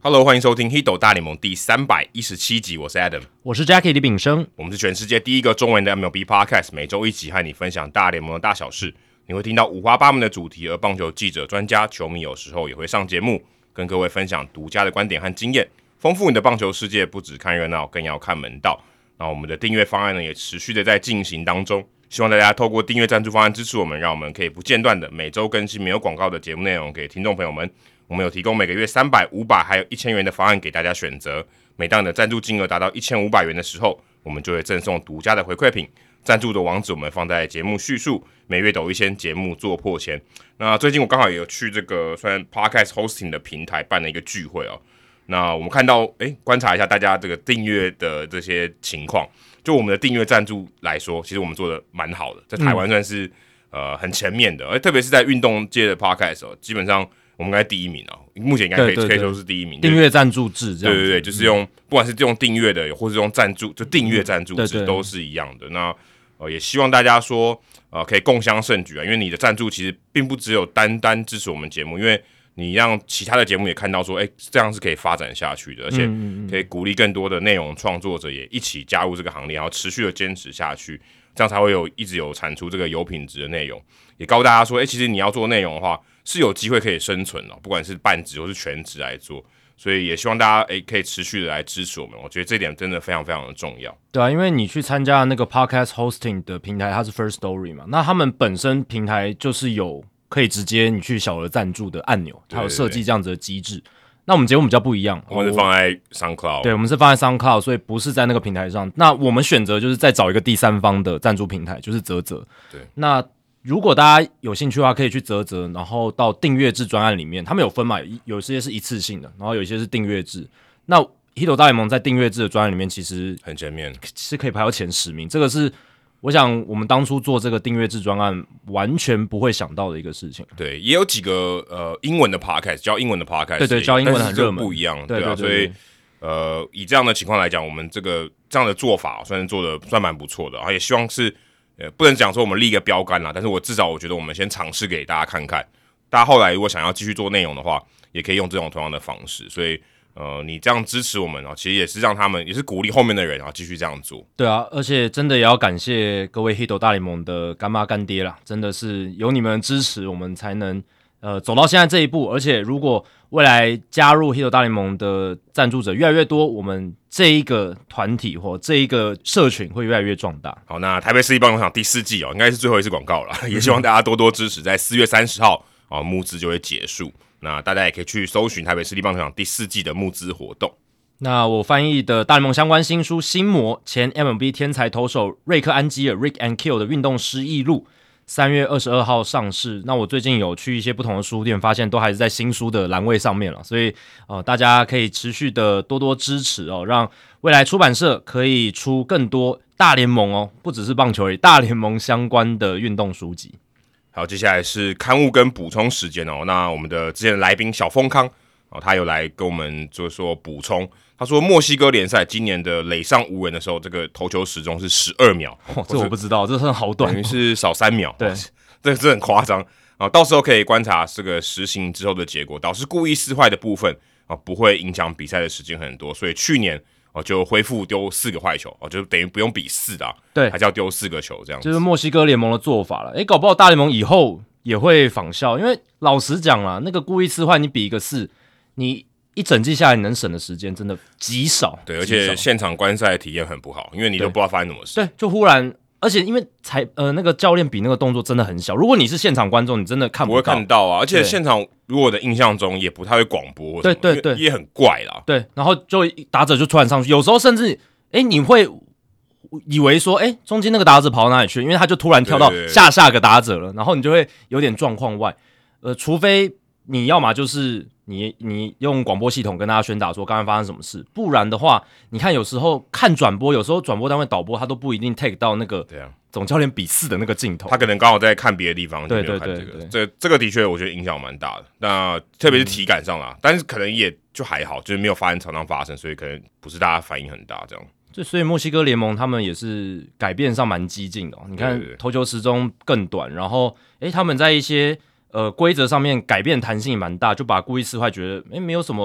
Hello， 欢迎收听《Hito 大联盟》第317集，我是 Adam， 我是 Jackie 李炳生， 我们是全世界第一个中文的 MLB Podcast， 每周一集和你分享大联盟的大小事。你会听到五花八门的主题，而棒球记者、专家、球迷有时候也会上节目，跟各位分享独家的观点和经验，丰富你的棒球世界。不只看热闹，更要看门道。那我们的订阅方案呢，也持续的在进行当中。希望大家透过订阅赞助方案支持我们，让我们可以不间断的每周更新没有广告的节目内容给听众朋友们。我们有提供每个月300、500还有1000元的方案给大家选择。每当你的赞助金额达到1500元的时候，我们就会赠送独家的回馈品。赞助的网址我们放在节目叙述。每月抖一些节目做破千。那最近我刚好也有去这个算 Podcast Hosting 的平台办了一个聚会哦。那我们看到，观察一下大家这个订阅的这些情况。就我们的订阅赞助来说，其实我们做的蛮好的，在台湾算是很前面的，而特别是在运动界的 Podcast 哦，基本上我们应该第一名哦，目前应该可以说是第一名。 订阅赞助制这样子， 对，就是用不管是用订阅的，或是用赞助，就订阅赞助制都是一样的。那也希望大家说可以共襄盛举啊，因为你的赞助其实并不只有单单支持我们节目，因为你让其他的节目也看到说，这样是可以发展下去的，而且可以鼓励更多的内容创作者也一起加入这个行列，然后持续的坚持下去，这样才会一直有产出这个有品质的内容。也告诉大家说，其实你要做内容的话，是有机会可以生存的，不管是半职或是全职来做。所以也希望大家可以持续的来支持我们，我觉得这点真的非常非常的重要。 对啊，因为你去参加那个 Podcast Hosting 的平台，它是 First Story 嘛，那他们本身平台就是有可以直接你去小额赞助的按钮，还有设计这样子的机制。那我们节目比较不一样， 我们是放在 SoundCloud， 对，我们是放在 SoundCloud， 所以不是在那个平台上。那我们选择就是再找一个第三方的赞助平台，就是嘖嘖。 对，那如果大家有兴趣的话，可以去嘖嘖，然后到订阅制专案里面，他们有分嘛，有些是一次性的，然后有些是订阅制。那 Hito 大联盟在订阅制的专案里面，其实很前面， 是可以排到前10名。这个是我想我们当初做这个订阅制专案完全不会想到的一个事情。 对，也有几个英文的 podcast， 教英文的 podcast， 对，教英文很热门， 不一样， 对啊，所以以这样的情况来讲，我们这样的做法算是做的算蛮不错的，然后也希望是。不能讲说我们立一个标杆啦，但是我至少我觉得我们先尝试给大家看看，大家后来如果想要继续做内容的话，也可以用这种同样的方式。所以你这样支持我们其实也是让他们，也是鼓励后面的人继续这样做。 对啊，而且真的也要感谢各位 Hito 大联盟的干妈干爹啦，真的是有你们的支持，我们才能走到现在这一步。而且如果未来加入 Hito 大联盟的赞助者越来越多，我们这一个团体或这一个社群会越来越壮大。 好，那台北市立棒球场第4季应该是最后一次广告了，也希望大家多多支持。在4月30号募资就会结束，那大家也可以去搜寻台北市立棒球场第4季的募资活动。 那我翻译的大联盟相关新书《心魔》，前 MLB 天才投手瑞克安基尔 Rick and Kill 的运动失忆录，3月22号上市。那我最近有去一些不同的书店，发现都还是在新书的栏位上面了，所以大家可以持续的多多支持让未来出版社可以出更多大联盟不只是棒球而已，大联盟相关的运动书籍。 好，接下来是刊物跟补充时间那我们的之前的来宾小丰康他有来跟我们就说补充。他说墨西哥联赛今年的垒上无人的时候，这个投球时钟是12秒， 这我不知道，这真的好短， 等于是少3秒。 对， 这很夸张到时候可以观察这个实行之后的结果，导致故意撕坏的部分不会影响比赛的时间很多，所以去年就恢复丢4个坏球就等于不用比4的对， 还是要丢4个球这样子， 就是墨西哥联盟的做法了。搞不好大联盟以后也会仿效，因为老实讲啦，那个故意撕坏你比一个4，你一整季下来你能省的时间真的极少。 对，而且现场观赛体验很不好，因为你都不知道发生什么事。 对，就忽然，而且因为那个教练比那个动作真的很小，如果你是现场观众，你真的不会看到而且现场如果我的印象中也不太会广播， 对， 也很怪啦。 对，然后就打者就突然上去，有时候甚至你会以为说中间那个打者跑到哪里去，因为他就突然跳到下个打者了，然后你就会有点状况外。除非你要嘛就是你用广播系统跟大家宣导说刚刚发生什么事，不然的话，你看有时候看转播，有时候转播单位导播他都不一定 take 到那个总教练比4的那个镜头， 他可能刚好在看别的地方， 对， 这个的确我觉得影响蛮大的。那特别是体感上啦，但是可能也就还好，就是没有常常发生，所以可能不是大家反应很大这样。 所以墨西哥联盟他们也是改变上蛮激进的你看投球时钟更短，然后他们在一些规则上面改变弹性也蛮大，就把故意撕坏觉得没有什么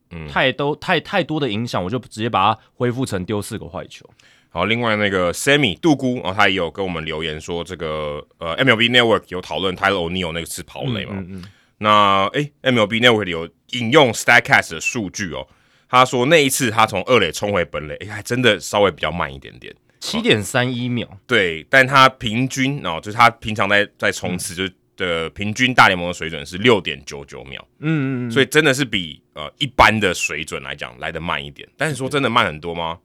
太多的影响，我就直接把它恢复成丢4个坏球。 好，另外那个 Sammy 杜姑他也有跟我们留言说，这个MLB Network 有讨论 Tyler O'Neill 那个次跑垒嘛？那MLB Network 有引用 Statcast 的数据他说那一次他从2垒冲回本垒，还真的稍微比较慢一点点 ，7.31秒。 对，但他平均就是他平常在冲刺，就是的平均大联盟的水准是 6.99 秒，所以真的是比一般的水准来讲来得慢一点。但是说真的慢很多吗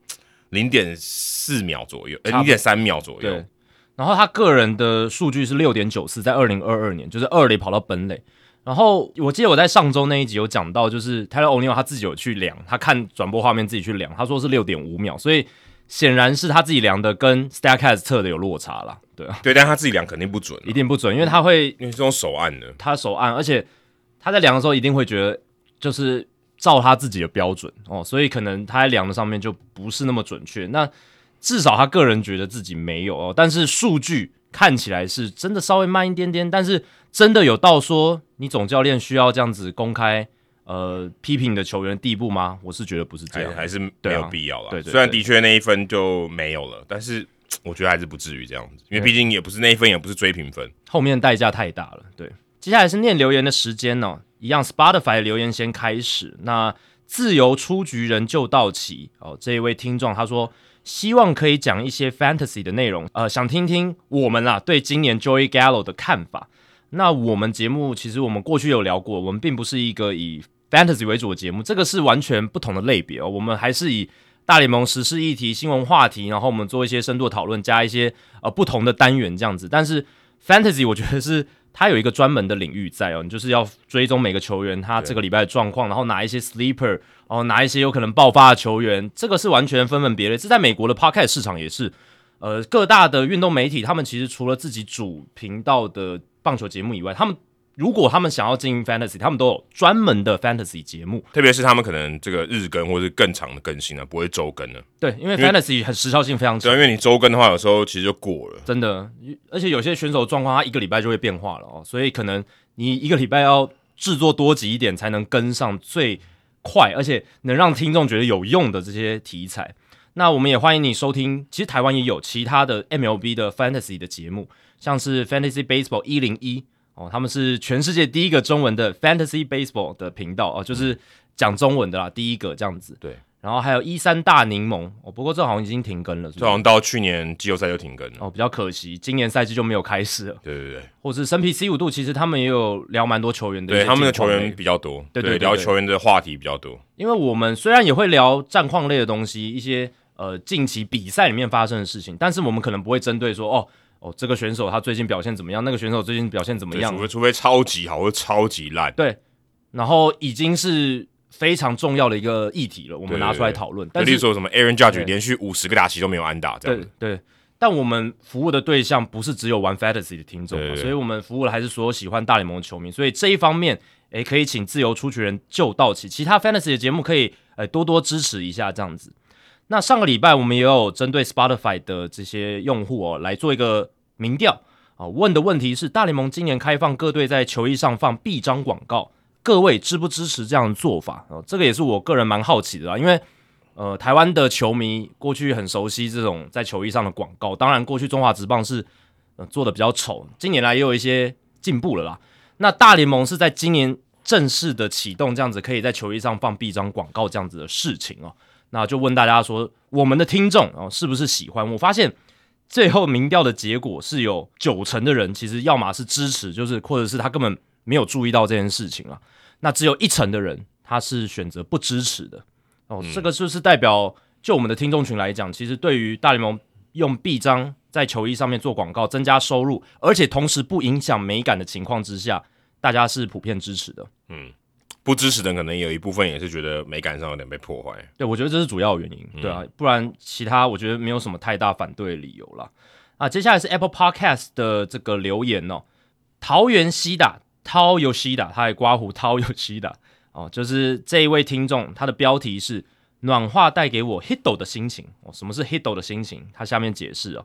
？0.4 秒左右，0.3 秒左右。 对，然后他个人的数据是 6.94， 在2022年就是2垒跑到本垒。然后我记得我在上周那一集有讲到，就是 Tyler O'Neill 他自己有去量，他看转播画面自己去量，他说是 6.5 秒，所以显然是他自己量的跟 Statcast 测的有落差啦。对啊， 对，但他自己量肯定不准， 一定不准，因为是用手按的， 他手按，而且他在量的时候一定会觉得就是照他自己的标准所以可能他在量的上面就不是那么准确。那至少他个人觉得自己没有但是数据看起来是真的稍微慢一点点，但是真的有到说你总教练需要这样子公开批评你的球员的地步吗？我是觉得不是这样， 还是没有必要啦。 对， 虽然的确那一分就没有了，但是我觉得还是不至于这样子，因为毕竟也不是那一分，也不是追平分， 后面代价太大了。对，接下来是念留言的时间一样 Spotify 留言先开始。那自由出局人就到齐这一位听众他说希望可以讲一些 Fantasy 的内容，想听听我们对今年 Joey Gallo 的看法。那我们节目其实我们过去有聊过，我们并不是一个以 Fantasy 为主的节目，这个是完全不同的类别我们还是以大联盟时事议题、新闻话题，然后我们做一些深度的讨论，加一些不同的单元这样子。但是 Fantasy 我觉得是它有一个专门的领域在你就是要追踪每个球员他这个礼拜的状况，然后拿一些 sleeper， 拿一些有可能爆发的球员，这个是完全分门别类。这在美国的 podcast 市场也是，各大的运动媒体他们其实除了自己主频道的棒球节目以外，他们如果他们想要经营 Fantasy， 他们都有专门的 Fantasy 节目， 特别是他们可能这个日更或是更长的更新不会周更了。 对，因为 Fantasy 很时效性非常强， 因为你周更的话，有时候其实就过了， 真的。而且有些选手状况，他一个礼拜就会变化了所以可能你一个礼拜要制作多集一点，才能跟上最快，而且能让听众觉得有用的这些题材。那我们也欢迎你收听，其实台湾也有其他的 MLB 的 Fantasy 的节目，像是 Fantasy Baseball 101。他们是全世界第一个中文的 Fantasy Baseball 的频道就是讲中文的啦，第一个这样子。 对， 然后还有13大柠檬不过这好像已经停更了， 这好像到去年季后赛就停更了比较可惜，今年赛季就没有开始了。 对， 或是生皮 C5度，其实他们也有聊蛮多球员的， 对，他们的球员比较多，对，聊球员的话题比较多。 因为我们虽然也会聊战况类的东西，一些近期比赛里面发生的事情，但是我们可能不会针对说这个选手他最近表现怎么样，那个选手最近表现怎么样， 除非超级好或超级烂。 对，然后已经是非常重要的一个议题了，我们拿出来讨论。但是例如说什么 Aaron Judge 连续50个打席都没有安打这样子。 对，但我们服务的对象不是只有玩 Fantasy 的听众所以我们服务的还是所有喜欢大联盟的球迷。所以这一方面可以请自由出局人就到齐，其他 Fantasy 的节目可以多多支持一下这样子。那上个礼拜我们也有针对 Spotify 的这些用户来做一个民调问的问题是大联盟今年开放各队在球衣上放臂章广告，各位支不支持这样的做法这个也是我个人蛮好奇的啦，因为台湾的球迷过去很熟悉这种在球衣上的广告，当然过去中华职棒是做的比较丑，近年来也有一些进步了啦。那大联盟是在今年正式的启动这样子可以在球衣上放臂章广告这样子的事情那就问大家说我们的听众是不是喜欢。我发现最后民调的结果是有90%的人其实要么是支持，就是或者是他根本没有注意到这件事情那只有1%的人他是选择不支持的这个就是代表就我们的听众群来讲，其实对于大联盟用臂章在球衣上面做广告增加收入，而且同时不影响美感的情况之下，大家是普遍支持的。 不支持的可能有一部分也是觉得美感上有点被破坏。 对，我觉得这是主要原因，对啊，不然其他我觉得没有什么太大反对的理由啦。接下来是 Apple Podcast 的这个留言桃园西打涛有西打，他还刮胡涛有西打就是这一位听众，他的标题是暖化带给我 Hito 的心情什么是 Hito 的心情？他下面解释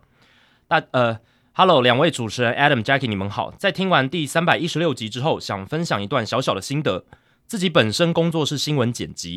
Hello 两位主持人 Adam、Jackie 你们好，在听完第316集之后，想分享一段小小的心得。自己本身工作是新闻剪辑，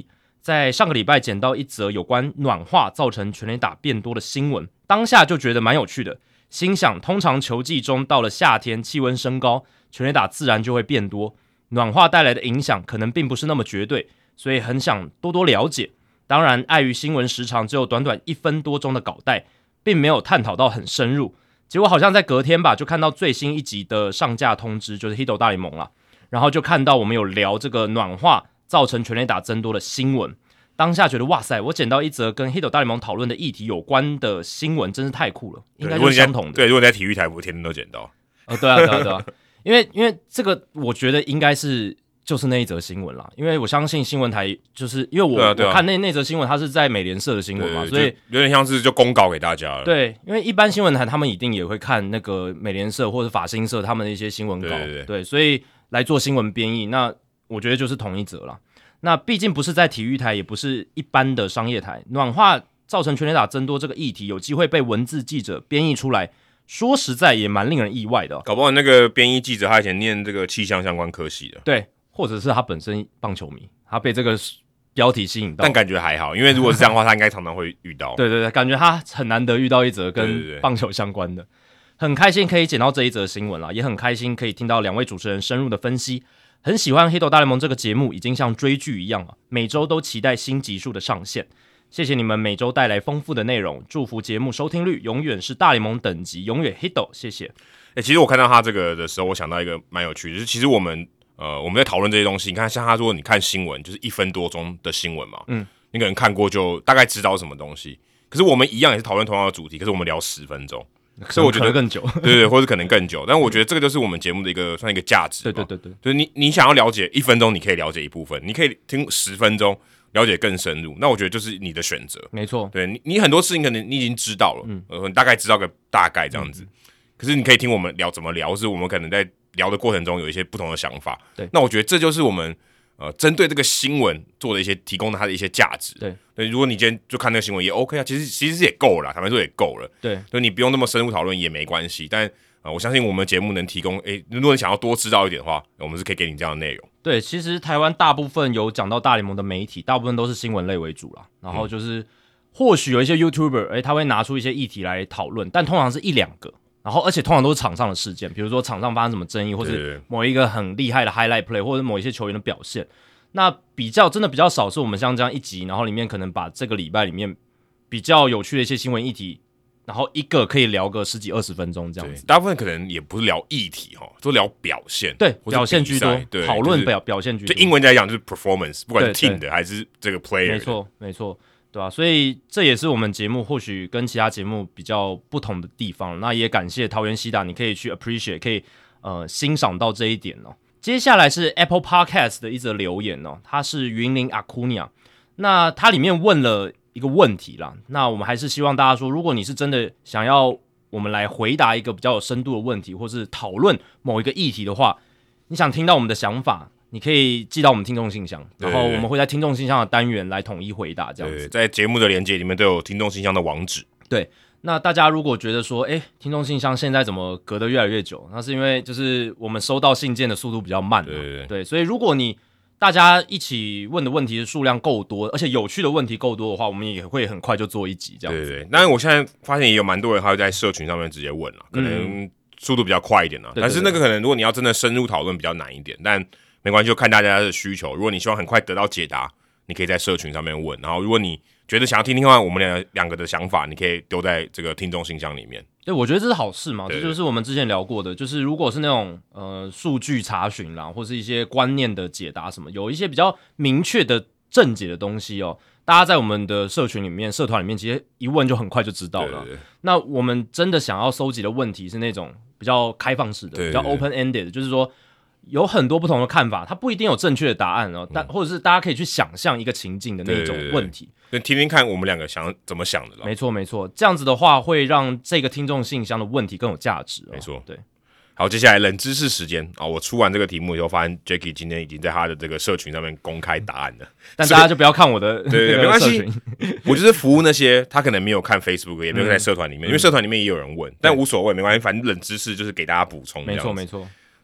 在上个礼拜捡到一则有关暖化造成全垒打变多的新闻，当下就觉得蛮有趣的，心想通常球季中到了夏天气温升高，全垒打自然就会变多，暖化带来的影响可能并不是那么绝对，所以很想多多了解。当然碍于新闻时长只有短短1分多钟的稿带，并没有探讨到很深入，结果好像在隔天吧，就看到最新一集的上架通知，就是 Hito 大联盟啦，然后就看到我们有聊这个暖化造成全垒打增多的新闻，当下觉得哇塞，我捡到一则跟 Hito 大联盟讨论的议题有关的新闻，真是太酷了，应该就是相同的。 对，如果你在体育台，我天天都捡到。 对啊，因为这个我觉得应该就是那一则新闻啦，因为我相信新闻台就是因为我看那则新闻，它是在美联社的新闻嘛，所以有点像是就公告给大家了。 对，因为一般新闻台他们一定也会看那个美联社或者法新社他们的一些新闻稿，对，所以来做新闻编译，那我觉得就是同一则啦。那毕竟不是在体育台，也不是一般的商业台，暖化造成全垒打增多这个议题有机会被文字记者编译出来，说实在也蛮令人意外的。 搞不好那个编译记者他以前念这个气象相关科系的， 对，或者是他本身棒球迷，他被这个标题吸引到。 但感觉还好，因为如果是这样的话，他应该常常会遇到。 对，感觉他很难得遇到一则跟棒球相关的。很开心可以捡到这一则新闻啦，也很开心可以听到两位主持人深入的分析。很喜欢《黑豆大联盟》这个节目，已经像追剧一样了，每周都期待新集数的上线。谢谢你们每周带来丰富的内容，祝福节目收听率永远是大联盟等级，永远 Hito， 谢谢。 其实我看到他这个的时候，我想到一个蛮有趣的，就是其实我们在讨论这些东西，你看像他说你看新闻就是1分多钟的新闻嘛，你可能看过就大概知道什么东西，可是我们一样也是讨论同样的主题，可是我们聊10分钟。所以我觉得更久， 对，或者可能更久，但我觉得这个就是我们节目的算一个价值。 对， 就是你想要了解1分钟，你可以了解一部分，你可以听10分钟了解更深入，那我觉得就是你的选择。 没错， 对你很多事情可能你已经知道了，你大概知道个大概这样子，可是你可以听我们聊怎么聊，是我们可能在聊的过程中有一些不同的想法。 对， 那我觉得这就是我们针对这个新闻做的一些提供的它的一些价值。对，如果你今天就看那个新闻也 OK 啊，其实也够了，坦白说也够了。 对， 所以你不用那么深入讨论也没关系。但我相信我们节目能提供，如果你想要多知道一点的话，我们是可以给你这样的内容。 对，其实台湾大部分有讲到大联盟的媒体，大部分都是新闻类为主啦。然后就是或许有一些 YouTuber，他会拿出一些议题来讨论，但通常是1-2个。然后，而且通常都是场上的事件，比如说场上发生什么争议，或是某一个很厉害的 highlight play， 或者某一些球员的表现。那真的比较少，是我们像这样一集，然后里面可能把这个礼拜里面比较有趣的一些新闻议题，然后一个可以聊个10几20分钟这样子。 大部分可能也不是聊议题都聊表现， 对，表现居多，讨论表现居多。 就英文来讲就是 performance， 不管是 team 的还是这个 player。 没错，对吧？所以这也是我们节目或许跟其他节目比较不同的地方。那也感谢桃园西打，你可以去 appreciate， 可以欣赏到这一点哦。接下来是 Apple Podcast 的一则留言哦，它是云林阿库尼亚，那它里面问了一个问题啦，那我们还是希望大家说，如果你是真的想要我们来回答一个比较有深度的问题，或是讨论某一个议题的话，你想听到我们的想法，你可以寄到我们听众信箱，然后我们会在听众信箱的单元来统一回答，这样子。 对，在节目的连结里面都有听众信箱的网址。 对。那大家如果觉得说，听众信箱现在怎么隔得越来越久？那是因为就是我们收到信件的速度比较慢，对，所以如果大家一起问的问题的数量够多，而且有趣的问题够多的话，我们也会很快就做一集这样子。 对。但我现在发现也有蛮多人他会在社群上面直接问了，可能速度比较快一点啦。但是那个可能如果你要真的深入讨论比较难一点，但没关系，就看大家的需求。如果你希望很快得到解答，你可以在社群上面问，然后如果你觉得想要听听看我们两个的想法，你可以丢在这个听众信箱里面。 对，我觉得这是好事嘛，这就是我们之前聊过的，就是如果是那种数据查询啦，或是一些观念的解答什么，有一些比较明确的正解的东西哦，大家在我们的社群里面、社团里面，其实一问就很快就知道了。那我们真的想要收集的问题是那种比较开放式的，比较 open ended， 就是说有很多不同的看法，它不一定有正确的答案哦，但或者是大家可以去想象一个情境的那种问题， 对，听听看我们两个怎么想的啦。 没错，这样子的话会让这个听众信箱的问题更有价值。 没错， 对。 好，接下来冷知识时间啊！我出完这个题目以后，发现 Jacky 今天已经在他的这个社群上面公开答案了， 但大家就不要看我的对，没关系，我就是服务那些他可能没有看 Facebook， 也没有在社团里面，因为社团里面也有人问，但无所谓，没关系，反正冷知识就是给大家补充。 没错。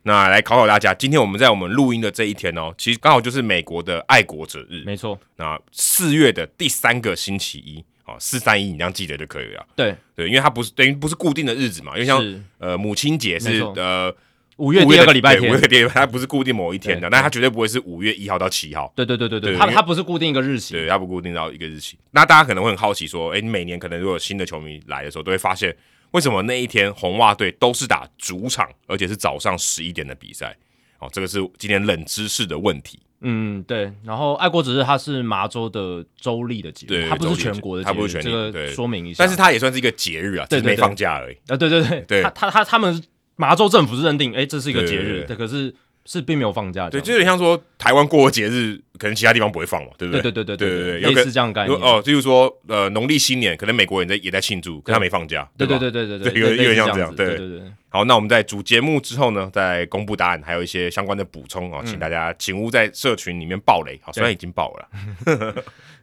那来考考大家，今天我们在我们录音的这一天哦，其实刚好就是美国的爱国者日， 没错。 那4月的第3个星期一，哦，431你这样记得就可以了。 对， 因为它等于不是固定的日子嘛，因为像母亲节是 5月第2个礼拜天， 5月第2个，它不是固定某一天的，但它绝对不会是5月1号到7号。 对，它不是固定一个日期， 对，它不固定到一个日期。那大家可能会很好奇说，你每年可能如果有新的球迷来的时候，都会发现为什么那一天红袜队都是打主场，而且是早上11点的比赛。哦，这个是今天冷知识的问题。 对。然后爱国者日它是麻州的州立的节日，它不是全国的节日， 它不是全这个说明一下。 但是它也算是一个节日啊，只是没放假而已。 对，他们麻州政府是认定，这是一个节日，可是并没有放假。 对，就有点像说台湾过节日，可能其他地方不会放嘛，对不对？ 对，类似这样的概念。 就是说农历新年可能美国人也在庆祝，可他没放假。 对， 有点像这样。对。好，那我们在主节目之后呢，再公布答案，还有一些相关的补充哦，请大家请勿在社群里面爆雷。好，虽然已经爆了啦。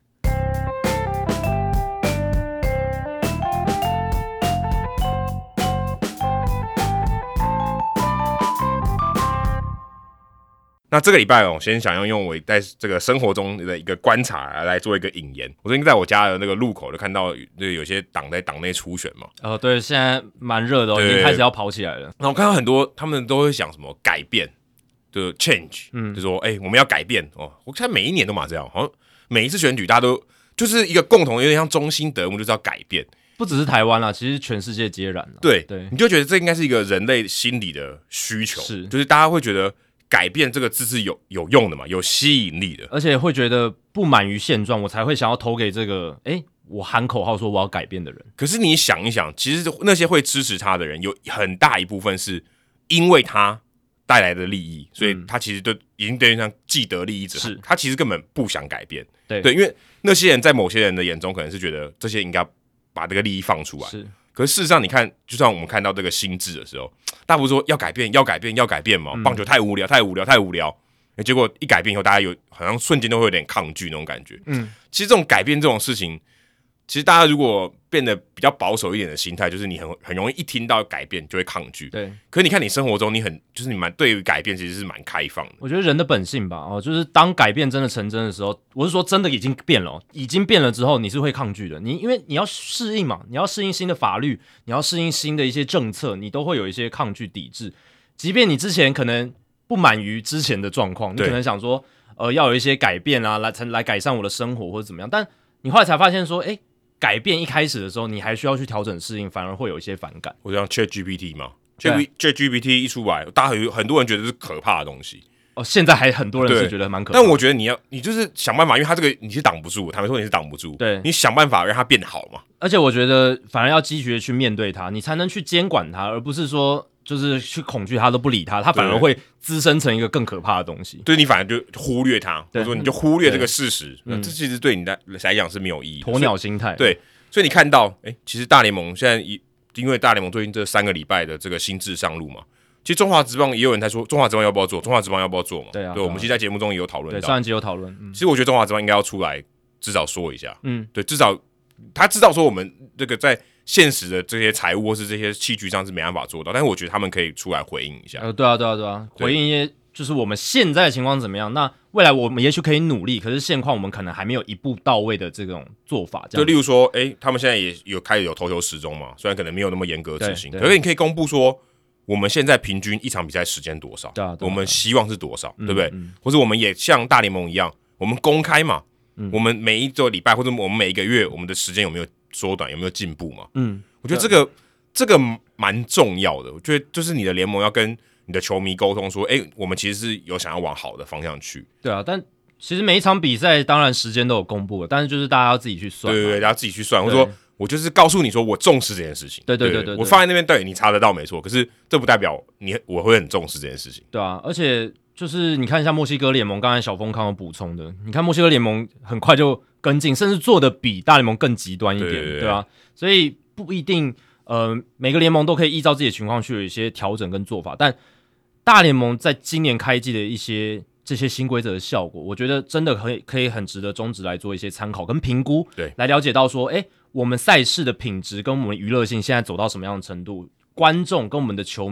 那这个礼拜哦，先想要用我在这个生活中的一个观察来做一个引言。我最近在我家的那个路口就看到有些党在党内初选嘛。 对，现在蛮热的，已经开始要跑起来了。 那我看到很多他们都会想什么改变，就是 change，就说我们要改变哦。我看每一年都嘛这样，好像每一次选举大家都就是一个共同，有点像中心德目，就是要改变。 不只是台湾啦，其实全世界皆然啦。 对，你就觉得这应该是一个人类心理的需求，就是大家会觉得。改变这个字是有用的嘛，有吸引力的， 而且会觉得不满于现状，我才会想要投给这个我喊口号说我要改变的人。 可是你想一想，其实那些会支持他的人，有很大一部分是因为他带来的利益，所以他其实都已经等于像既得利益者，他其实根本不想改变。对，因为那些人在某些人的眼中，可能是觉得这些应该把这个利益放出来。是。可是事实上，你看，就像我们看到这个心智的时候，大家不是说要改变嘛？棒球太无聊，结果一改变以后，大家好像瞬间都会有点抗拒那种感觉。其实这种改变这种事情，其实大家如果变得比较保守一点的心态，就是你很容易一听到改变就会抗拒。对。可是你看你生活中，就是你对于改变其实是蛮开放的。 我觉得人的本性吧，就是当改变真的成真的时候，我是说真的已经变了之后，你是会抗拒的。因为你要适应嘛，你要适应新的法律，你要适应新的一些政策，你都会有一些抗拒抵制。即便你之前可能不满于之前的状况，你可能想说要有一些改变啊，来改善我的生活或者怎么样，但你后来才发现说，改变一开始的时候，你还需要去调整适应，反而会有一些反感。 我像 ChatGPT 嘛，ChatGPT 一出来，大家很多人觉得是可怕的东西。 现在还很多人是觉得蛮可怕的。 但我觉得你就是想办法，因为它这个你是挡不住，坦白说你是挡不住。对，你想办法让它变好嘛。 而且我觉得反而要积极的去面对它，你才能去监管它，而不是说就是去恐惧它都不理它，它反而会滋生成一个更可怕的东西。 对，你反而就忽略它，或者说你就忽略这个事实，这其实对你来讲是没有意义的。 鸵鸟心态。 对，所以你看到，其实大联盟现在因为大联盟最近这3个礼拜的这个新制上路嘛。其实中华职棒也有人在说中华职棒要不要做嘛？对啊，对，我们其实在节目中也有讨论到， 对，上一集有讨论。 其实我觉得中华职棒应该要出来至少说一下，对，至少他知道说我们这个在现实的这些财务或是这些器具上是没办法做到，但是我觉得他们可以出来回应一下。 对啊，回应一些就是我们现在的情况怎么样？那未来我们也许可以努力，可是现况我们可能还没有一步到位的这种做法。 就例如说，他们现在也开始有投球时钟嘛，虽然可能没有那么严格执行，可是你可以公布说。我们现在平均一场比赛时间多少？我们希望是多少，对不对？或者我们也像大联盟一样，我们公开嘛，我们每一周礼拜或者我们每一个月，我们的时间有没有缩短，有没有进步嘛？我觉得这个蛮重要的。我觉得就是你的联盟要跟你的球迷沟通说，我们其实是有想要往好的方向去。 对啊，但其实每一场比赛当然时间都有公布了，但是就是大家要自己去算。 对，大家自己去算，或者说。我就是告诉你说，我重视这件事情。对，我放在那边，对你查得到没错。可是这不代表我会很重视这件事情。 对啊，而且就是你看，像墨西哥联盟，刚才小峰康有补充的，你看墨西哥联盟很快就跟进，甚至做的比大联盟更极端一点，对啊。所以不一定每个联盟都可以依照自己的情况去有一些调整跟做法，但大联盟在今年开季的一些这些新规则的效果，我觉得真的可以很值得中职来做一些参考跟评估，对，来了解到说，我们赛事的品质跟我们娱乐性现在走到什么样的程度，观众跟我们的球迷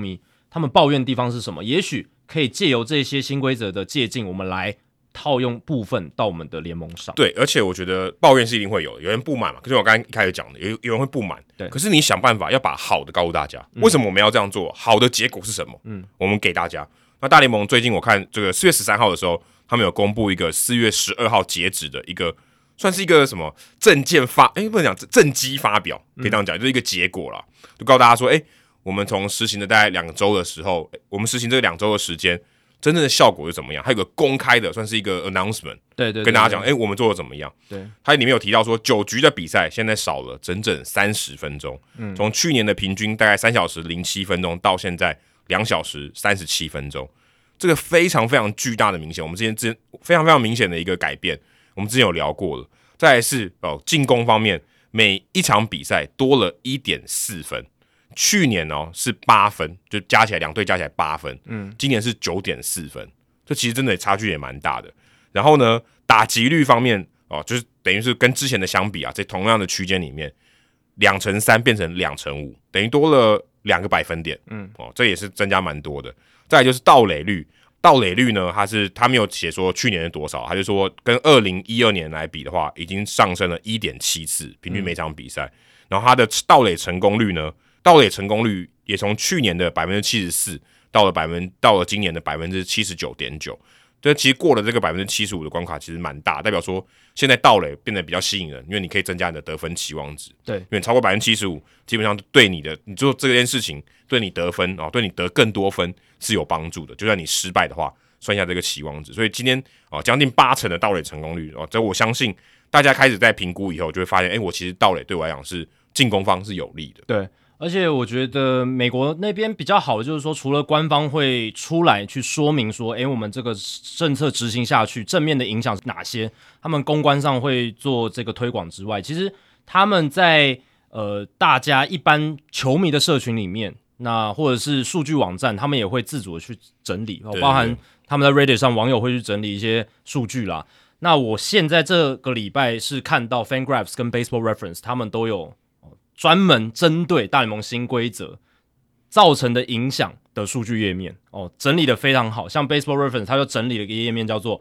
他们抱怨的地方是什么？也许可以借由这些新规则的借鉴，我们来套用部分到我们的联盟上。 对，而且我觉得抱怨是一定会有人不满嘛，可是我刚刚一开始讲的，有人会不满， 对。 可是你想办法要把好的告诉大家，为什么我们要这样做？好的结果是什么？我们给大家。那大联盟最近我看这个4月13号的时候，他们有公布一个4月12号截止的一个，算是一个什么政绩发表，可以这样讲，就是一个结果啦，就告诉大家说，我们从实行的大概2周的时候，我们实行这个2周的时间，真正的效果是怎么样？还有个公开的，算是一个 announcement， 对， 跟大家讲，我们做的怎么样？ 对， 它里面有提到说，9局的比赛现在少了整整30分钟，从去年的平均大概3小时07分钟到现在2小时37分钟，这个非常非常巨大的明显，我们之前非常非常明显的一个改变，我们之前有聊过了。再来是进攻方面，每一场比赛多了 1.4 分。去年是8分，就加起来2队加起来8分，今年是 9.4 分，这其实真的差距也蛮大的。然后呢，打击率方面就是等于是跟之前的相比啊，在同样的区间里面，2乘3变成2乘5，等于多了2个百分点，这也是增加蛮多的。再来就是盗垒率呢，他没有写说去年是多少，他就说跟2012年来比的话，已经上升了 1.7 次，平均每场比赛。然后他的盗垒成功率呢？盗垒成功率也从去年的 74% 到了今年的 79.9%， 这其实过了这个 75% 的关卡，其实蛮大，代表说现在盗垒变得比较吸引人，因为你可以增加你的得分期望值。 对， 因为超过 75%， 基本上对你做这件事情，对你得分对你得更多分是有帮助的。就算你失败的话，算一下这个期望值。所以今天将近80%的盗垒成功率这我相信大家开始在评估以后，就会发现，我其实盗垒对我来讲是进攻方是有利的。 对。而且我觉得美国那边比较好的就是说，除了官方会出来去说明说，我们这个政策执行下去正面的影响是哪些，他们公关上会做这个推广之外，其实他们在大家一般球迷的社群里面，那或者是数据网站，他们也会自主的去整理，包含他们在 Reddit 上网友会去整理一些数据啦。那我现在这个礼拜是看到 FanGraphs 跟 Baseball Reference 他们都有专门针对大联盟新规则造成的影响的数据页面整理的非常好。像 Baseball Reference 它就整理了一个页面叫做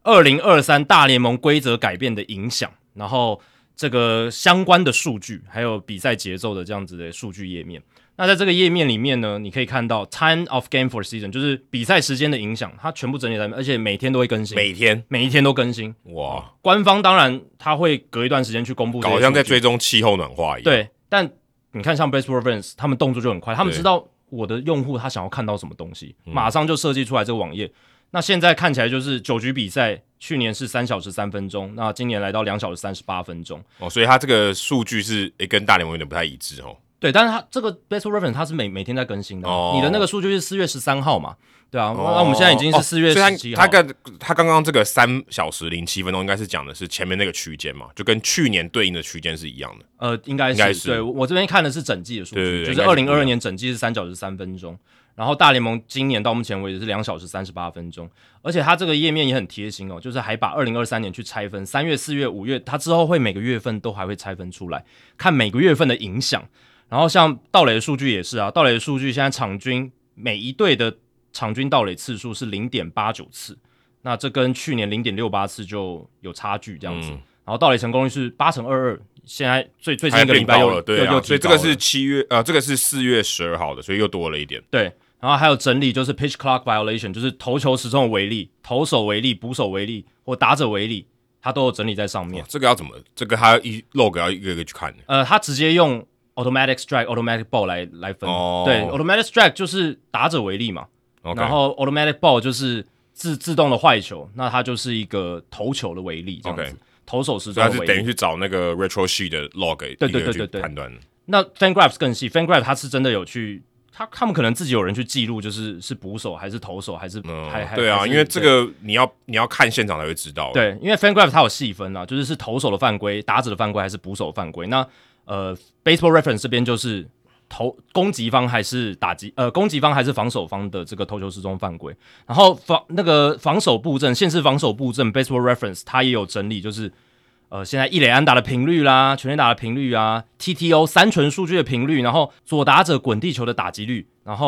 2023大联盟规则改变的影响，然后这个相关的数据还有比赛节奏的这样子的数据页面。那在这个页面里面呢，你可以看到 time of game for season， 就是比赛时间的影响，它全部整理在那边，而且每天都会更新，每一天都更新。哇！官方当然他会隔一段时间去公布这些数据， 搞像在追踪气候暖化一样。 对，但你看像 Baseball Reference 他们动作就很快，他们知道我的用户他想要看到什么东西，马上就设计出来这个网页。那现在看起来就是9局比赛，去年是3小时3分钟，那今年来到2小时38分钟。 所以它这个数据是跟大联盟有点不太一致对，但是它这个 Baseball Reference 它是每天在更新的。你的那个数据是4月13号嘛？对啊，那我们现在已经是4月17号。 他刚刚这个3小时07分钟，应该是讲的是前面那个区间嘛，就跟去年对应的区间是一样的。 应该是。对，我这边看的是整季的数据，就是2022年整季是3小时3分钟，然后大联盟今年到目前为止是2小时38分钟，而且它这个页面也很贴心就是还把2023年去拆分，3月、4月、5月，它之后会每个月份都还会拆分出来，看每个月份的影响。然后像盗垒的数据也是盗垒的数据现在场均每一队的场均盗垒次数是 0.89 次，那这跟去年 0.68 次就有差距这样子。然后盗垒成功率是8.22%，现在最近一个礼拜又所以这个是这个是4月12号的，所以又多了一点。 对，然后还有整理就是 pitch clock violation， 就是投球时钟的违例、投手违例、捕手违例或打者违例，它都有整理在上面。 这个要怎么？这个它log 要一个一个去看。 它直接用automatic strike、automatic ball 来分。对 ，automatic strike 就是打者为例嘛，然后 automatic ball 就是自动的坏球，那它就是一个投球的为例这样子。投手时钟的为例， 它是等于去找那个 retro sheet 的 log， 对判断。 那 FanGraphs 更细 ，FanGraphs 它是真的有去，他们可能自己有人去记录，就是捕手还是投手还是对啊，因为这个你要看现场才会知道。 对，因为 FanGraphs 它有细分就是投手的犯规、打者的犯规还是捕手的犯规。那Baseball Reference 这边就是攻击方还是攻击方还是防守方的这个投球时钟犯规。然后防守布阵，限制防守布阵 Baseball Reference 它也有整理，就是现在一垒安打的频率啦，全垒打的频率啊 ，TTO 三纯数据的频率，然后左打者滚地球的打击率，然后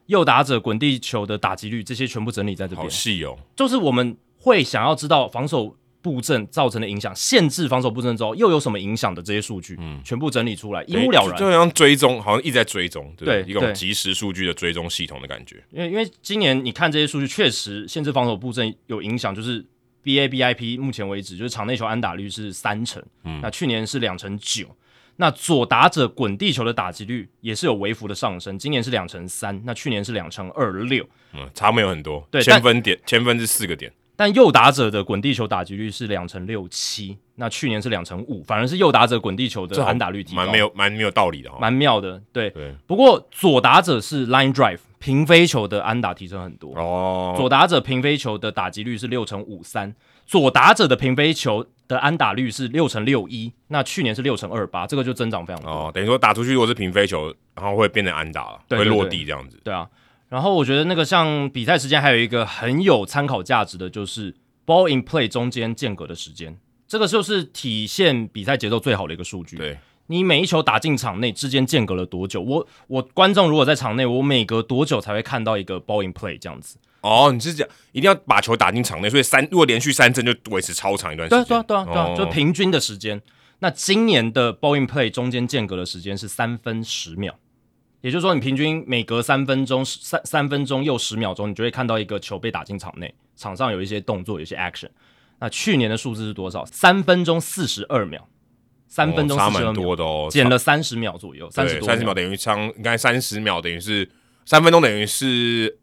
右打者滚地球的打击率，这些全部整理在这边。 好细哦， 就是我们会想要知道防守布阵造成的影响，限制防守布阵之后又有什么影响的这些数据，全部整理出来，一目了然。 就好像追踪，好像一直在追踪， 对， 一种即时数据的追踪系统的感觉。 因为今年你看这些数据，确实限制防守布阵有影响，就是 BABIP 目前为止就是场内球安打率是3成，那去年是2.9%。那左打者滚地球的打击率也是有微幅的上升，今年是2.3%，那去年是2.26%， 差没有很多， 对， 千分是4个点。 但右打者的滚地球打击率是2.67%，那去年是2.5%，反而是右打者滚地球的安打率提高， 蛮没有道理的哈， 蛮妙的，对。不过左打者是 line drive 平飞球的安打提升很多哦，左打者平飞球的打击率是6.53%，左打者的平飞球的安打率是6.61%，那去年是6.28%，这个就增长非常多哦。 等于说打出去如果是平飞球，然后会变成安打了，会落地这样子。 对啊。然后我觉得那个像比赛时间还有一个很有参考价值的，就是 ball in play 中间间隔的时间，这个就是体现比赛节奏最好的一个数据。 对， 你每一球打进场内之间间隔了多久？我观众如果在场内，我每隔多久才会看到一个 ball in play 这样子？ 哦，你是讲一定要把球打进场内，所以如果连续3阵就维持超长一段时间。 对啊，就平均的时间。那今年的 ball in play 中间间隔的时间是3分10秒。也就是说，你平均每隔3分钟3分钟又10秒钟，你就会看到一个球被打进场内，场上有一些动作，有一些 action。那去年的数字是多少？3分钟42秒，3分钟42秒，差蛮多的哦， 减了30秒左右，30多秒等于应该30秒等于是3分钟等于是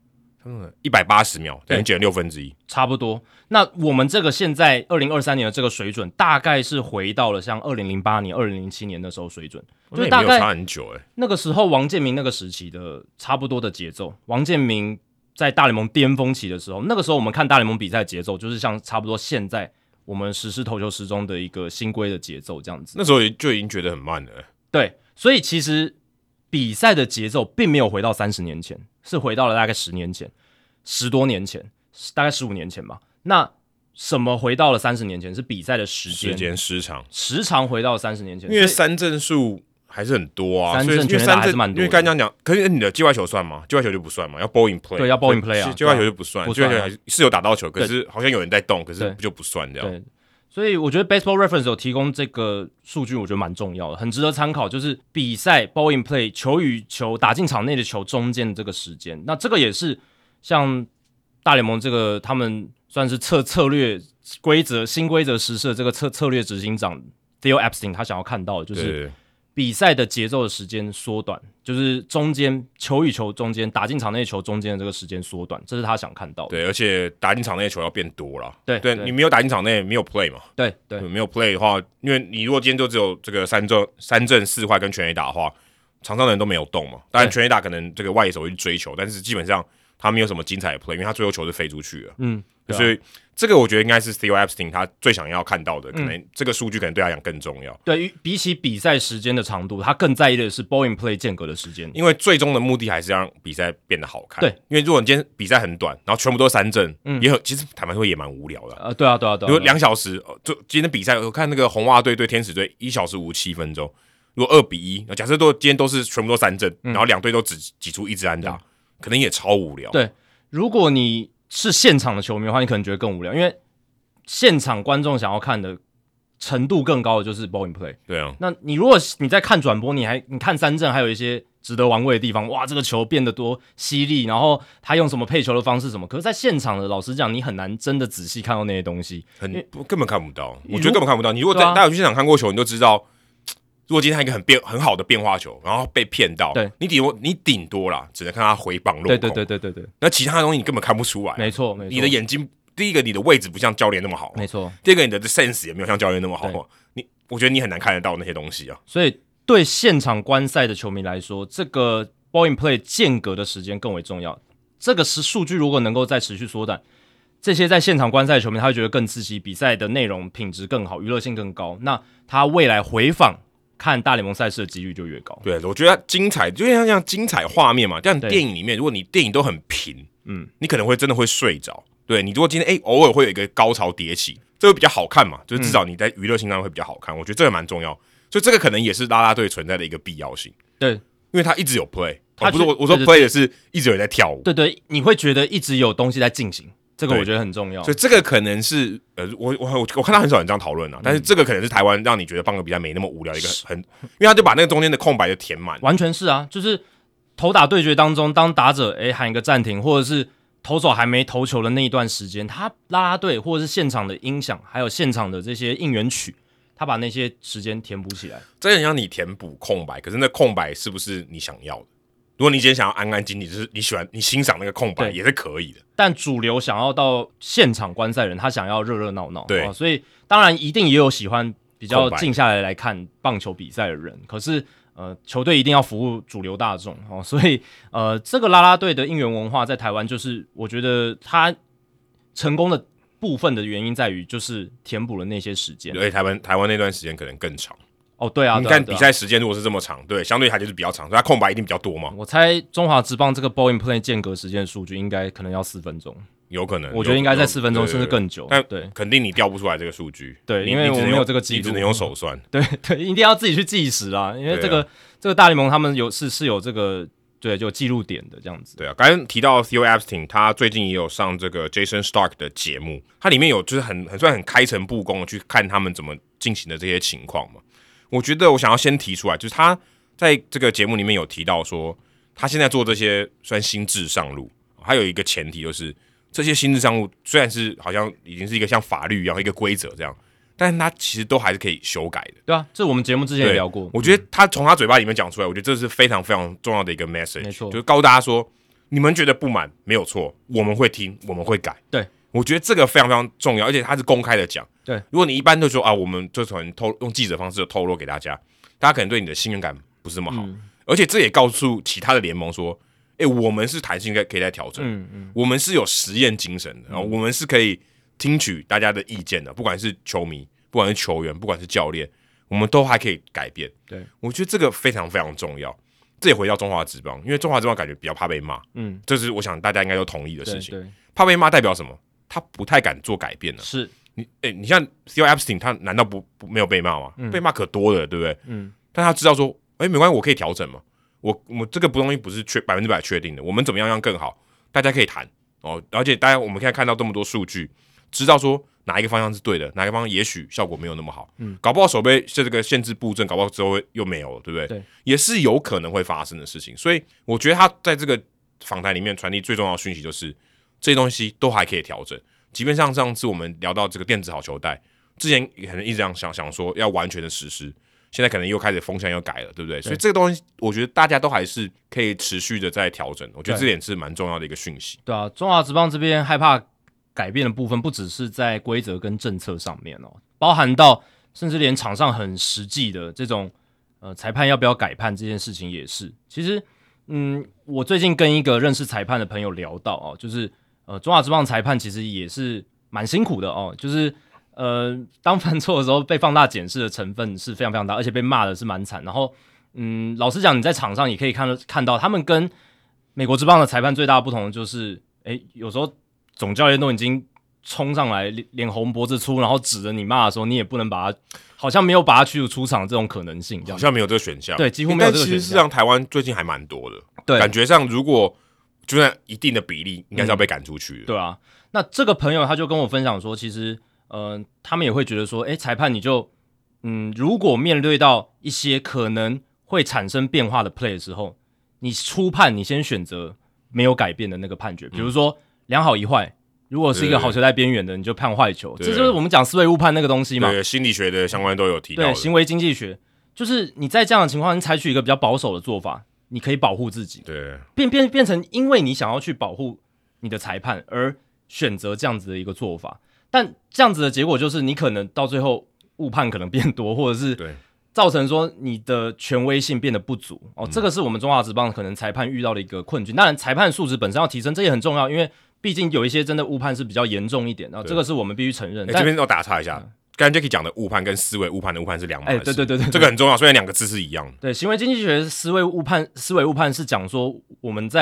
180秒，等于减了1/6， 差不多。那我们这个现在2023年的这个水准，大概是回到了像2008年、2007年的时候水准，就大概差很久那个时候王建民那个时期的差不多的节奏。王建民在大联盟巅峰期的时候，那个时候我们看大联盟比赛节奏，就是像差不多现在我们实施投球时钟的一个新规的节奏这样子。 那时候就已经觉得很慢了。 对，所以其实比赛的节奏并没有回到30年前，是回到了大概10年前、10多年前，大概15年前吧。那什么回到了30年前？是比赛的时长回到了30年前， 因为3振数还是很多啊， 三振全垒打还是蛮多的。 因为刚刚讲，可是你的界外球算吗？界外球就不算嘛，要 ball in play。 对，要 ball in play 啊， 界外球就不算，界外球还是有打到球，可是好像有人在动，可是就不算这样。 对，所以我觉得 Baseball Reference 有提供这个数据，我觉得蛮重要的，很值得参考。就是比赛 ball in play 球与球打进场内的球中间的这个时间，那这个也是像大联盟这个他们算是策略新规则实施的这个策略执行长 Theo Epstein 他想要看到的就是比赛的节奏的时间缩短，就是中间球与球中间打进场内球中间的这个时间缩短，这是他想看到的。 对，而且打进场内球要变多了。 对， 你没有打进场内，没有 play 嘛？ 对， 没有 play 的话，因为你如果今天就只有这个三振4坏跟全垒打的话，场上的人都没有动嘛。当然全垒打可能这个外野手会去追球，但是基本上他没有什么精彩的 play， 因为他最后球是飞出去了。所以这个我觉得应该是 Theo Epstein 他最想要看到的，可能这个数据可能对他讲更重要。 对，比起比赛时间的长度，他更在意的是 ball in play 间隔的时间， 因为最终的目的还是让比赛变得好看。 对， 因为如果你今天比赛很短，然后全部都是三振，其实坦白说也蛮无聊的。 对啊。 如果2小时，就今天的比赛，我看那个红袜队对天使队1小时57分钟，如果2-1，假设今天都是全部都三振，然后两队都只挤出一支安打，可能也超无聊。 对，如果你是现场的球迷的话，你可能觉得更无聊，因为现场观众想要看的程度更高的就是 ball in play。 对啊， 那如果你在看转播，你看三振，还有一些值得玩味的地方，哇，这个球变得多犀利，然后他用什么配球的方式什么，可是在现场的，老实讲，你很难真的仔细看到那些东西， 根本看不到。我觉得根本看不到。你如果大家有去现场看过球，你就知道，如果今天他一个很好的变化球，然后被骗到， 对， 你顶多啦，只能看他回棒落空。 对。 那其他的东西你根本看不出来。 没错。 你的眼睛，第一个你的位置不像教练那么好， 没错。 第二个你的 sense 也没有像教练那么好，我觉得你很难看得到那些东西啊。 所以对现场观赛的球迷来说，这个 ball in play 间隔的时间更为重要。这个数据如果能够再持续缩短，这些在现场观赛的球迷他会觉得更刺激，比赛的内容品质更好，娱乐性更高，那他未来回访看大联盟赛事的几率就越高。 对，我觉得精彩就像精彩画面嘛，像电影里面，如果你电影都很平，你可能会真的会睡着。对，你如果今天偶尔会有一个高潮迭起，这会比较好看嘛，就是至少你在娱乐性上会比较好看。我觉得这个蛮重要，所以这个可能也是啦啦队存在的一个必要性。 对， 因为他一直有 play，不是我说对 play 的是一直有人在跳舞， 对，你会觉得一直有东西在进行，这个我觉得很重要。 所以这个可能是我看到很少人这样讨论啊，但是这个可能是台湾让你觉得棒球比赛没那么无聊的一个因为他就把那个中间的空白就填满， 完全是啊，就是投打对决当中，当打者喊一个暂停，或者是投手还没投球的那一段时间，他啦啦队或者是现场的音响，还有现场的这些应援曲，他把那些时间填补起来。 这很像你填补空白，可是那空白是不是你想要的？如果你今天想要安安静静，就是你喜欢你欣赏那个空白也是可以的。 但主流想要到现场观赛人，他想要热热闹闹， 对、 所以当然一定也有喜欢比较静下来看棒球比赛的人，可是球队一定要服务主流大众所以这个啦啦队的应援文化在台湾，就是我觉得它成功的部分的原因在于就是填补了那些时间， 而且台湾那段时间可能更长。 对啊， 你看比赛时间如果是这么长，对，相对它就是比较长，所以它空白一定比较多嘛。 我猜中华职棒这个 ball in play 间隔时间的数据应该可能要4分钟， 有可能， 我觉得应该在4分钟甚至更久。 但对， 肯定你调不出来这个数据， 对，因为我没有这个记录， 你只能用手算。 对，一定要自己去计时啊，因为这个大联盟他们是有这个对就记录点的这样子。 对啊，刚刚提到 Theo Epstein， 他最近也有上这个 Jason Stark 的节目，它里面有就是算很开诚布公的去看他们怎么进行的这些情况嘛。我觉得我想要先提出来，就是他在这个节目里面有提到说，他现在做这些算心智上路，还有一个前提就是这些心智上路虽然是好像已经是一个像法律一样一个规则这样，但是他其实都还是可以修改的。 对啊，这我们节目之前也聊过。 我觉得他从他嘴巴里面讲出来，我觉得这是非常非常重要的一个 message， 没错， 就是告诉大家说，你们觉得不满没有错，我们会听，我们会改。 对， 我觉得这个非常非常重要，而且他是公开的讲。 对， 如果你一般都说啊，我们就可能用记者方式透露给大家，大家可能对你的信任感不是那么好，而且这也告诉其他的联盟说，我们是弹性可以再调整，我们是有实验精神的，然后我们是可以听取大家的意见的，不管是球迷，不管是球员，不管是教练，我们都还可以改变。 对， 我觉得这个非常非常重要。这也回到中华职棒，因为中华职棒感觉比较怕被骂，这是我想大家应该都同意的事情。 对， 怕被骂代表什么？他不太敢做改变了。 是你像 Theo Epstein， 他难道不没有被骂吗？被骂可多了，对不对？但他知道说，没关系，我可以调整嘛。我这个东西不是100%确定的，我们怎么样让更好，大家可以谈哦。而且大家我们现在看到这么多数据，知道说哪一个方向是对的，哪一个方向也许效果没有那么好，搞不好守备这个限制布阵，搞不好之后又没有了，对不对？ 对， 也是有可能会发生的事情。所以我觉得他在这个访谈里面传递最重要的讯息就是这些东西都还可以调整。即便上次我们聊到这个电子好球带，之前可能一直这样想说要完全的实施，现在可能又开始风向又改了，对不对？所以这个东西，我觉得大家都还是可以持续的在调整。我觉得这点是蛮重要的一个讯息。 对啊，中华职棒这边害怕改变的部分，不只是在规则跟政策上面包含到甚至连场上很实际的这种裁判要不要改判这件事情也是。其实，我最近跟一个认识裁判的朋友聊到就是中华职棒裁判其实也是蛮辛苦的就是当犯错的时候被放大检视的成分是非常非常大，而且被骂的是蛮惨。然后老实讲，你在场上也可以看到他们跟美国职棒的裁判最大的不同就是有时候总教练都已经冲上来脸红脖子粗，然后指着你骂的时候，你也不能把他好像没有把他驱逐出场这种可能性， 好像没有这个选项。 对，几乎没有这个选项。 但其实事实上台湾最近还蛮多的， 对， 感觉上如果就算一定的比例，应该是要被赶出去的。 对啊，那这个朋友他就跟我分享说，其实他们也会觉得说，裁判你就如果面对到一些可能会产生变化的 play 的时候，你初判你先选择没有改变的那个判决，比如说良好一坏，如果是一个好球在边缘的，你就判坏球，这就是我们讲思维误判那个东西嘛。 对，心理学的相关都有提到的。 对，行为经济学就是你在这样的情况下采取一个比较保守的做法，你可以保护自己， 对， 变成因为你想要去保护你的裁判而选择这样子的一个做法，但这样子的结果就是你可能到最后误判可能变多，或者是造成说你的权威性变得不足这个是我们中华职棒可能裁判遇到的一个困境。当然，裁判素质本身要提升，这也很重要，因为毕竟有一些真的误判是比较严重一点，这个是我们必须承认。 这边要打岔一下。刚才 Jacky 讲的误判跟思维误判的误判是两码事， 对， 这个很重要，虽然两个字是一样的。 对，行为经济学思维误判是讲说我们在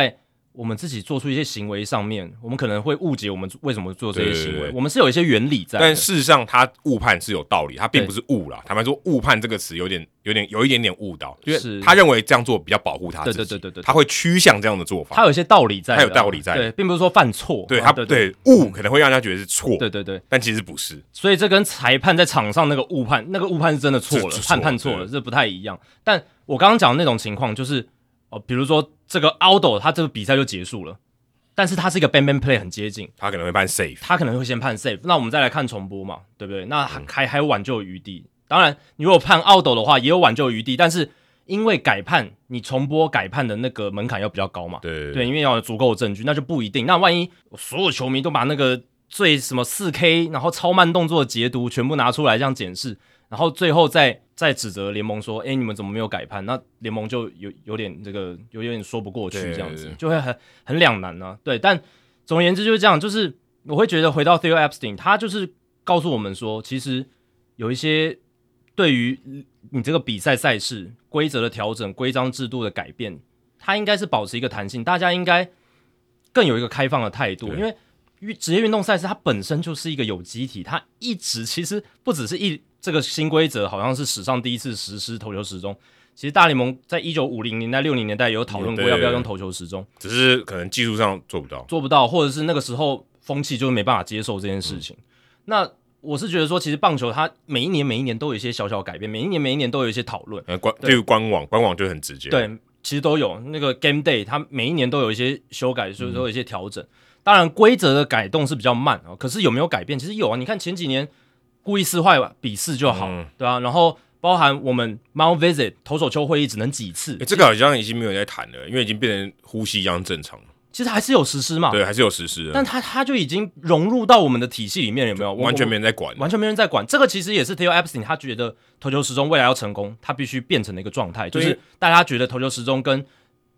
我们自己做出一些行为上面，我们可能会误解我们为什么做这些行为，对对对，我们是有一些原理在的。 但事实上，他误判是有道理，他并不是误啦。坦白说，误判这个词有一点点误导，因为他认为这样做比较保护他自己，对，他会趋向这样的做法。 他有一些道理在的， 他有道理在的， 对，并不是说犯错。 对他对误可能会让人家觉得是错， 对， 但其实不是。 所以这跟裁判在场上那个误判是真的错了，判错了，这不太一样。但我刚刚讲的那种情况就是。比如说这个 Aldo 他这个比赛就结束了，但是他是一个 bang play 很接近， 他可能会判 safe， 他可能会先判 safe， 那我们再来看重播嘛，对不对？那还有挽救余地。当然，你如果判 Aldo 的话，也有挽救余地，但是因为改判，你重播改判的那个门槛要比较高嘛，对，因为要有足够的证据，那就不一定。那万一所有球迷都把那个最什么 4K 然后超慢动作的截图全部拿出来这样检视，然后最后再指责联盟说，你们怎么没有改判？那联盟就有点有点说不过去，这样子就会很两难啊。对，但总而言之就是这样，就是我会觉得回到 Theo Epstein， 他就是告诉我们说，其实有一些对于你这个比赛赛事规则的调整、规章制度的改变，它应该是保持一个弹性，大家应该更有一个开放的态度，因为职业运动赛事它本身就是一个有机体，它一直其实不只是这个新规则好像是史上第一次实施投球时钟，其实大联盟在1950年代、60年代也有讨论过要不要用投球时钟， 只是可能技术上做不到，或者是那个时候风气就没办法接受这件事情。那我是觉得说，其实棒球它每一年都有一些小小改变，每一年都有一些讨论。 对于官网就很直接， 对，其实都有那个 Game Day， 它每一年都有一些修改，所以都有一些调整。当然，规则的改动是比较慢可是有没有改变？其实有啊。你看前几年故意撕坏比4就好，对啊。然后包含我们 Mount Visit 投手丘会议只能几次， 这个好像已经没有人在谈了，因为已经变成呼吸一样正常了。 其实还是有实施嘛， 对，还是有实施的， 但他就已经融入到我们的体系里面，有没有？ 完全没人在管， 完全没人在管。这个其实也是 Theo Epstein 他觉得投球时钟未来要成功，他必须变成的一个状态，就是大家觉得投球时钟跟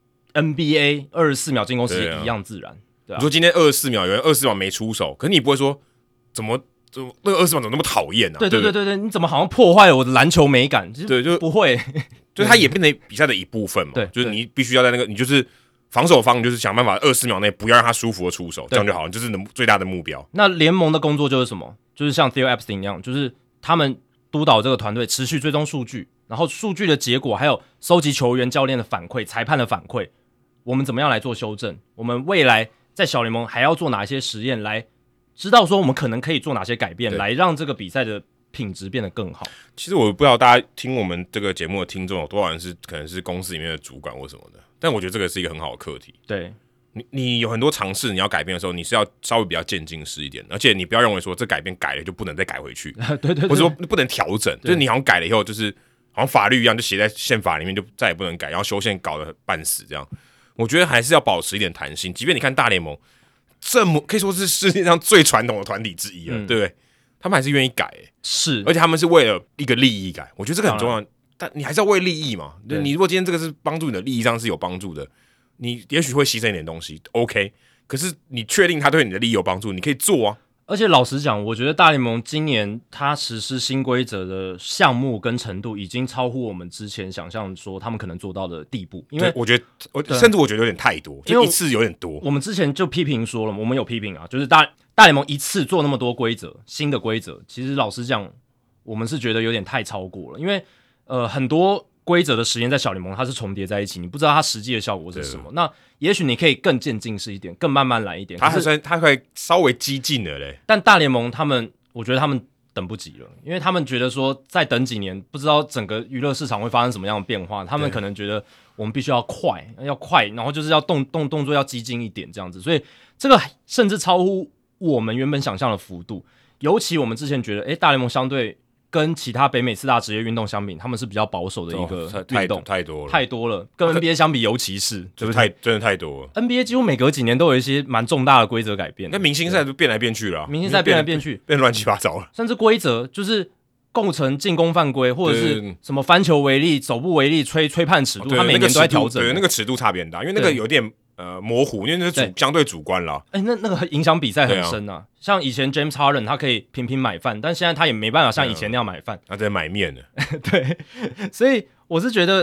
NBA 24秒进攻时间一样自然。对啊， 你说今天24秒，有人24秒没出手，可是你不会说怎么那个24秒怎么那么讨厌啊？ 对，你怎么好像破坏了我的篮球美感？对，就不会， 就它也变成比赛的一部分嘛。对，就是你必须要在那个，你就是防守方，就是想办法24秒内不要让他舒服的出手，这样就好了，这是你的最大的目标。 那联盟的工作就是什么？就是像 Theo Epstein 一样，就是他们督导这个团队持续追踪数据，然后数据的结果还有收集球员、教练的反馈、裁判的反馈，我们怎么样来做修正？我们未来在小联盟还要做哪些实验，来知道说我们可能可以做哪些改变，来让这个比赛的品质变得更好。 其实我不知道大家听我们这个节目的听众有多少人是可能是公司里面的主管或什么的，但我觉得这个是一个很好的课题。 对， 你有很多尝试，你要改变的时候，你是要稍微比较渐进式一点，而且你不要认为说这改变改了就不能再改回去， 对， 或者说不能调整，就是你好像改了以后，就是好像法律一样，就写在宪法里面，就再也不能改，然后修宪搞得半死这样。我觉得还是要保持一点弹性，即便你看大联盟这么可以说是世界上最传统的团体之一了，对不对？他们还是愿意改， 是， 而且他们是为了一个利益改，我觉得这个很重要。但你还是要为利益嘛，你如果今天这个是帮助你的利益上是有帮助的，你也许会牺牲一点东西 ，OK。可是你确定他对你的利益有帮助，你可以做啊。 而且老实讲，我觉得大联盟今年他实施新规则的项目跟程度，已经超乎我们之前想象说他们可能做到的地步。因为我觉得，甚至我觉得有点太多，就一次有点多。 我们之前就批评说了，我们有批评啊，就是大联盟一次做那么多规则，新的规则，其实老实讲，我们是觉得有点太超过了。因为很多规则的实验在小联盟它是重叠在一起，你不知道它实际的效果是什么。那也许你可以更渐进式一点，更慢慢来一点。 它会稍微激进了嘞。 但大联盟我觉得他们等不及了，因为他们觉得说再等几年，不知道整个娱乐市场会发生什么样的变化。他们可能觉得我们必须要快，然后就是要动作要激进一点这样子。所以这个甚至超乎我们原本想象的幅度。尤其我们之前觉得，大联盟相对跟其他北美四大职业运动相比，他们是比较保守的一个运动，太多了，跟 NBA 相比，尤其是对不对？ 真的太多了。 NBA 几乎每隔几年都有一些蛮重大的规则改变， 那明星赛都变来变去了， 明星赛变来变去， 变乱七八糟了。 甚至规则就是构成进攻犯规，或者是什么翻球违例、走步违例、吹判尺度，他每年都在调整。 对，那个尺度差别很大，因为那个有点模糊，因为那是相对主观啦。 那个影响比赛很深啊。像以前 James Harden 他可以频频买饭，但现在他也没办法像以前那样买饭， 他在买面了。 对，所以我是觉得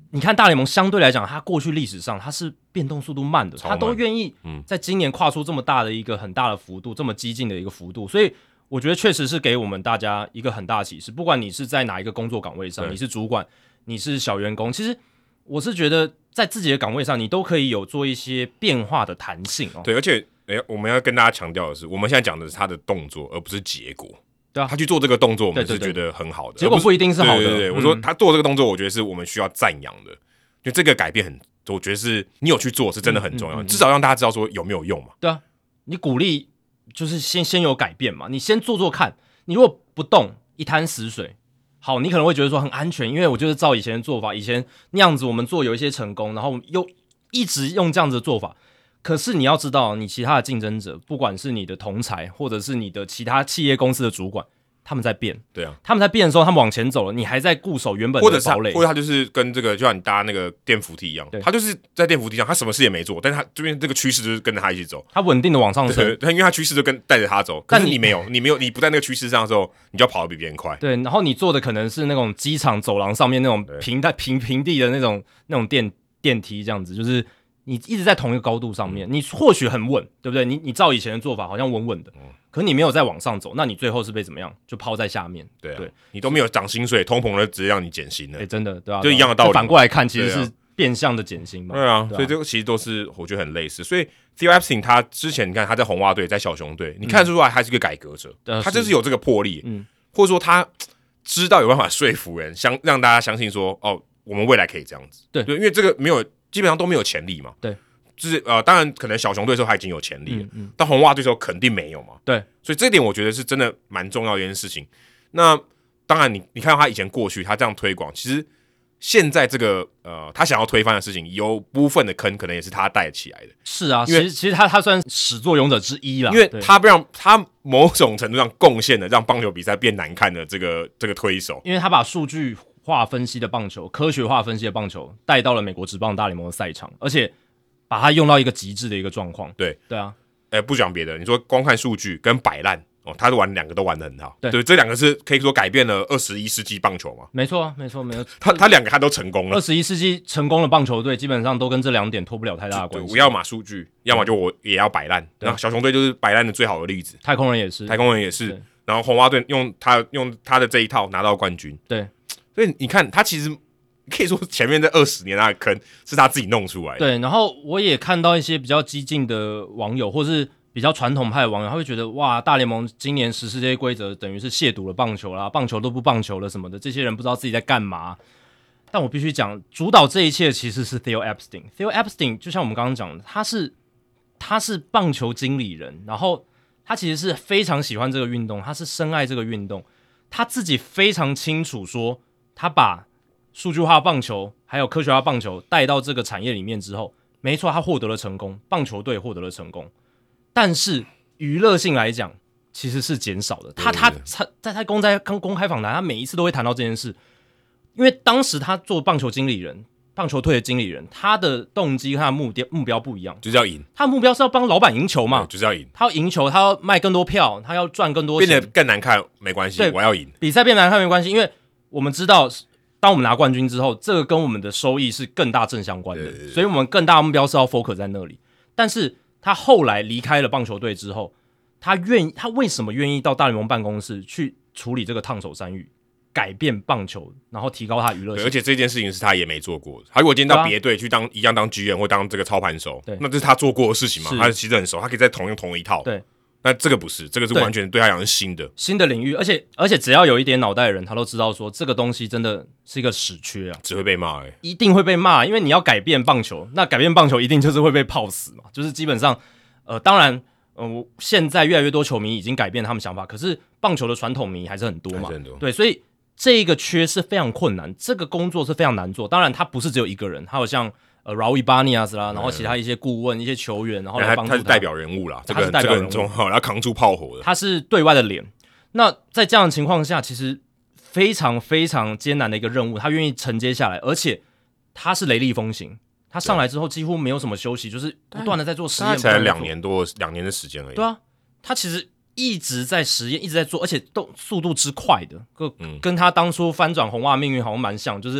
你看大联盟相对来讲，它过去历史上它是变动速度慢的，它都愿意在今年跨出这么大的一个很大的幅度，这么激进的一个幅度，所以我觉得确实是给我们大家一个很大的启示。不管你是在哪一个工作岗位上，你是主管，你是小员工，其实我是觉得在自己的岗位上，你都可以有做一些变化的弹性哦。 对，而且我们要跟大家强调的是，我们现在讲的是他的动作，而不是结果。 对啊， 他去做这个动作，我们是觉得很好的， 结果不一定是好的。 对，我说他做这个动作，我觉得是我们需要赞扬的，就这个改变我觉得是你有去做是真的很重要，至少让大家知道说有没有用嘛。 对啊，你鼓励就是先有改变嘛，你先做做看，你如果不动，一滩死水。好，你可能会觉得说很安全，因为我就是照以前的做法，以前那样子我们做有一些成功，然后又一直用这样子的做法。可是你要知道，你其他的竞争者，不管是你的同才，或者是你的其他企业公司的主管，他们在变。 对啊， 他们在变的时候，他们往前走了，你还在固守原本的堡垒， 或者他就是跟这个就像你搭那个电扶梯一样，他就是在电扶梯上，他什么事也没做，但是他这边这个趋势就是跟着他一起走， 他稳定的往上升， 对，因为他趋势就带着他走。但是你没有，你不在那个趋势上的时候，你就要跑得比别人快。 对，然后你做的可能是那种机场走廊上面那种平地的那种电梯这样子，就是你一直在同一个高度上面，你或许很稳，对不对？你照以前的做法好像稳稳的，可是你没有再往上走，那你最后是被怎么样？就抛在下面。 对，你都没有涨薪水，通膨了直接让你减薪了。 真的，对吧？ 就一样的道理。 反过来看，其实是变相的减薪嘛。 对啊，所以这个其实都是我觉得很类似。所以 Theo Epstein 他之前你看他在红袜队，在小熊队，你看得出来他是个改革者，他就是有这个魄力，或者说他知道有办法说服人，让大家相信说，哦，我们未来可以这样子。对，因为这个基本上都没有潜力嘛。 对。 就是当然可能小熊队的时候他已经有潜力了，但红袜队的时候肯定没有嘛。 对， 所以这一点我觉得是真的蛮重要的一件事情。那当然你看到他以前过去他这样推广，其实现在这个他想要推翻的事情，有部分的坑可能也是他带起来的。 是啊，其实他算始作俑者之一啦， 因为他某种程度上贡献了让棒球比赛变难看的这个推手， 因为他把数据化分析的棒球、科学化分析的棒球带到了美国职棒大联盟的赛场，而且把它用到一个极致的一个状况。 对啊， 不讲别的，你说光看数据跟摆烂他两个都玩得很好。对，这两个是可以说改变了21世纪棒球嘛。 没错。 他两个他都成功了。 21世纪成功的棒球队基本上都跟这两点脱不了太大的关系。 我要么数据，要么就我也要摆烂。然后小熊队就是摆烂的最好的例子。 太空人也是。 然后红袜队用他的这一套拿到冠军。 对， 所以你看他其实。可以说前面这20年那个坑是他自己弄出来的。 对，然后我也看到一些比较激进的网友，或是比较传统派的网友，他会觉得哇，大联盟今年实施这些规则，等于是亵渎了棒球啦，棒球都不棒球了什么的，这些人不知道自己在干嘛。但我必须讲，主导这一切其实是 Theo Epstein。Theo Epstein 就像我们刚刚讲的，他是棒球经理人，然后他其实是非常喜欢这个运动，他是深爱这个运动，他自己非常清楚说，他把数据化棒球还有科学化棒球带到这个产业里面之后，没错，他获得了成功，棒球队获得了成功，但是娱乐性来讲其实是减少的。他在他公开访谈，他每一次都会谈到这件事，因为当时他做棒球经理人、棒球队的经理人，他的动机和他的目标不一样， 就是要赢。 他的目标是要帮老板赢球嘛， 就是要赢。 他要赢球，他要卖更多票，他要赚更多钱， 变得更难看没关系，我要赢。 比赛变难看没关系，因为我们知道。当我们拿冠军之后，这个跟我们的收益是更大正相关的，所以我们更大的目标是要 focus 在那里。但是他后来离开了棒球队之后，他为什么愿意到大联盟办公室去处理这个烫手山芋，改变棒球，然后提高他娱乐性？ 而且这件事情是他也没做过的。他如果今天到别队去一样当 GM 或当这个操盘手，那这是他做过的事情嘛？他其实很熟，他可以再用同一套。 对。 那这个不是，这个是完全对他来讲是新的领域，而且只要有一点脑袋的人，他都知道说这个东西真的是一个死缺啊， 只会被骂一定会被骂，因为你要改变棒球，那改变棒球一定就是会被泡死嘛，就是基本上，当然，现在越来越多球迷已经改变他们想法，可是棒球的传统迷还是很多嘛，对，所以这个缺是非常困难，这个工作是非常难做，当然他不是只有一个人，还有像。Raul Ibanez 啦，然后其他一些顾问、一些球员，然后来帮助他是代表人物啦，这个很重要，要扛住炮火的。 他是对外的脸。那在这样的情况下，其实非常非常艰难的一个任务，他愿意承接下来，而且他是雷厉风行。他上来之后几乎没有什么休息，就是不断的在做实验。 他才2年的时间而已。 对啊，他其实一直在实验，一直在做，而且速度之快的，跟他当初翻转红袜命运好像蛮像，就是。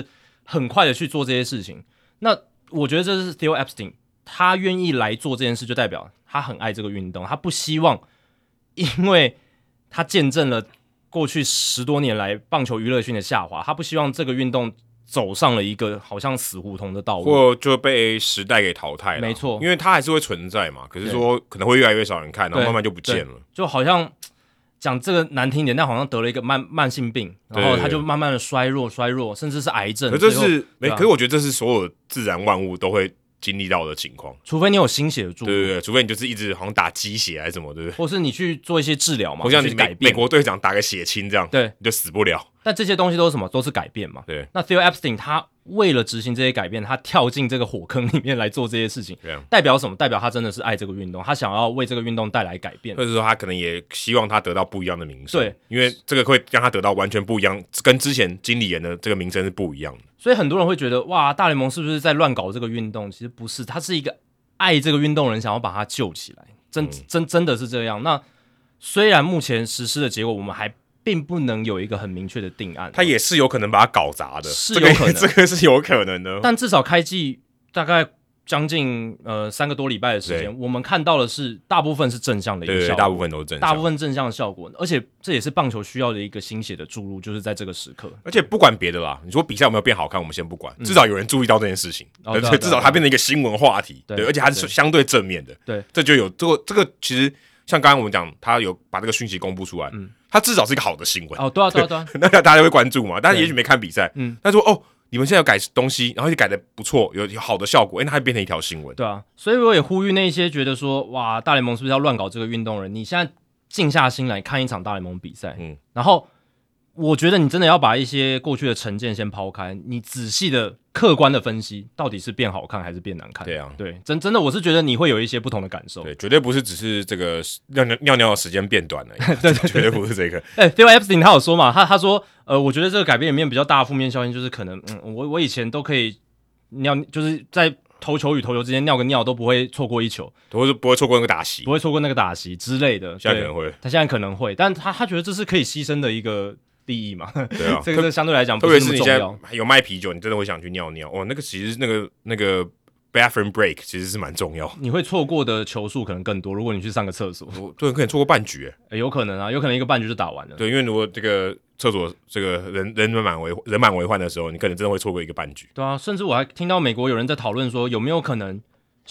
很快的去做这些事情。那我觉得这是 Theo Epstein， 他愿意来做这件事，就代表他很爱这个运动，他不希望，因为他见证了过去10多年来棒球娱乐性的下滑，他不希望这个运动走上了一个好像死胡同的道路， 或就被时代给淘汰了。 没错， 因为它还是会存在嘛，可是说可能会越来越少人看，然后慢慢就不见了。 就好像讲这个难听点，但好像得了一个慢性病，然后他就慢慢的衰弱，甚至是癌症。 可是我觉得这是所有自然万物都会经历到的情况， 除非你有心血的注入， 对，除非你就是一直好像打鸡血还是什么，对不对？ 或是你去做一些治疗嘛， 好像你改变美国队长打个血清这样， 对， 你就死不了。 但这些东西都是什么？都是改变嘛。 对。 那 Theo Epstein 他为了执行这些改变，他跳进这个火坑里面来做这些事情，代表什么？代表他真的是爱这个运动，他想要为这个运动带来改变， 或者说他可能也希望他得到不一样的名声。 对， 因为这个会让他得到完全不一样，跟之前经理人的这个名声是不一样的。 所以很多人会觉得，哇，大联盟是不是在乱搞这个运动？其实不是，他是一个爱这个运动人想要把它救起来，真的是这样。那虽然目前实施的结果，我们还并不能有一个很明确的定案， 他也是有可能把它搞砸的， 是有可能， 这个是有可能的。 但至少开季大概将近3个多礼拜的时间，我们看到的是大部分是正向的一个效果， 对，大部分都是正向， 大部分正向的效果，而且这也是棒球需要的一个心血的注入，就是在这个时刻。 而且不管别的啦，你说比赛有没有变好看，我们先不管，至少有人注意到这件事情，对，至少它变成一个新闻话题，对，而且它是相对正面的， 对， 这就有这个其实像刚刚我们讲，他有把这个讯息公布出来，它至少是一个好的新闻哦，对啊， 那大家会关注嘛？但是也许没看比赛，他说哦，你们现在有改东西，然后就改的不错，有好的效果，那它变成一条新闻， 对啊，所以我也呼吁那些觉得说哇，大联盟是不是要乱搞这个运动人，你现在静下心来看一场大联盟比赛，然后我觉得你真的要把一些过去的成见先抛开，你仔细的、客观的分析，到底是变好看还是变难看？ 对啊， 对，真的，我是觉得你会有一些不同的感受。 对，绝对不是只是这个尿尿的时间变短了，对，绝对不是这个。 Theo Epstein 他有说嘛，他说，我觉得这个改变里面比较大的负面效应就是可能，我以前都可以尿，就是在投球与投球之间尿个尿都不会错过一球， 或者不会错过那个打席， 不会错过那个打席之类的。 现在可能会， 他现在可能会，但他觉得这是可以牺牲的一个利益嘛？ 对啊， 这个相对来讲， 特别是你现在有卖啤酒，你真的会想去尿尿哦。那个其实那个 bathroom break 其实是蛮重要， 你会错过的球数可能更多。如果你去上个厕所， 对，可能错过半局， 有可能啊，有可能一个半局就打完了。 对，因为如果这个厕所这个人满为患的时候，你可能真的会错过一个半局。 对啊，甚至我还听到美国有人在讨论说，有没有可能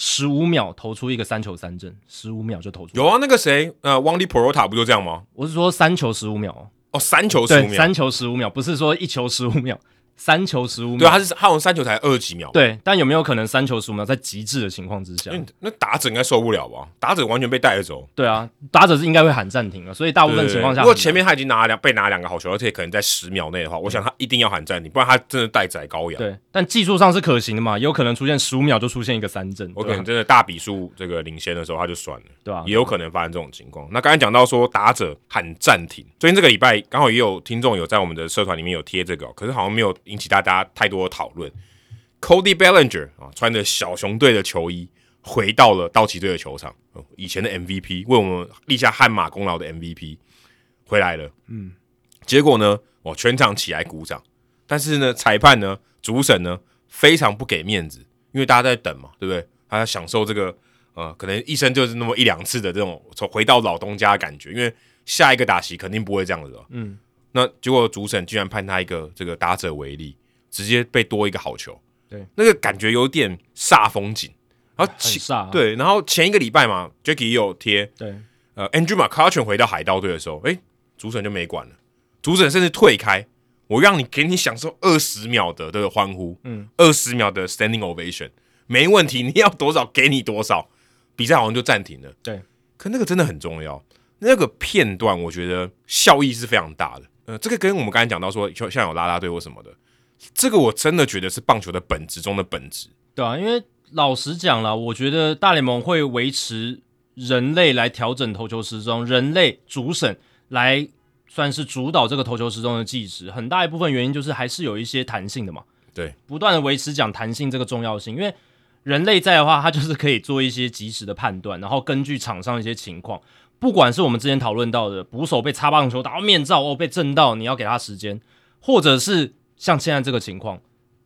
15秒投出一个3球3振，15秒就投出。 有啊，那个谁Wandy Peralta 不就这样吗？ 我是说3球15秒哦，3球15秒， 3球15秒，不是说1球15秒，3球15秒。 对，他好像3球才20几秒。 对，但有没有可能3球15秒在极致的情况之下？ 那打者应该受不了吧？打者完全被带着走。 对啊，打者是应该会喊暂停了，所以大部分情况下， 如果前面他已经被拿2个好球，而且可能在10秒内的话，我想他一定要喊暂停，不然他真的待宰羔羊。 对，但技术上是可行的嘛，有可能出现15秒就出现一个3振， 我可能真的大比数这个领先的时候他就算了， 对啊， 也有可能发生这种情况。那刚才讲到说打者喊暂停，最近这个礼拜刚好也有听众有在我们的社团里面有贴这个，可是好像没有引起大家太多的讨论。Cody Bellinger 穿着小熊队的球衣回到了道奇队的球场，以前的 MVP 为我们立下汗马功劳的 MVP 回来了。结果呢，全场起来鼓掌，但是呢，裁判呢，主审呢，非常不给面子，因为大家在等嘛，对不对？他要享受这个可能一生就是那么1-2次的这种回到老东家的感觉，因为下一个打席肯定不会这样子的。那结果主审居然判他一个这个打者违例，直接被多一个好球。 对， 那个感觉有点煞风景。然后很煞。 对，然后前一个礼拜嘛 ，Jackie 也有贴， 对 ，Andrew McCutchen 回到海盗队的时候，主审就没管了，主审甚至退开，我让你给你享受20秒的这个欢呼，20秒的 standing ovation， 没问题，你要多少给你多少，比赛好像就暂停了。 对， 可那个真的很重要，那个片段我觉得效益是非常大的。这个跟我们刚才讲到说，像有啦啦队或什么的，这个我真的觉得是棒球的本质中的本质。 对啊，因为老实讲啦，我觉得大联盟会维持人类来调整投球时钟，人类主审来算是主导这个投球时钟的计时，很大一部分原因就是还是有一些弹性的嘛。 对， 不断的维持讲弹性这个重要性，因为人类在的话，他就是可以做一些及时的判断，然后根据场上一些情况，不管是我们之前讨论到的捕手被擦棒球打到面罩被震到，你要给他时间，或者是像现在这个情况，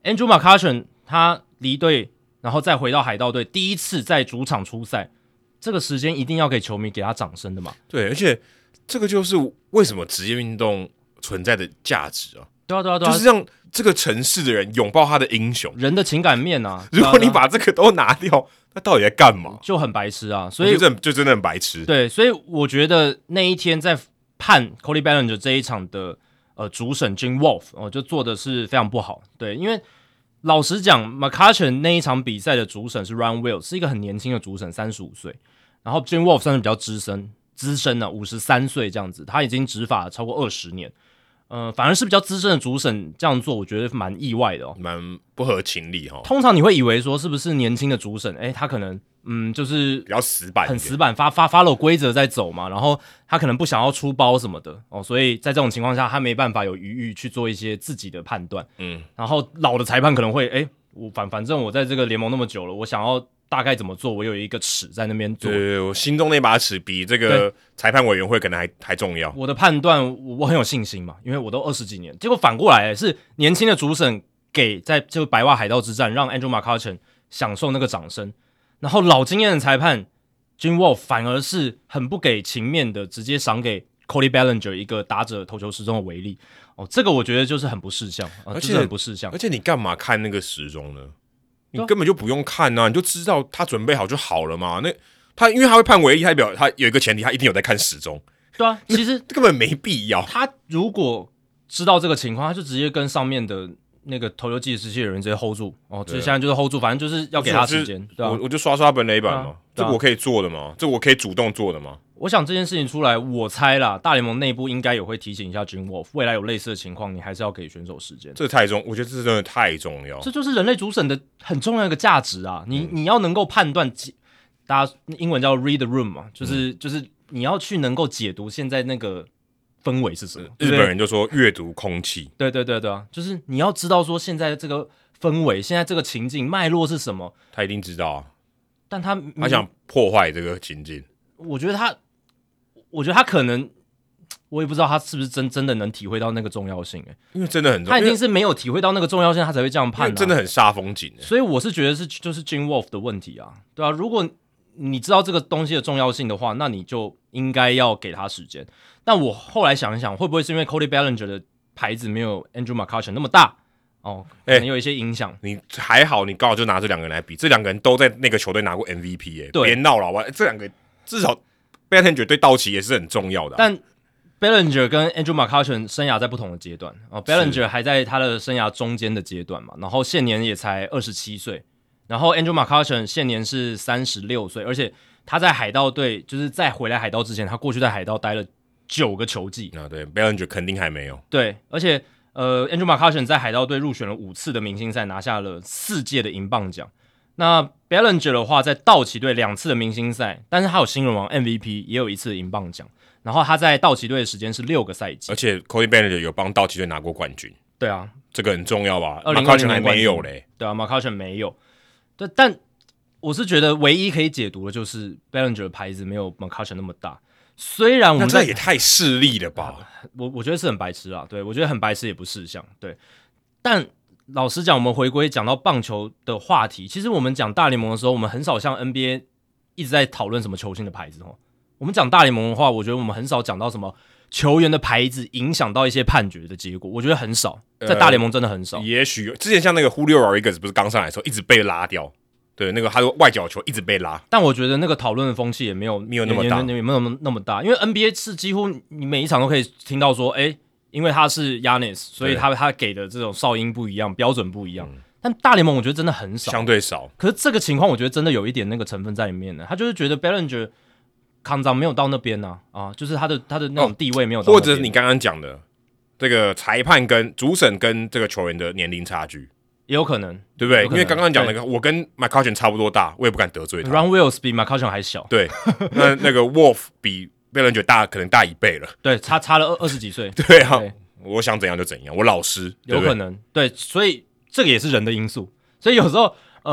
Andrew McCutchen 他离队，然后再回到海盗队，第一次在主场出赛，这个时间一定要给球迷给他掌声的嘛。 对，而且这个就是为什么职业运动存在的价值啊。 对啊， 就是让这个城市的人拥抱他的英雄， 人的情感面啊。 如果你把这个都拿掉，那到底在干嘛？ 就很白痴啊！所以就真的很白痴。 对，所以我觉得那一天在判 Cody Bellinger 这一场的主审 Jim Wolf 就做的是非常不好。对，因为老实讲 ，McCutchen 那一场比赛的主审是 Ryan Wills， 是一个很年轻的主审，35岁。然后 Jim Wolf 算是比较资深的，53岁这样子，他已经执法超过20年。反而是比较资深的主审这样做，我觉得蛮意外的蛮不合情理哦。 通常你会以为说是不是年轻的主审，他可能就是比较死板， 很死板，follow 规则在走嘛，然后他可能不想要出包什么的所以在这种情况下，他没办法有余裕去做一些自己的判断。然后老的裁判可能会反正我在这个联盟那么久了，我想要大概怎么做，我有一个尺在那边做。 对，我心中那把尺比这个裁判委员会可能还重要。 我的判断我很有信心嘛，因为我都20几年。结果反过来是年轻的主审在这个白袜海盗之战让 Andrew McCutchen 享受那个掌声，然后老经验的裁判 Jim Wolf 反而是很不给情面的，直接赏给 Cody Bellinger 一个打者投球时钟的违例。这个我觉得就是很不识相，就是很不识相。 而且你干嘛看那个时钟呢？你根本就不用看啊，你就知道他准备好就好了嘛。因为他会判违例，代表他有一个前提，他一定有在看时钟。 对啊，其实根本没必要。 他如果知道这个情况，他就直接跟上面的那个投球计时器的人直接 hold 住就现在就是 hold 住，反正就是要给他时间。对啊， 我就刷本垒板嘛，这个我可以做的嘛，这个我可以主动做的嘛。 我想这件事情出来，我猜啦，大联盟内部应该也会提醒一下 Jim Wolf， 未来有类似的情况，你还是要给选手时间。 我觉得这真的太重要。 这就是人类主审的很重要的一个价值啊！你要能够判断，大家英文叫 read the room 嘛，就是你要去能够解读现在那个氛围是什么。 日本人就说阅读空气。 对啊，就是你要知道说现在这个氛围，现在这个情境脉络是什么。 他一定知道啊， 但他想破坏这个情境。 我觉得他可能，我也不知道他是不是真的能体会到那个重要性因为真的很重要， 他一定是没有体会到那个重要性，他才会这样判真的很煞风景所以我是觉得就是 Jim Wolf 的问题啊，对啊，如果你知道这个东西的重要性的话，那你就应该要给他时间。但我后来想一想，会不会是因为 Cody Bellinger 的牌子没有 Andrew McCutchen 那么大可能有一些影响。 你还好，你刚好就拿这两个人来比，这两个人都在那个球队拿过 MVP 对， 别闹了好不好？这两个至少 Bellinger 对道奇也是很重要的但 Bellinger 跟 Andrew McCutchen 生涯在不同的阶段Bellinger 还在他的生涯中间的阶段嘛，然后现年也才27岁，然后 Andrew McCutchen 现年是36岁，而且他在海盗队就是在回来海盗之前，他过去在海盗待了9个球季对 Bellinger 肯定还没有。 对，而且Andrew McCutchen 在海盗队入选了5次的明星赛，拿下了4届的银棒奖。那 Bellinger 的话，在道奇队2次的明星赛，但是他有新人王 MVP， 也有1次的银棒奖。然后他在道奇队的时间是6个赛季， 而且 Cody Bellinger 有帮道奇队拿过冠军。 对啊， 这个很重要吧 ？McCutchen 还没有嘞。 对啊 ，McCutchen 没有。对，但我是觉得唯一可以解读的就是 Bellinger 的牌子没有 McCutchen 那么大。虽然我们这也太势利了吧？ 我觉得是很白痴啊。对，我觉得很白痴也不识相。对，但老实讲，我们回归讲到棒球的话题，其实我们讲大联盟的时候，我们很少像 NBA 一直在讨论什么球星的牌子我们讲大联盟的话，我觉得我们很少讲到什么球员的牌子影响到一些判决的结果，我觉得很少，在大联盟真的很少。 也许之前像那个 Julio Rodriguez 不是刚上来的时候一直被拉掉，对，那个他的外角球一直被拉， 但我觉得那个讨论的风气也没有那么大， 也没有那么大，因为 NBA 是几乎你每一场都可以听到说，因为他是 Giannis， 所以他给的这种哨音不一样，标准不一样。但大联盟我觉得真的很少， 相对少。 可是这个情况，我觉得真的有一点那个成分在里面的。他就是觉得 Bellinger 康长没有到那边就是他的那种地位没有到那边， 或者是你刚刚讲的这个裁判跟主审跟这个球员的年龄差距， 也有可能， 对不对？因为刚刚讲那个，我跟 McCutchen 差不多大，我也不敢得罪他。 Ron Wills 比 McCutchen 还小， 对，那个 Wolf 比 Bellinger 可能大1倍了， 对，差了20几岁。 对啊，我想怎样就怎样，我老师有可能对，所以这个也是人的因素。所以有时候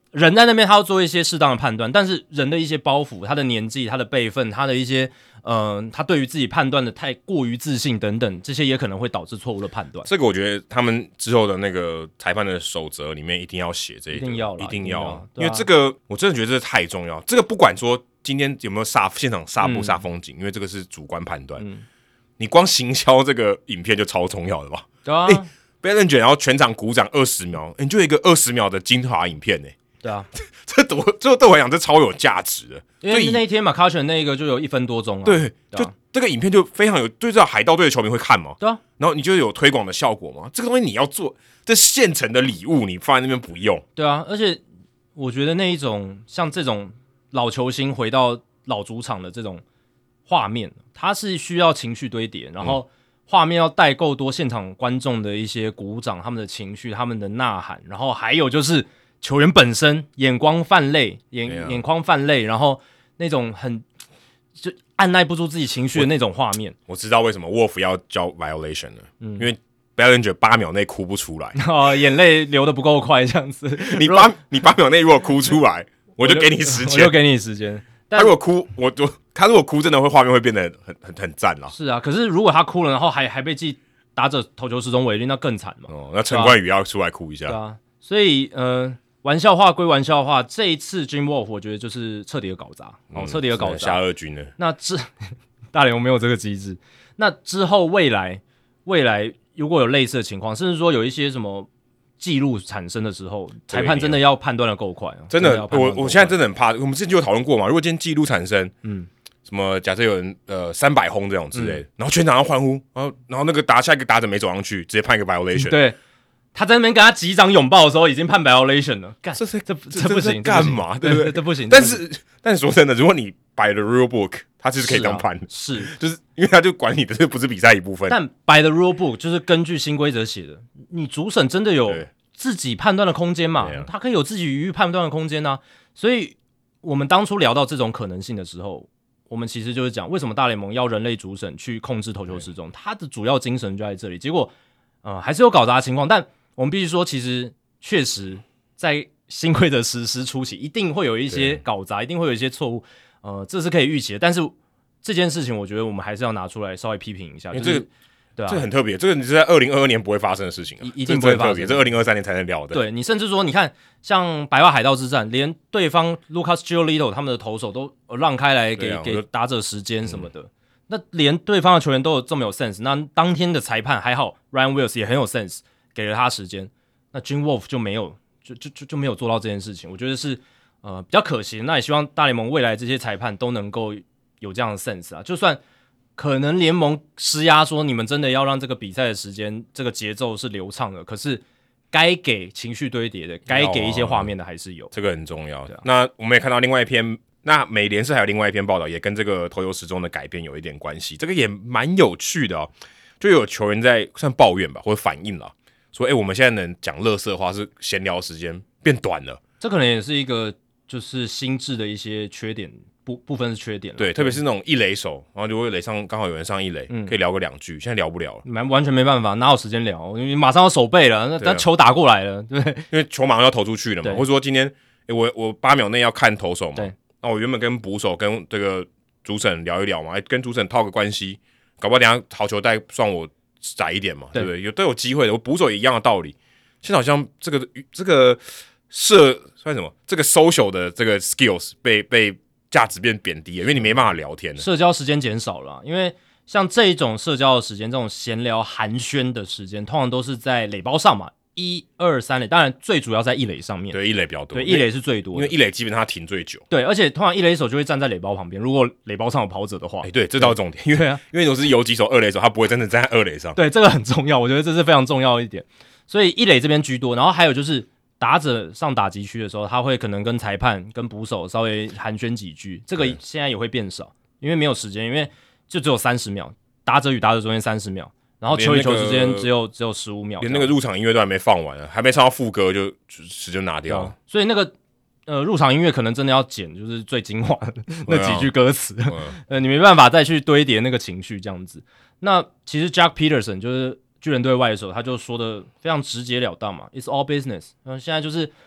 人在那边他要做一些适当的判断，但是人的一些包袱，他的年纪、他的辈分、他的一些他对于自己判断的太过于自信等等，这些也可能会导致错误的判断。 这个我觉得他们之后的那个裁判的守则里面一定要写这一个， 一定要， 因为这个我真的觉得这太重要。这个不管说今天有没有现场煞不煞风景，因为这个是主观判断。你光行销这个影片就超重要的吧？ 对啊 ，Bellinger 然后全场鼓掌20秒，你就有一个20秒的精华影片对啊， 这对我来讲这超有价值的。 因为那一天McCutchen 那个就有1分多钟啊。 对，就这个影片就非常有，对，知道海盗队的球迷会看嘛？ 对啊， 然后你就有推广的效果嘛？这个东西你要做，这现成的礼物你放在那边不用。 对啊，而且我觉得那一种像这种老球星回到老主场的这种画面，它是需要情绪堆叠，然后画面要带够多现场观众的一些鼓掌，他们的情绪，他们的呐喊，然后还有就是球员本身眼光泛泪，眼眶泛泪，然后那种很就按耐不住自己情绪的那种画面。 我知道为什么 Wolf 要叫 violation 了，因为 Bellinger 8秒内哭不出来， 眼泪流得不够快，这样子。 你8秒内如果哭出来，我就给你时间， 我就给你时间。 他如果哭，他如果哭，真的画面会变得很赞啦。 是啊，可是如果他哭了，然后还被记打者投球失中违律，那更惨嘛。 那陈冠宇要出来哭一下。 对啊，所以玩笑话归玩笑话，这一次 Jim Wolf 我觉得就是彻底的搞砸，彻底的搞砸， 下二军了。 那大联盟没有这个机制，那之后未来如果有类似的情况，甚至说有一些什么记录产生的时候，裁判真的要判断的够快， 真的，我现在真的很怕。我们之前就有讨论过嘛，如果今天记录产生，什么假设有人300轰这种之类的，然后全场要欢呼，然后那个下一个打者没走上去，直接判一个 violation， 对。他在那边跟他击掌拥抱的时候，已经判 violation 了。干，这不行， 干嘛？对不对？ 这不行。 但是说真的，如果你by the rule book， 他其实可以当判的， 是， 就是因为他就管你的，这不是比赛一部分。 但 by the rule book 就是根据新规则写的，你主审真的有自己判断的空间嘛？他可以有自己余裕判断的空间啊。所以我们当初聊到这种可能性的时候，我们其实就是讲为什么大联盟要人类主审去控制投球失中，它的主要精神就在这里。结果还是有搞砸的情况，但我们必须说，其实确实在新规则实施初期，一定会有一些搞砸，一定会有一些错误，这是可以预期的。但是这件事情，我觉得我们还是要拿出来稍微批评一下， 因为就是对啊， 这个很特别，这个你是在2022年不会发生的事情啊， 一定不会发生， 这2023年才能聊的。 对，你甚至说，你看像白袜海盗之战，连对方 Lucas Giolito 他们的投手都让开来给打者时间什么的。那连对方的球员都有这么有 sense， 那当天的裁判还好 ，Ryan Wills 也很有 sense， 给了他时间。那 Jim Wolf 就没有，就没有做到这件事情，我觉得是比较可惜。那也希望大联盟未来这些裁判都能够有这样的 sense 啊，就算可能联盟施压说你们真的要让这个比赛的时间、这个节奏是流畅的，可是该给情绪堆叠的、该给一些画面的还是有， 这个很重要。那我们也看到另外一篇。那美联社还有另外一篇报道，也跟这个投球时钟的改变有一点关系，这个也蛮有趣的哦。就有球员在算抱怨吧，或者反映了，说：“我们现在能讲垃圾话，是闲聊时间变短了。” 这可能也是一个就是心智的一些缺点，部分是缺点。 对，特别是那种一垒手，然后如果垒上刚好有人上一垒，可以聊个2句，现在聊不了了， 完全没办法，哪有时间聊？因为马上要守备了，那球打过来了，对， 因为球马上要投出去了嘛，或者说今天我8秒内要看投手嘛。 对。 那我原本跟捕手跟这个主审聊一聊嘛，跟主审套个关系，搞不好等一下好球带算我窄一点嘛，对不对？都有机会的。我捕手也一样的道理。现在好像这个算什么？这个 social 的这个 skills 被价值变贬低了，因为你没办法聊天了， 社交时间减少了。因为像这一种社交的时间，这种闲聊寒暄的时间，通常都是在垒包上嘛。1、2、3垒，当然最主要在一垒上面。 对，一垒比较多。 对，一垒是最多的， 因为一垒基本上他停最久。 对，而且通常一垒手就会站在垒包旁边，如果垒包上有跑者的话。 对，这倒是重点。因为如果是游击手、二垒手，他不会真的站在二垒上。 对，这个很重要，我觉得这是非常重要的一点。所以一垒这边居多，然后还有就是打者上打击区的时候，他会可能跟裁判、跟捕手稍微寒暄几句，这个现在也会变少，因为没有时间，因为就只有30秒，打者与打者中间30秒。然后球与球之间只有15秒， 连那个入场音乐都还没放完还没唱到副歌就时间拿掉了。 所以那个入场音乐可能真的要剪，就是最精华的那几句歌词，你没办法再去堆叠那个情绪这样子。那其实 Jack Peterson 就是巨人队外手，他就说的非常直截了当嘛 ，It's all business。现在就是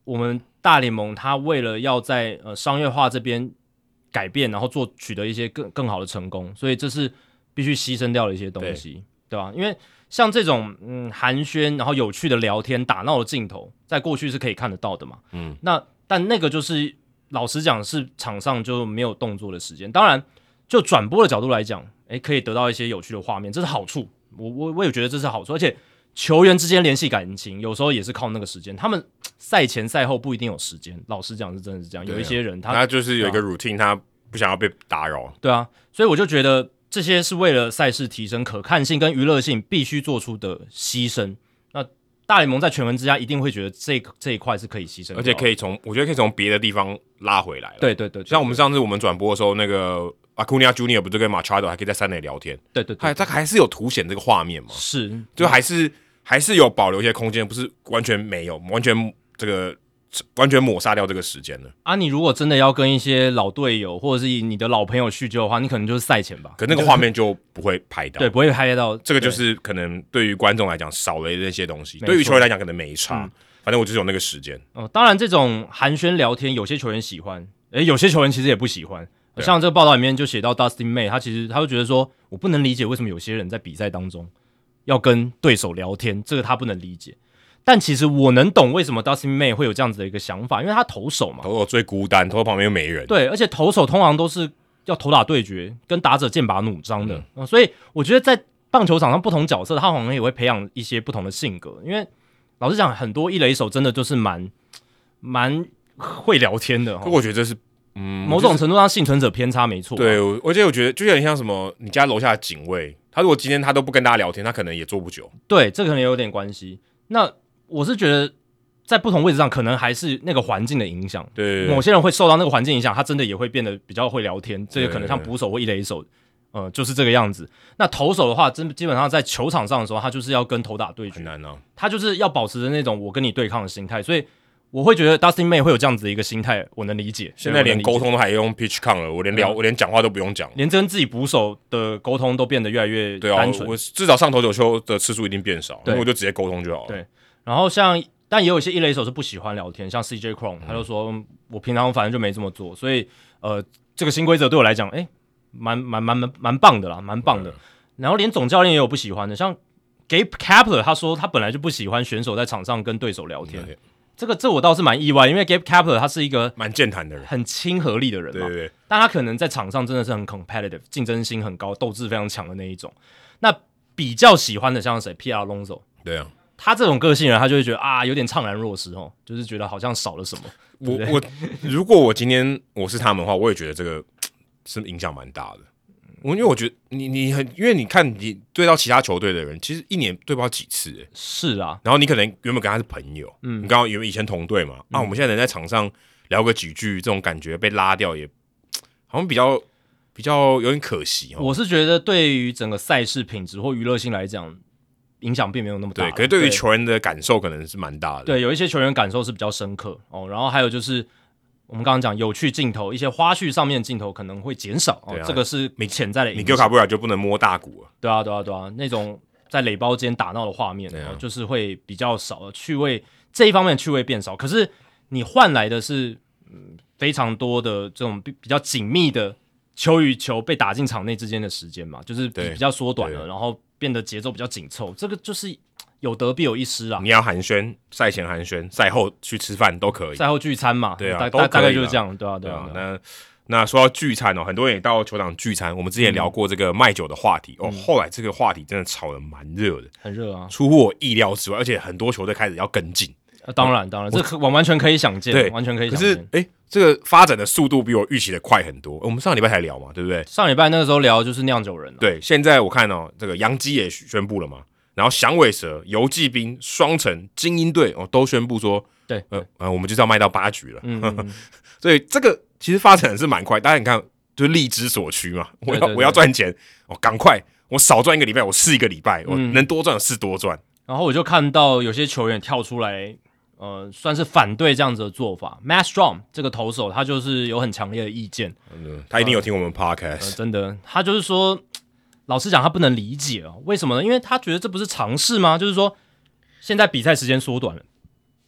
我们大联盟他为了要在商业化这边改变，然后取得一些更好的成功，所以这是必须牺牲掉的一些东西， 对吧？因为像这种寒暄然后有趣的聊天打闹的镜头，在过去是可以看得到的嘛。但那个就是老实讲是场上就没有动作的时间。当然，就转播的角度来讲，可以得到一些有趣的画面，这是好处。我也觉得这是好处，而且球员之间联系感情有时候也是靠那个时间。他们赛前赛后不一定有时间，老实讲是真的是这样。有一些人他就是有一个 routine， 他不想要被打扰。 对啊，所以我就觉得这些是为了赛事提升可看性跟娱乐性必须做出的牺牲。那大联盟在权衡之下一定会觉得这一块是可以牺牲的， 而且我觉得可以从别的地方拉回来。 对， 像我们上次我们转播的时候，那个Acuna Junior 不是跟 Machado 还可以在3垒聊天？对，他还是有凸显这个画面嘛？ 是， 就还是有保留一些空间，不是完全没有，完全抹杀掉这个时间了啊！你如果真的要跟一些老队友或者是你的老朋友叙旧的话，你可能就是赛前吧。 可那个画面就不会拍到， 对，不会拍到。 这个就是可能对于观众来讲少了那些东西，对于球员来讲可能没差。反正我就是有那个时间。 当然这种寒暄聊天，有些球员喜欢，有些球员其实也不喜欢。像这个报道里面就写到 Dustin May， 他会觉得说，我不能理解为什么有些人在比赛当中要跟对手聊天，这个他不能理解。但其实我能懂为什么 Dustin May 会有这样子的一个想法，因为他投手嘛， 投手最孤单，投手旁边又没人。 对，而且投手通常都是要投打对决，跟打者剑拔弩张的。所以我觉得在棒球场上不同角色，他好像也会培养一些不同的性格。因为老实讲，很多一垒手真的就是蛮会聊天的。 可我觉得这是某种程度上幸存者偏差没错。 对，而且我觉得就有点像什么，你家楼下的警卫，他如果今天他都不跟大家聊天，他可能也做不久。 对，这可能也有点关系。那我是觉得在不同位置上，可能还是那个环境的影响。 对， 某些人会受到那个环境影响，他真的也会变得比较会聊天。这个可能像捕手或一垒手，就是这个样子。那投手的话，基本上在球场上的时候，他就是要跟投打对决， 很难啊。 他就是要保持着那种我跟你对抗的心态，所以我会觉得 Dustin May 会有这样子的一个心态，我能理解。 现在连沟通都还用 pitch count 了，我连讲话都不用讲， 连跟自己捕手的沟通都变得越来越单纯。 我至少上投手球的次数一定变少，因为我就直接沟通就好了。 对。然后但也有一些一垒手是不喜欢聊天，像 CJ Cron， 他就说我平常反正就没这么做，所以这个新规则对我来讲，蛮棒的啦，蛮棒的。然后连总教练也有不喜欢的，像 Gabe Kapler， 他说他本来就不喜欢选手在场上跟对手聊天。这我倒是蛮意外，因为 Gabe Kapler 他是一个蛮健谈的人， 很亲和力的人嘛。对，但他可能在场上真的是很 competitive， 竞争心很高，斗志非常强的那一种。那比较喜欢的像谁 ？P.R. Alonso。对啊。他这种个性人，他就会觉得有点怅然若失就是觉得好像少了什么。 如果我今天我是他们的话，我也觉得这个是影响蛮大的。因为我觉得因为你看你对到其他球队的人，其实一年对不到几次是啊。 然后你可能原本跟他是朋友，你刚刚以前同队嘛，我们现在能在场上聊个几句，这种感觉被拉掉也好像比较有点可惜。 我是觉得对于整个赛事品质或娱乐性来讲，影响并没有那么大。 对，可是对于球员的感受可能是蛮大的。 对，有一些球员感受是比较深刻然后还有就是我们刚刚讲有趣镜头，一些花絮上面的镜头可能会减少这个是潜在的影响。 米格卡布拉就不能摸大鼓了。 对啊，那种在垒包间打闹的画面就是会比较少，趣味这一方面趣味变少。可是你换来的是非常多的这种比较紧密的球与球被打进场内之间的时间嘛，就是比较缩短了，然后变得节奏比较紧凑，这个就是有得必有一失啊。 你要寒暄，赛前寒暄，赛后去吃饭都可以， 赛后聚餐嘛， 对啊， 大概就是这样，对啊。 那说到聚餐很多人也到球场聚餐。我们之前聊过这个卖酒的话题后来这个话题真的炒得蛮热的， 很热啊， 出乎我意料之外，而且很多球队开始要跟进。 当然，这完全可以想见， 对， 完全可以想见。 可是这个发展的速度比我预期的快很多。我们上礼拜才聊嘛，对不对？ 上礼拜那个时候聊就是酿酒人。 对，现在我看这个洋基也宣布了嘛，然后响尾蛇、游骑兵、双城、精英队都宣布说， 对， 我们就是要卖到8局了。所以这个其实发展的是蛮快，大家你看，就是力之所趋嘛。我要赚钱，赶快，我少赚1个礼拜，我试1个礼拜，我能多赚是多赚。 然后我就看到有些球员跳出来。算是反对这样子的做法。Matt Strom 这个投手，他就是有很强烈的意见。 他一定有听我们 podcast。 真的，他就是说，老实讲，他不能理解为什么呢？因为他觉得这不是常事吗？就是说，现在比赛时间缩短了，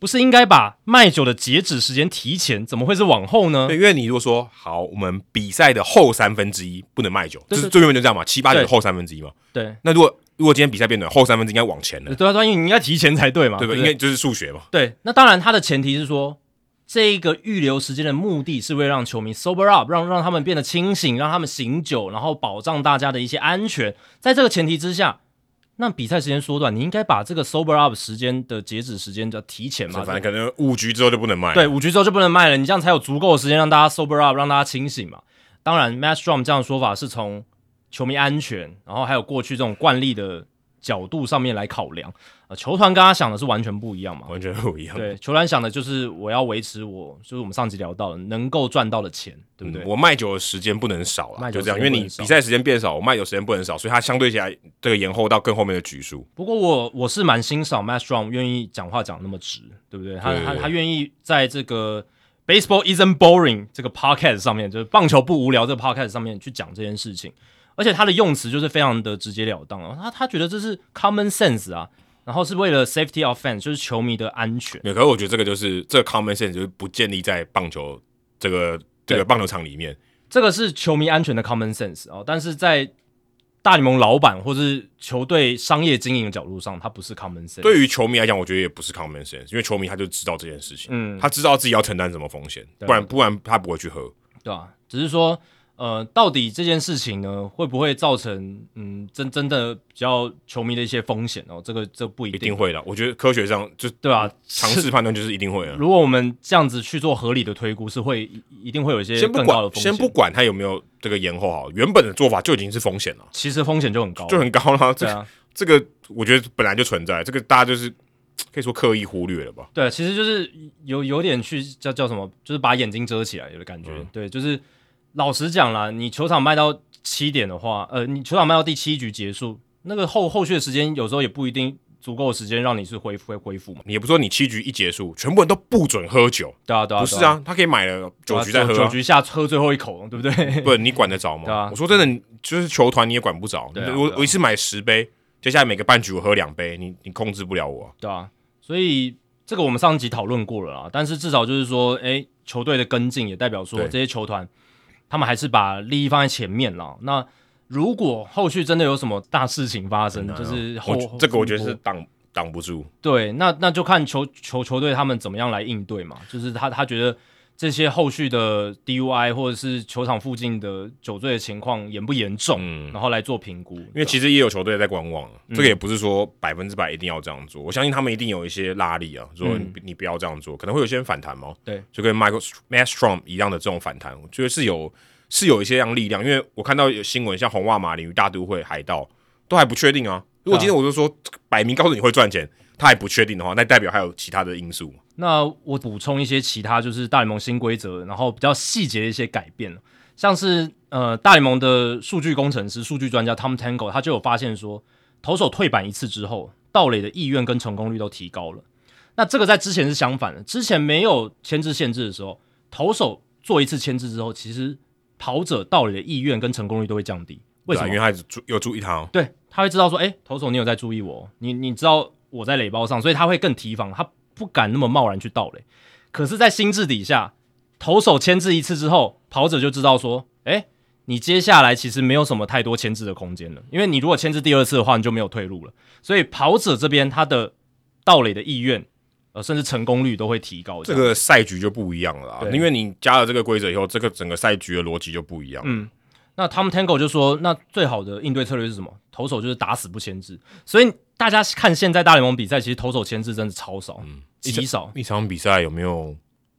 不是应该把卖酒的截止时间提前，怎么会是往后呢？ 对，因为你如果说好，我们比赛的后1/3不能卖酒，就是最原本就这样嘛，7、8九的后1/3嘛。 对， 那如果今天比赛变短，后1/3应该往前了。 对啊，因为你应该提前才对嘛， 对吧？应该就是数学嘛。 对，那当然，它的前提是说，这个预留时间的目的是为了让球迷 sober up， 让他们变得清醒，让他们醒酒，然后保障大家的一些安全。在这个前提之下，那比赛时间缩短，你应该把这个 sober up 时间的截止时间就提前嘛。 反正可能5局之后就不能卖了。 对，5局之后就不能卖了，你这样才有足够的时间让大家 sober up， 让大家清醒嘛。当然 Matt Strom 这样的说法是从球迷安全，然后还有过去这种惯例的角度上面来考量。球团跟他想的是完全不一样嘛， 完全不一样。 对，球团想的就是我要维持就是我们上集聊到的能够赚到的钱，对不对？ 我卖酒的时间不能少了，就这样，因为你比赛时间变少，我卖酒时间不能少，所以它相对起来这个延后到更后面的局数。 不过我是蛮欣赏 Matt Strom 愿意讲话讲那么直，对不对？他愿意在这个 Baseball Isn't Boring 这个 podcast 上面，就是棒球不无聊这个 podcast 上面去讲这件事情，而且他的用词就是非常的直截了当啊，他觉得这是 common sense 啊。然后是为了 safety of fans， 就是球迷的安全。 可是我觉得这个就是这个 common sense 就是不建立在棒球这个棒球场里面。 这个是球迷安全的 common sense 哦，但是在大联盟老板或是球队商业经营的角度上，它不是 common sense。 对于球迷来讲，我觉得也不是 common sense， 因为球迷他就知道这件事情，他知道自己要承担什么风险，不然他不会去喝， 对吧？只是说。到底这件事情呢，会不会造成真的比较球迷的一些风险哦？这不一定， 一定会的。我觉得科学上就对吧？ 尝试判断就是一定会的。 如果我们这样子去做合理的推估，是一定会有一些更高的风险。 先不管它有没有这个延后好，原本的做法就已经是风险了。 其实风险就很高， 就很高了。 对啊， 这个我觉得本来就存在，这个大家就是可以说刻意忽略了吧？ 对，其实就是有点去叫什么，就是把眼睛遮起来的感觉。对，就是。老实讲啦，你球场卖到7点的话，你球场卖到第7局结束，那个后续的时间有时候也不一定足够的时间让你是恢复嘛。 你也不说你7局一结束，全部人都不准喝酒， 对啊， 不是啊，他可以买了9局再喝，9 局下喝最后一口，对不对？ 不，你管得着吗？ 对啊， 我说真的，就是球团你也管不着。我一次买10杯，接下来每个半局我喝2杯，你控制不了我， 对啊。所以这个我们上集讨论过了啦，但是至少就是说，球队的跟进也代表说这些球团。他们还是把利益放在前面了。那如果后续真的有什么大事情发生，就是这个我觉得是挡不住。 对，那就看球队他们怎么样来应对嘛。就是他觉得这些后续的 DUI 或者是球场附近的酒醉的情况严不严重，然后来做评估。因为其实也有球队在观望，这个也不是说100%一定要这样做。我相信他们一定有一些拉力啊，说你不要这样做，可能会有些人反弹嘛。 对， 就跟 Matt Strom 一样的这种反弹，我觉得是有一些样力量。因为我看到有新闻，像红袜、马林鱼、大都会、海盗都还不确定啊。如果今天我就说摆明告诉你会赚钱，他还不确定的话，那代表还有其他的因素。 那我补充一些其他就是大联盟新规则，然后比较细节的一些改变，像是大联盟的数据工程师、数据专家 Tom Tango 他就有发现说，投手退板一次之后，盗垒的意愿跟成功率都提高了。那这个在之前是相反的，之前没有牵制限制的时候，投手做一次牵制之后，其实跑者盗垒的意愿跟成功率都会降低。为什么？ 因为他有注意他哦。 对，他会知道说，投手你有在注意我，你知道我在垒包上，所以他会更提防，他不敢那么贸然去盗垒。可是，在心智底下，投手牵制一次之后，跑者就知道说，你接下来其实没有什么太多牵制的空间了，因为你如果牵制第二次的话，你就没有退路了。所以跑者这边他的盗垒的意愿，甚至成功率都会提高。 这个赛局就不一样了啦，因为你加了这个规则以后，这个整个赛局的逻辑就不一样。 那 Tom Tango 就说，那最好的应对策略是什么？投手就是打死不牵制。所以大家看现在大联盟比赛，其实投手牵制真的超少，极少。 一场比赛有没有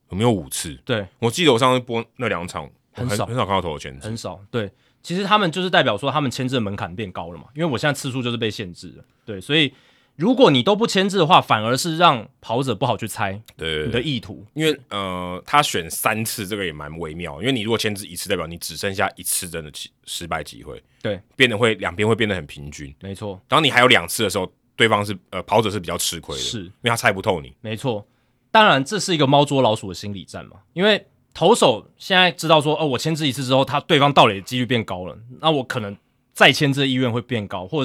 5次？ 对， 我记得我上次播那2场， 很少看到投手牵制， 很少。对，其实他们就是代表说他们牵制的门槛变高了嘛，因为我现在次数就是被限制了。对，所以如果你都不牵制的话，反而是让跑者不好去猜你的意图。 因为他选3次，这个也蛮微妙。因为你如果牵制1次，代表你只剩下1次真的失败机会， 对， 两边会变得很平均。 没错。 当你还有2次的时候，对方是跑者是比较吃亏的， 是因为他猜不透你。 没错。当然，这是一个猫捉老鼠的心理战嘛，因为投手现在知道说，我牵制1次之后，对方盗垒的几率变高了，那我可能再牵制的意愿会变高，或者是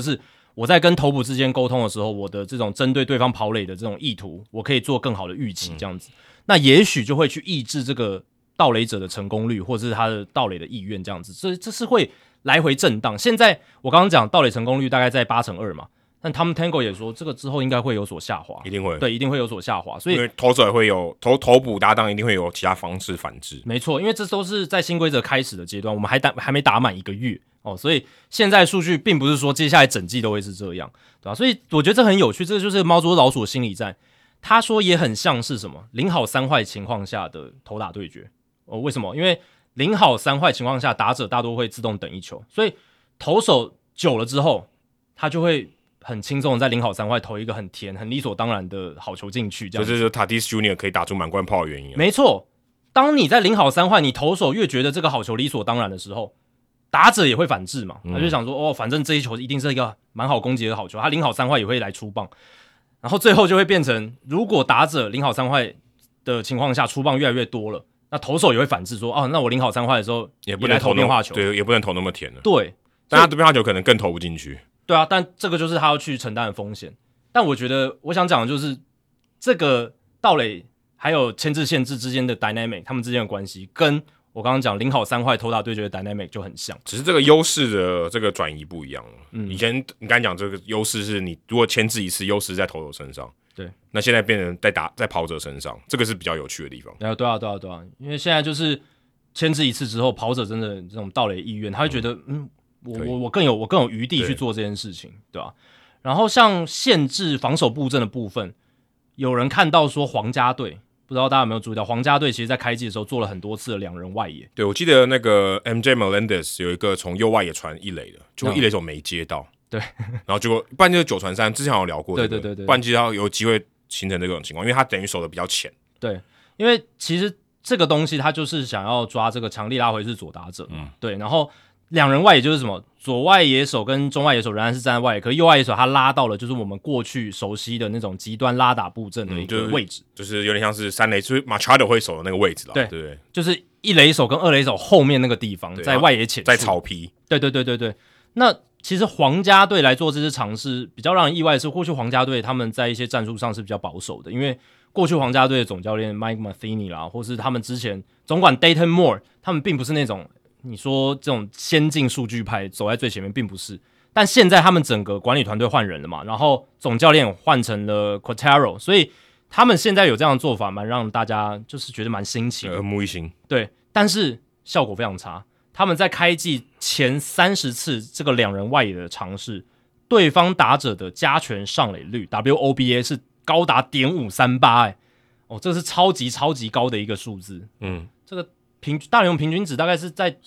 我在跟投捕之间沟通的时候，我的这种针对对方跑垒的这种意图，我可以做更好的预期，这样子，那也许就会去抑制这个盗垒者的成功率，或者是他的盗垒的意愿，这样子，这是会来回震荡。现在我刚刚讲盗垒成功率大概在8%-2%嘛，但Tom Tango 也说，这个之后应该会有所下滑， 一定会， 对，一定会有所下滑，所以因为投手也会有投捕搭档，一定会有其他方式反制， 没错，因为这都是在新规则开始的阶段，我们还没打满1个月。所以现在数据并不是说接下来整季都会是这样，对吧？所以我觉得这很有趣，这就是猫捉老鼠的心理战。他说也很像是什么0好3坏情况下的投打对决。为什么？因为0好3坏情况下，打者大多会自动等一球，所以投手久了之后，他就会很轻松的在0好3坏投一个很甜、很理所当然的好球进去，这样子。 就是 Tatis Junior 可以打出满贯炮的原因。 没错，当你在0好3坏，你投手越觉得这个好球理所当然的时候，打者也会反制嘛，他就想说，反正这一球一定是一个蛮好攻击的好球，他0好3坏也会来出棒，然后最后就会变成，如果打者0好3坏的情况下出棒越来越多了，那投手也会反制说，那我0好3坏的时候也不能投变化球， 对，也不能投那么甜了， 对， 但他的变化球可能更投不进去， 对啊，但这个就是他要去承担的风险。但我觉得我想讲的就是这个盗垒还有牵制限制之间的 dynamic， 他们之间的关系跟我刚刚讲0好3坏投打对决的 dynamic 就很像， 只是这个优势的这个转移不一样了。以前你刚才讲这个优势是你如果牵制一次，优势在投手身上， 对， 那现在变成在跑者身上，这个是比较有趣的地方。 对啊，因为现在就是牵制一次之后，跑者真的这种盗垒意愿，他会觉得我更有余地去做这件事情，对吧？然后像限制防守布阵的部分，有人看到说皇家队。不知道大家有没有注意到，皇家队其实在开季的时候做了很多次的2人外野。 对，我记得那个 MJ Melendez 有一个从右外野传一垒的，结果一垒手没接到， 对， 然后结果不然就是9传3，之前好像聊过、 对， 不然其实他有机会形成这种情况，因为他等于守的比较浅。 对，因为其实这个东西他就是想要抓这个强力拉回是左打者，对，然后2人外野就是什么，左外野手跟中外野手仍然是站在外野，可是右外野手他拉到了就是我们过去熟悉的那种极端拉打布阵的一个位置， 就是有点像是3垒，就是 Machado 会守的那个位置啦，对， 就是1垒手跟2垒手后面那个地方，在外野浅处， 在草皮， 对。那其实皇家队来做这次尝试，比较让人意外的是，过去皇家队他们在一些战术上是比较保守的，因为过去皇家队的总教练 Mike Matheny 啦，或是他们之前总管 Dayton Moore， 他们并不是那种你说这种先进数据派走在最前面，并不是。但现在他们整个管理团队换人了嘛，然后总教练换成了 Quintero， 所以他们现在有这样的做法，蛮让大家就是觉得蛮新奇的， 耳目一新。 对，但是效果非常差。他们在开季前30次这个2人外野的尝试，对方打者的加权上垒率 WOBA 是高达.538，这是超级高的一个数字。这个大联盟平均值大概是在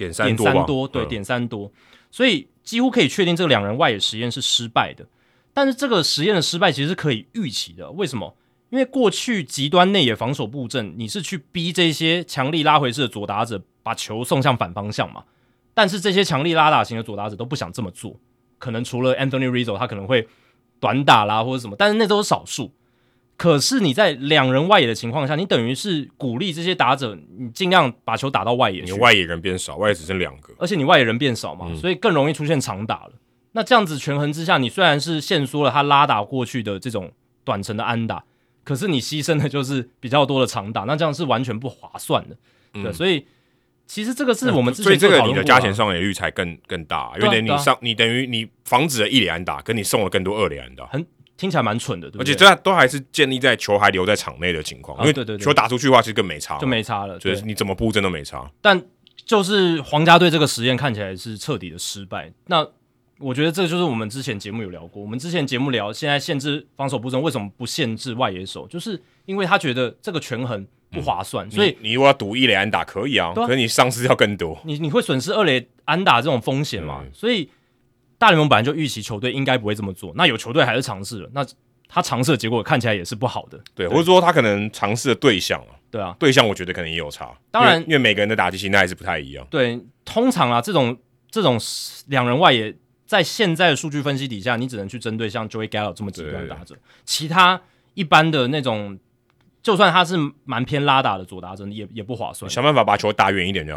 .3多，对，.3多，所以几乎可以确定这个2人外野实验是失败的。但是这个实验的失败其实是可以预期的，为什么？因为过去极端内野防守布阵，你是去逼这些强力拉回式的左打者把球送向反方向嘛，但是这些强力拉打型的左打者都不想这么做，可能除了 Anthony Rizzo 他可能会短打啦或者什么，但是那都是少数。可是你在2人外野的情况下，你等于是鼓励这些打者，你尽量把球打到外野去， 你外野人变少，外野只剩2个， 而且你外野人变少嘛，所以更容易出现长打了。那这样子权衡之下，你虽然是限缩了他拉打过去的这种短程的安打，可是你牺牲的就是比较多的长打，那这样是完全不划算的。对，所以其实这个是我们之前所以这个你的加权上垒率才更大，因为你等于你防止了1垒安打，跟你送了更多2垒安打， 听起来蛮蠢的，对不对？ 而且这都还是建立在球还留在场内的情况，因为球打出去的话，其实更没差， 就没差了， 就是你怎么布阵都没差。 但就是皇家队这个实验看起来是彻底的失败。那我觉得这就是我们之前节目有聊过，我们之前节目聊现在限制防守布阵为什么不限制外野手，就是因为他觉得这个权衡不划算，所以你如果要赌1垒安打可以啊，可是你丧失要更多， 你会损失2垒安打这种风险嘛，所以大联盟本来就预期球队应该不会这么做，那有球队还是尝试了，那他尝试的结果看起来也是不好的， 对，或者说他可能尝试的对象对啊， 对象我觉得可能也有差， 当然因为每个人的打击形态还是不太一样， 对，通常啊这种2人外野在现在的数据分析底下，你只能去针对像 Joey Gallo 这么极端的打者，其他一般的那种，就算他是蛮偏拉打的左打者，也不划算。 想办法把球打远一点就好了。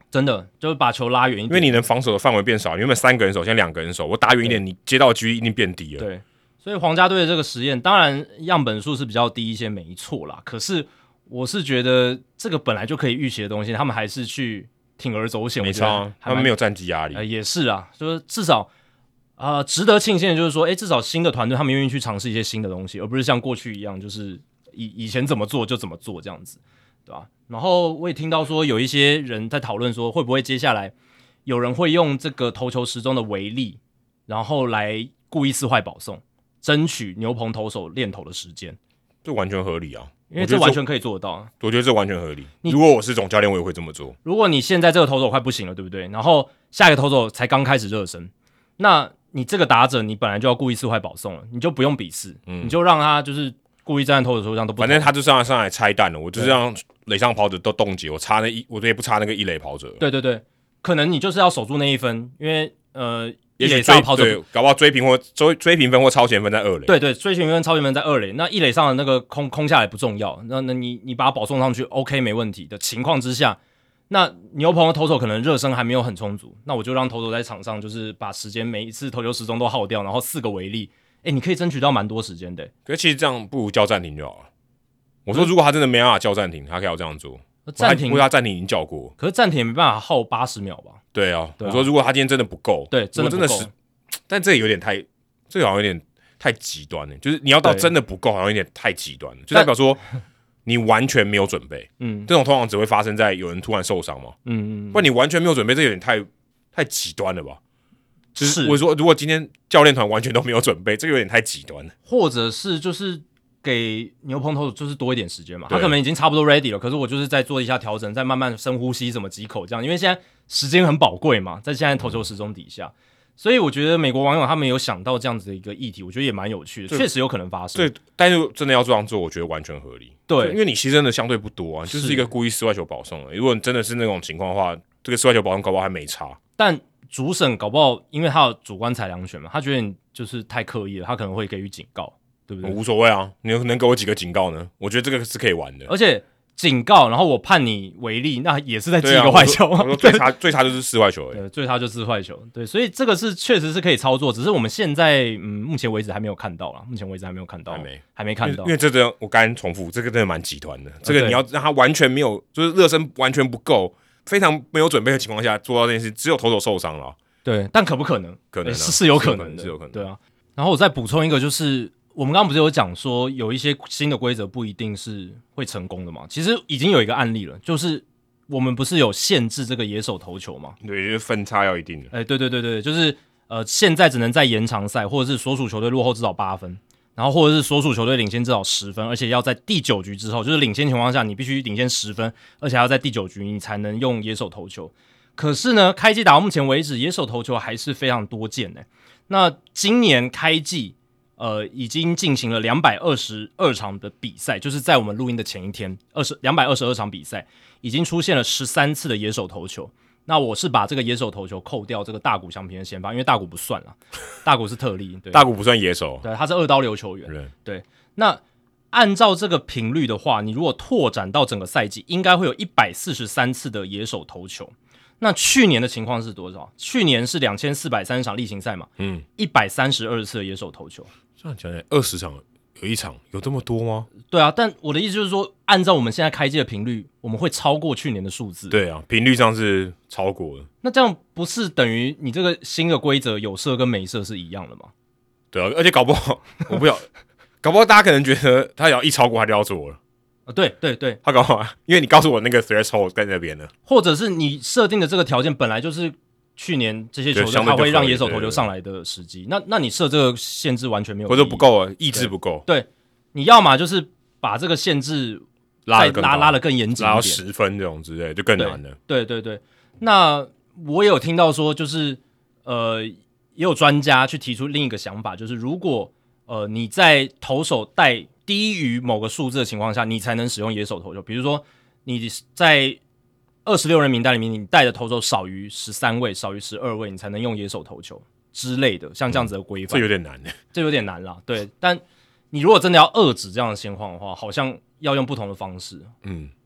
真的就是把球拉远一点， 因为你能防守的范围变少，你原本3个人守，现在2个人守，我打远一点，你接到的几率一定变低了。 对，所以皇家队的这个实验，当然样本数是比较低一些，没错啦。可是我是觉得这个本来就可以预期的东西，他们还是去铤而走险， 没差，他们没有战绩压力。 也是啊，就是至少值得庆幸的就是说，至少新的团队他们愿意去尝试一些新的东西，而不是像过去一样，就是以前怎么做就怎么做这样子，对吧？然后我也听到说，有一些人在讨论说，会不会接下来有人会用这个投球时钟的微粒，然后来故意四坏保送，争取牛棚投手练投的时间。 这完全合理啊， 因为这完全可以做得到啊。 我觉得这完全合理。如果我是总教练，我也会这么做。 如果你现在这个投手快不行了，对不对？然后下一个投手才刚开始热身，那你这个打者你本来就要故意四坏保送了，你就不用比试，你就让他就是故意站在投手手上都不投， 反正他就上来拆弹了，我就是让垒上跑者都冻结，我也不差那个一垒跑者。 对对对，可能你就是要守住那一分，因为也许一垒上跑者搞不好追平分或超前分在2垒。 对对，追平分、超前分在2垒，那一垒上的那个空下来不重要，那你把它保送上去 ，OK 没问题的情况之下，那牛棚的投手可能热身还没有很充足，那我就让投手在场上就是把时间每一次投球时钟都耗掉，然后4个为例，你可以争取到蛮多时间的。 可是其实这样不如叫暂停就好了。我说如果他真的没办法叫暂停，他可以要这样做。 暂停， 或者他暂停已经叫过， 可是暂停也没办法耗80秒吧？ 对啊，我说如果他今天真的不够， 对，真的是， 但这有点太，这好像有点太极端了。就是你要到真的不够，好像有点太极端了，就代表说你完全没有准备。这种通常只会发生在有人突然受伤嘛。不然你完全没有准备，这有点太极端了吧？就是我说，如果今天教练团完全都没有准备，这个有点太极端了。 或者是就是给牛棚投手就是多一点时间嘛，他可能已经差不多 ready 了，可是我就是再做一下调整，再慢慢深呼吸，什么几口这样，因为现在时间很宝贵嘛，在现在投球时钟底下，所以我觉得美国网友他们有想到这样子的一个议题，我觉得也蛮有趣的，确实有可能发生。 对，但是真的要这样做，我觉得完全合理。 对， 因为你牺牲的相对不多啊，就是一个故意四坏球保送了。如果你真的是那种情况的话，这个四坏球保送搞不好还没差。 但主审搞不好，因为他有主观裁量权嘛，他觉得你就是太刻意了，他可能会给予警告。对不对？ 无所谓啊，你能给我几个警告呢？我觉得这个是可以玩的。 而且警告，然后我判你违例，那也是在记一个坏球。 我说最差就是四坏球而已。 对，最差就是坏球。对，所以这个是确实是可以操作，只是我们现在目前为止还没有看到啦。目前为止还没有看到，还没看到。 因为这个我刚才重复，这个真的蛮极端的。这个你要让他完全没有，就是热身完全不够，非常没有准备的情况下做到这件事，只有投手受伤了。 对，但可不可能？ 可能是有可能的， 是有可能。 对啊。然后我再补充一个，就是我们刚刚不是有讲说有一些新的规则不一定是会成功的嘛？其实已经有一个案例了，就是我们不是有限制这个野手投球嘛？ 对，就是分差要一定的。 对，就是现在只能在延长赛或者是所属球队落后至少8分，然后或者是所属球队领先至少10分，而且要在第9局之后，就是领先情况下你必须领先10分，而且还要在第9局你才能用野手投球。可是呢，开季打到目前为止，野手投球还是非常多见的。那今年开季已经进行了222场的比赛，就是在我们录音的前一天222场比赛已经出现了13次的野手投球。那我是把这个野手投球扣掉这个大谷翔平的先发，因为大谷不算了，大谷是特例，对， 大谷不算野手， 对，他是2刀流球员，对。那按照这个频率的话，你如果拓展到整个赛季，应该会有143次的野手投球。那去年的情况是多少？去年是2430场例行赛嘛，132次的野手投球。 这样讲起来，20场有1场有这么多吗？ 对啊，但我的意思就是说，按照我们现在开季的频率，我们会超过去年的数字。 对啊，频率上是超过了。 那这样不是等于你这个新的规则有射跟没射是一样的吗？ 对啊，而且搞不好我不晓，搞不好大家可能觉得他要一超过他就要做了。 对， 他搞好，因为你告诉我那个 threshold 在那边了， 或者是你设定的这个条件本来就是去年这些球队他会让野手投球上来的时机，那你设这个限制完全没有意义， 或者不够啊，意志不够。 对，你要嘛就是把这个限制拉得更严谨一点， 拉到10分这种之类就更难了。 对，那我也有听到说，就是也有专家去提出另一个想法，就是如果你在投手带低于某个数字的情况下，你才能使用野手投球。比如说你在26人名单里面，你带的投手少于13位、少于12位，你才能用野手投球之类的，像这样子的规范。 这有点难的， 这有点难啦。对，但你如果真的要遏制这样的情况的话，好像要用不同的方式。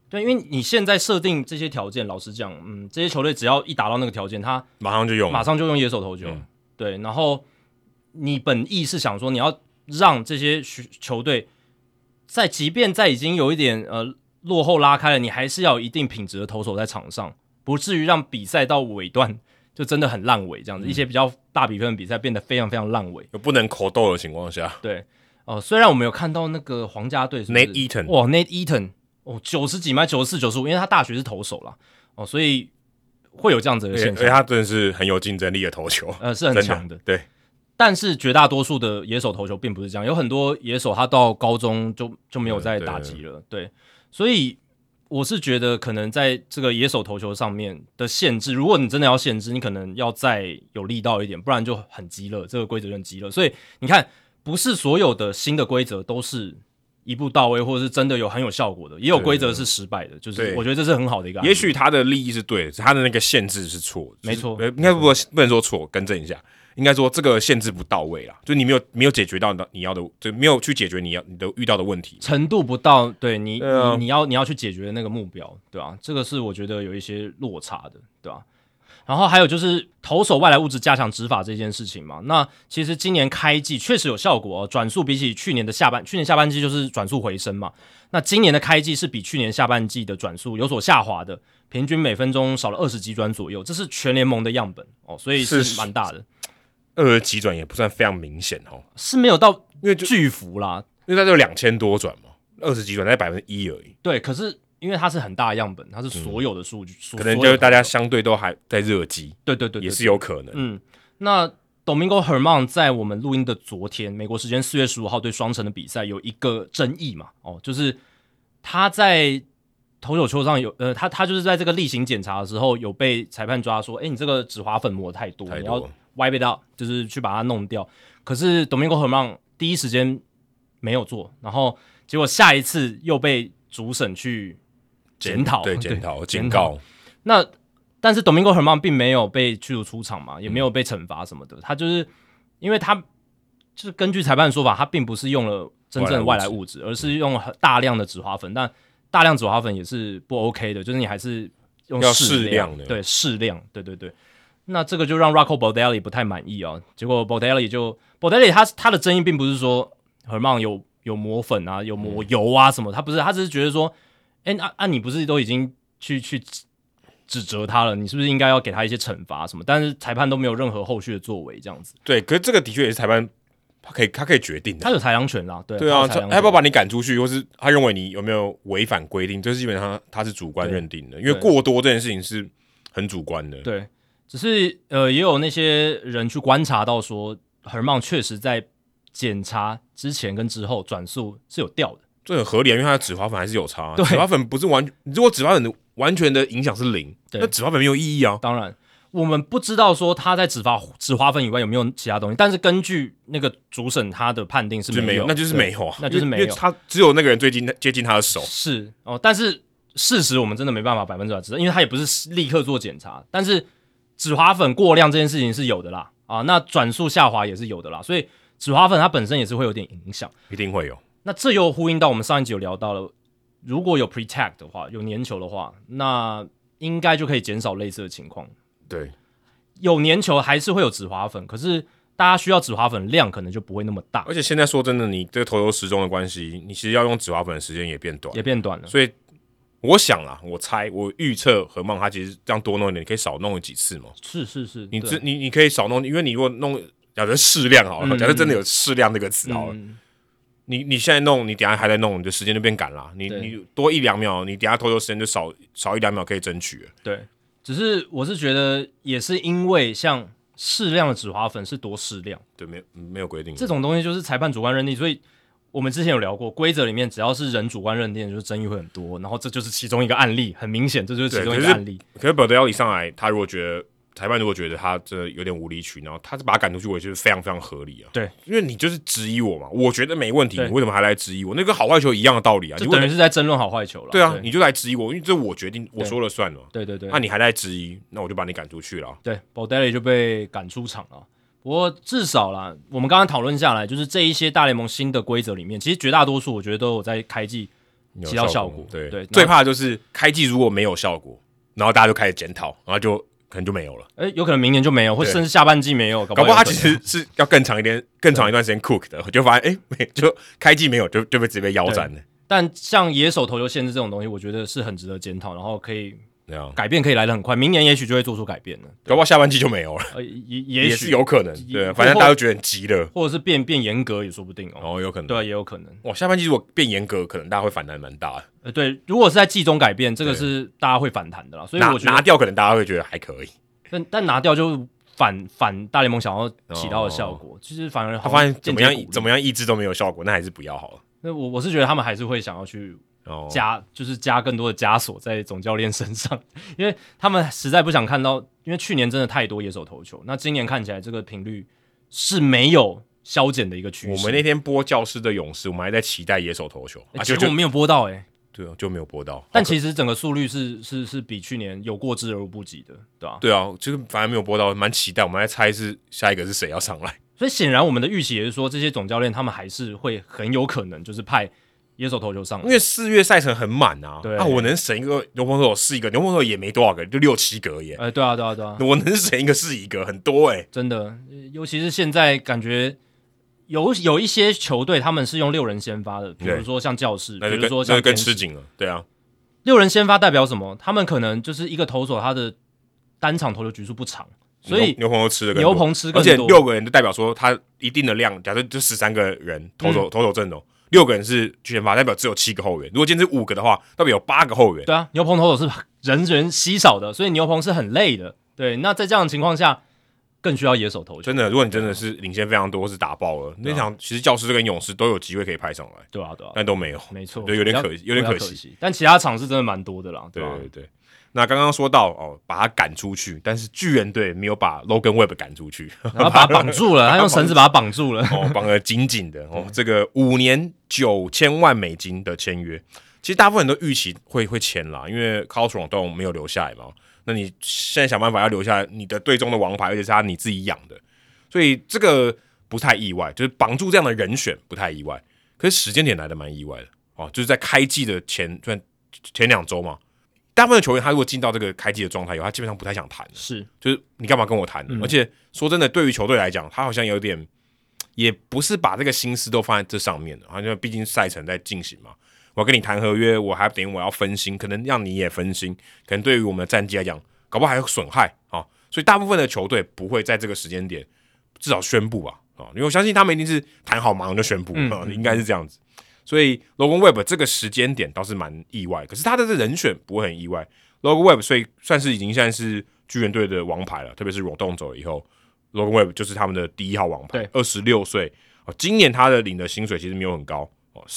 对，因为你现在设定这些条件，老实讲，这些球队只要一达到那个条件，他马上就用野手投球，对，然后你本意是想说你要让这些球队即便在已经有一点落后拉开了，你还是要有一定品质的投手在场上，不至于让比赛到尾段就真的很烂尾这样子，一些比较大比分的比赛变得非常非常烂尾， 有不能口斗的情况下， 对，虽然我们有看到那个皇家队 Nate Eaton， 哇 Nate Eaton 90几迈94、95，因为他大学是投手啦，所以会有这样子的现象， 而且他真的是很有竞争力的投球， 是很强的， 对。 但是绝大多数的野手投球并不是这样，有很多野手他到高中就没有再打击了，对，所以我是觉得可能在这个野手投球上面的限制，如果你真的要限制，你可能要再有力道一点，不然就很鸡肋，这个规则就很鸡肋。所以你看，不是所有的新的规则都是一步到位，或者是真的很有效果的，也有规则是失败的，就是我觉得这是很好的一个案例。 也许他的利益是对的，他的那个限制是错的， 没错， 应该不能说错，更正一下。应该说这个限制不到位啦，就你没有解决到你要的，就没有去解决你的遇到的问题， 程度不到，对你要去解决的那个目标，对吧？这个是我觉得有一些落差的，对吧？然后还有就是投手外来物质加强执法这件事情嘛，那其实今年开季确实有效果，转速比起去年下半季就是转速回升嘛，那今年的开季是比去年下半季的转速有所下滑的，平均每分钟少了20几转左右，这是全联盟的样本所以是蛮大的。 20几转也不算非常明显是没有到因为巨幅啦， 因为它就2000多转嘛，20几转才1%而已。 对，可是因为它是很大的样本，它是所有的数据， 可能就是大家相对都还在热机， 对， 也是有可能。 那 Domingo Germán 在我们录音的昨天，美国时间4月15号对双城的比赛有一个争议嘛，就是他在投手球上他就是在这个例行检查的时候有被裁判抓说，你这个止滑粉抹太多，你要wipe it out， 就是去把它弄掉。可是 Domingo Germán 第一时间没有做，然后结果下一次又被主审去检讨， 警告。 那但是 Domingo Germán 并没有被驱逐出场嘛，也没有被惩罚什么的。他就是因为他就是根据裁判的说法，他并不是用了真正的外来物质，而是用大量的止滑粉。但大量止滑粉也是不 OK 的，就是你还是用适量的，对，适量，对。那这个就让 Rocco Baldelli 不太满意结果 Baldelli 他的争议并不是说 Germán 有抹粉啊，有抹油啊什么，他不是，他只是觉得说，你不是都已经去指责他了，你是不是应该要给他一些惩罚什么？但是裁判都没有任何后续的作为，这样子。 对，可是这个的确也是裁判他可以决定的， 他有裁量权啦， 对啊，他要不要把你赶出去，或是他认为你有没有违反规定，这是基本上他是主观认定的，因为过多这件事情是很主观的。 对，只是也有那些人去观察到说，Germán确实在检查之前跟之后转速是有掉的， 这很合理啊，因为他的止滑粉还是有差，止滑粉不是如果止滑粉完全的影响是0，那止滑粉没有意义啊。 当然。我们不知道说他在止滑粉以外有没有其他东西，但是根据那个主审他的判定是没有， 那就是没有啊， 那就是没有， 因为他只有那个人最接近他的手是但是事实我们真的没办法100%知道，因为他也不是立刻做检查，但是止滑粉过量这件事情是有的啦那转速下滑也是有的啦，所以止滑粉它本身也是会有点影响， 一定会有。 那这又呼应到我们上一集有聊到了，如果有 pre-tag 的话，有粘球的话，那应该就可以减少类似的情况。 对， 有粘球还是会有止滑粉，可是大家需要止滑粉量可能就不会那么大。 而且现在说真的，你这个投球时钟的关系，你其实要用止滑粉的时间也变短了。所以我想啦，我预测Germán他其实这样多弄一点，你可以少弄几次嘛。 是， 你可以少弄，因为你如果弄，假设适量好了，假设真的有适量这个词好了。你现在弄，你等一下还在弄，你的时间就变赶啦。你多1-2秒，你等一下投球时间就少1-2秒可以争取了。 对。只是我是觉得也是因为像适量的止滑粉是多适量， 对，没有规定， 这种东西就是裁判主观认定，所以我们之前有聊过，规则里面只要是人主观认定，就是争议会很多，然后这就是其中一个案例，很明显这就是其中一个案例。 可是 Baldelli 上来，他如果觉得裁判如果觉得他这有点无理取闹，他是把他赶出去，我也觉得非常非常合理啊。 对， 因为你就是质疑我嘛，我觉得没问题，你为什么还来质疑我？那个好坏球一样的道理啊， 就等于是在争论好坏球了。 对啊，你就来质疑我，因为这我决定，我说了算了。 对， 那你还来质疑，那我就把你赶出去了。 对 ，Baldelli 就被赶出场了。不过至少啦，我们刚刚讨论下来，就是这一些大联盟新的规则里面，其实绝大多数我觉得都有在开季起到效果。 对，最怕的就是开季如果没有效果，然后大家就开始检讨，然后就可能就没有了。 有可能明年就没有，或甚至下半季没有， 搞不好它其实是要更长一段时间 cook 的，我就发现就开季没有就被直接被腰斩了。 但像野手投球限制这种东西，我觉得是很值得检讨，然后可以改变，可以来得很快，明年也许就会做出改变了。 搞不好下半季就没有了，也是有可能。对，反正大家都觉得很急了， 或者是变严格也说不定哦。 有可能。 对，也有可能。 哇，下半季如果变严格，可能大家会反弹蛮大的。 对，如果是在季中改变，这个是大家会反弹的啦。所以我觉得拿掉，可能大家会觉得还可以。 但拿掉就反大联盟想要起到的效果，其实反而他发现怎么样抑制都没有效果，那还是不要好了。 那我是觉得他们还是会想要去加更多的枷锁在总教练身上，因为他们实在不想看到，因为去年真的太多野手投球，那今年看起来这个频率是没有消减的一个趋势。 我们那天播教师的勇士，我们还在期待野手投球， 结果我们没有播到对啊，就没有播到。 但其实整个速率是比去年有过之而无不及的，对吧？ 对啊，就是反而没有播到，蛮期待。我们来猜是下一个是谁要上来。 所以显然我们的预期也是说，这些总教练他们还是会很有可能就是派野手投球上来， 因为4月赛程很满啊。 对我能省一个牛棚手是一个，牛棚手也没多少个，就6、7个耶。 对啊， 我能省一个是一个，很多真的，尤其是现在感觉有一些球队他们是用6人先发的，比如说像教士，比如说像更吃紧了。对啊 ，6人先发代表什么？他们可能就是一个投手他的单场投球局数不长。所以牛棚吃的更多， 而且6个人就代表说他一定的量，假设就13个人投手阵容，6个人是先发，代表只有7个后援。如果今天是5个的话，代表有8个后援。 对啊，牛棚投手是人稀少的，所以牛棚是很累的。对，那在这样的情况下，更需要野手投球。 真的，如果你真的是领先非常多，是打爆了，那场其实教士跟勇士都有机会可以拍上来。 对啊， 但都没有， 没错， 对，有点可惜。 但其他场是真的蛮多的啦，对吧？ 对。那刚刚说到把他赶出去，但是巨人队没有把 Logan Webb 赶出去， 然后把他绑住了，他用绳子把他绑住了， 绑得紧紧的。这个5年$9000万的签约，其实大部分人都预期会签啦，因为 Carlos Rodon 没有留下来嘛。那你现在想办法要留下来你的队中的王牌，而且是你自己养的，所以这个不太意外，就是绑住这样的人选不太意外。可是时间点来的蛮意外的就是在开季的前2周嘛。大部分的球员，他如果进到这个开季的状态以后，他基本上不太想谈，就是你干嘛跟我谈？而且说真的，对于球队来讲，他好像有点，也不是把这个心思都放在这上面的，因为毕竟赛程在进行嘛。我要跟你谈合约，我还等于我要分心，可能让你也分心，可能对于我们的战绩来讲，搞不好还有损害啊。所以大部分的球队不会在这个时间点至少宣布吧因为我相信他们一定是谈好马上就宣布应该是这样子。所以 Logan Webb 这个时间点倒是蛮意外，可是他的这人选不会很意外。Logan Webb 所以算是已经现在是巨人队的王牌了，特别是Rodon走了以后 ，Logan Webb 就是他们的第1号王牌，26岁今年他的领的薪水其实没有很高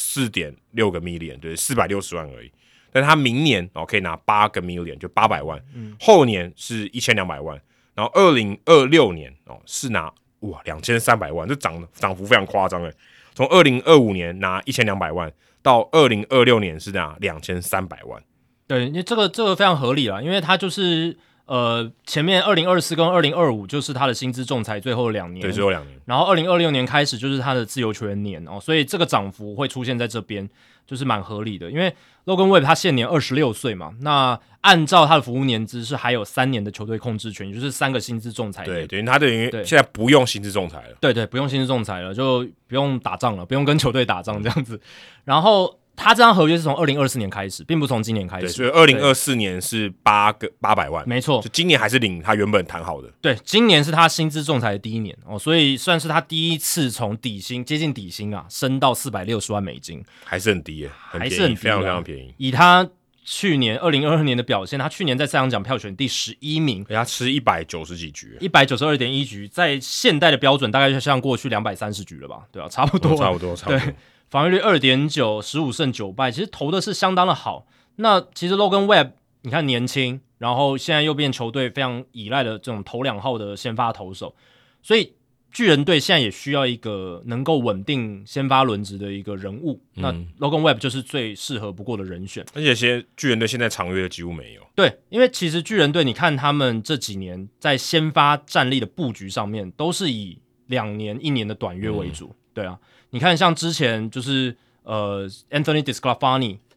4.6个 million， 对，460万而已。但是他明年可以拿8个 million， 就800万，后年是1200万，然后2026年是拿2300万，这涨幅非常夸张从2025年拿1200万到2026年是拿2300万。 对，因为这个非常合理啦，因为他就是前面2024跟2025就是他的薪资仲裁最后2年， 对，最后2年， 然后2026年开始就是他的自由球员年所以这个涨幅会出现在这边，就是蛮合理的。因为 Logan Webb 他现年26岁嘛，那按照他的服务年资是还有3年的球队控制权，也就是3个薪资仲裁年。 对，他等于现在不用薪资仲裁了。 对，不用薪资仲裁了，就不用打仗了，不用跟球队打仗这样子。然后他这张合约是从2024年开始，并不从今年开始。 对，所以2024年是800万， 没错。 就今年还是领他原本谈好的。 对，今年是他薪资仲裁的第1年所以算是他第一次从底薪接近底薪升到$460万， 还是很低耶， 还是很低， 非常非常便宜。 以他去年2022年的表现，他去年在赛扬奖票选第11名， 他吃190几局 ，192.1局，在现代的标准大概就像过去230局了吧？对啊，差不多。对，防御率2.9，15胜9败，其实投的是相当的好。那其实 Logan Webb 你看年轻，然后现在又变球队非常依赖的这种头2号的先发投手，所以巨人队现在也需要一个能够稳定先发轮值的一个人物，那 Logan Webb 就是最适合不过的人选。 而且巨人队现在长约的几乎没有。 对，因为其实巨人队你看他们这几年在先发战力的布局上面都是以2年1年的短约为主。对啊，你看像之前就是Anthony Desclafani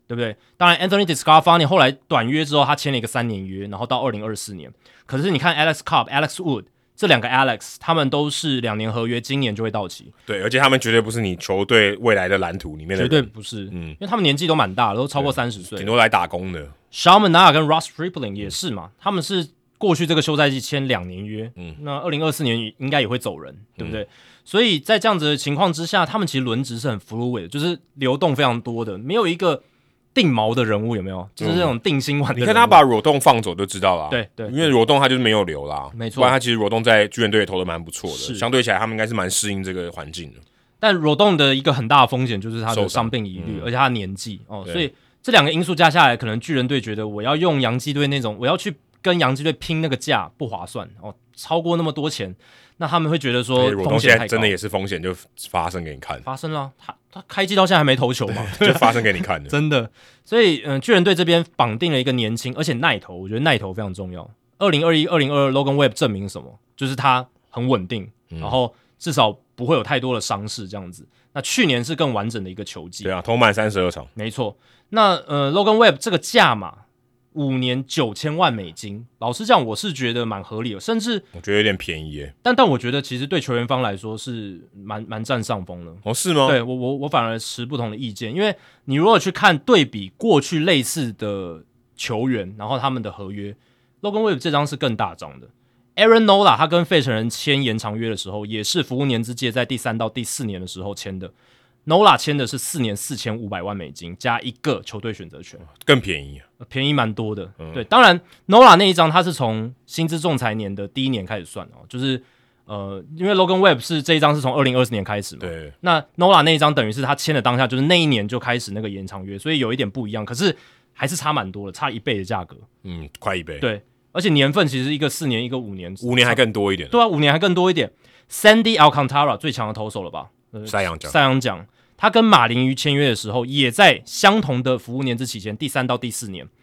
对不对？当然 Anthony DeSclafani 后来短约之后，他签了一个3年约，然后到2024年。可是你看 Alex Cobb、Alex Wood 这两个 Alex， 他们都是2年合约，今年就会到期。 对，而且他们绝对不是你球队未来的蓝图里面的人， 绝对不是，因为他们年纪都蛮大了，都超过30岁， 顶多来打工的。 Shawn Manaea 跟 Ross Stripling 也是嘛，他们是过去这个休赛季签2年约，那2024年应该也会走人，对不对？所以在这样子的情况之下，他们其实轮值是很 fluid 的，就是流动非常多的，没有一个定锚的人物，有没有？就是这种定心丸的人物。 你看他把裸动放走就知道了， 对， 因为裸动他就是没有留啦， 没错。 不然他其实裸动在巨人队投的蛮不错的，相对起来他们应该是蛮适应这个环境的。 但裸动的一个很大的风险就是他的伤病疑虑，而且他的年纪所以这两个因素加下来，可能巨人队觉得我要用洋基队那种，我要去跟洋基队拼那个价不划算超过那么多钱，那他们会觉得说风险太高。 真的也是风险就发生给你看， 发生了，他开季到现在还没投球嘛， 就发生给你看的， 真的。所以巨人队这边绑定了一个年轻而且耐投，我觉得耐投非常重要。2021、2022 Logan Webb 证明什么？就是他很稳定，然后至少不会有太多的伤势这样子。那去年是更完整的一个球季， 对啊，投满32场， 没错。那Logan Webb 这个价码5年$9000万，老实讲我是觉得蛮合理的，甚至我觉得有点便宜耶。 但我觉得其实对球员方来说是蛮占上风的。 哦，是吗？ 对，我反而持不同的意见，因为你如果去看对比过去类似的球员，然后他们的合约 ，Logan Webb 这张是更大张的。Aaron Nola 他跟费城人签延长约的时候，也是服务年资界在第3到第4年的时候签的。Nola 签的是4年$4500万加一个球队选择权， 更便宜便宜蛮多的。对，当然 Nola 那一张他是从薪资仲裁年的第1年开始算就是因为 Logan Webb 是这一张是从2020年开始嘛， 对， 那 Nola 那一张等于是他签的当下就是那一年就开始那个延长约，所以有一点不一样，可是还是差蛮多的，差1倍的价格， 快1倍， 对，而且年份其实一个4年，一个5年 ，5年还更多一点， 对啊，5年还更多一点。Sandy Alcantara 最强的投手了吧？ 赛扬奖， 他跟马林鱼签约的时候，也在相同的服务年资期间，第3到第4年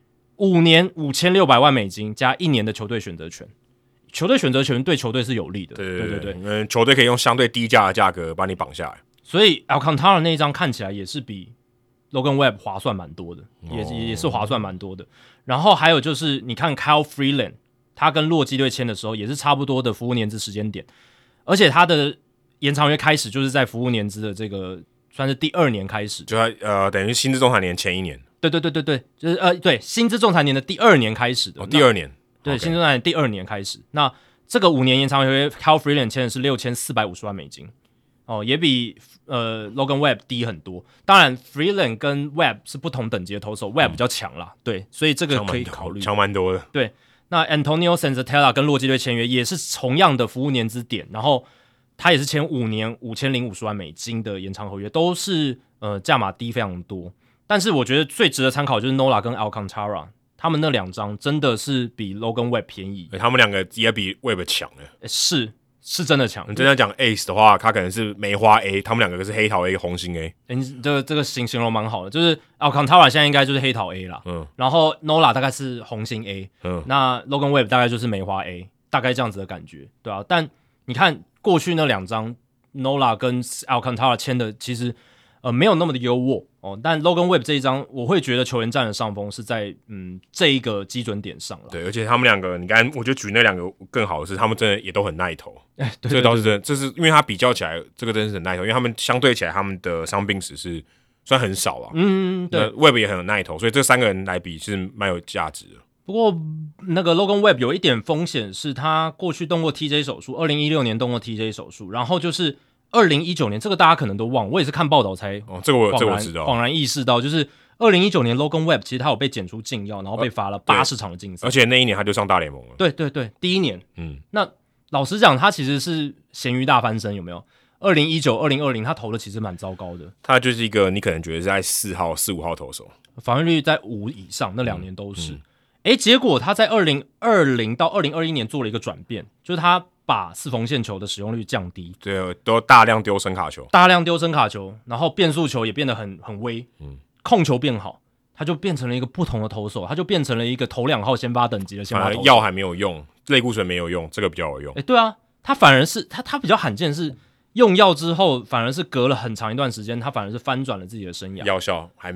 ，5年$5600万加1年的球队选择权。球队选择权对球队是有利的， 对，球队可以用相对低价的价格把你绑下来。 所以 Alcantara 那一张看起来也是比 Logan Webb 划算蛮多的，也是划算蛮多的。然后还有就是你看 Kyle Freeland， 他跟洛基队签的时候也是差不多的服务年资时间点，而且他的延长约开始就是在服务年资的这个算是第2年开始， 就他等于薪资仲裁年前1年， 对，就是对薪资仲裁年的第2年开始的， 第2年， 对，薪资仲裁年第2年开始。那这个5年延长约 Kyle Freeland 签的是$6450万，也比Logan Webb 低很多。当然 Freeland 跟 Webb 是不同等级的投手，Webb 比较强啦，对，所以这个可以考虑， 强蛮多的。 对，那 Antonio Senzatella 跟洛基队签约也是同样的服务年资点，然后他也是签5年$5050万的延长合约，都是价码低非常多。但是我觉得最值得参考就是 Nola 跟 Alcantara， 他们那2张真的是比 Logan Webb 便宜， 他们2个也比 Webb 强是真的强。 你真的讲 Ace 的话，他可能是梅花 A， 他们2个是黑桃 A 红心 A。 这个形容蛮好的，就是 Alcantara 现在应该就是黑桃 A 啦，然后 Nola 大概是红心 A，那 Logan Webb 大概就是梅花 A， 大概这样子的感觉，对啊。但你看过去那2张 Nola 跟 Alcantara 签的，其实没有那么的优渥但 Logan Webb 这一张，我会觉得球员占的上风是在这一个基准点上了。 对，而且他们2个，你刚才我觉得举那2个更好的是，他们真的也都很耐投。 对， 这个倒是真的，这是因为他比较起来，这个真的是很耐投，因为他们相对起来，他们的伤病史是算很少了。对 ，Webb 也很有耐投，所以这3个人来比是蛮有价值的。 不过那个 Logan Webb 有一点风险是，他过去动过 TJ 手术，2016年动过 TJ 手术，然后就是2019年，这个大家可能都忘了，我也是看报道才这个我知道， 恍然意识到，就是2019年 Logan Webb 其实他有被检出禁药，然后被罚了80场的禁赛， 而且那一年他就上大联盟了。 对，第一年。那老实讲，他其实是咸鱼大翻身，有没有？2019、2020他投的其实蛮糟糕的， 他就是一个你可能觉得是在4号、4、5号投手， 防御率在5以上，那2年都是。结果他在2020到2021年做了一个转变，就是他把四缝线球的使用率降低， 对，都大量丢伸卡球， 然后变速球也变得很微，控球变好，他就变成了一个不同的投手，他就变成了一个头2号先发等级的先发投手。 药还没有用，类固醇没有用，这个比较有用。 对啊，他反而是他比较罕见是用药之后，反而是隔了很长一段时间，他反而是翻转了自己的生涯， 药效还没有，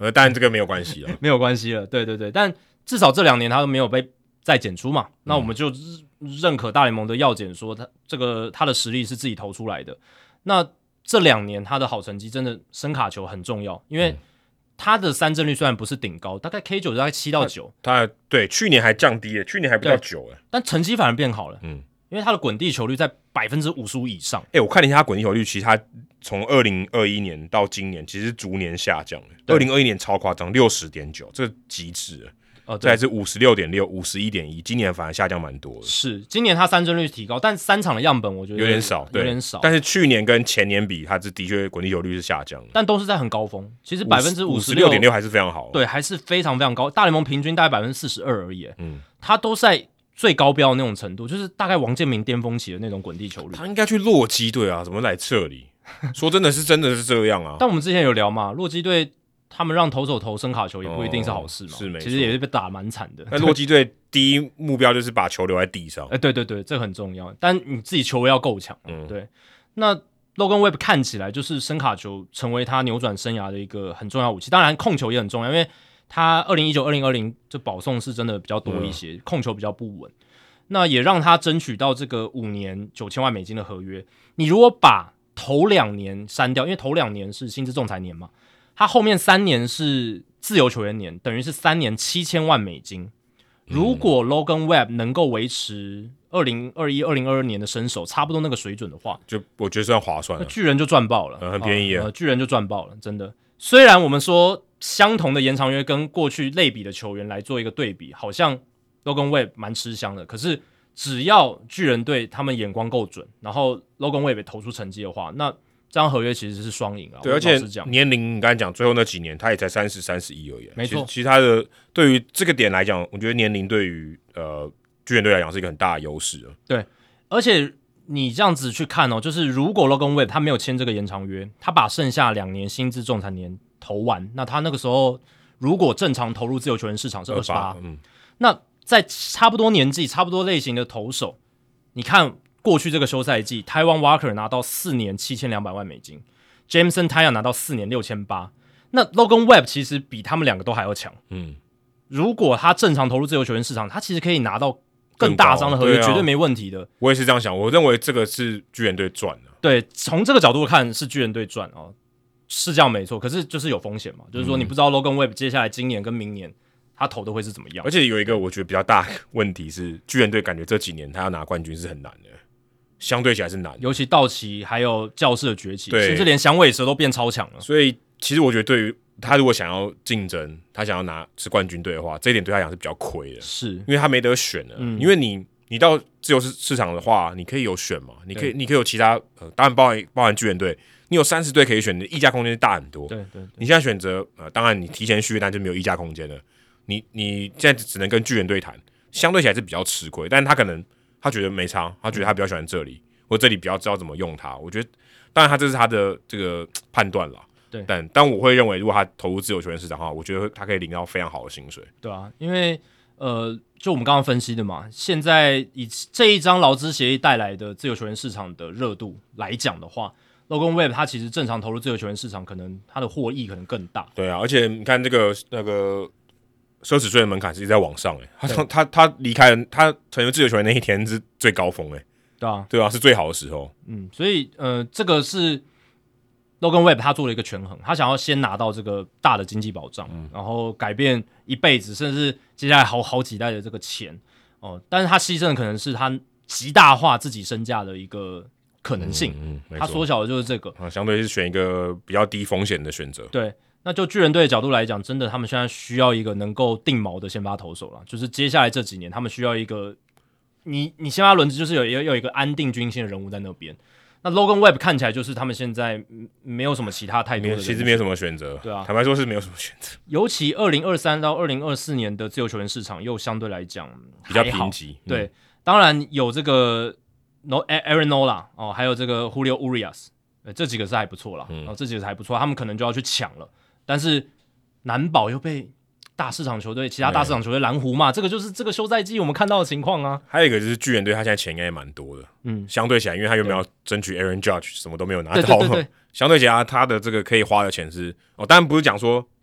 但这个没有关系了， 没有关系了。对对对，但至少这2年他都没有被再检出嘛，那我们就认可大联盟的药检说他的实力是自己投出来的。那这2年他的好成绩真的声卡球很重要，因为他的三振率虽然不是顶高，大概 K9 大概7到9， 他对去年还降低了，去年还不到9 但成绩反而变好了，因为他的滚地球率在55%以上。 我看了一下他滚地球率，其实他从2021年到今年其实逐年下降了。2021年超夸张，60.9，这极致了。这还是56.6、51.1，今年反而下降蛮多的。 是，今年他三振率提高，但3场的样本我觉得有点少， 有点少。 但是去年跟前年比，他是的确滚地球率是下降的， 但都是在很高峰。其实 56.6还是非常好， 对，还是非常非常高。大联盟平均大概42%而已，他都在最高标的那种程度，就是大概王建民巅峰期的那种滚地球率。 他应该去洛基队啊，怎么来这里？说真的是这样啊。 但我们之前有聊嘛，洛基队他们让投手投声卡球也不一定是好事嘛， 是没错， 其实也是被打蛮惨的。 那洛基队第一目标就是把球留在地上， 对对对，这很重要。但你自己球威要够强，对。那 Logan Webb 看起来就是声卡球成为他扭转生涯的一个很重要武器，当然控球也很重要，因为他2019、2020这保送是真的比较多一些，控球比较不稳。那也让他争取到这个5年$9000万的合约。你如果把头2年删掉，因为头2年是薪资仲裁年嘛，他后面3年是自由球员年，等于是3年$7000万。如果 Logan Webb 能够维持2021、2022年的身手差不多那个水准的话， 就我觉得算划算了。 巨人就赚爆了， 很便宜巨人就赚爆了，真的。虽然我们说相同的延长约跟过去类比的球员来做一个对比，好像 Logan Webb 蛮吃香的，可是只要巨人队他们眼光够准，然后 Logan Webb 投出成绩的话，那这张合约其实是双赢啊。 对，而且年龄你刚才讲最后那几年，他也才30、31而已。 没错， 其实他的对于这个点来讲，我觉得年龄对于巨人队来讲是一个很大的优势了。 对，而且你这样子去看哦，就是如果 Logan Webb 他没有签这个延长约，他把剩下2年薪资仲裁年投完，那他那个时候如果正常投入自由球员市场是28，那在差不多年纪、差不多类型的投手，你看过去这个休赛季，台湾 Walker 拿到4年$7200万，Jameson Taillon 拿到4年6800，那 Logan Webb 其实比他们2个都还要强。如果他正常投入自由球员市场，他其实可以拿到更大张的合约，绝对没问题的。 我也是这样想，我认为这个是巨人队赚的。 对，从这个角度看是巨人队赚哦，是这样没错。可是就是有风险嘛，就是说你不知道 Logan Webb 接下来今年跟明年他投的会是怎么样。 而且有一个我觉得比较大的问题是，巨人队感觉这几年他要拿冠军是很难的，相对起来是难的， 尤其道奇还有教士的崛起，甚至连响尾蛇都变超强了。 所以其实我觉得对于他如果想要竞争，他想要是冠军队的话，这一点对他讲是比较亏的， 是因为他没得选了。因为你到自由市场的话，你可以有选嘛，你可以有其他当然包含巨人队，你有30队可以选，你的溢价空间是大很多。 对， 你现在选择当然你提前续约单就没有溢价空间了，你现在只能跟巨人队谈，相对起来是比较吃亏，但是他觉得没差，他觉得他比较喜欢这里，或这里比较知道怎么用他。我觉得当然这是他的这个判断啦。 对， 但我会认为，如果他投入自由球员市场的话，我觉得他可以领到非常好的薪水。 对啊，因为就我们刚刚分析的嘛，现在以这一张劳资协议带来的自由球员市场的热度来讲的话 ，Logan Webb 他其实正常投入自由球员市场，可能他的获益可能更大。 对啊，而且你看那个奢侈税的门槛是一直在往上他离开了，他成为自由球员那一天是最高峰对啊，是最好的时候。 所以这个是 Logan Webb 他做了一个权衡，他想要先拿到这个大的经济保障，然后改变一辈子，甚至接下来好几代的这个钱但是他牺牲的可能是他极大化自己身价的一个可能性，他缩小的就是这个相对是选一个比较低风险的选择。 对，那就巨人队的角度来讲，真的他们现在需要一个能够定锚的先发投手了，就是接下来这几年他们需要一个你先发轮值就是有一个安定军心的人物在那边。那 Logan Webb 看起来就是他们现在没有什么其他太多的人， 其实没有什么选择。 对啊， 坦白说是没有什么选择。 尤其2023到2024年的自由球员市场又相对来讲比较贫瘠。 对，当然有这个 Aaron Nola 还有这个 Julio Urias，这几个是还不错啦，这几个是还不错，他们可能就要去抢了。但是难保又被大市场球队、其他大市场球队蓝湖嘛，这个就是这个休赛季我们看到的情况啊。 还有一个就是巨人队，他现在钱应该也蛮多的，相对起来，因为他原本要争取 Aaron Judge， 什么都没有拿到， 对， 相对起来他的这个可以花的钱是当然不是讲说他们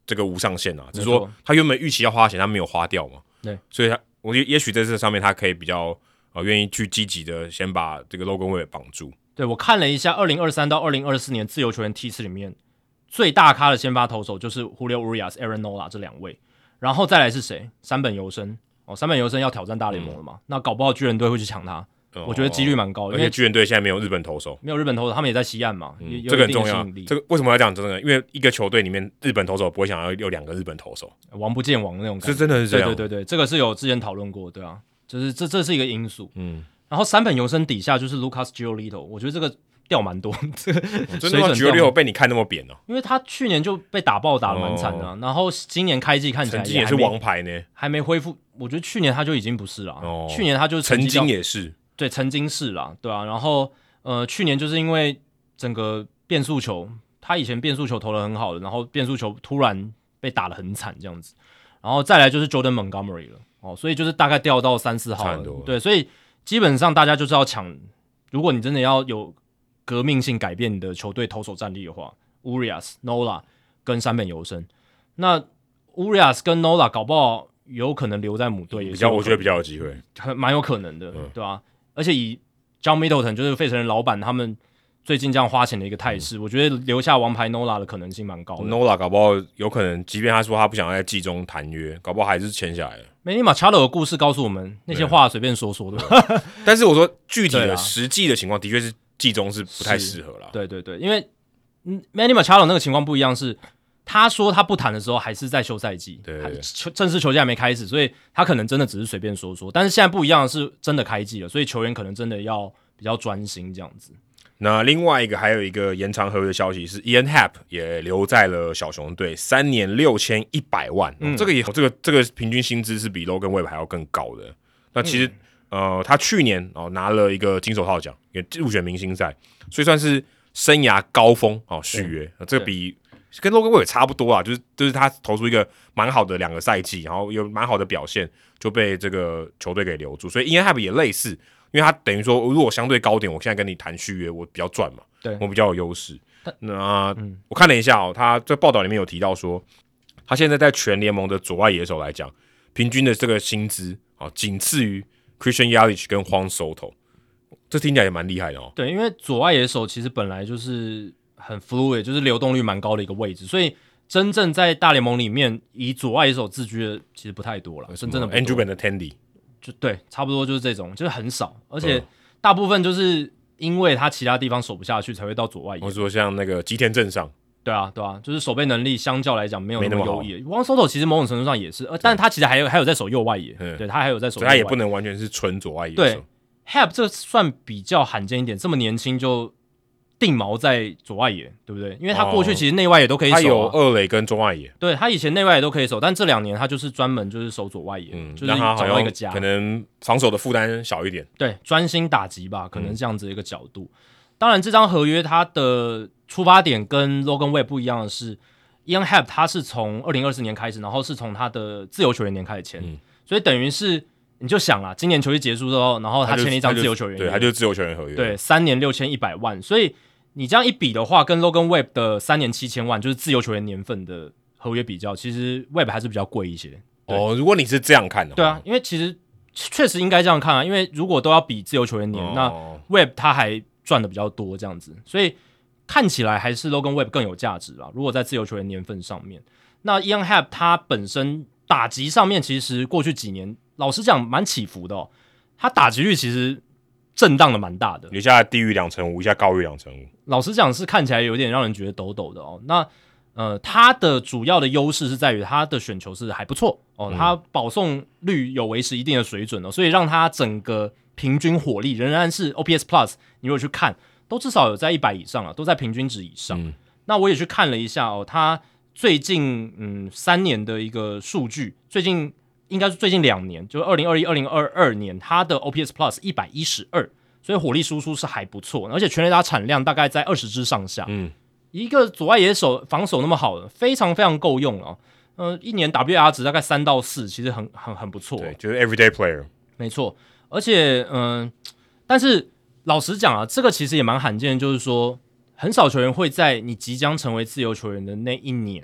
这个无上限啊，只是说他原本预期要花钱，他没有花掉嘛。 对， 所以我觉得也许在这上面他可以比较愿意去积极的先把这个 Logan Webb 绑住。 对，我看了一下2023到2024年自由球员梯次里面最大咖的先发投手就是 Julio Urias、Aaron Nola 这两位，然后再来是谁？山本由伸山本由伸要挑战大联盟了嘛？那搞不好巨人队会去抢他。我觉得几率蛮高的， 而且巨人队现在没有日本投手， 他们也在西岸嘛， 这个很重要。这个为什么要讲这个？因为一个球队里面日本投手不会想要有2个日本投手， 王不见王那种感觉， 这真的是这样。 对，这个是有之前讨论过，对啊，就是这是一个因素。然后山本由伸底下就是 Lucas Giolito， 我觉得这个掉蛮多，这个真的 Giolito 被你看那么扁哦， 因为他去年就被打爆打得蛮惨的然后今年开季看起来曾经也是王牌呢， 还没恢复。我觉得去年他就已经不是了，去年他就是曾经也是。 对，曾经是啦，对啊，然后去年就是因为整个变速球，他以前变速球投得很好的，然后变速球突然被打得很惨这样子，然后再来就是 Jordan Montgomery 了所以就是大概掉到3、4号了，对，所以基本上大家就是要抢，如果你真的要有革命性改变你的球队投手战力的话 ，Urias、Nola 跟山本由伸，那 Urias 跟 Nola 搞不好有可能留在母队， 我觉得比较有机会， 蛮有可能的，对吧？而且以 John Middleton 就是费城人老板他们最近这样花钱的一个态势，我觉得留下王牌 Nola 的可能性蛮高的。 Nola 搞不好有可能，即便他说他不想在季中谈约，搞不好还是签下来了。 Manny Machado 的故事告诉我们，那些话随便说说的。 但是我说具体的实际的情况，的确是季中是不太适合啦。 对，因为Manny Machado 那个情况不一样是。他说他不谈的时候还是在休赛季，正式球季还没开始，所以他可能真的只是随便说说。但是现在不一样的是，真的开季了，所以球员可能真的要比较专心这样子。 那另外一个还有一个延长合约的消息是 ，Ian Happ 也留在了小熊队，3年6100万，这个平均薪资是比 Logan Webb 还要更高的。那其实他去年拿了一个金手套奖，也入选明星赛，所以算是生涯高峰续约，这个比。跟 Logan Webb 也差不多啊，就是他投出一个蛮好的2个赛季，然后有蛮好的表现，就被这个球队给留住。所以 Ian Happ 也类似，因为他等于说，如果相对高点，我现在跟你谈续约，我比较赚嘛， 对我比较有优势。那我看了一下他这报道里面有提到说，他现在在全联盟的左外野手来讲，平均的这个薪资仅次于 Christian Yelich 跟 Juan Soto， 这听起来也蛮厉害的哦。 对，因为左外野手其实本来就是很 fluid， 就是流动率蛮高的一个位置，所以真正在大联盟里面以左外野手自居的其实不太多了，真正的不多。 Andrew Benintendi 就对，差不多就是这种，就是很少，而且大部分就是因为他其他地方守不下去才会到左外野。 或者说像那个吉田正尚， 对啊，就是守备能力相较来讲没有那么优异。Juan Soto 其实某种程度上也是，但他其实还有在守右外野，对他还有在守右外野，所以他也不能完全是纯左外野。 对 ，Happ 这算比较罕见一点，这么年轻就定锚在左外野，对不对？因为他过去其实内外野都可以守，他有二垒跟中外野， 对他以前内外野都可以守，但这2年他就是专门就是守左外野，就是找到一个家， 可能防守的负担小一点， 对，专心打击吧，可能这样子的一个角度。当然，这张合约它的出发点跟 Logan Webb 不一样的是 ，Ian Happ 他是从2024年开始，然后是从他的自由球员年开始签，所以等于是你就想啦，今年球季结束之后，然后他签了一张自由球员， 对，他就是自由球员合约， 对，3年6100万，所以你这样一比的话，跟 Logan Webb 的3年7000万，就是自由球员年份的合约比较，其实 Webb 还是比较贵一些。 如果你是这样看的话， 对啊，因为其实确实应该这样看啊，因为如果都要比自由球员年，那 Webb 他还赚的比较多这样子，所以看起来还是 Logan Webb 更有价值啦。如果在自由球员年份上面，那 Ian Happ 他本身打击上面其实过去几年老实讲蛮起伏的他打击率其实震荡的蛮大的， 一下低于2.5%，一下高于2.5%。 老实讲是看起来有点让人觉得抖抖的那他的主要的优势是在于他的选球是还不错他保送率有维持一定的水准所以让他整个平均火力仍然是 OPS Plus， 你如果去看都至少有在100以上都在平均值以上。那我也去看了一下他最近3年的一个数据，应该是最近2年，就2021、2022年，他的 OPS Plus 112，所以火力输出是还不错，而且全垒打产量大概在20支上下。一个左外野手防守那么好的，非常非常够用一年 WR 值大概3到4，其实很不错。 对，就是 everyday player， 没错。而且但是老实讲这个其实也蛮罕见的，就是说很少球员会在你即将成为自由球员的那一年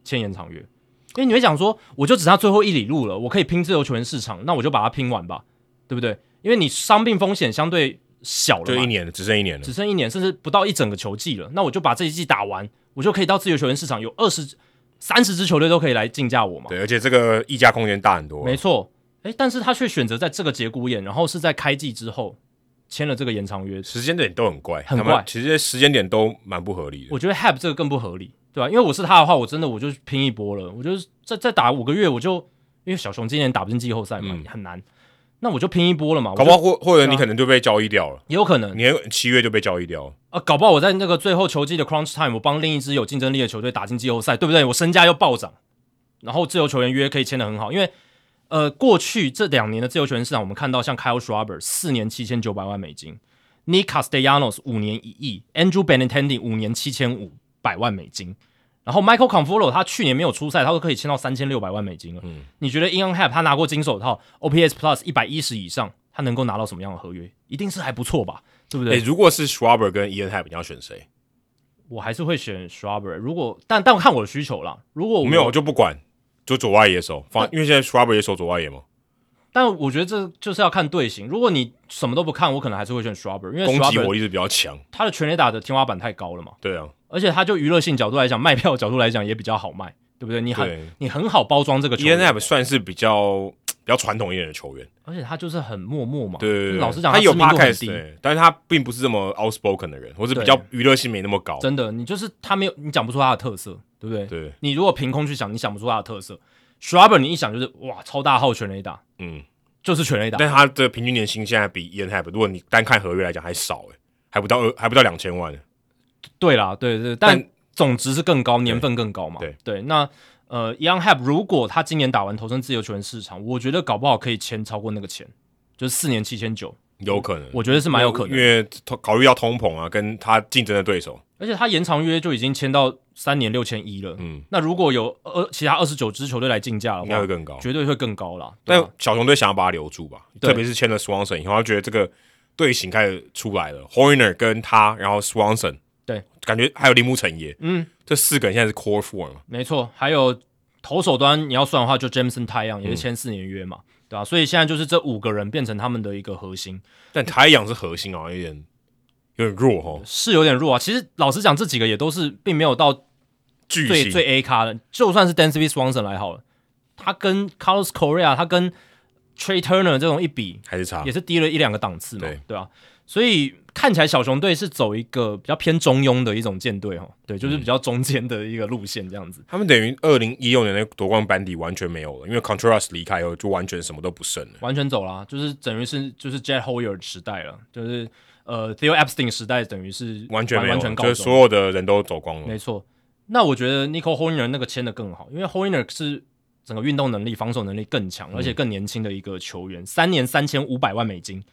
签延长约，因为你会讲说，我就只差最后1里路了，我可以拼自由球员市场，那我就把它拼完吧，对不对？因为你伤病风险相对小了嘛， 就1年，只剩1年了， 只剩1年，甚至不到一整个球季了，那我就把这一季打完，我就可以到自由球员市场有20、30支球队都可以来竞价我嘛。 对，而且这个溢价空间大很多。 没错，但是他却选择在这个节骨眼，然后是在开季之后签了这个延长约， 时间点都很怪， 很怪， 其实时间点都蛮不合理的。 我觉得 Hab 这个更不合理，对吧？因为我是他的话，我真的我就拼一波了，我就再打5个月，我就因为小熊今年打不进季后赛嘛，很难。那我就拼一波了嘛， 搞不好或者你可能就被交易掉了， 也有可能， 你7月就被交易掉了。 搞不好我在那个最后球季的 crunch time， 我帮另一支有竞争力的球队打进季后赛，对不对？我身价又暴涨，然后自由球员约可以签得很好，因为过去这2年的自由球员市场，我们看到像 Kyle Schwarber 4年$7900万，Nick Castellanos 5年1亿，Andrew Benintendi 5年$7500万，然后 Michael Conforto 他去年没有出赛，他都可以签到$3600万了。你觉得 Ian Happ 他拿过金手套 ，OPS Plus 110以上，他能够拿到什么样的合约？一定是还不错吧，对不对？ 如果是 Schwarber 跟 Ian Happ， 你要选谁？ 我还是会选 Schwarber。如果但我看我的需求啦，如果没有我就不管，就左外野手，因为现在 Schwarber 也守左外野嘛。 但我觉得这就是要看队形。如果你什么都不看，我可能还是会选 Schwarber， 因为攻击火力是比较强， 他的全垒打的天花板太高了嘛。 对啊， 而且他就娱乐性角度来讲，卖票角度来讲也比较好卖，对不对？你很好包装这个球员。 Ian Happ 算是比较传统一点的球员， 而且他就是很默默嘛。 对， 老实讲， 他有知名度很低， 但是他并不是这么 outspoken 的人，或是比较娱乐性没那么高。 真的，你就是他没有，你讲不出他的特色，对不对？ 对， 你如果凭空去想，你想不出他的特色。Schwarber 你一想就是哇，超大号全垒打，就是全垒打。 但他的平均年薪现在比 Ian Happ， 如果你单看合约来讲还少还不到2000万。 对啦，对，但总值是更高，年份更高嘛。对，那Ian Happ 如果他今年打完投身自由球员市场，我觉得搞不好可以签超过那个钱，就是4年$7900， 有可能， 我觉得是蛮有可能， 因为考虑到通膨啊，跟他竞争的对手， 而且他延长约就已经签到3年$6100了。那如果有其他29支球队来竞价的话， 应该会更高， 绝对会更高啦。 但小熊队想要把他留住吧，特别是签了 Swanson 以后，他觉得这个队形开始出来了 ，Hoerner 跟他，然后 Swanson， 对， 感觉还有铃木诚也，这4个人现在是 Core Four 嘛， 没错，还有投手端你要算的话，就 Jameson Taillon 也是签4年约嘛，对吧？所以现在就是这5个人变成他们的一个核心， 但Taillon是核心啊，有点弱哦， 是有点弱啊。其实老实讲，这几个也都是并没有到最 A 咖的，就算是 Dansby Swanson 来好了，他跟 Carlos Correa， 他跟 Trey Turner 这种一比， 还是差， 也是低了1-2个档次嘛， 对吧？所以看起来小熊队是走一个比较偏中庸的一种舰队对，就是比较中间的一个路线这样子。 他们等于2016年的夺冠班底完全没有了，因为 Contreras 离开后就完全什么都不剩了， 完全走了，就是等于是就是 Jed Hoyer 时代了，就是Theo Epstein 时代等于是完全没有， 告终， 就是所有的人都走光了。 没错，那我觉得 Nico Hoerner 那个签的更好，因为 Hoerner 是整个运动能力、防守能力更强，而且更年轻的一个球员，3年$3500万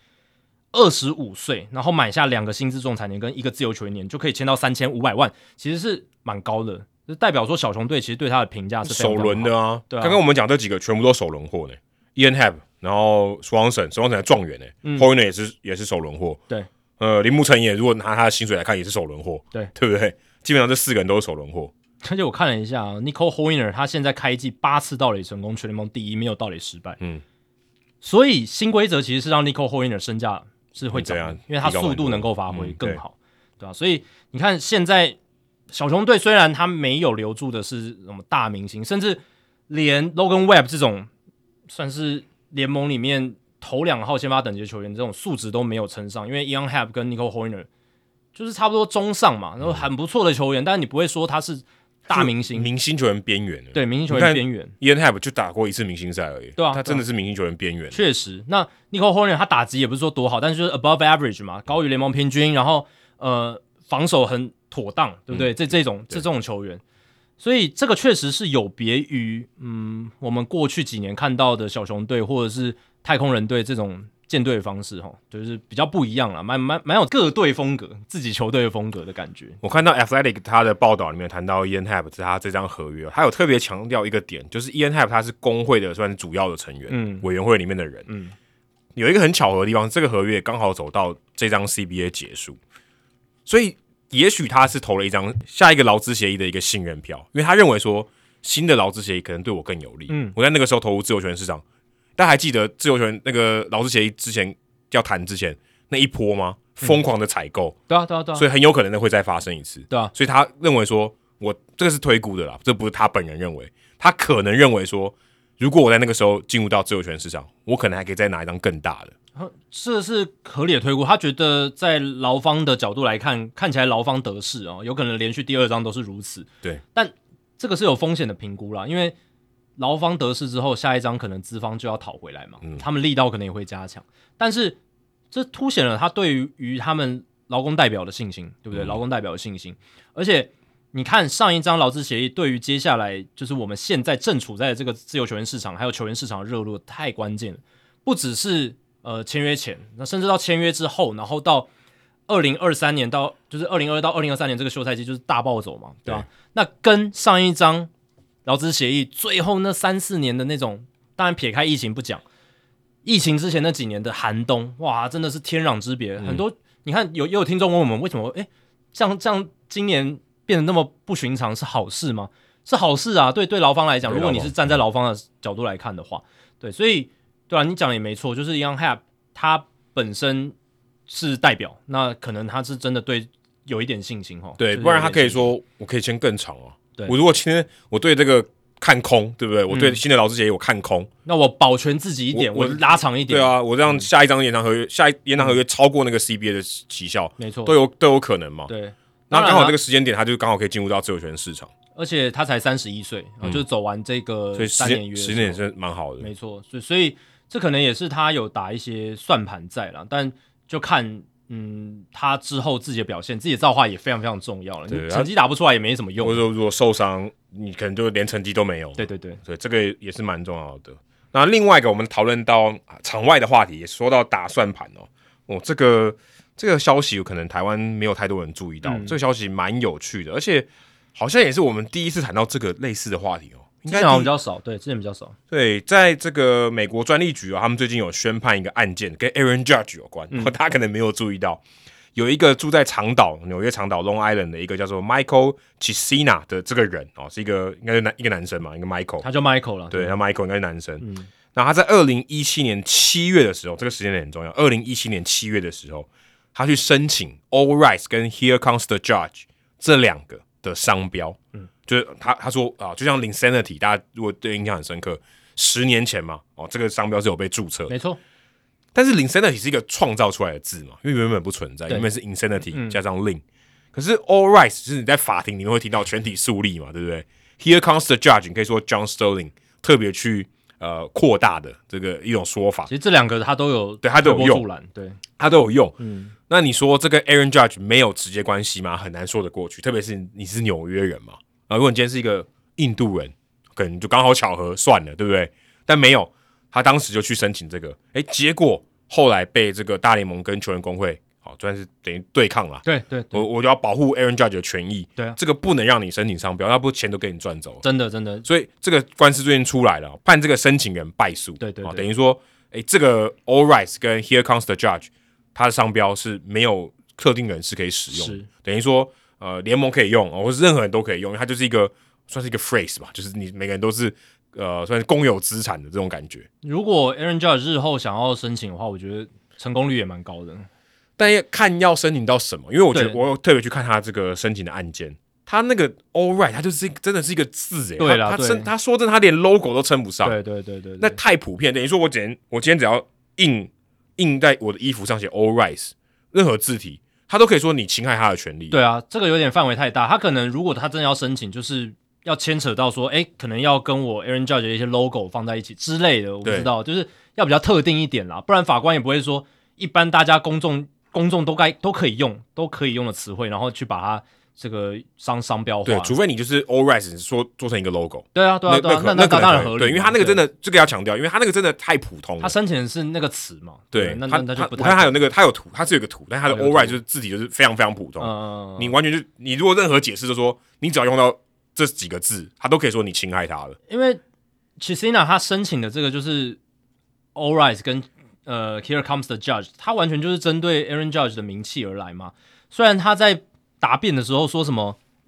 ，25岁，然后买下2个薪资仲裁年跟1个自由球员年，就可以签到$3500万，其实是蛮高的，就代表说小熊队其实对他的评价是非常首轮的啊。 对啊， 刚刚我们讲这几个全部都首轮货呢 ，Ian Happ， 然后 Swanson 的状元Hoerner 也是首轮货， 对， 铃木诚也如果拿他的薪水来看也是首轮货， 对不对？基本上这4个人都是首轮货。 而且我看了一下Nico Hoerner 他现在开季8次盗垒成功，全联盟第1，没有盗垒失败。所以新规则其实是让 Nico Hoerner 身价是会涨的，因为他速度能够发挥更好，对吧？所以你看现在小熊队虽然他没有留住的是什么大明星，甚至连 Logan Webb 这种算是联盟里面头2号先发等级的球员，这种素质都没有撑上，因为 Ian Happ 跟 Nico Hoerner 就是差不多中上嘛，然后很不错的球员，但是你不会说他是大明星， 明星球员边缘， 对，明星球员边缘。 Ian Happ 就打过1次明星赛而已， 对啊， 他真的是明星球员边缘。 确实，那 Nico Hoerner 他打击也不是说多好，但是就是 above average 嘛，高于联盟平均，然后防守很妥当，对不对？这种球员，所以这个确实是有别于我们过去几年看到的小熊队或者是太空人队这种建队的方式就是比较不一样啦，蛮有各队风格，自己球队的风格的感觉。 我看到 Athletic 他的报道里面谈到 Ian Happ 是他这张合约，他有特别强调一个点，就是 Ian Happ 他是工会的算是主要的成员，委员会里面的人。有一个很巧合的地方，这个合约刚好走到这张 CBA 结束，所以也许他是投了一张下一个劳资协议的一个信任票，因为他认为说新的劳资协议可能对我更有利。我在那个时候投入自由球员市场，大家还记得自由球员那个劳资协议之前要谈之前那一波吗？疯狂的采购， 对啊， 所以很有可能会再发生一次， 对啊， 所以他认为说，我这个是推估的啦，这不是他本人认为，他可能认为说，如果我在那个时候进入到自由球员市场，我可能还可以再拿一张更大的。 这是合理的推估，他觉得在劳方的角度来看，看起来劳方得势有可能连续第2张都是如此。 对， 但这个是有风险的评估啦，因为劳方得势之后，下一张可能资方就要讨回来嘛，他们力道可能也会加强，但是这凸显了他对于他们劳工代表的信心，对不对？劳工代表的信心，而且你看上一张劳资协议对于接下来就是我们现在正处在这个自由球员市场还有球员市场的热络太关键了，不只是签约前，那甚至到签约之后，然后到2023年到就是2022到2023年这个休赛季就是大暴走嘛，对吧？那跟上一张劳资协议最后那3-4年的那种，当然撇开疫情不讲，疫情之前那几年的寒冬，哇，真的是天壤之别。很多你看也有听众问我们为什么这样今年变得那么不寻常，是好事吗？是好事啊，对劳方来讲，如果你是站在劳方的角度来看的话，对，所以对啊，你讲的也没错，就是 Young Happ 他本身是代表，那可能他是真的对有一点信心对，不然他可以说我可以签更长啊。 对， 我如果今天我对这个看空，对不对？我对新的劳资协议我看空， 那我保全自己一点，我拉长一点。 对啊，我让下一张延长合约，下一延长合约超过那个 CBA 的期效， 没错， 都有可能嘛。 对， 那刚好这个时间点，他就刚好可以进入到自由球员市场， 而且他才31岁，就是走完这个3年约， 时间也是蛮好的。 没错，所以这可能也是他有打一些算盘在啦，但就看他之后自己的表现，自己的造化也非常非常重要了。你成绩打不出来也没什么用， 或者说如果受伤，你可能就连成绩都没有。 对， 所以这个也是蛮重要的。那另外一个，我们讨论到场外的话题，也说到打算盘这个消息，可能台湾没有太多人注意到，这个消息蛮有趣的，而且好像也是我们第一次谈到这个类似的话题应该之前比较少，对，之前比较少。 对，在这个美国专利局他们最近有宣判一个案件，跟 Aaron Judge 有关，大家可能没有注意到，有一个住在纽约长岛 Long Island 的一个叫做 Michael Chisina 的这个人是应该是一个男生嘛，一个 Michael， 他叫 Michael 了， 对，他 Michael 应该是男生。那他在2017年7月的时候，这个时间点很重要。2017年7月的时候，他去申请 All Rise 跟 Here Comes the Judge 这2个的商标。就是他说就像 Linsanity， 大家如果对印象很深刻，10年前嘛，这个商标是有被注册， 没错。 但是 Linsanity 是一个创造出来的字嘛，因为原本不存在，原本是 Insanity 加上 Lin。可是 All Rise 就是你在法庭里面会听到全体肃立嘛，对不对 ？Here Comes the Judge， 你可以说 John Sterling 特别去扩大的这个一种说法。 其实这2个他都有， 对，他都有用， 对， 他都有用。那你说这个 Aaron Judge 没有直接关系吗？很难说得过去，特别是你是纽约人嘛。如果你今天是一个印度人，可能就刚好巧合算了，对不对？但没有，他当时就去申请这个，结果后来被这个大联盟跟球员工会算是等于对抗啦。 对， 我就要保护 Aaron Judge 的权益， 对啊， 这个不能让你申请商标，要不钱都给你赚走了， 真的。 所以这个官司最近出来了，判这个申请人败诉， 对， 等于说，这个 All Rise 跟 Here Comes the Judge， 他的商标是没有特定人士可以使用，等于说。联盟可以用或是任何人都可以用，因为它就是算是一个 phrase 吧，就是你每个人都是算是公有资产的这种感觉。 如果 Aaron Judge 日后想要申请的话，我觉得成功率也蛮高的。 但要申请到什么？因为我觉得我有特别去看他这个申请的案件，他那个 All Right， 他就是真的是一个字对啦， 他说真的，他连 logo 都称不上。 对， 那太普遍，等于说我今天只要印在我的衣服上写 All Right， 任何字体。他都可以说你侵害他的权利。 对啊，这个有点范围太大。他可能如果他真的要申请，就是要牵扯到说，可能要跟我 Aaron Judge 的一些 logo 放在一起之类的，我不知道，就是要比较特定一点啦，不然法官也不会说一般大家公众都可以用的词汇，然后去把它这个商标化。 对，除非你就是 All Rise 说做成一个 logo。 对啊，那当然合理。 对，因为他那个真的这个要强调，因为他那个真的太普通了。 他申请的是那个词嘛？ 对， 那就不太。 我看他有那个，他有图，他是有个图，但他的 All Rise 就是字体就是非常非常普通。你完全就你如果任何解释，就说你只要用到这几个字，他都可以说你侵害他了。 因为 Chisina 他申请的这个就是 All Rise 跟Here Comes the Judge， 他完全就是针对 Aaron Judge 的名气而来嘛。虽然他在答辩的时候说什么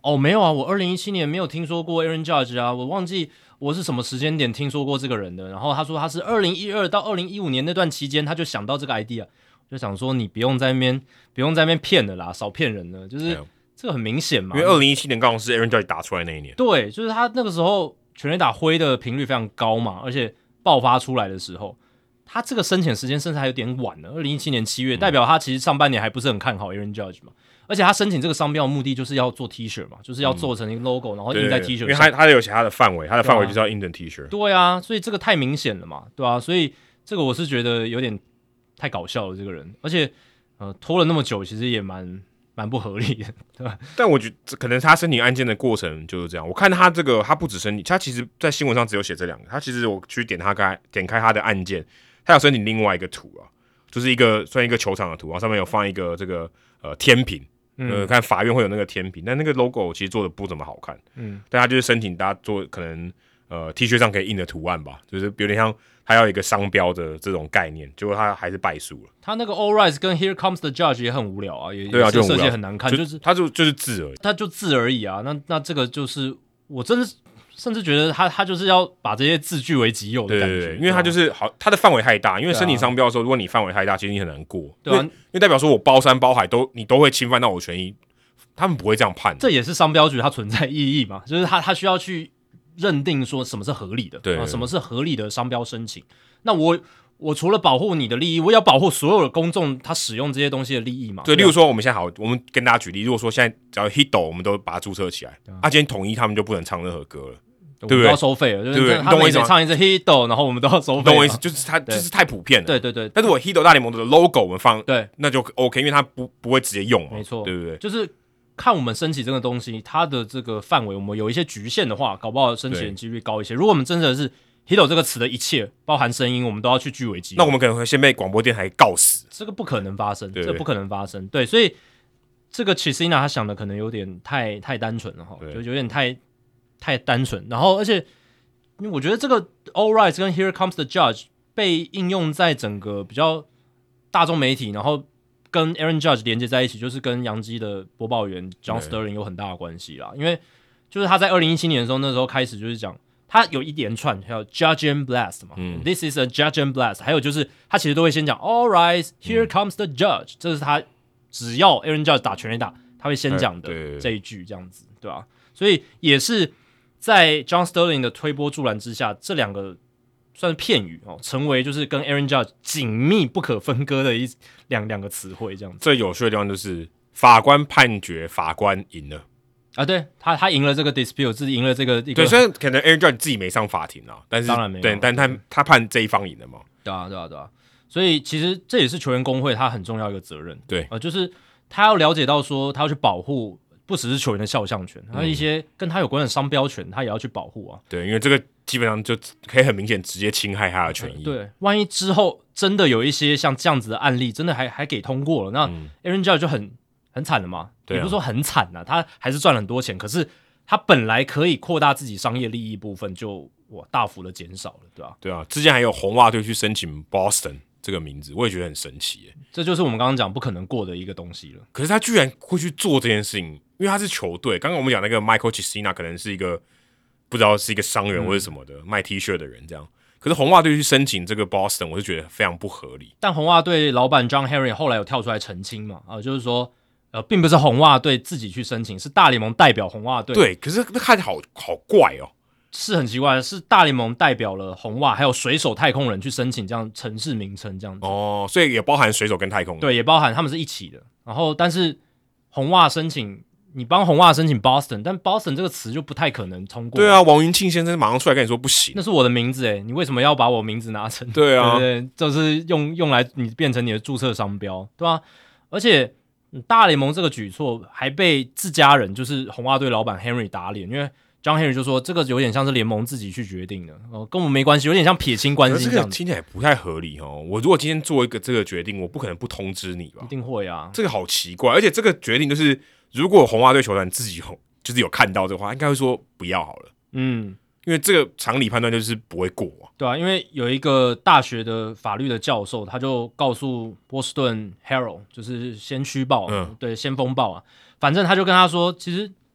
没有啊，我2017年没有听说过 Aaron Judge 啊，我忘记我是什么时间点听说过这个人的。然后他说他是2012到2015年那段期间他就想到这个 idea， 就想说你不用在那边骗了啦，少骗人了，就是这个很明显嘛。 因为2017年刚好是 Aaron Judge 打出来那一年， 对，就是他那个时候全垒打挥的频率非常高嘛，而且爆发出来的时候，他这个申请时间甚至还有点晚了，2017年7月，代表他其实上半年还不是很看好 Aaron Judge 嘛。而且他申请这个商标的目的就是要做 T 恤嘛，就是要做成一个 logo，然后印在 T 恤上。 因为他有写他的范围，他的范围就是要印成 T 恤。 对啊，所以这个太明显了嘛，对啊，所以这个我是觉得有点太搞笑了，这个人，而且拖了那么久，其实也蛮不合理的，对吧？ 但我觉得可能他申请案件的过程就是这样。我看他这个，他不止申请，他其实在新闻上只有写这两个。他其实我去点开他的案件，他有申请另外一个图啊，就是算一个球场的图，然后上面有放一个这个天平。看法院会有那个天平，但那个 logo 其实做的不怎么好看。但他就是申请大家做可能T 恤上可以印的图案吧，就是有点像他要一个商标的这种概念，结果他还是败诉了。 他那个 All Rise 跟 Here Comes the Judge 也很无聊啊， 对啊，就设计很难看，就是他就是字而已， 他就字而已啊。那这个就是我真的甚至觉得他就是要把这些字据为己有的感觉， 对，因为他就是好，他的范围太大。因为申请商标的时候，如果你范围太大，其实你很难过， 对啊， 因为代表说我包山包海你都会侵犯到我权益，他们不会这样判。 这也是商标局它存在意义嘛，就是他需要去认定说什么是合理的， 对， 什么是合理的商标申请。那我除了保护你的利益，我也要保护所有的公众他使用这些东西的利益嘛。 对，例如说我们现在我们跟大家举例，如果说现在只要 Hito 我们都把它注册起来，今天统一他们就不能唱任何歌了。对不对？ 都要收费了，对不对？ 他每次唱一次 Hito， 然后我们都要收费。 懂我意思？就是它就是太普遍了。 对。 但是我 Hito 大联盟的 logo 我们放， 对， 那就 OK， 因为它不会直接用嘛， 没错， 对不对？ 就是看我们申请这个东西，它的这个范围，我们有一些局限的话，搞不好申请的几率高一些。如果我们真的是 Hito 这个词的一切，包含声音，我们都要去据为己有， 那我们可能会先被广播电台告死。 这个不可能发生， 对， 这不可能发生。对，所以这个 Chisina 他想的可能有点太单纯了哈，就有点太单纯。然后，而且因为我觉得这个 All Right 跟 Here Comes the Judge 被应用在整个比较大众媒体，然后跟 Aaron Judge 连接在一起，就是跟洋基的播报员 John Sterling 有很大的关系啦。因为就是他在2017年的时候，那时候开始就是讲他有一连串，还有 Judge and Blast 嘛，This is a Judge and Blast， 还有就是他其实都会先讲 All Right Here Comes the Judge，这是他只要 Aaron Judge 打全垒打，他会先讲的这一句，这样子，对吧？所以也是在 John Sterling 的推波助澜之下，这两个算是片语哦，成为就是跟 Aaron Judge 紧密不可分割的两个词汇，这样子。 最有趣的地方就是法官判决，法官赢了啊，对他赢了这个 dispute， 自己赢了这个对，虽然可能 Aaron Judge 自己没上法庭啊，但是当然没有， 对，但他判这一方赢了嘛， 对啊，所以其实这也是球员工会他很重要一个责任， 对， 就是他要了解到说他要去保护。不只是球员的肖像权，还有一些跟他有关的商标权，他也要去保护啊。 对，因为这个基本上就可以很明显直接侵害他的权益。 对，万一之后真的有一些像这样子的案例，真的还给通过了，那 Aaron Judge 就很惨了嘛。也不是说很惨啊，他还是赚了很多钱，可是他本来可以扩大自己商业利益部分就大幅的减少了，对吧？ 对啊，之前还有红袜队去申请 Boston。这个名字我也觉得很神奇耶， 这就是我们刚刚讲不可能过的一个东西了。 可是他居然会去做这件事情，因为他是球队。刚刚我们讲那个 Michael Chisina 可能是一个不知道是一个商人或者什么的、卖 T 恤的人这样。可是红袜队去申请这个 Boston， 我是觉得非常不合理。 但红袜队老板 John Henry 后来有跳出来澄清嘛，就是说并不是红袜队自己去申请，是大联盟代表红袜队。 对，可是那看起来好怪哦。 是很奇怪的，是大联盟代表了红袜还有水手太空人去申请这样城市名称这样子哦，所以也包含水手跟太空人， 对，也包含他们是一起的。然后但是红袜申请，你帮红袜申请 Boston， 但 Boston 这个词就不太可能通过。 对啊，王云庆先生马上出来跟你说不行， 那是我的名字你为什么要把我名字拿成？ 对啊， 对，就是用来你变成你的注册商标，对吧？而且大联盟这个举措还被自家人，就是红袜队老板 Henry 打脸，因为John Henry 就说这个有点像是联盟自己去决定的，跟我们没关系，有点像撇清关系这样子。 这个听起来不太合理哦。我如果今天做一个这个决定，我不可能不通知你吧？ 一定会啊。 这个好奇怪，而且这个决定就是，如果红袜队球团自己就是有看到这个话，应该会说不要好了。因为这个常理判断就是不会过啊。 对啊，因为有一个大学的法律的教授，他就告诉波士顿 Herald， 就是先驱报，对，先锋报啊，反正他就跟他说，其实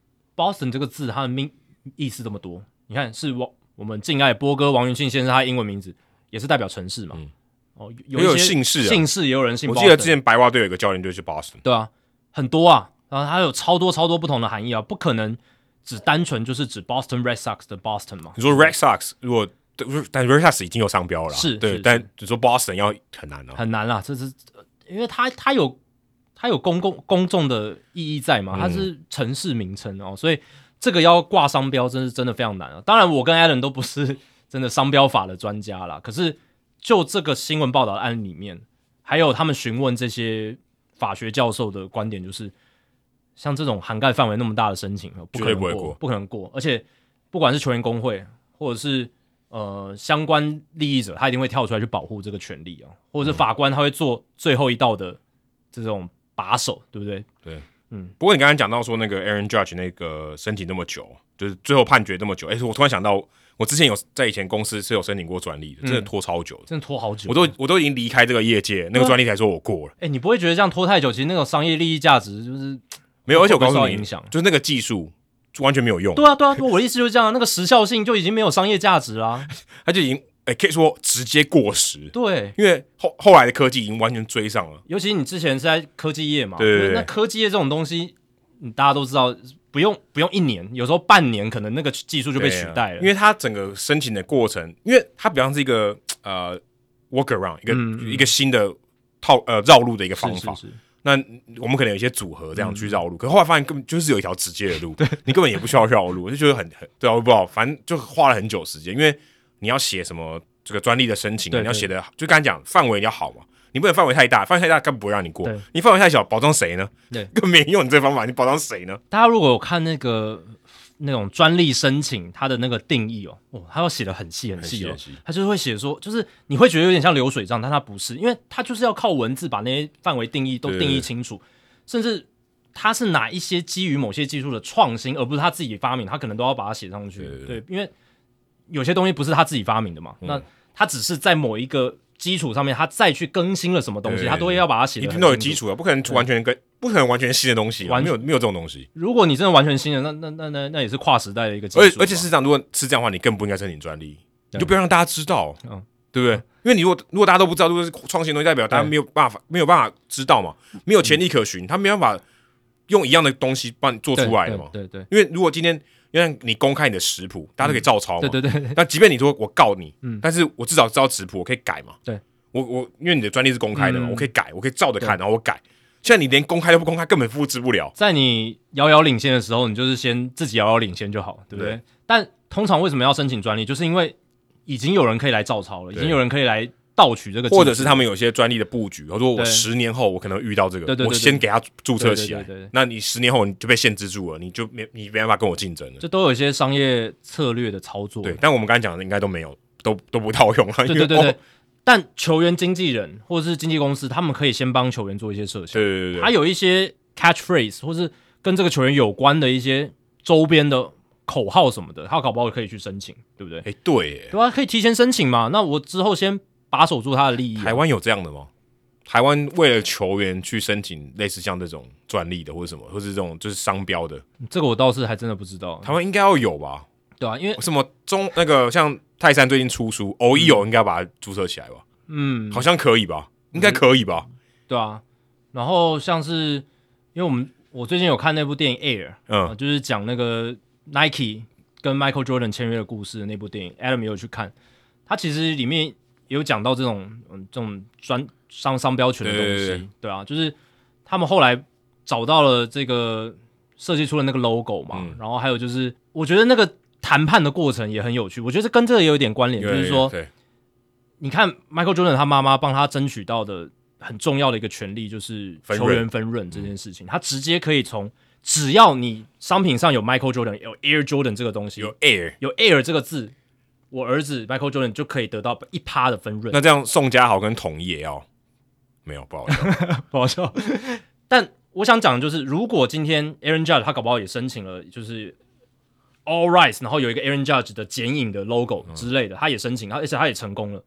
Boston 这个字它的意思这么多，你看是我们敬爱波哥王云庆先生他的英文名字也是代表城市嘛。有一些姓氏姓氏也有人姓 Boston。 我记得之前白袜队有一个教练就是 Boston。 对啊，很多啊，然后它有超多不同的含义啊，不可能只单纯就是指 Boston Red Sox 的 Boston 嘛。 你说 Red Sox 如果但 Red Sox 已经有商标了啦， 是， 对，但你说 Boston 要很难啊， 很难啦，这是因为它有公众的意义在嘛，它是城市名称哦，所以这个要挂商标真的非常难啊。当然，我跟 Alan 都不是真的商标法的专家啦，可是就这个新闻报道的案里面，还有他们询问这些法学教授的观点，就是像这种涵盖范围那么大的申请，不可能过，而且不管是球员工会或者是相关利益者，他一定会跳出来去保护这个权利啊，或者是法官他会做最后一道的这种把手，对不对？ 对，不过你刚刚讲到说那个 Aaron Judge 那个申请那么久，就是最后判决那么久，我突然想到，我之前有在以前公司是有申请过专利的，真的拖超久的， 真的拖好久， 我都已经离开这个业界，那个专利才说我过了。 你不会觉得这样拖太久，其实那种商业利益价值就是没有，而且我告诉你， 影响就是那个技术完全没有用。 对啊，我的意思就是这样，那个时效性就已经没有商业价值啦， 它就已经可以说直接过时。 对， 因为后来的科技已经完全追上了。 尤其你之前是在科技业嘛， 对， 那科技业这种东西，大家都知道，不用一年，有时候半年，可能那个技术就被取代了。 因为它整个申请的过程，因为它比方是一个workaround， 一个新的绕路的一个方法。 是那我们可能有一些组合这样去绕路，可是后来发现根本就是有一条直接的路，你根本也不需要绕路，就觉得很对啊，我不知道，反正就花了很久时间，因为你要写什么这个专利的申请，你要写的就刚才讲范围要好嘛，你不能范围太大，范围太大根本不会让你过，你范围太小，保障谁呢？对，根本没用你这个方法，你保障谁呢？ 大家如果有看那种专利申请，它的那个定义它要写的很细很细它就会写说，就是你会觉得有点像流水账，但它不是，因为它就是要靠文字把那些范围定义都定义清楚，甚至它是哪一些基于某些技术的创新，而不是他自己发明，他可能都要把它写上去。对，因为有些东西不是他自己发明的嘛，那他只是在某一个基础上面，他再去更新了什么东西，他都会要把它写得很清楚。 一定都有基础的，不可能完全新的东西，没有这种东西。 如果你真的完全新的，那也是跨时代的一个技术。 而且事实上，如果是这样的话，你更不应该申请专利，你就不要让大家知道，对不对？因为你如果大家都不知道，如果是创新东西，代表大家没有办法知道嘛，没有前例可循，他没办法用一样的东西帮你做出来的嘛。 对， 因为如果今天因为你公开你的食谱，大家都可以照抄嘛。 对。 那即便你说我告你，但是我至少知道食谱，我可以改嘛。 对， 我因为你的专利是公开的嘛，我可以改，我可以照着看，然后我改。现在你连公开都不公开，根本复制不了。 在你遥遥领先的时候，你就是先自己遥遥领先就好，对不对？但通常为什么要申请专利？就是因为已经有人可以来照抄了，已经有人可以来盗取这个技术， 或者是他们有些专利的布局，比如说我10年后我可能遇到这个，我先给他注册起来。那你10年后你就被限制住了，你没办法跟我竞争了。 这都有一些商业策略的操作。 对，但我们刚才讲的应该都没有，都不套用啊。 对。但球员经纪人或者是经纪公司，他们可以先帮球员做一些设想。 对。 他有一些 catchphrase 或是跟这个球员有关的一些周边的口号什么的，他搞不好可以去申请，对不对？ 对啊，可以提前申请嘛。那我之后先把守住他的利益。 台湾有这样的吗？台湾为了球员去申请类似像这种专利的或者什么，或是这种就是商标的， 这个我倒是还真的不知道。 台湾应该要有吧？ 对啊，因为什么那个像泰山最近出书，偶一有应该把它注册起来吧？好像可以吧？应该可以吧？ 对啊。然后像是因为我最近有看那部电影 Air，就是讲那个 Nike 跟 Michael Jordan 签约的故事的那部电影 ，Adam 也有去看。他其实里面也有讲到这种商标权的东西，对啊，就是他们后来找到了这个设计出了那个 logo 嘛，然后还有就是我觉得那个谈判的过程也很有趣，我觉得跟这个也有点关联，就是说，你看 Michael Jordan 他妈妈帮他争取到的很重要的一个权利就是球员分润这件事情，他直接可以只要你商品上有 Michael Jordan 有 Air Jordan 这个东西， 有 Air 这个字，我儿子 Michael Jordan 就可以得到1%的分润。 那这样宋家豪跟统一也要没有不好笑， 不好笑。但我想讲的就是，如果今天 Aaron Judge 他搞不好也申请了，就是 All Rights， 然后有一个 Aaron Judge 的剪影的 logo 之类的，他也申请，而且他也成功了。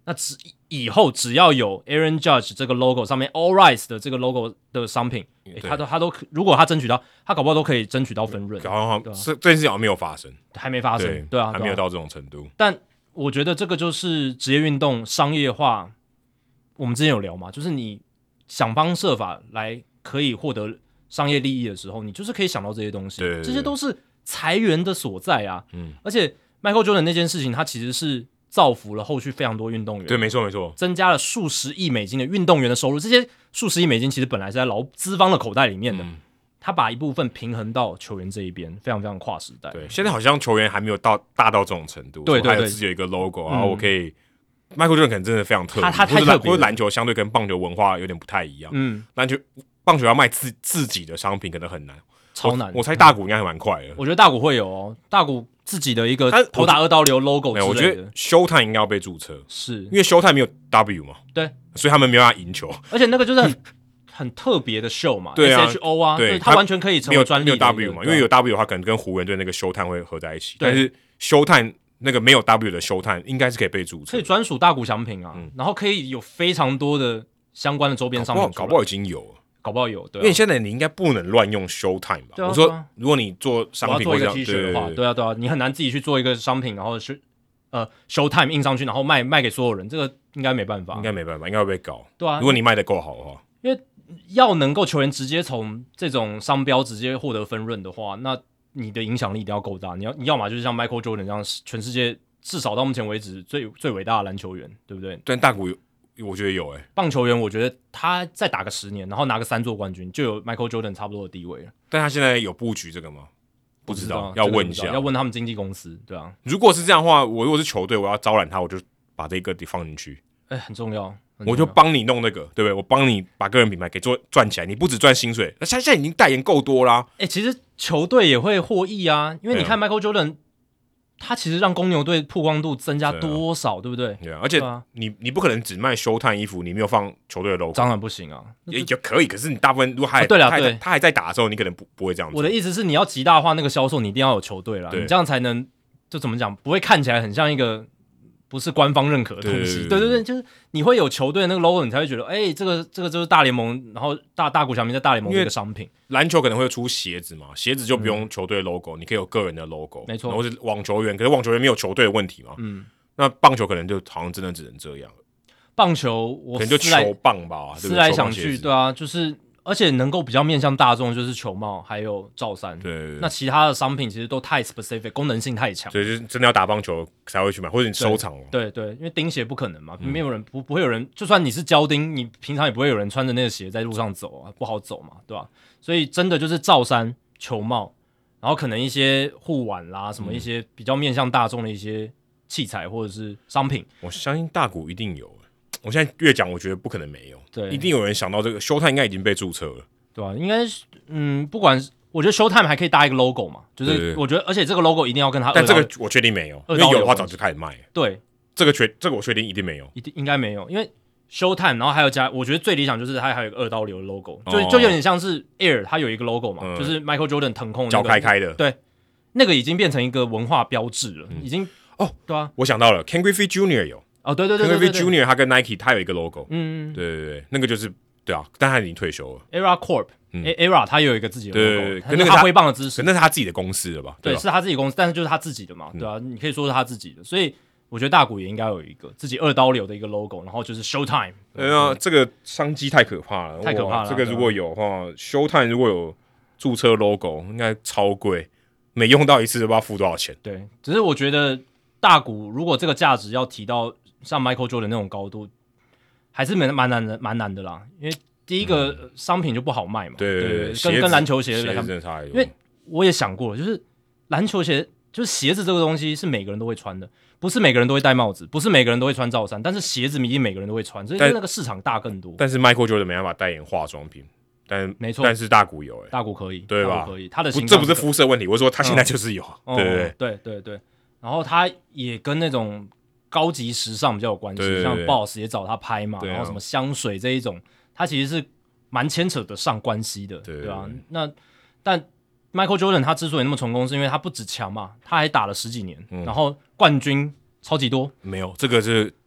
那以后只要有 Aaron Judge 这个 logo 上面 All Rise 的这个 logo 的商品，他都如果他争取到，他搞不好都可以争取到分润。 好像这件事情好像没有发生， 还没发生，对啊， 还没有到这种程度。 但我觉得这个就是职业运动商业化，我们之前有聊嘛，就是你想方设法来可以获得商业利益的时候，你就是可以想到这些东西， 对， 这些都是财源的所在啊。而且 Michael Jordan 那件事情，他其实是造福了后续非常多运动员， 对，没错， 增加了数十亿美金的运动员的收入。这些数十亿美金其实本来是在劳资方的口袋里面的，他把一部分平衡到球员这一边，非常非常跨时代。 对，现在好像球员还没有大到这种程度， 对， 还有自己有一个 logo，然后我可以。Michael Jordan 可能真的非常特别， 他太特别， 或者篮球相对跟棒球文化有点不太一样。棒球要卖自己的商品可能很难， 超难。 我猜大谷应该还蛮快的。 我觉得大谷会有哦，大谷自己的一个头打2刀流 logo 之类的。 我觉得 Showtime 应该要被注册， 是因为 Showtime 没有 W 嘛， 对， 所以他们没有办法赢球。 而且那个就是很特别的秀嘛， 对啊 SHO 啊， 对， 它完全可以成为专利。 没有 W 嘛，因为有 W 的话，可能跟湖人队那个 Showtime 会合在一起，但是 Showtime。那个没有 W 的Showtime应该是可以被注册， 可以专属大谷翔平啊，然后可以有非常多的相关的周边商品， 搞不好已经有了， 搞不好有，对、啊， 因为现在你应该不能乱用 Showtime 吧？ 对啊， 我说如果你做商品做一个 T 恤的话，对啊，你很难自己去做一个商品，然后是Showtime 印上去，然后卖给所有人，这个应该没办法， 应该会被搞， 对啊， 如果你卖的够好的话， 因为要能够球员直接从这种商标直接获得分润的话，那你的影响力一定要够大，你要嘛就是像 Michael Jordan 这样，全世界。至少到目前为止最伟大的篮球员，对不对？ 但大谷我觉得有棒球员我觉得他再打个10年，然后拿个3座冠军，就有 Michael Jordan 差不多的地位了。 但他现在有布局这个吗？不知道，要问一下， 要问他们经纪公司，对啊。 如果是这样的话，我如果是球队，我要招揽他，我就把这个放进去。 很重要， 我就帮你弄那个，对不对？我帮你把个人品牌给赚起来，你不只赚薪水，那现在已经代言够多啦。 其实球队也会获益啊，因为你看 Michael Jordan。他其实让公牛队曝光度增加多少，对不对？ 对啊，而且你不可能只卖Showtime衣服，你没有放球队的 logo， 当然不行啊， 也可以。可是你大部分如果他还在打的时候，你可能不会这样做。 我的意思是，你要极大化那个销售，你一定要有球队啦，你这样才能就怎么讲，不会看起来很像一个不是官方认可的东西。对，就是你会有球队的那个 logo， 你才会觉得，这个就是大联盟，然后大谷翔平在大联盟的一个商品。 篮球可能会出鞋子嘛，鞋子就不用球队 logo，你可以有个人的 logo， 没错。 然后是网球员，可是网球员没有球队的问题嘛，那棒球可能就好像真的只能这样了。 棒球我可能就球棒吧， 思来想去，对啊，就是而且能够比较面向大众，就是球帽还有罩衫。 对， 那其他的商品其实都太 specific， 功能性太强， 所以就是真的要打棒球才会去买，或者你收藏。 对，因为钉鞋不可能嘛，没有人不会有人，就算你是胶钉，你平常也不会有人穿着那个鞋在路上走啊，不好走嘛，对吧？所以真的就是罩衫、球帽，然后可能一些护腕啦，什么一些比较面向大众的一些器材或者是商品。 我相信大谷一定有。我现在越讲，我觉得不可能没有， 对， 一定有人想到这个 Showtime 应该已经被注册了， 对吧？应该是，不管我觉得 Showtime 还可以搭一个 logo 嘛，就是我觉得，而且这个 logo 一定要跟他， 但这个我确定没有，因为有的话早就开始卖了。 对， 这个我确定一定没有， 应该没有，因为 Showtime， 然后还有加，我觉得最理想就是它还有一个2刀流的 logo，就有点像是 Air， 它有一个 logo 嘛，就是 Michael Jordan 腾空脚开的， 对，那个已经变成一个文化标志了，已经对啊， 我想到了 Ken Griffey Jr. 有。 对 Ken Griffey Jr. 他跟 Nike 他有一个 logo， 对， 那个就是对啊，但他已经退休了。 Era Corp，Era 他有一个自己的 logo， 跟那个他挥棒的姿势， 那是他自己的公司了吧？ 对，是他自己公司，但是就是他自己的嘛，对啊，你可以说是他自己的，所以我觉得大谷也应该有一个自己2刀流的一个 logo， 然后就是 Showtime。 这个商机太可怕了， 太可怕了。 这个如果有的话 ，Showtime 如果有注册 logo， 应该超贵，每用到一次都不知道付多少钱。 对，只是我觉得大谷如果这个价值要提到像 Michael Jordan 那种高度，还是蛮难的啦。因为第一个商品就不好卖嘛， 对， 跟篮球鞋真的差一点。 因为我也想过了，就是篮球鞋，就是鞋子这个东西是每个人都会穿的，不是每个人都会戴帽子，不是每个人都会穿罩衫，但是鞋子一定每个人都会穿，所以那个市场大更多。 但是 Michael Jordan 没办法代言化妆品， 没错， 但是大谷有大谷可以， 对吧？ 可以，他的形象这不是肤色问题，我说他现在就是有， 对。然后他也跟那种高级时尚比较有关系，像 Boss 也找他拍嘛，然后什么香水这一种，他其实是蛮牵扯得上关系的，对吧？但 Michael Jordan 他之所以那么成功，是因为他不止强嘛，他还打了10几年，然后冠军超级多。 没有，这个是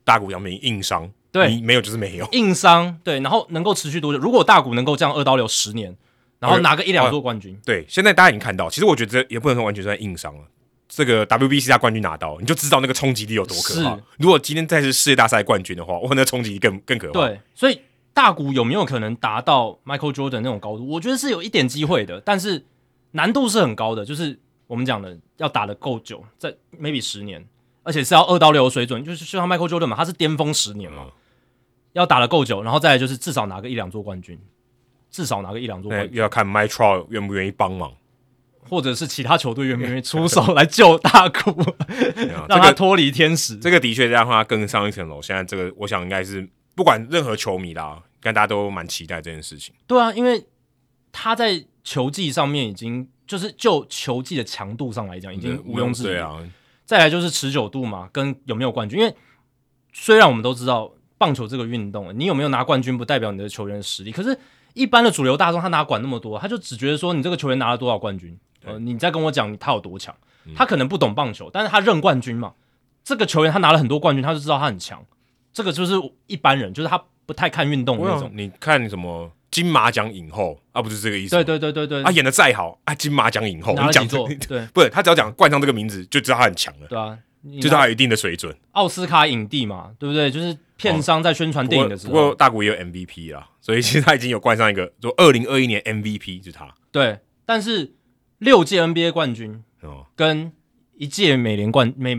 大谷翔平硬伤， 对， 你没有就是没有硬伤，对，然后能够持续多久？如果大谷能够这样2刀流10年，然后拿个1-2座冠军， 对，现在大家已经看到，其实我觉得这也不能说完全算硬伤了。这个 WBC 他冠军拿到，你就知道那个冲击力有多可怕。如果今天再是世界大赛冠军的话，哇，那冲击力更可怕。 对，所以大谷有没有可能达到 Michael Jordan 那种高度？我觉得是有一点机会的，但是难度是很高的。就是我们讲的，要打得够久，在 maybe 10年，而且是要2刀流的水准，就像 Michael Jordan 嘛，他是巅峰10年嘛，要打得够久，然后再来就是至少拿个1-2座冠军，至少拿个1-2座冠军， 要看 Mike Trout 愿不愿意帮忙。 或者是其他球队愿不愿意出手来救大谷，让他脱离天使。 这个的确让他更上一层楼。现在这个，我想应该是不管任何球迷啦，跟大家都蛮期待这件事情。 对啊，因为他在球技上面已经就是就球技的强度上来讲，已经毋庸置疑。 对啊， 再来就是持久度嘛，跟有没有冠军。因为虽然我们都知道棒球这个运动，你有没有拿冠军不代表你的球员的实力，可是一般的主流大众他哪管那么多，他就只觉得说你这个球员拿了多少冠军。你在跟我讲他有多强，他可能不懂棒球，但是他认冠军嘛。这个球员他拿了很多冠军，他就知道他很强。这个就是一般人，就是他不太看运动的那种。 你看什么金马奖影后啊，不是这个意思。 对。 演的再好啊，金马奖影后， 拿了几座？对， 不是他只要讲冠上这个名字，就知道他很强了。 对啊， 就知道他有一定的水准。 奥斯卡影帝嘛，对不对？就是片商在宣传电影的时候。 不过大谷也有 MVP 啦，所以其实他已经有冠上一个，说2021年 MVP 就是他。 对，但是6届 NBA 冠军跟1届美联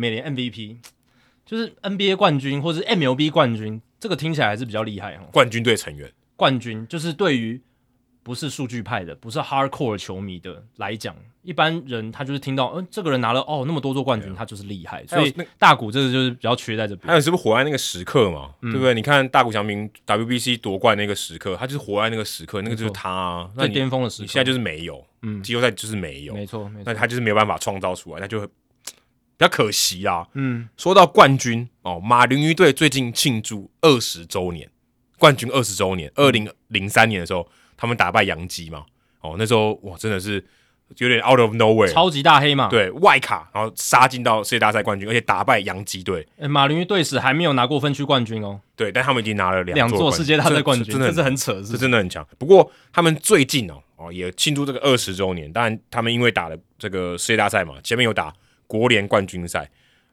MVP， 就是 NBA 冠军或是 MLB 冠军，这个听起来还是比较厉害。 冠军队成员， 冠军就是对于不是数据派的，不是 hardcore 球迷的来讲，一般人他就是听到，这个人拿了那么多座冠军，他就是厉害。所以大谷这个就是比较缺在这边。 还有是不是活在那个时刻嘛？对不对？你看大谷翔平 WBC 夺冠那个时刻，他就是活在那个时刻，那个就是他啊， 最巅峰的时刻。 你现在就是没有，季后赛就是没有， 没错。 那他就是没有办法创造出来，那就比较可惜啦。说到冠军马林鱼队最近庆祝20周年，冠军20周年，2003年的时候。他们打败洋基嘛？那时候哇，真的是有点 out of nowhere， 超级大黑嘛。 对外卡，然后杀进到世界大赛冠军，而且打败洋基队。 马林鱼队史还没有拿过分区冠军哦。 对，但他们已经拿了 2座世界大赛冠军， 这是很扯， 这真的很强。不过他们最近也庆祝这个20周年，当然他们因为打了这个世界大赛嘛，前面有打国联冠军赛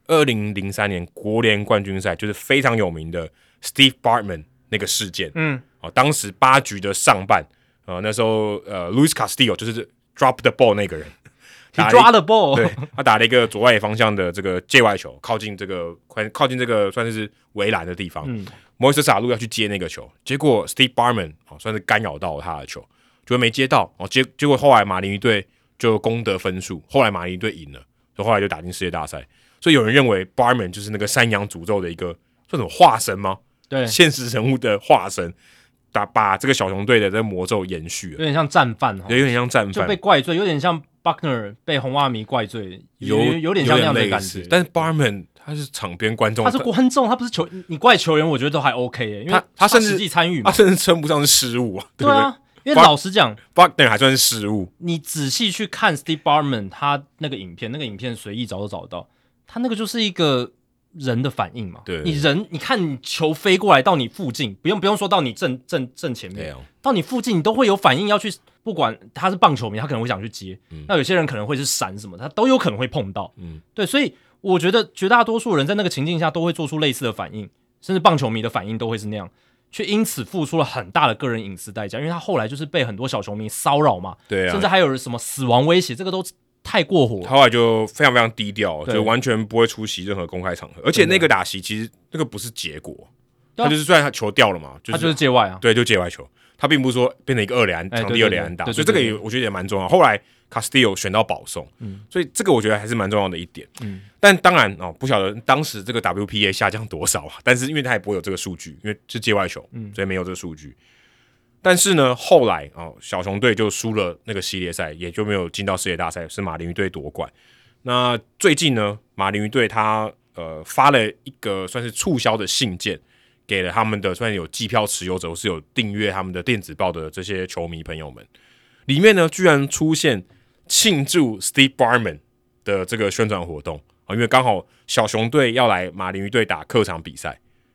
，2003年国联冠军赛就是非常有名的 Steve Bartman 那个事件。当时8局的上半。那时候Luis Castillo 就是 drop the ball 那个人 ，He dropped the ball， 对，他打了一个左外野方向的这个界外球，靠近这个算是围栏的地方。莫伊斯萨路要去接那个球，结果 Steve Bartman 算是干扰到他的球，结果没接到。结果后来马林鱼队就攻得分数，后来马林鱼队赢了，所以后来就打进世界大赛。所以有人认为 Bartman 就是那个山羊诅咒的一个算什么化身吗？ 对， 现实人物的化身。把这个小熊队的这个魔咒延续了， 有点像战犯， 有点像战犯， 就被怪罪，有点像 Buckner 被红袜迷怪罪，有点像那样的感觉。 但是 Bartman 他是场边观众， 他是观众，他不是球，你怪球员，我觉得都还 OK 因为他甚至实际参与嘛， 他甚至称不上是失误啊。 对啊，因为老实讲 ，Buckner 还算是失误。 你仔细去看 Steve Bartman 他那个影片随意找都找得到，他那个就是一个。人的反应嘛， 对， 你看你球飞过来到你附近，不用说到你正前面，到你附近你都会有反应要去，不管他是棒球迷，他可能会想去接，那有些人可能会是闪什么，他都有可能会碰到，对，所以我觉得绝大多数人在那个情境下都会做出类似的反应，甚至棒球迷的反应都会是那样，却因此付出了很大的个人隐私代价，因为他后来就是被很多小球迷骚扰嘛， 对啊， 甚至还有什么死亡威胁，这个都太过火了， 他后来就非常非常低调，就完全不会出席任何公开场合，而且那个打席其实那个不是结果，他就是虽然他球掉了嘛， 他就是界外啊， 对，就界外球，他并不是说变成一个二垒安场地二垒安打，所以这个也我觉得也蛮重要。后来 Castillo 选到保送，所以这个我觉得还是蛮重要的一点。但当然不晓得当时这个 WPA 下降多少啊，但是因为他也不会有这个数据，因为是界外球，所以没有这个数据。但是呢，后来小熊队就输了那个系列赛，也就没有进到世界大赛，是马林鱼队夺冠。那最近呢，马林鱼队他发了一个算是促销的信件，给了他们的算是有季票持有者或是有订阅他们的电子报的这些球迷朋友们，里面呢居然出现庆祝 Steve Bartman 的这个宣传活动因为刚好小熊队要来马林鱼队打客场比赛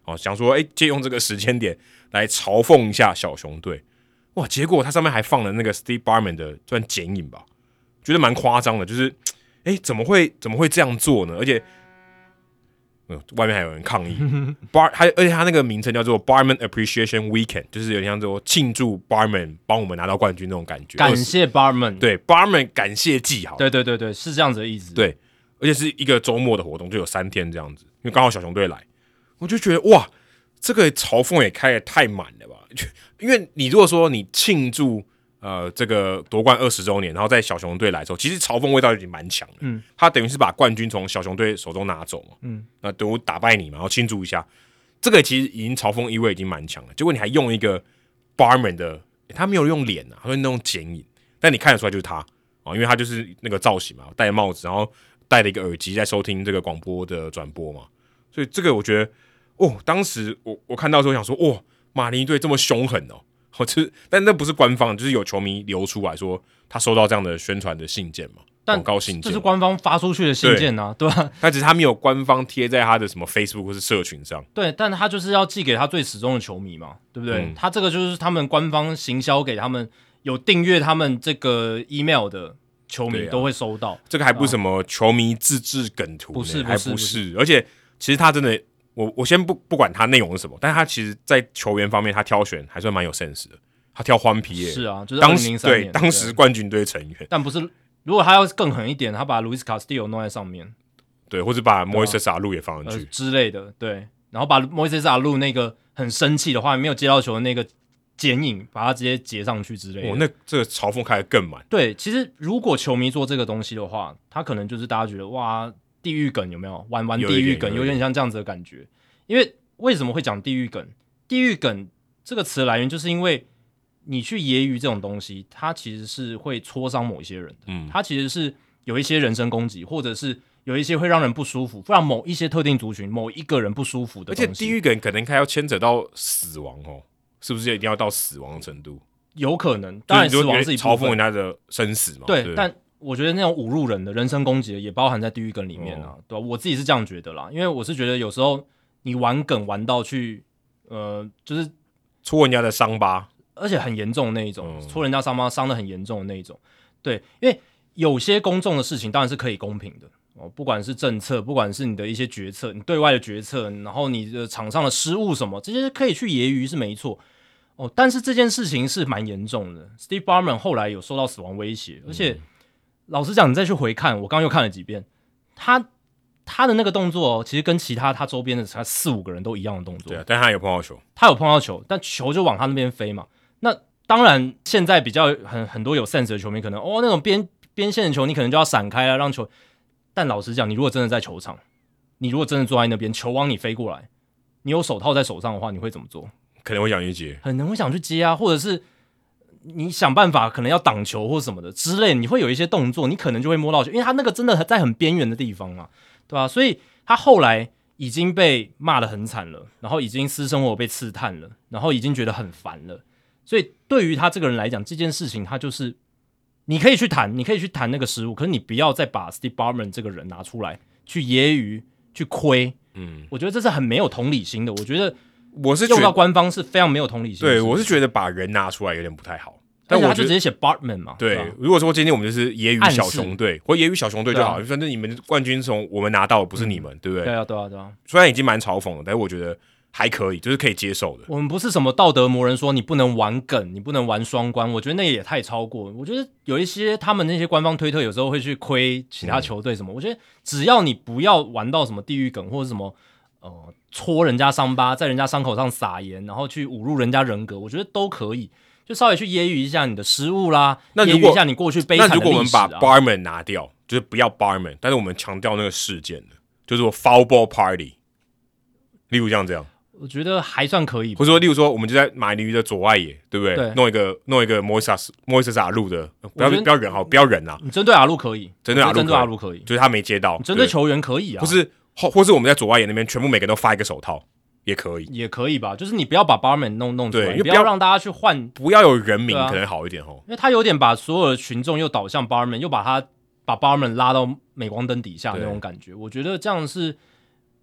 想说借用这个时间点来嘲讽一下小熊队。哇，结果他上面还放了那个 Steve Bartman 的算剪影吧，觉得蛮夸张的，就是怎么会这样做呢？而且外面还有人抗议而且他那个名称叫做 Bartman Appreciation Weekend， 就是有点像说庆祝 Bartman 帮我们拿到冠军那种感觉， 感谢 Bartman， 对 Bartman 感谢季，好， 对，是这样子的意思， 对，而且是一个周末的活动，就有3天这样子，因为刚好小熊队来，我就觉得哇，这个嘲讽也开得太满了吧？因为你如果说你庆祝这个夺冠20周年，然后在小熊队来的时候，其实嘲讽味道已经蛮强了。他等于是把冠军从小熊队手中拿走嘛，那等于打败你嘛，然后庆祝一下，这个其实已经嘲讽意味已经蛮强了。结果你还用一个 Bartman 的，他没有用脸啊，他会弄剪影，但你看得出来就是他因为他就是那个造型嘛，戴帽子，然后戴了一个耳机在收听这个广播的转播嘛，所以这个我觉得当时我看到的时候想说马林队这么凶狠但那不是官方，就是有球迷流出来说他收到这样的宣传的信件嘛，广告信件， 这是官方发出去的信件啊，对吧？ 但只是他没有官方贴在他的什么 Facebook 或是社群上， 对，但他就是要寄给他最始终的球迷嘛，对不对？他这个就是他们官方行销给他们有订阅他们这个 email 的球迷都会收到， 这个还不是什么球迷自制梗图，不是，而且其实他真的。我先不管他内容是什么，但是他其实在球员方面，他挑选还算蛮有 sense 的。他挑欢皮耶， 是啊，就是2003年当时冠军队成员， 但不是。如果他要更狠一点，他把 Luis Castillo 弄在上面， 对，或者把 Moises Alou 也放上去之类的，对。然后把 Moises Alou 那个很生气的话，没有接到球的那个剪影，把他直接截上去之类的。 那这个嘲讽开得更满。 对，其实如果球迷做这个东西的话，他可能就是大家觉得哇。地狱梗有没有玩地狱梗？有点像这样子的感觉。因为为什么会讲地狱梗？地狱梗这个词的来源，就是因为你去揶揄这种东西，它其实是会戳伤某一些人的。它其实是有一些人身攻击，或者是有一些会让人不舒服，让某一些特定族群、某一个人不舒服的东西。 而且地狱梗可能还要牵扯到死亡是不是一定要到死亡的程度？ 有可能，当然死亡是一部分， 嘲讽人家的生死嘛。 对，但我觉得那种侮辱人的人身攻击的也包含在地狱梗里面啊，对吧？我自己是这样觉得啦，因为我是觉得有时候你玩梗玩到去，就是戳人家的伤疤， 而且很严重的那一种，戳人家伤疤伤得很严重的那一种。对，因为有些公众的事情当然是可以公平的不管是政策，不管是你的一些决策，你对外的决策，然后你的场上的失误什么，这些可以去揶揄是没错但是这件事情是蛮严重的。Steve Bartman 后来有受到死亡威胁，而且。老实讲，你再去回看，我刚刚又看了几遍，他的那个动作其实跟其他他周边的才4-5个人都一样的动作。 对啊，但他有碰到球， 但球就往他那边飞嘛。那当然，现在比较很多有 sense 的球迷可能那种边线的球，你可能就要闪开啊，让球。但老实讲，你如果真的在球场，你如果真的坐在那边，球往你飞过来，你有手套在手上的话，你会怎么做？ 可能会想去接， 可能会想去接啊，或者是。你想办法可能要挡球或什么的之类，你会有一些动作，你可能就会摸到球，因为他那个真的在很边缘的地方嘛，对吧？所以他后来已经被骂得很惨了，然后已经私生活被刺探了，然后已经觉得很烦了。所以对于他这个人来讲，这件事情他就是你可以去谈那个失误，可是你不要再把 Steve Bartman 这个人拿出来去揶揄、去亏。我觉得这是很没有同理心的。我觉得。用到官方是非常没有同理心的。 对，我是觉得把人拿出来有点不太好。 但他就直接写 Bartman 嘛。 对，如果说今天我们就是揶揄小熊队，或揶揄小熊队就好，反正你们冠军从我们拿到，不是你们，对不对？ 对啊。 虽然已经蛮嘲讽了，但是我觉得还可以，就是可以接受的。 我们不是什么道德魔人说你不能玩梗，你不能玩双关，我觉得那也太超过。我觉得有一些他们那些官方推特有时候会去亏其他球队什么，我觉得只要你不要玩到什么地狱梗或者什么。戳人家伤疤，在人家伤口上撒盐，然后去侮辱人家人格，我觉得都可以，就稍微去揶揄一下你的失误啦，揶揄一下你过去悲惨的历史。 那如果我们把 Bartman 拿掉，就是不要 Bartman， 但是我们强调那个事件的，就是说 foul ball party， 例如像这样， 我觉得还算可以。 或者说，例如说，我们就在马林鱼的左外野，对不对？ 对， 弄一个 Moises Alou 的，不要忍好，不要忍啊！ 你针对阿路可以， 针对阿路可以， 就是他没接到。 针对球员可以啊， 或是我们在左外野那边全部每个人都发一个手套也可以， 也可以吧？就是你不要把 Bartman 弄出来， 不要让大家去换， 不要有人名，可能好一点因为他有点把所有的群众又导向 Bartman， 又把 Bartman 拉到镁光灯底下那种感觉，我觉得这样是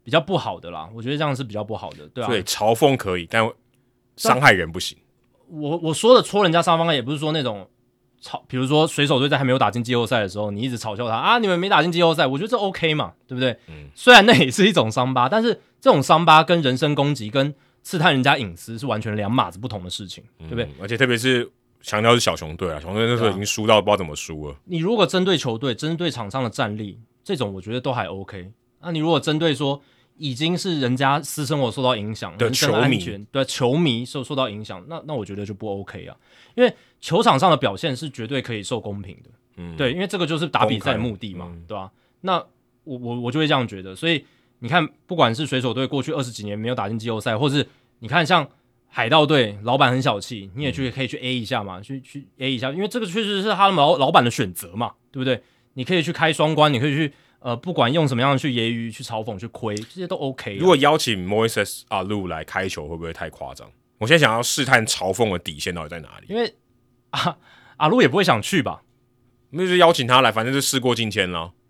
比较不好的啦，我觉得这样是比较不好的，对啊。 对，嘲讽可以，但伤害人不行。 我说的戳人家上方也不是说那种比如说水手队在还没有打进季后赛的时候，你一直嘲笑他啊，你们没打进季后赛，我觉得这 OK 嘛，对不对？虽然那也是一种伤疤，但是这种伤疤跟人身攻击、跟刺探人家隐私是完全两码子不同的事情，对不对？ 而且特别是强调是小熊队啊，小熊队那时候已经输到不知道怎么输了。 你如果针对球队、针对场上的战力，这种我觉得都还 OK。那你如果针对说已经是人家私生活受到影响，人身安全对球迷受到影响，那我觉得就不 OK 啊，因为球场上的表现是绝对可以受公平的，对，因为这个就是打比赛的目的嘛，对吧？那我就会这样觉得，所以你看，不管是水手队过去20几年没有打进季后赛，或是你看像海盗队老板很小气，你也可以去 A 一下嘛，去 A 一下，因为这个确实是他们老板的选择嘛，对不对？你可以去开双关，你可以去不管用什么样的去揶揄、去嘲讽、去亏，这些都 OK。 如果邀请 Moises Alou 来开球，会不会太夸张？我现在想要试探嘲讽的底线到底在哪里？ 因为阿路也不会想去吧？ 那就邀请他来，反正就事过境迁了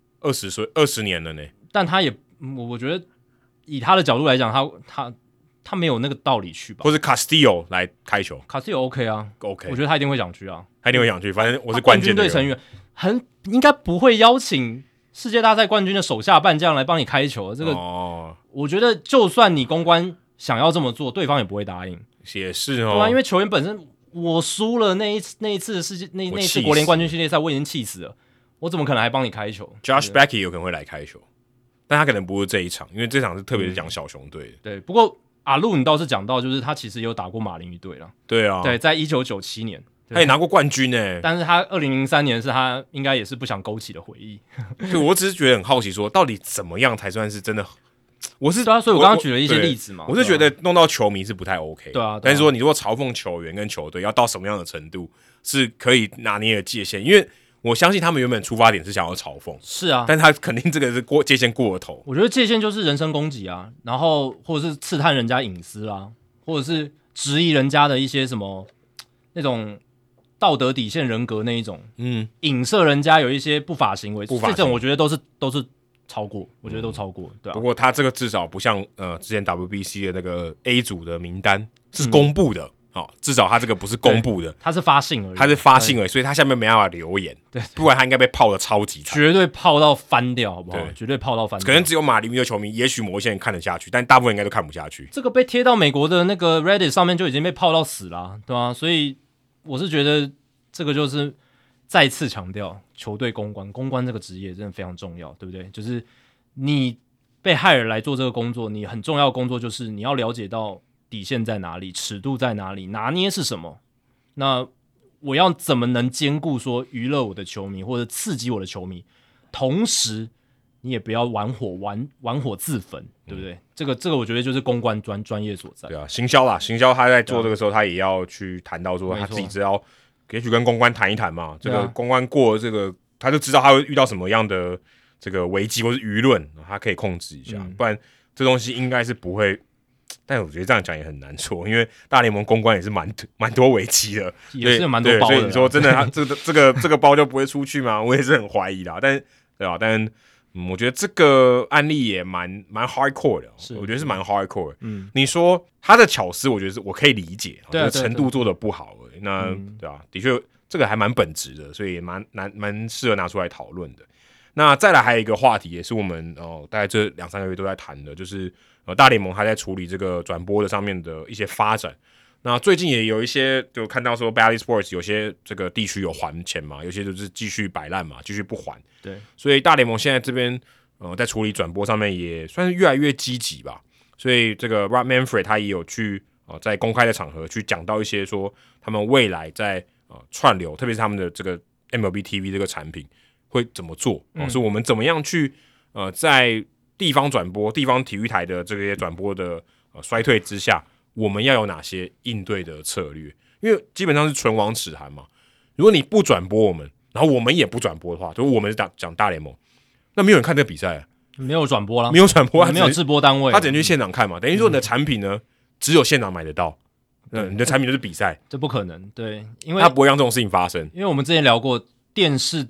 ，20年了呢。 但他也，我觉得以他的角度来讲，他没有那个道理去吧？ 或者 Castillo 来开球 ，Castillo OK 啊 ，OK， 我觉得他一定会想去啊， 他一定会想去。反正我是关键的队成员，应该不会邀请世界大赛冠军的手下半将来帮你开球。这个，我觉得就算你公关想要这么做，对方也不会答应。 也是哦， 对啊，因为球员本身，我输了那一次的世界那一次国联冠军系列赛，我已经气死了，我怎么可能还帮你开球 ？Josh Beckey 有可能会来开球，但他可能不是这一场，因为这场是特别是讲小熊队的。 对，不过阿路你倒是讲到，就是他其实有打过马林鱼队了。 对啊， 对，在1997年， 他也拿过冠军呢。 但是他2003年是他应该也是不想勾起的回忆。 对，我只是觉得很好奇说到底怎么样才算是真的？ 对啊，所以我刚刚举了一些例子嘛。 我是觉得弄到球迷是不太 OK。 对啊， 但是说你如果嘲讽球员跟球队，要到什么样的程度是可以拿捏的界限？因为我相信他们原本出发点是想要嘲讽， 是啊， 但他肯定这个是界限过了头。 我觉得界限就是人身攻击啊，然后或者是刺探人家隐私啦，或者是质疑人家的一些什么那种道德底线、人格那一种，影射人家有一些不法行为，这种我觉得都是超过，我觉得都超过，对啊。 不过他这个至少不像之前 WBC 的那个 A 组的名单是公布的。至少他这个不是公布的， 他是发信而已， 所以他下面没办法留言，对，不然他应该被泡的超级惨， 绝对泡到翻掉，好不好？绝对泡到翻掉。 可能只有马林鱼的球迷，也许某一些人看得下去，但大部分应该都看不下去。 这个被贴到美国的那个 Reddit 上面就已经被泡到死了，对吧？所以我是觉得这个就是再次强调球队公关这个职业真的非常重要，对不对？就是你被害人来做这个工作，你很重要的工作就是你要了解到底线在哪里，尺度在哪里，拿捏是什么。那我要怎么能兼顾说娱乐我的球迷或者刺激我的球迷，同时你也不要玩火自焚，对不对？这个我觉得就是公关专业所在。 对啊，行销他在做这个时候，他也要去谈到说他自己知道，也许跟公关谈一谈嘛。这个公关过这个，他就知道他会遇到什么样的这个危机或是舆论，他可以控制一下，不然这东西应该是不会。但我觉得这样讲也很难说，因为大联盟公关也是蛮多危机的， 也是蛮多包的。 所以你说真的，他这个包就不会出去吗？我也是很怀疑啦。但对吧？但我觉得这个案例也蛮 hardcore 的，我觉得是蛮 hardcore 的。你说他的巧思，我觉得是我可以理解，就是程度做的不好而已。那对吧？的确，这个还蛮本质的，所以蛮适合拿出来讨论的。那再来还有一个话题，也是我们大概这2-3个月都在谈的，就是大联盟还在处理这个转播的上面的一些发展。那最近也有一些就看到说 Bally Sports 有些这个地区有还钱嘛，有些就是继续摆烂嘛，继续不还。 对， 所以大联盟现在这边在处理转播上面也算是越来越积极吧。所以这个 Rob Manfred 他也有去在公开的场合去讲到一些说他们未来在串流，特别是他们的这个 MLB TV 这个产品会怎么做，是我们怎么样去在地方转播、地方体育台的这些转播的衰退之下，我们要有哪些应对的策略？因为基本上是唇亡齿寒嘛。如果你不转播我们，然后我们也不转播的话，就我们是讲大联盟，那没有人看这个比赛， 没有转播啦， 没有转播， 没有直播单位， 他只能去现场看嘛。等于说你的产品呢，只有现场买得到，你的产品就是比赛， 这不可能，对，因为他不会让这种事情发生。 因为我们之前聊过，电视的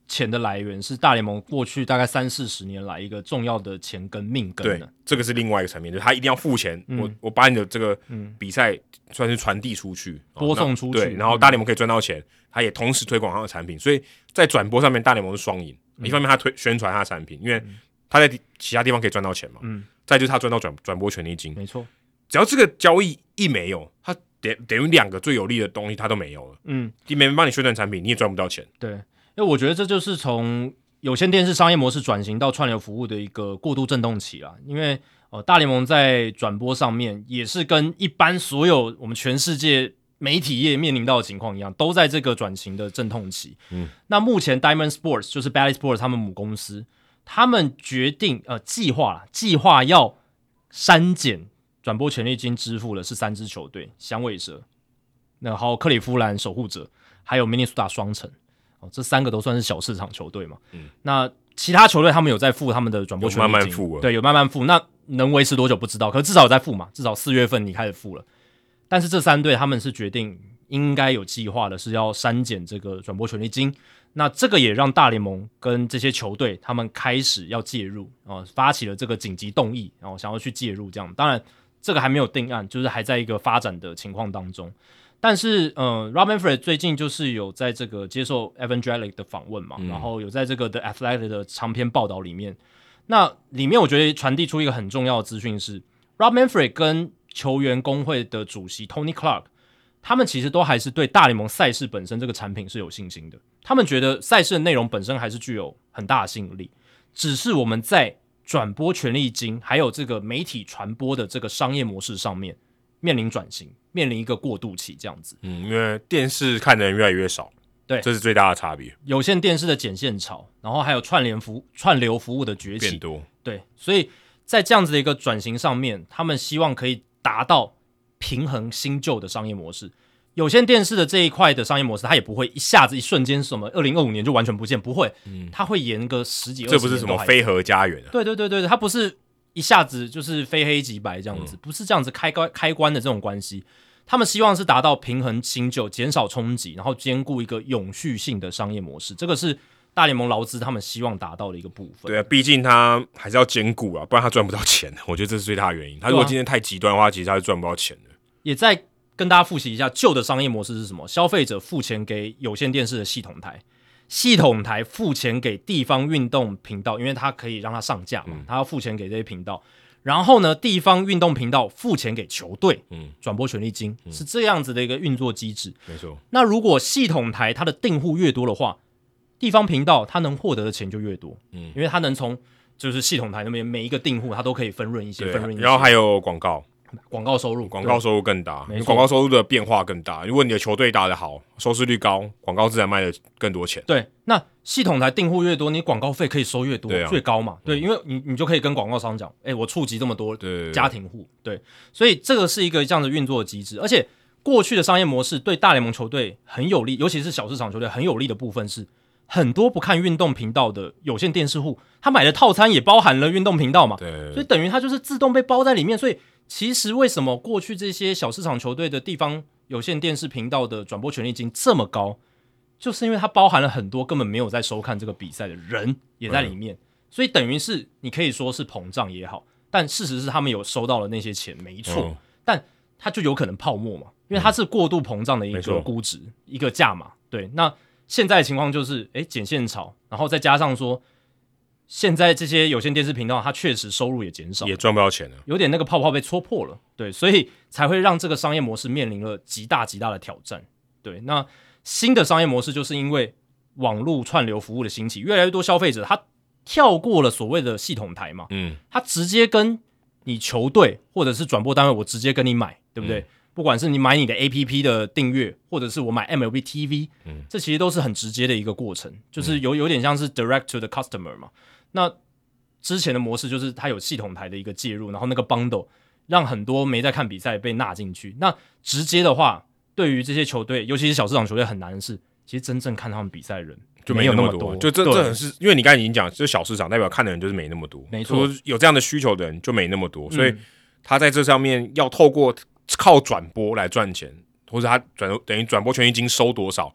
钱的来源是大联盟过去大概30-40年来一个重要的钱跟命根的。 对，这个是另外一个层面，就是他一定要付钱，我把你的这个比赛算是传递出去， 播送出去， 对，然后大联盟可以赚到钱，他也同时推广他的产品，所以在转播上面大联盟是双赢，一方面他宣传他的产品，因为他在其他地方可以赚到钱嘛，再就是他赚到转播权利金， 没错， 只要这个交易一没有，他等于两个最有利的东西他都没有了，没人帮你宣传产品，你也赚不到钱， 对，因为我觉得这就是从有线电视商业模式转型到串流服务的一个过渡震动期啦，因为大联盟在转播上面也是跟一般所有我们全世界媒体业面临到的情况一样，都在这个转型的阵痛期。那目前 Diamond Sports 就是 Bally Sports 他们母公司，他们决定计划要删减转播权利金支付的是3支球队，响尾蛇、还有克利夫兰守护者，还有明尼苏达双城。这3个都算是小市场球队嘛。那其他球队他们有在付他们的转播权利金， 慢慢付， 对，有慢慢付。那能维持多久不知道，可是至少有在付嘛，至少4月份你开始付了。但是这3队他们是决定应该有计划的是要删减这个转播权利金，那这个也让大联盟跟这些球队他们开始要介入，发起了这个紧急动议，想要去介入这样。当然这个还没有定案，就是还在一个发展的情况当中。但是Rob Manfred 最近就是有在这个接受 Evan Drellich 的访问嘛，然后有在这个 The Athletic 的长篇报道里面，那里面我觉得传递出一个很重要的资讯是 Rob Manfred 跟球员工会的主席 Tony Clark 他们其实都还是对大联盟赛事本身这个产品是有信心的，他们觉得赛事的内容本身还是具有很大的吸引力，只是我们在转播权利金还有这个媒体传播的这个商业模式上面面临转型，面临一个过渡期这样子。 因为电视看的人越来越少， 对， 这是最大的差别。 有线电视的剪线潮，然后还有串流服务的崛起， 变多， 对，所以在这样子的一个转型上面，他们希望可以达到平衡新旧的商业模式。有线电视的这一块的商业模式，它也不会一下子一瞬间什么2025年就完全不见，不会，它会延个10几20年。 这不是什么非核家园啊？ 对，它不是一下子就是非黑即白这样子，不是这样子开关的这种关系。他们希望是达到平衡新旧，减少冲击，然后兼顾一个永续性的商业模式。这个是大联盟劳资他们希望达到的一个部分。 对啊，毕竟他还是要兼顾啊，不然他赚不到钱。我觉得这是最大的原因。他如果今天太极端的话，其实他是赚不到钱的。 也在跟大家复习一下旧的商业模式是什么：消费者付钱给有线电视的系统台，系统台付钱给地方运动频道，因为它可以让它上架嘛，它要付钱给这些频道。然后呢，地方运动频道付钱给球队，转播权利金，是这样子的一个运作机制。 没错。 那如果系统台它的订户越多的话，地方频道它能获得的钱就越多，因为它能从就是系统台那边每一个订户它都可以分润一些， 然后还有广告收入更大，广告收入的变化更大。如果你的球队打得好，收视率高，广告自然卖的更多钱。 对，那系统台订户越多，你广告费可以收越多，越高嘛。对，因为你就可以跟广告商讲，我触及这么多家庭户，对，所以这个是一个这样的运作的机制。而且过去的商业模式对大联盟球队很有利，尤其是小市场球队很有利的部分是，很多不看运动频道的有线电视户，他买的套餐也包含了运动频道嘛， 对， 所以等于他就是自动被包在里面。所以其实为什么过去这些小市场球队的地方有线电视频道的转播权利金这么高，就是因为它包含了很多根本没有在收看这个比赛的人也在里面，所以等于是你可以说是膨胀也好，但事实是他们有收到了那些钱没错，但它就有可能泡沫嘛，因为它是过度膨胀的一个估值，一个价码。对，那现在的情况就是减线潮，然后再加上说现在这些有线电视频道它确实收入也减少， 也赚不到钱了， 有点那个泡泡被戳破了。对，所以才会让这个商业模式面临了极大的挑战。对，那新的商业模式就是因为网络串流服务的兴起，越来越多消费者他跳过了所谓的系统台嘛，他直接跟你球队或者是转播单位，我直接跟你买，对不对？不管是你买你的 APP 的订阅，或者是我买 MLB TV，这其实都是很直接的一个过程，就是有点像是 direct to the customer 嘛。那之前的模式就是它有系统台的一个介入，然后那个 bundle 让很多没在看比赛被纳进去。那直接的话，对于这些球队，尤其是小市场球队很难的是，其实真正看他们比赛的人就没有那么多，就这很是因为你刚才已经讲，这小市场代表看的人就是没那么多， 没错， 有这样的需求的人就没那么多，所以他在这上面要靠转播来赚钱，或者他等于转播权益金收多少，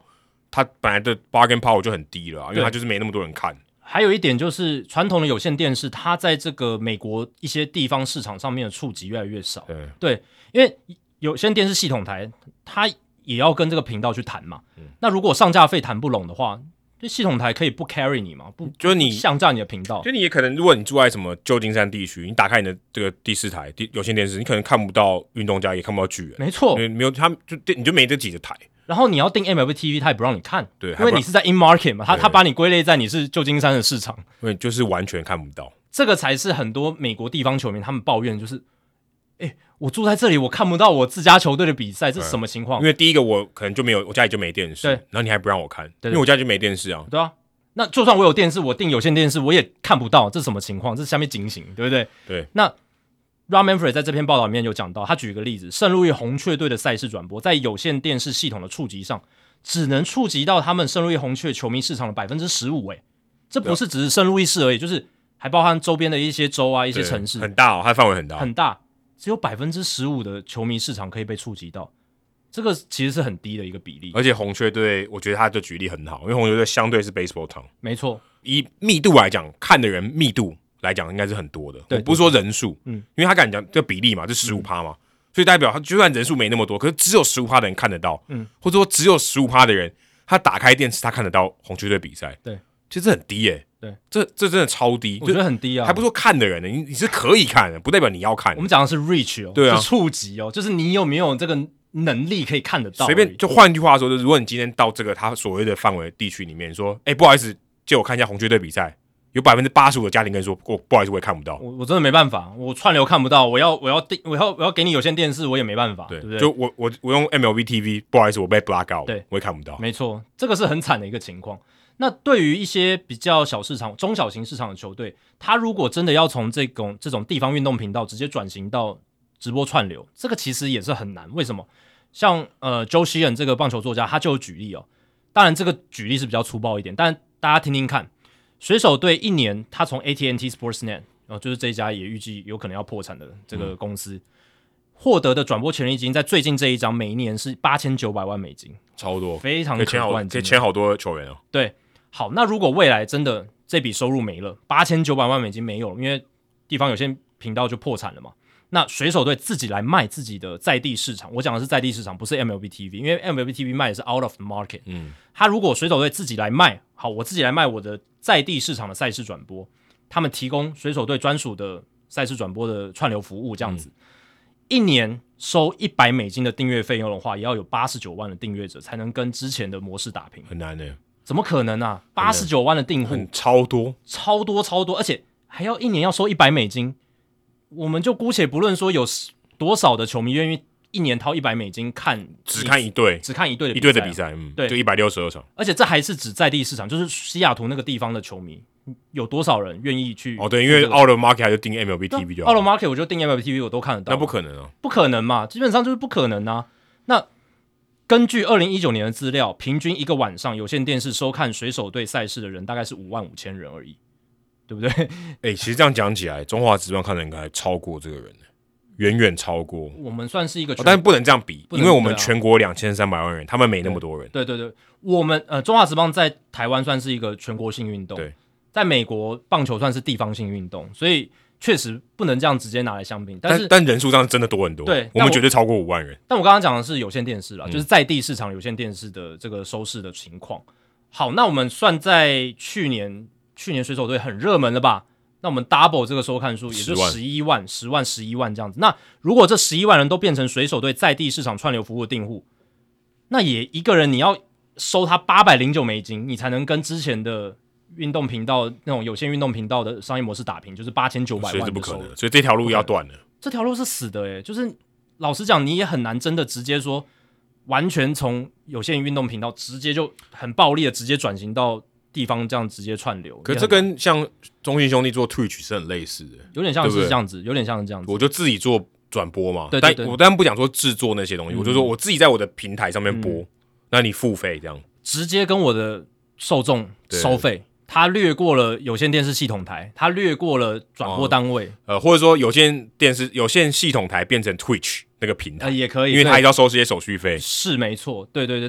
它本来的 bargain power 就很低了因为它就是没那么多人看。 还有一点就是传统的有线电视，它在这个美国一些地方市场上面的触及越来越少。对，因为有线电视系统台它也要跟这个频道去谈嘛。那如果上架费谈不拢的话，这系统台可以不 carry 你吗？不， 就是你上架你的频道， 就你也可能，如果你住在什么旧金山地区，你打开你的这个第4台有线电视，你可能看不到运动家，也看不到巨人。 没错， 没有你就没这几个台。 然后你要订 MLB TV， 他也不让你看， 对， 因为你是在 in market 嘛，他把你归类在你是旧金山的市场， 因为就是完全看不到。 这个才是很多美国地方球迷他们抱怨，就是我住在这里，我看不到我自家球队的比赛，这是什么情况？ 因为第一个我可能就没有，我家里就没电视， 对， 然后你还不让我看， 对， 因为我家就没电视啊。 对啊，那就算我有电视，我订有线电视，我也看不到，这是什么情况？这是下面警醒，对不对？ 对。 那 Rob Manfred 在这篇报道里面有讲到，他举一个例子，圣路易红雀队的赛事转播在有线电视系统的触及上，只能触及到他们圣路易红雀球迷市场的 15%， 这不是只是圣路易市而已，就是还包含周边的一些州啊、一些城市， 很大它的范围很大， 很大，只有 15% 的球迷市场可以被触及到，这个其实是很低的一个比例。 而且红雀队，我觉得他的举例很好，因为红雀队相对是 baseball town， 没错， 以密度来讲，看的人密度来讲应该是很多的， 对， 我不是说人数，因为他敢讲这比例嘛，这 15% 嘛，所以代表他就算人数没那么多，可是只有 15% 的人看得到，或者说只有 15% 的人他打开电视他看得到红雀队比赛， 对， 其实这很低对， 这真的超低， 我觉得很低啊， 还不说看的人呢，你是可以看的，不代表你要看。 我们讲的是 reach 哦， 对啊， 是触及哦，就是你有没有这个能力可以看得到。 随便就换句话说，就是如果你今天到这个他所谓的范围地区里面，说，不好意思，借我看一下红雀队比赛，有85%的家庭跟你说，不好意思，我也看不到。 我真的没办法，我串流看不到，我要给你有线电视，我也没办法，对不对？ 就我用 MLB TV， 不好意思，我被 black out， 对， 我也看不到。 没错，这个是很惨的一个情况。那对于一些比较小市场、中小型市场的球队，他如果真的要从这种地方运动频道直接转型到直播串流，这个其实也是很难。为什么？像Joe Sheehan 这个棒球作家，他就有举例哦。当然，这个举例是比较粗暴一点，但大家听听看。水手队一年，他从 AT&T Sportsnet， 就是这一家也预计有可能要破产的这个公司，获得的转播权利金，在最近这一张，每一年是$8900万， 超多， 非常可观， 可以签好多球员哦。 对。好，那如果未来真的这笔收入没了，$8900万没有了，因为地方有线频道就破产了嘛。那水手队自己来卖自己的在地市场，我讲的是在地市场，不是 MLB TV， 因为 MLB TV 卖的是 out of the market。他如果水手队自己来卖，好，我自己来卖我的在地市场的赛事转播，他们提供水手队专属的赛事转播的串流服务，这样子，一年收$100的订阅费用的话，也要有89万的订阅者才能跟之前的模式打平， 很难的。 怎么可能啊？89万的订户， 超多， 而且还要一年要收$100，我们就姑且不论说有多少的球迷愿意一年掏$100看， 只看一队的比赛， 对， 就162场， 而且这还是指在地市场，就是西雅图那个地方的球迷，有多少人愿意去？ 对，因为 out of market 还是订 MLB TV 就好 ，out of market 我就订 MLB TV 我都看得到， 那不可能啊， 不可能嘛，基本上就是不可能啊。那根据2019年的资料，平均一个晚上有线电视收看水手队赛事的人大概是55000人而已，对不对？ 其实这样讲起来，中华职棒看的应该超过这个人，远远超过。 我们算是一个但是不能这样比，因为我们全国2300万人，他们没那么多人。 对，我们中华职棒在台湾算是一个全国性运动， 对， 在美国棒球算是地方性运动，所以确实不能这样直接拿来相比， 但人数上真的多很多， 对， 我们绝对超过5万人。 但我刚刚讲的是有线电视啦，就是在地市场有线电视的这个收视的情况。好，那我们算在去年水手队很热门了吧？那我们 double 这个收看数，也就11万这样子。那如果这11万人都变成水手队在地市场串流服务的订户，那也一个人你要收他$809，你才能跟之前的运动频道那种有线运动频道的商业模式打平，就是$8900万的收入， 所以这不可能，所以这条路要断了。 这条路是死的就是老实讲，你也很难真的直接说完全从有线运动频道直接就很暴力的直接转型到地方这样直接串流。 可是这跟像中信兄弟做 Twitch 是很类似的， 有点像是这样子，有点像是这样子。 我就自己做转播嘛， 对， 但我当然不讲说制作那些东西，我就说我自己在我的平台上面播，那你付费这样， 直接跟我的受众收费。他略过了有线电视系统台，他略过了转播单位， 或者说有线系统台变成 Twitch 那个平台， 也可以， 因为他要收这些手续费， 是没错，对。但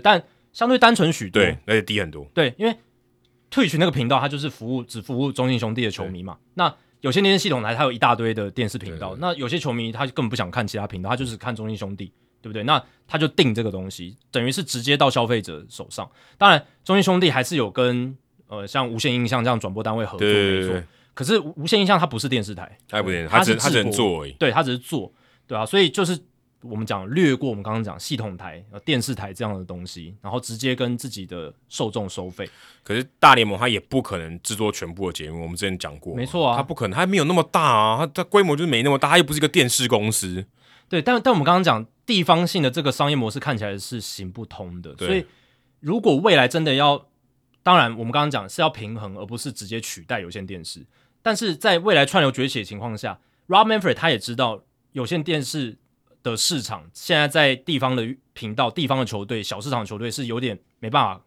相对单纯许多， 对，而且低很多。 对，因为 Twitch 那个频道它就是只服务中信兄弟的球迷嘛。那有线电视系统台它有一大堆的电视频道，那有些球迷他根本不想看其他频道，他就是看中信兄弟，对不对？那他就订这个东西，等于是直接到消费者手上。当然，中信兄弟还是有跟像无线印象这样转播单位合作，没错。可是无线印象它不是电视台， 它不是，它只能做而已。 对，它只是做，对啊，所以就是我们讲略过我们刚刚讲系统台、电视台这样的东西，然后直接跟自己的受众收费。 可是大联盟它也不可能制作全部的节目，我们之前讲过， 没错啊， 它不可能，它没有那么大啊，它规模就是没那么大，它又不是一个电视公司。 对，但我们刚刚讲地方性的这个商业模式看起来是行不通的，所以如果未来真的要，当然我们刚刚讲是要平衡，而不是直接取代有线电视。但是在未来串流崛起的情况下 ，Rob Manfred 他也知道有线电视的市场现在在地方的频道、地方的球队、小市场球队是有点没办法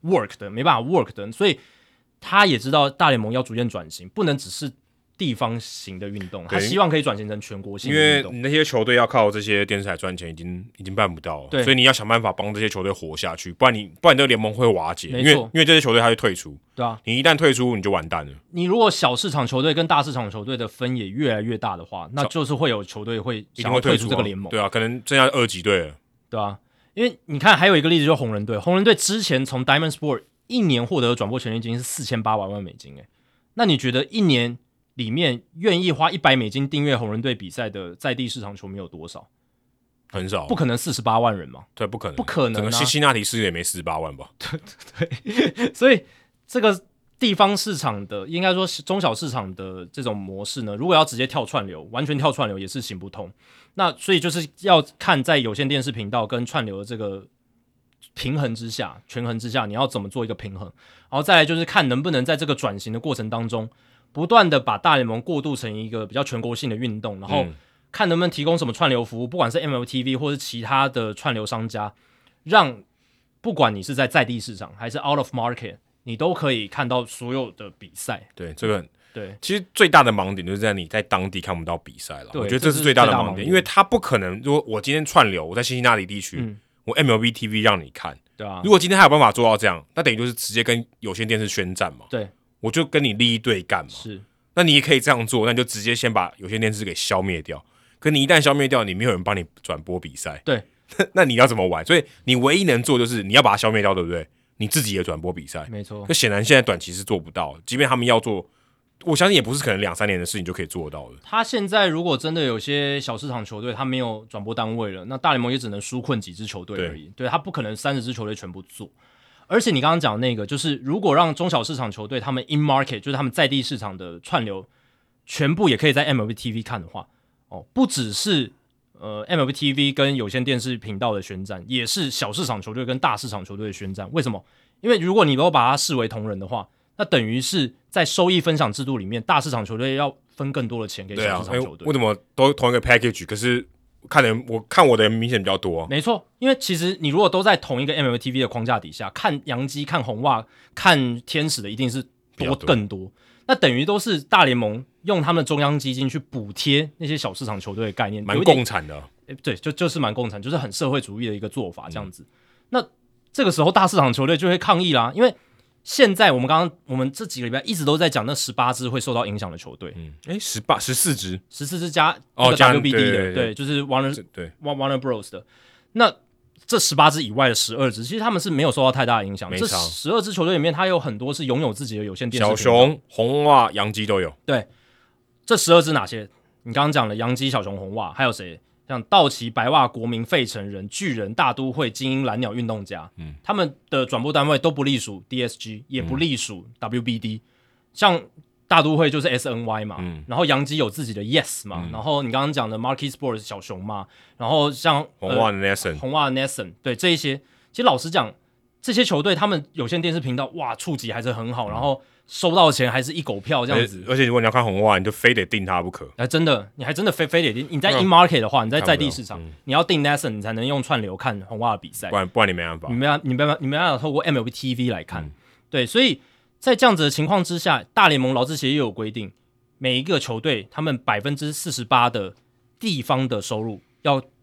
work 的，所以他也知道大联盟要逐渐转型，不能只是地方型的运动，他希望可以转型成全国性的运动。 因为那些球队要靠这些电视台赚钱，已经办不到了，所以你要想办法帮这些球队活下去，不然这个联盟会瓦解。因为这些球队他会退出， 对啊， 你一旦退出，你就完蛋了。 你如果小市场球队跟大市场球队的分野越来越大的话，那就是会有球队会想要退出这个联盟， 对啊，可能剩下2级队了， 对啊。因为你看，还有一个例子就是红人队，红人队之前从 Diamond Sport 一年获得的转播权利金是4800万美金，那你觉得一年里面愿意花$100订阅红人队比赛的在地市场球迷有多少？ 很少， 不可能48万人嘛？ 对，不可能， 不可能、啊。 整个西纳提市也没48万吧？ 对，所以这个地方市场的，应该说中小市场的这种模式呢，如果要直接跳串流，完全跳串流也是行不通。那所以就是要看在有线电视频道跟串流的这个平衡之下、权衡之下，你要怎么做一个平衡，然后再来就是看能不能在这个转型的过程当中，不断的把大联盟过渡成一个比较全国性的运动，然后看能不能提供什么串流服务，不管是 MLTV 或是其他的串流商家，让不管你是在地市场还是 out of market， 你都可以看到所有的比赛。 对，这个对， 其实最大的盲点就是在你在当地看不到比赛了。我觉得这是最大的盲点，因为他不可能，如果我今天串流，我在辛辛那提地区，我 MLB TV 让你看， 对啊。 如果今天还有办法做到这样，那等于就是直接跟有线电视宣战嘛。 对， 我就跟你利益对干嘛。 是， 那你也可以这样做，那你就直接先把有线电视给消灭掉。可你一旦消灭掉，你没有人帮你转播比赛， 对， 那你要怎么玩？所以你唯一能做就是你要把它消灭掉，对不对？你自己也转播比赛， 没错。 那显然现在短期是做不到，即便他们要做，我相信也不是可能2-3年的事情就可以做到的。 他现在如果真的有些小市场球队他没有转播单位了，那大联盟也只能纾困几支球队而已。对，他不可能30支球队全部做。而且你刚刚讲那个，就是如果让中小市场球队他们 in market， 就是他们在地市场的串流全部也可以在 MLB TV 看的话，不只是MLB TV 跟有线电视频道的宣战，也是小市场球队跟大市场球队的宣战。为什么？因为如果你都把它视为同仁的话，那等于是在收益分享制度里面，大市场球队要分更多的钱给小市场球队。 为什么都同一个 package？ 可是看我的人明显比较多。 没错，因为其实你如果都在同一个 MLB TV 的框架底下，看洋基、看红袜、看天使的一定是更多。那等于都是大联盟用他们的中央基金去补贴那些小市场球队的概念， 蛮共产的。 对，就是蛮共产，就是很社会主义的一个做法这样子。那这个时候大市场球队就会抗议啦，因为现在我们这几个礼拜一直都在讲那18支会受到影响的球队 ，14支加WBD 的，对，就是 Warner Bros 的。那这18支以外的12支，其实他们是没有受到太大的影响。这12支球队里面，它有很多是拥有自己的有线电视频道， 小熊、红袜、洋基都有。 对，这12支哪些？你刚刚讲了洋基、小熊、红袜，还有谁？像道奇、白袜、国民、费城人、巨人、大都会、精英、蓝鸟、运动家，他们的转播单位都不隶属 DSG， 也不隶属 WBD。像大都会就是 SNY 嘛，然后洋基有自己的 Yes 嘛，然后你刚刚讲的 Marquee Sports 小熊嘛，然后像红袜的 Nesson， 对这一些，其实老实讲，这些球队他们有线电视频道哇触及还是很好，然后收到的钱还是一狗票这样子。 而且如果你要看红袜，你就非得订它不可。 真的，你还真的非得订。你在 in market 的话，你在地市场，你要订 Nesson， 你才能用串流看红袜的比赛， 不然你没办法， 你没办法透过 MLB TV 来看。对，所以在这样子的情况之下，大联盟劳资协议有规定，每一个球队他们48%的地方的收入要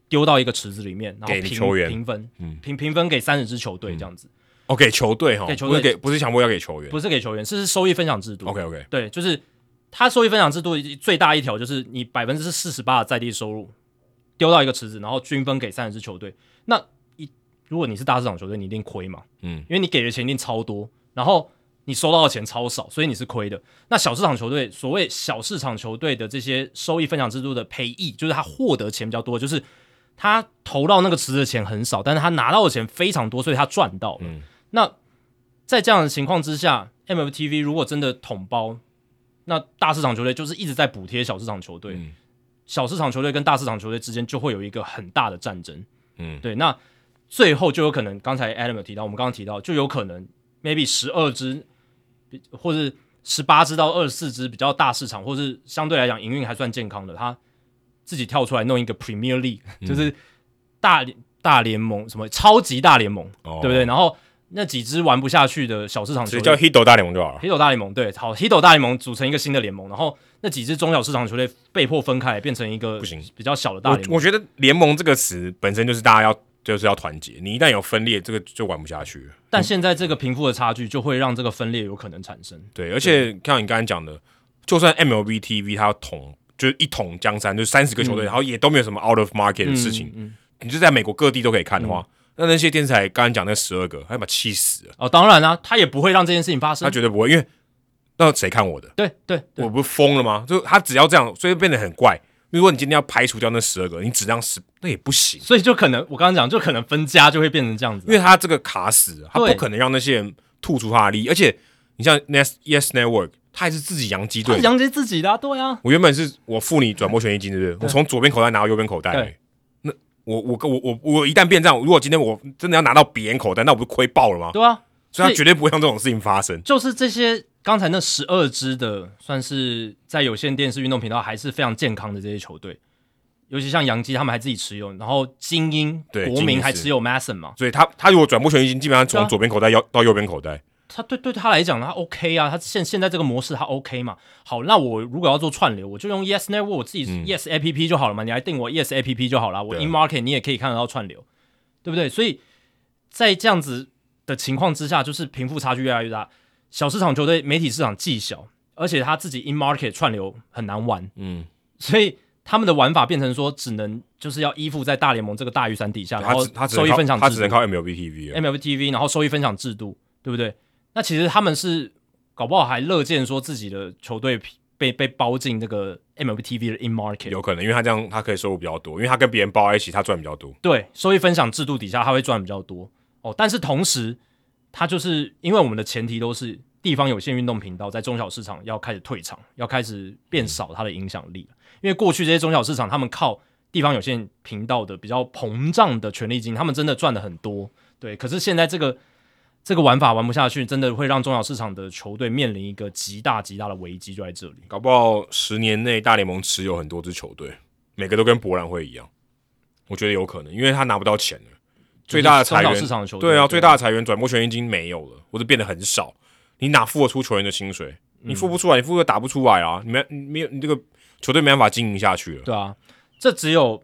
丢到一个池子里面，然后评分，评分给30支球队这样子。 给球队哈， 给球队不是强迫要给球员， 不是给球员，是收益分享制度。 OK， 对，就是他收益分享制度最大一条就是你48%的在地收入丢到一个池子，然后均分给30支球队。那如果你是大市场球队，你一定亏嘛，因为你给的钱一定超多，然后你收到的钱超少，所以你是亏的。那小市场球队，所谓小市场球队的这些收益分享制度的赔益，就是他获得钱比较多，就是他投到那个池子的钱很少，但是他拿到的钱非常多，所以他赚到了。那在这样的情况之下 ，MLBTV 如果真的统包，那大市场球队就是一直在补贴小市场球队，小市场球队跟大市场球队之间就会有一个很大的战争。对，那最后就有可能，刚才 Adam 有提到，我们刚刚提到，就有可能 maybe 12支或者18支到24支比较大市场，或是相对来讲营运还算健康的，他自己跳出来弄一个 Premier League，就是大联盟，什么超级大联盟，对不对？然后那几支玩不下去的小市场球队， 叫 Hito 大联盟就好了。 Hito 大联盟，对，好 ，Hito 大联盟组成一个新的联盟，然后那几支中小市场球队被迫分开，变成一个比较小的大联盟。 我觉得联盟这个词本身就是大家要团结，你一旦有分裂，这个就玩不下去了。 但现在这个贫富的差距就会让这个分裂有可能产生。 对，而且像你刚才讲的，就算 MLB TV 它要就是一统江山，就是30个球队，然后也都没有什么 out of market 的事情，你就在美国各地都可以看的话。那些电视台刚才讲那12个，他把气死了。 当然啦，他也不会让这件事情发生， 他绝对不会，因为那谁看我的？ 对， 我不是疯了吗？就他只要这样，所以变得很怪。如果你今天要排除掉那12个，你只让10，那也不行。 所以就可能我刚刚讲，就可能分家就会变成这样子， 因为他这个卡死了，他不可能让那些人吐出他的利益。而且你像 Yes Network， 他还是自己洋基队， 洋基自己的，对啊。 我原本是我付你转播权益金，对不对？我从左边口袋拿到右边口袋。我一旦变这样，如果今天我真的要拿到别人口袋，那我不是亏爆了吗？ 对啊， 所以他绝对不会让这种事情发生。 就是这些刚才那12支的，算是在有线电视运动频道还是非常健康的这些球队，尤其像洋基，他们还自己持有，然后精英、国民还持有 Mason 嘛， 所以他如果转播权益金，基本上从左边口袋到右边口袋。 他对他来讲，他 OK 啊，他现在这个模式他 OK 嘛。好，那我如果要做串流，我就用 Yes Network， 我自己 Yes APP 就好了嘛，你来订我 Yes APP 就好了，我 In Market 你也可以看得到串流，对不对？所以在这样子的情况之下，就是贫富差距越来越大，小市场球队媒体市场既小，而且他自己 In Market 串流很难玩，所以他们的玩法变成说，只能就是要依附在大联盟这个大雨伞底下，然后收益分享制度， 他只能靠 MLB TV， 然后收益分享制度，对不对？那其实他们是搞不好还乐见说自己的球队被包进这个 MLB TV 的 In Market， 有可能，因为他这样他可以收入比较多，因为他跟别人包在一起，他赚比较多。 对，收益分享制度底下他会赚比较多但是同时他就是因为我们的前提都是地方有线运动频道在中小市场要开始退场，要开始变少它的影响力了，因为过去这些中小市场他们靠地方有线频道的比较膨胀的权利金，他们真的赚的很多，对，可是现在这个玩法玩不下去，真的会让中小市场的球队面临一个极大极大的危机，就在这里。 搞不好10年内大联盟持有很多支球队，每个都跟博览会一样，我觉得有可能，因为他拿不到钱了。最大的裁员， 市场的球队对啊，最大的裁员转播权益金没有了，或者变得很少，你哪付得出球员的薪水？你付不出来，你付的打不出来啊！你这个球队没办法经营下去了。 对啊，这只有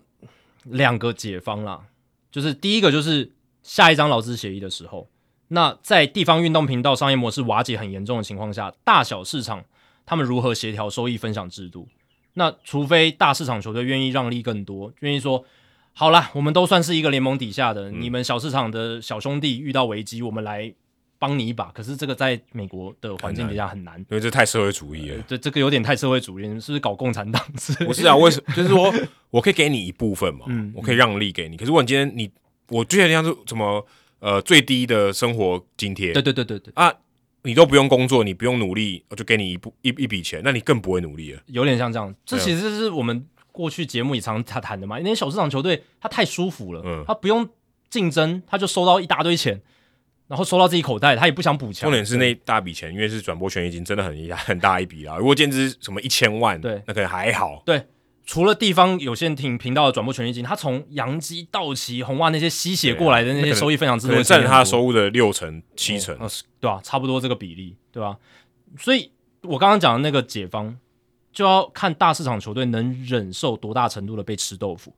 2个解方啦，就是第一个就是下一张劳资协议的时候。那在地方运动频道商业模式瓦解很严重的情况下，大小市场他们如何协调收益分享制度？那除非大市场球队愿意让利更多，愿意说好啦，我们都算是一个联盟底下的，你们小市场的小兄弟遇到危机，我们来帮你一把。可是这个在美国的环境底下很难， 因为这太社会主义了。 这个有点太社会主义，是不是搞共产党？ 不是啊，为什么？就是说我可以给你一部分嘛，我可以让利给你。可是如果你今天我之前像是什么最低的生活津贴， 对啊，你都不用工作，你不用努力，我就给你一笔钱，那你更不会努力了。 有点像这样，这其实是我们过去节目也常谈的嘛。那些小市场球队他太舒服了，他不用竞争，他就收到一大堆钱，然后收到自己口袋，他也不想补强。 重点是那大笔钱，因为是转播权益金，真的很大一笔啦。如果兼职什么1000万， 对， 那可能还好。 对。除了地方有线频道的转播权益金，他从洋基、道奇、红袜那些吸血过来的那些收益分享制度， 占了他的收入的6%、7%， 对吧？差不多这个比例，对吧？所以我刚刚讲的那个解方，就要看大市场球队能忍受多大程度的被吃豆腐。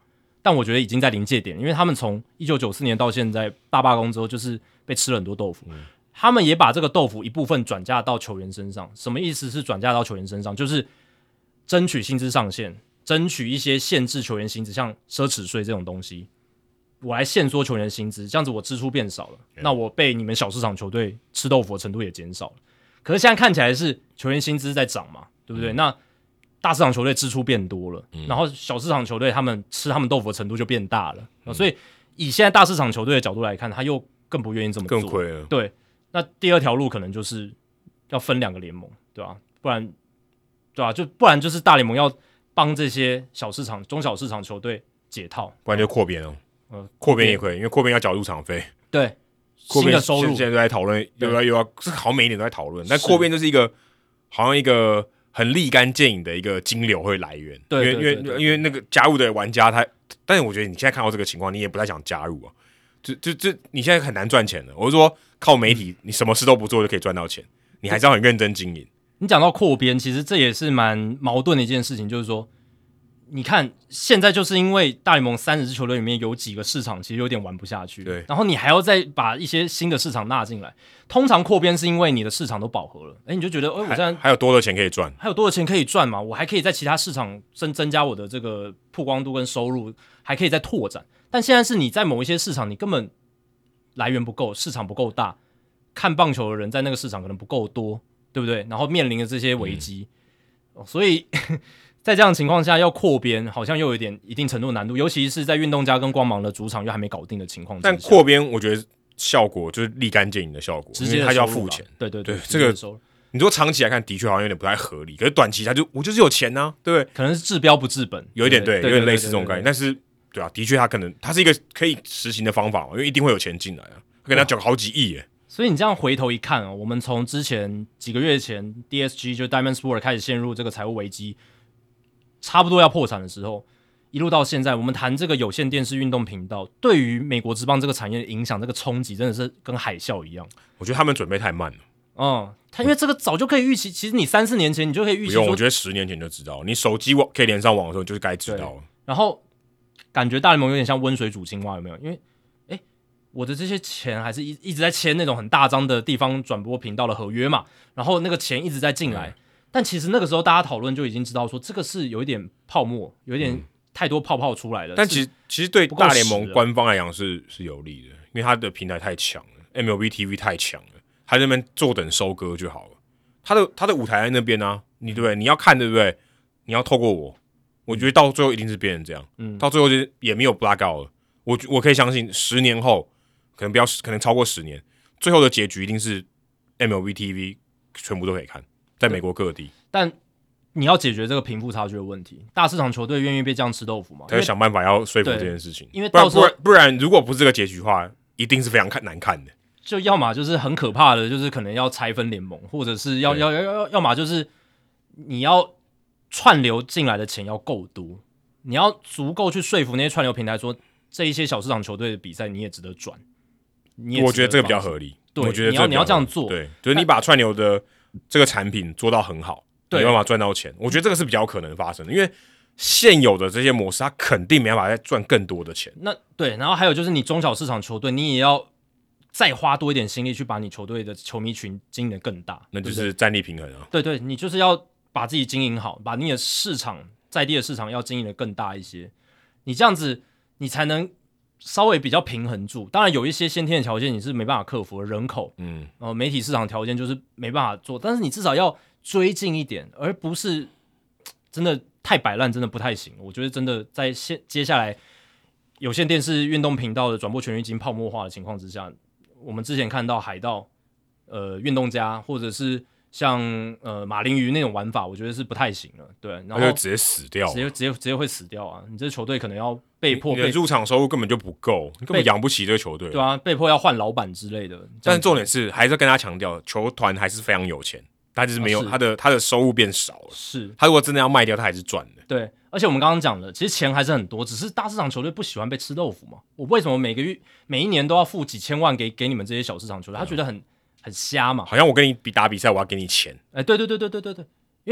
但我觉得已经在临界点，因为他们从1994年到现在大罢工之后，就是被吃了很多豆腐。他们也把这个豆腐一部分转嫁到球员身上。什么意思是转嫁到球员身上？就是争取薪资上限，争取一些限制球员薪资，像奢侈税这种东西，我来限缩球员薪资，这样子我支出变少了，那我被你们小市场球队吃豆腐的程度也减少了。可是现在看起来是球员薪资在涨嘛，对不对？那大市场球队支出变多了，然后小市场球队他们吃他们豆腐的程度就变大了，所以以现在大市场球队的角度来看，他又更不愿意这么做， 更亏了。 对，那第二条路可能就是要分2个联盟，对吧？不然，对吧？不然就是大联盟要帮这些小市场、中小市场球队解套， 不然就扩编哦。扩编也可以，因为扩编要缴入场费。 对， 扩编新的收入现在都在讨论，又要，这好像每一年都在讨论。但扩编就是好像一个很立竿见影的一个金流会来源。 对， 因为那个加入的玩家但是我觉得你现在看到这个情况，你也不太想加入啊。你现在很难赚钱的。我是说，靠媒体，你什么事都不做就可以赚到钱，你还是要很认真经营。 你讲到扩编，其实这也是蛮矛盾的一件事情，就是说。你看，现在就是因为大联盟30支球队里面有几个市场其实有点玩不下去， 对， 然后你还要再把一些新的市场纳进来。通常扩编是因为你的市场都饱和了，你就觉得，我现在还有多的钱可以赚， 还有多的钱可以赚嘛，我还可以在其他市场增加我的这个曝光度跟收入，还可以再拓展。但现在是你在某一些市场，你根本来源不够，市场不够大，看棒球的人在那个市场可能不够多，对不对？然后面临的这些危机，所以。在这样的情况下，要扩编好像又有一定程度的难度，尤其是在运动家跟光芒的主场又还没搞定的情况之下。 但扩编我觉得效果就是立竿见影的效果， 直接因为他就要付钱。 对， 这个你说长期来看的确好像有点不太合理，可是短期我就是有钱啊，对不对？ 可能是治标不治本， 有一点对，有点类似这种概念。但是对啊，的确他是一个可以实行的方法嘛，因为一定会有钱进来啊，跟他讲好几亿耶。 所以你这样回头一看我们从之前几个月前 DSG 就 Diamond Sport 开始陷入这个财务危机。差不多要破产的时候，一路到现在，我们谈这个有线电视运动频道对于美国职棒这个产业的影响，这个冲击真的是跟海啸一样。 我觉得他们准备太慢了。 因为这个早就可以预期，其实你3-4年前你就可以预期说， 不用，我觉得10年前就知道，你手机可以连上网的时候，就是该知道了。 然后感觉大联盟有点像温水煮青蛙，有没有？因为我的这些钱还是一直在签那种很大张的地方转播频道的合约嘛，然后那个钱一直在进来。但其实那个时候大家讨论就已经知道说，这个是有一点泡沫，有一点太多泡泡出来了。 但其实对大联盟官方来讲是有利的，因为他的平台太强了 ，MLB TV 太强了，他在那边坐等收割就好了。他的舞台在那边啊，对不对？你要看对不对？你要透过我觉得到最后一定是变成这样，到最后就也没有 blackout 了。我可以相信10年后，可能超过10年，最后的结局一定是 MLB TV 全部都可以看。在美国各地， 但你要解决这个贫富差距的问题，大市场球队愿意被这样吃豆腐吗？ 他要想办法要说服这件事情， 因为到时候不然如果不是这个结局的话，一定是非常难看的。 就要么就是很可怕的，就是可能要拆分联盟，或者是要么就是你要串流进来的钱要够多，你要足够去说服那些串流平台说，这一些小市场球队的比赛你也值得转。 我觉得这个比较合理。 对， 我觉得你要这样做， 对，就是你把串流的这个产品做到很好，没办法赚到钱，我觉得这个是比较可能发生的，因为现有的这些模式，它肯定没办法再赚更多的钱。 那对，然后还有就是你中小市场球队，你也要再花多一点心力去把你球队的球迷群经营的更大， 那就是战力平衡啊。 对，你就是要把自己经营好，把你的市场在地的市场要经营的更大一些，你这样子你才能稍微比较平衡住。当然有一些先天的条件你是没办法克服的，人口，媒体市场条件就是没办法做，但是你至少要追进一点，而不是真的太摆烂，真的不太行。我觉得真的在接下来有线电视运动频道的转播权利已经泡沫化的情况之下，我们之前看到海盗、运动家或者是像马林鱼那种玩法，我觉得是不太行了。对，然后就直接死掉， 直接会死掉啊！你这球队可能要被迫你的入场收入根本就不够，你根本养不起这个球队。 对啊，被迫要换老板之类的。 但是重点是，还是跟他强调，球团还是非常有钱，他就是没有、他的收入变少了。 是， 他如果真的要卖掉，他还是赚的。 对，而且我们刚刚讲了，其实钱还是很多，只是大市场球队不喜欢被吃豆腐嘛。我为什么每一年都要付几千万给你们这些小市场球队？他觉得很瞎嘛。 好像我跟你打比赛，我要给你钱。 对，因为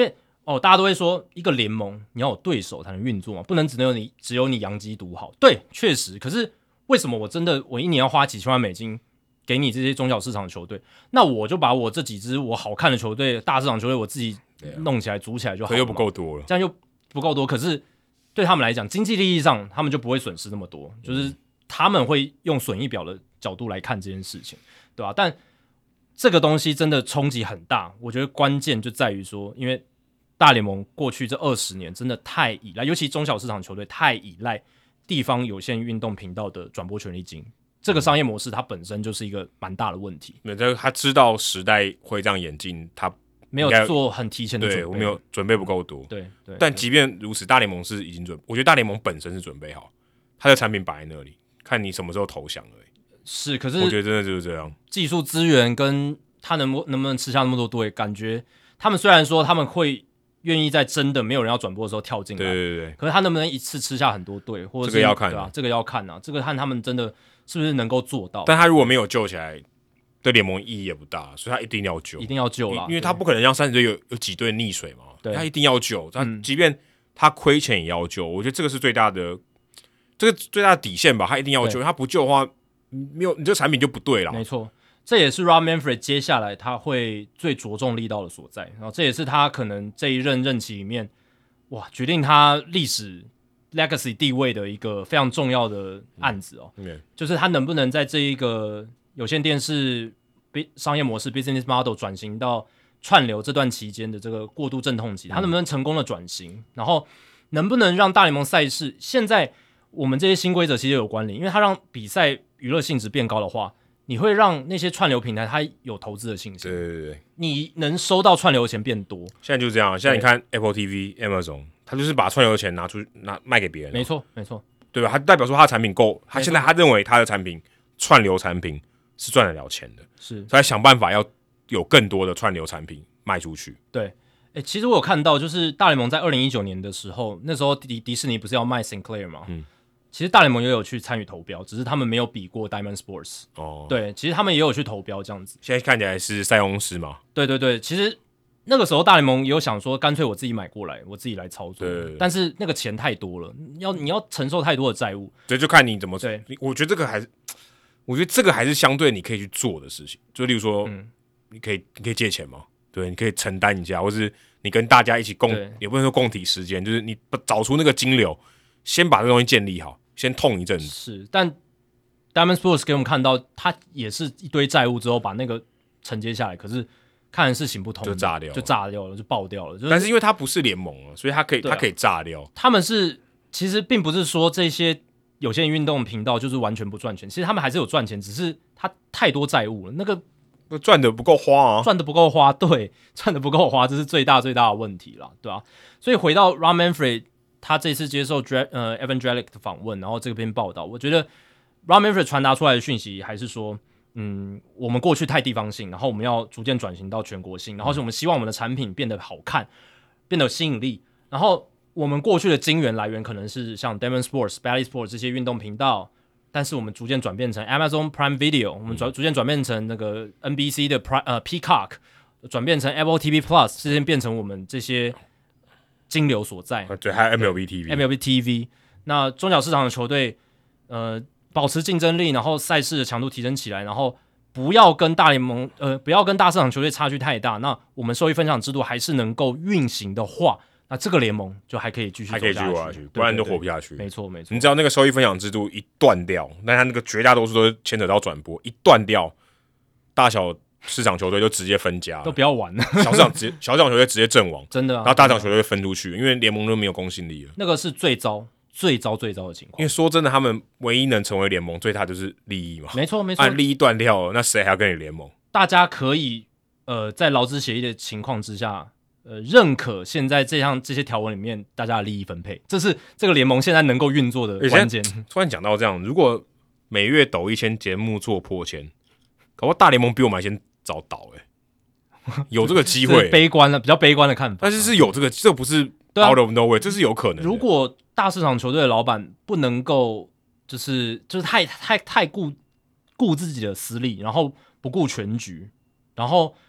大家都会说一个联盟你要有对手才能运作嘛，不能只有你洋基独好。对，确实，可是为什么我一年要花几千万美金给你这些中小市场的球队？那我就把我这几支我好看的球队、大市场球队我自己弄起来、组起来就好了。 又不够多了， 这样又不够多。可是对他们来讲，经济利益上他们就不会损失那么多，就是他们会用损益表的角度来看这件事情，对吧？但这个东西真的冲击很大，我觉得关键就在于说，因为大联盟过去这20年真的太依赖，尤其中小市场球队太依赖地方有线运动频道的转播权利金，这个商业模式它本身就是一个蛮大的问题。 他知道时代会这样演进，他没有做很提前的准备， 对，我没有准备不够多。 对， 但即便如此，大联盟是已经我觉得大联盟本身是准备好，他的产品摆在那里，看你什么时候投降而已。 是，可是我觉得真的就是这样， 技术资源跟他能不能吃下那么多队，感觉他们虽然说他们会愿意在真的没有人要转播的时候跳进来， 对， 可是他能不能一次吃下很多队，或者是这个要看， 对啊，这个要看啊，这个看他们真的是不是能够做到。 但他如果没有救起来，对联盟意义也不大，所以他一定要救， 一定要救啦， 因为他不可能让30队有几队溺水嘛，他一定要救，他即便他亏钱也要救，我觉得这个是最大的底线吧，他一定要救，他不救的话，没有你这个产品就不对了。 没错，这也是 Rob Manfred 接下来他会最着重力道的所在，然后这也是他可能这一任期里面，决定他历史 legacy 地位的一个非常重要的案子哦，就是他能不能在这一个有线电视商业模式 business model 转型到串流这段期间的这个过渡阵痛期，他能不能成功的转型，然后能不能让大联盟赛事现在我们这些新规则其实有关联，因为它让比赛娱乐性质变高的话，你会让那些串流平台它有投资的信心， 对， 你能收到串流钱变多。 现在就是这样，现在你看 Apple TV、Amazon， 他就是把串流的钱拿卖给别人， 没错， 对吧？他代表说他的产品够，他现在他认为他的产品串流产品是赚得了钱的， 是， 他想办法要有更多的串流产品卖出去。 对，其实我有看到，就是大联盟在2019年的时候，那时候迪士尼不是要卖 Sinclair 吗？其实大联盟也有去参与投标，只是他们没有比过 Diamond Sports。对，其实他们也有去投标这样子。 现在看起来是塞翁失马。 对，其实那个时候大联盟也有想说，干脆我自己买过来，我自己来操作。对，但是那个钱太多了，你要承受太多的债务。 对，就看你怎么。对，我觉得这个还是相对你可以去做的事情。就例如说，你可以借钱嘛，对，你可以承担一下，或是你跟大家一起也不能说共体时间，就是你找出那个金流，先把这个东西建立好。先痛一阵子是，但 Diamond Sports 给我们看到，他也是一堆债务之后把那个承接下来，可是看是行不通， 就炸掉了，就爆掉了。 但是因为他不是联盟了，所以他可以炸掉。 他们其实并不是说这些有线运动频道就是完全不赚钱，其实他们还是有赚钱，只是他太多债务了，那个赚的不够花啊， 对，赚的不够花，这是最大的问题啦，对吧？所以回到 Rob Manfred。他这次接受Evan Drellick 的访问，然后这篇报道，我觉得 Rob Manfred 传达出来的讯息还是说，我们过去太地方性，然后我们要逐渐转型到全国性，然后是我们希望我们的产品变得好看，变得有吸引力，然后我们过去的金源来源可能是像 Diamond Sports、Bally Sports 这些运动频道，但是我们逐渐转变成 Amazon Prime Video， 我们逐渐转变成那个 NBC 的Peacock， 转变成 Apple TV Plus， 这些变成我们这些金流所在， 对，还有 MLB TV， 那中小市场的球队，保持竞争力，然后赛事的强度提升起来，然后不要跟大联盟，不要跟大市场球队差距太大，那我们收益分享制度还是能够运行的话，那这个联盟就还可以继续走下去， 不然就活不下去。 没错， 你知道那个收益分享制度一断掉，那他那个绝大多数都牵扯到转播，一断掉，大小市场球队就直接分家， 都不要玩了。 小市场球队直接阵亡， 真的。 然后大场球队分出去，因为联盟都没有公信力了。 那个是最糟的情况。 因为说真的，他们唯一能成为联盟，最大就是利益嘛。 没错。 利益断掉了，那谁还要跟你联盟？ 大家可以在劳资协议的情况之下，认可现在这些条文里面大家的利益分配，这是这个联盟现在能够运作的关键。 突然讲到这样，如果每月抖1000节目做破千，搞不好大联盟比我们还先早倒有这个机会， 比较悲观的看法。 但是有这不是 out of nowhere，这是有可能的。 如果大市场球队的老板不能够就是太顾自己的私利，然后不顾全局，然后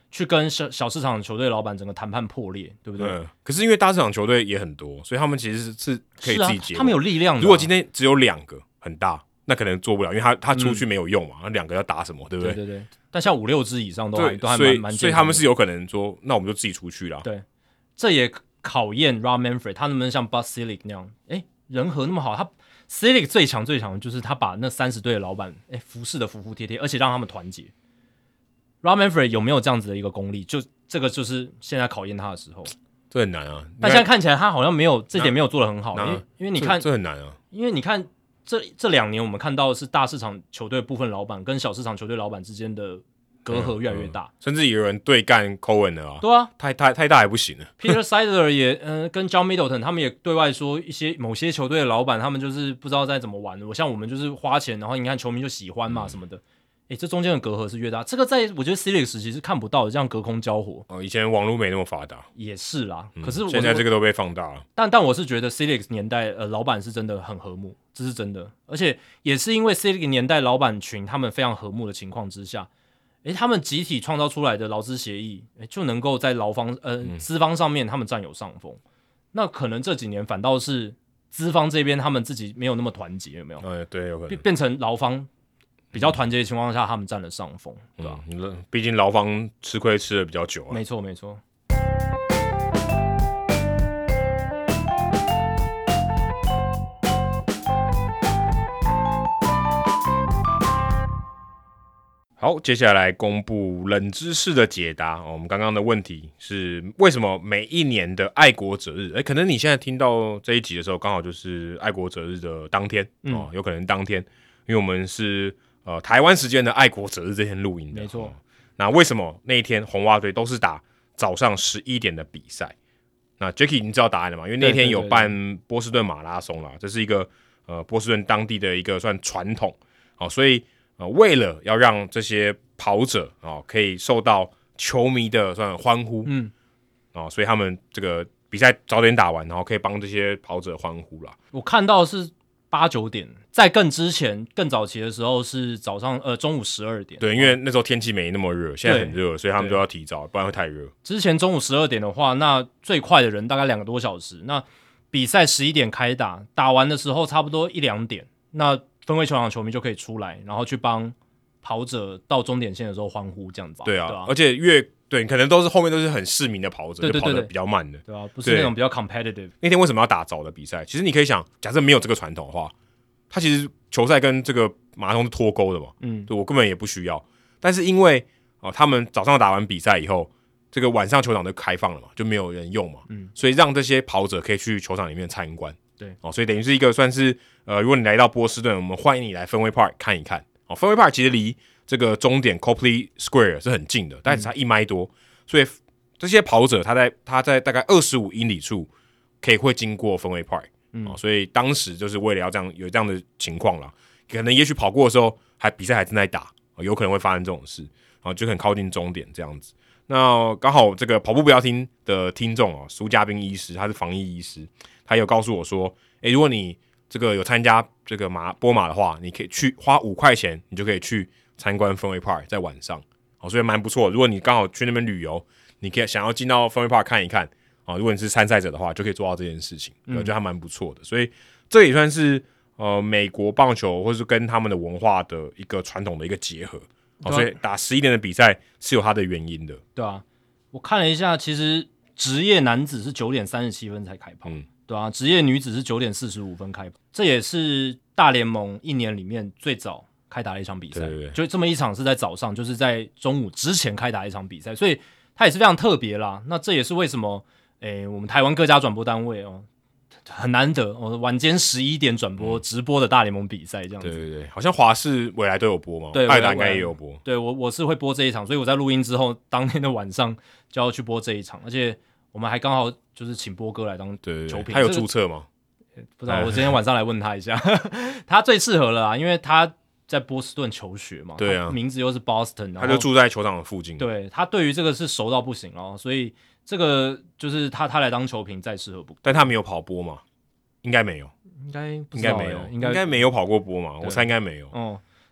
去跟小市场球队老板整个谈判破裂，对不对？ 可是因为大市场球队也很多，所以他们其实是可以自己接、 他们有力量的。 如果今天只有2个很大，那可能做不了，因为他出去没有用嘛，那2个要打什么，对不对？ 对对对。但像5-6支以上都还蛮， 所以他们是有可能说，那我们就自己出去啦。 对，这也考验 Rob Manfred 他能不能像 Bud Selig 那样，人和那么好。他 Selig 最强的就是他把那30队的老板服侍的服服帖帖，而且让他们团结。Rob Manfred 有没有这样子的一个功力？就这个就是现在考验他的时候。 这很难啊。 但现在看起来他好像没有这点没有做得很好，因为你看这很难啊。 因为你看这2年我们看到的是大市场球队部分老板跟小市场球队老板之间的隔阂越来越大， 甚至有人对干 Cohen 了啊。 对啊， 太大还不行了。 Peter Sider 也跟 John Middleton 他们也对外说，某些球队的老板他们就是不知道在怎么玩。像我们就是花钱，然后你看球迷就喜欢嘛什么的。这中间的隔阂是越大，这个在我觉得 Selig 时期是看不到的，这样隔空交火。 以前网络没那么发达， 也是啦。可是现在这个都被放大了。 但我是觉得 Selig 年代老板是真的很和睦，这是真的。而且也是因为 Selig 年代老板群他们非常和睦的情况之下，他们集体创造出来的劳资协议，就能够在劳方资方上面他们占有上风。那可能这几年反倒是资方这边他们自己没有那么团结，有没有？ 对，有可能变成劳方比较团结的情况下，他们占了上风，对吧？ 毕竟劳方吃亏吃的比较久啊。 没错，没错。 好，接下来公布冷知识的解答。我们刚刚的问题是为什么每一年的爱国者日，可能你现在听到这一集的时候，刚好就是爱国者日的当天有可能当天，因为我们是台湾时间的爱国者日这天录音的， 没错。 那为什么那一天红袜队都是打早上11点的比赛？那 Jacky 已经知道答案了嘛？因为那天有办波士顿马拉松啦，这是一个波士顿当地的一个算传统，所以为了要让这些跑者可以受到球迷的算欢呼，所以他们这个比赛早点打完，然后可以帮这些跑者欢呼啦。 我看到是8-9点，在更之前更早期的时候是早上中午12点。 对，因为那时候天气没那么热，现在很热，所以他们就要提早，不然会太热。 之前中午12点的话，那最快的人大概2个多小时。那比赛11点开打，打完的时候差不多1-2点，那分位球场的球迷就可以出来，然后去帮跑者到终点线的时候欢呼，这样子。 对啊，而且对，可能都是后面都是很市民的跑者，就跑得比较慢的， 对啊，不是那种比较 competitive。 那天为什么要打早的比赛？其实你可以想，假设没有这个传统的话，他其实球赛跟这个马拉松是脱钩的嘛，对，我根本也不需要。但是因为他们早上打完比赛以后，这个晚上球场就开放了嘛，就没有人用嘛，所以让这些跑者可以去球场里面参观。 对， 所以等于是一个算是如果你来到波士顿，我们欢迎你来芬威 Park 看一看。芬威 Park 其实离这个终点 Copley Square 是很近的，大概只差1迈多，所以这些跑者他在大概25英里处会经过芬威 Park，所以当时就是为了要有这样的情况啦，可能也许跑过的时候比赛还正在打，有可能会发生这种事，就很靠近终点这样子。那刚好这个跑步不要听的听众苏家斌医师，他是防疫医师，他有告诉我说，如果你这个有参加这个波马的话，你可以去花5块钱，你就可以去参观芬威 Park， 在晚上，所以蛮不错。如果你刚好去那边旅游，你可以想要进到芬威 Park 看一看，如果你是参赛者的话，就可以做到这件事情，我觉得还蛮不错的。所以这也算是美国棒球或是跟他们的文化的一个传统的一个结合。所以打11点的比赛是有它的原因的。 对啊，我看了一下，其实职业男子是9点37分才开跑，对啊，职业女子是9点45分开跑，这也是大联盟1年里面最早开打的一场比赛。对，就这么一场是在早上，就是在中午之前开打一场比赛，所以它也是非常特别啦。那这也是为什么我们台湾各家转播单位很难得晚间11点转播直播的大联盟比赛这样子。 对，好像华视未来都有播嘛， 对， 爱达应该也有播。 对，我是会播这一场，所以我在录音之后当天的晚上就要去播这一场，而且我们还刚好就是请波哥来当球评。 他有注册吗？ 不知道，我今天晚上来问他一下。他最适合了啦，因为他在波士顿求学嘛，对啊，名字又是 Boston， 他就住在球场的附近。 对，他对于这个是熟到不行所以这个就是他来当球评再适合不过。 但他没有跑播嘛？应该没有， 应该没有，应该没有跑过播嘛？我猜应该没有。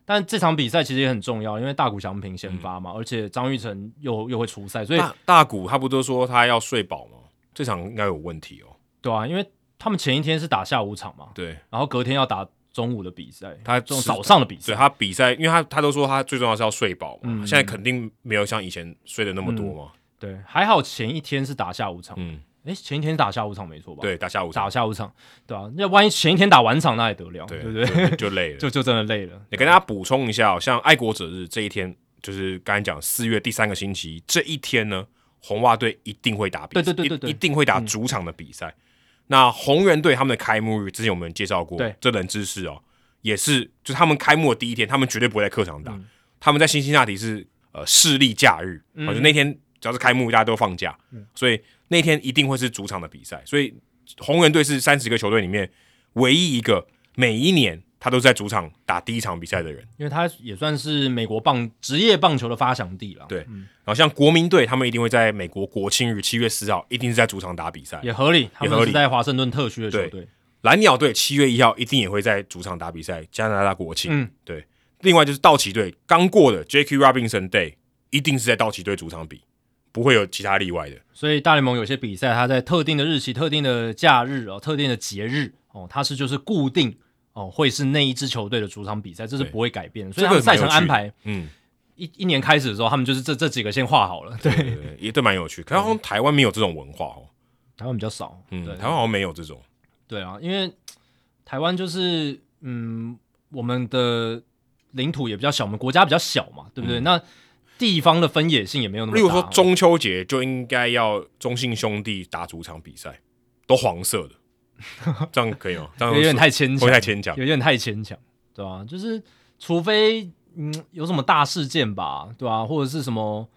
但这场比赛其实也很重要，因为大谷翔平先发嘛，而且张育成又会出赛，所以大谷他不都说他要睡饱吗？这场应该有问题哦。 对啊，因为他们前一天是打下午场嘛， 对， 然后隔天要打中午的比赛， 他早上的比赛， 对他比赛，因为他都说他最重要是要睡饱嘛，现在肯定没有像以前睡的那么多嘛。 对，还好前一天是打下午场，前一天打下午场没错吧？ 对，打下午场，对啊，那万一前一天打晚场那也得了， 对不对？ 就累了， 就真的累了。 你跟大家补充一下像爱国者日这一天，就是刚才讲4月第3个星期这一天呢，红袜队一定会打比赛，对，一定会打主场的比赛。那红人队他们的开幕日之前我们介绍过，这冷知识哦，也是就是他们开幕的第一天，他们绝对不会在客场打，他们在辛辛那提是市立假日，就那天只要是开幕大家都放假，所以那天一定会是主场的比赛。所以红人队是30个球队里面唯一一个每一年他都在主场打第一场比赛的人， 因为他也算是美国职业棒球的发祥地了。 对，然后像国民队，他们一定会在美国国庆日7月4号一定是在主场打比赛， 也合理，他们是在华盛顿特区的球队。 蓝鸟队7月1号一定也会在主场打比赛，加拿大国庆。对。另外就是道奇队刚过的 J.K. Robinson Day 一定是在道奇队主场比，不会有其他例外的。 所以大联盟有些比赛，它在特定的日期、特定的假日、特定的节日它是就是固定会是那一支球队的主场比赛，这是不会改变的。所以他们赛程安排，一年开始的时候，他们就是这几个先画好了。对， 也都蛮有趣。可是好像台湾没有这种文化哦， 台湾比较少。 台湾好像没有这种。 对啊，因为台湾就是我们的领土也比较小，我们国家比较小嘛，对不对？那地方的分野性也没有那么大。 例如说中秋节就应该要中信兄弟打主场比赛，都黄色的，这样可以吗？这样有点太牵强， 会太牵强， 有点太牵强，对吧？就是除非有什么大事件吧，对吧？或者是什么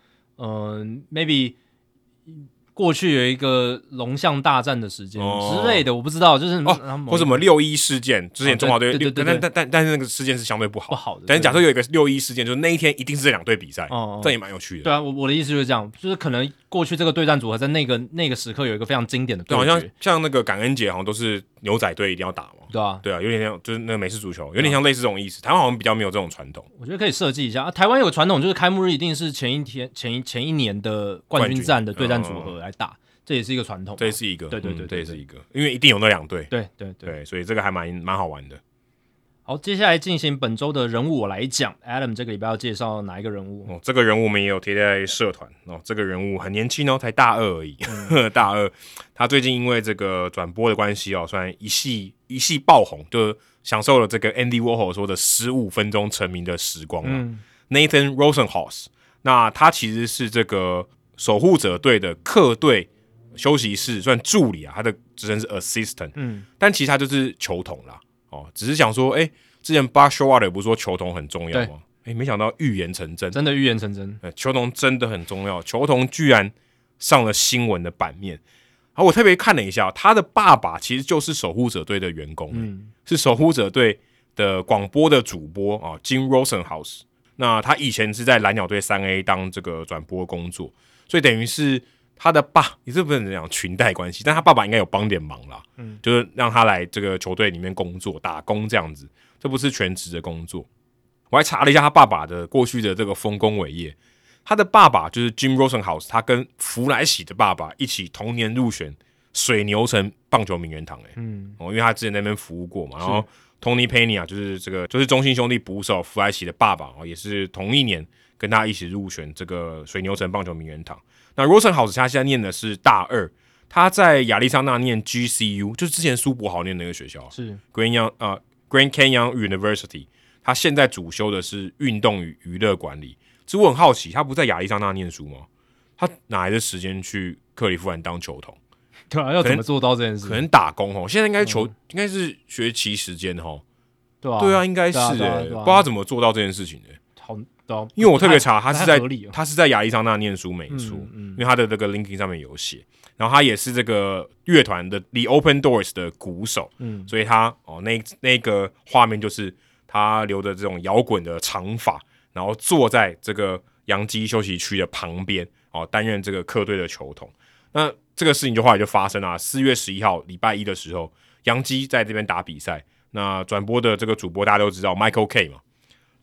maybe。过去有一个龙象大战的时间之类的，我不知道，就是或什么6.1事件，之前中华队， 对， 但是那个事件是相对不好的。 但是假设有一个6.1事件，就是那一天一定是这两队比赛，这也蛮有趣的。 对啊，我的意思就是这样，就是可能过去这个对战组合在那个时刻有一个非常经典的对决， 好像那个感恩节好像都是牛仔队一定要打嘛， 对啊， 有点像就是那个美式足球，有点像类似这种意思。台湾好像比较没有这种传统， 我觉得可以设计一下。台湾有个传统，就是开幕日一定是前一年的冠军战的对战组合来打。这也是一个传统， 这也是一个， 对， 这也是一个，因为一定有那两队， 对， 所以这个还蛮好玩的。 好，接下来进行本周的人物我来讲 ，Adam 这个礼拜要介绍哪一个人物？ 这个人物我们也有贴在社团这个人物很年轻才大2而已，大2。他最近因为这个转播的关系虽然一系爆红，就享受了这个 Andy Warhol 说的15分钟成名的时光Nathan Rosenhaus， 那他其实是这个守护者队的客队休息室算助理他的职称是 assistant，但其实他就是球童啦，只是想说，之前 Buck Showalter 不是说球童很重要吗？没想到预言成真， 真的预言成真， 球童真的很重要，球童居然上了新闻的版面。然后我特别看了一下，他的爸爸其实就是守护者队的员工，是守护者队的广播的主播Jim Rosenhaus。那他以前是在蓝鸟队3A 当这个转播工作，所以等于是他的也是不能讲裙带关系，但他爸爸应该有帮点忙啦，就是让他来这个球队里面工作打工这样子，这不是全职的工作。我还查了一下他爸爸的过去的这个丰功伟业，他的爸爸就是 Jim Rosenhaus， 他跟弗莱喜的爸爸一起同年入选水牛城棒球名人堂，因为他之前在那边服务过嘛，然后 Tony Pena 就是中信兄弟捕手弗莱喜的爸爸，也是同一年跟他一起入选这个水牛城棒球名人堂。那 Rosenhaus 他现在念的是大2，他在亚利桑那念 GCU， 就是之前苏博豪念的那个学校， 是 Grand Canyon University。他现在主修的是运动与娱乐管理。其实我很好奇，他不在亚利桑那念书吗？他哪来的时间去克利夫兰当球童？ 对啊，要怎么做到这件事？ 可能打工现在应该应该是学期时间对啊， 应该是不知道他怎么做到这件事情的。 好， 因为我特别查，他是在亚利桑那念书没错，因为他的这个 LinkedIn 上面有写，然后他也是这个乐团的 The Open Doors 的鼓手，所以他那个画面就是他留着这种摇滚的长发，然后坐在这个洋基休息区的旁边担任这个客队的球童。那这个事情就后来就发生了，4月11号礼拜一的时候，洋基在这边打比赛，那转播的这个主播大家都知道 Michael Kay 嘛，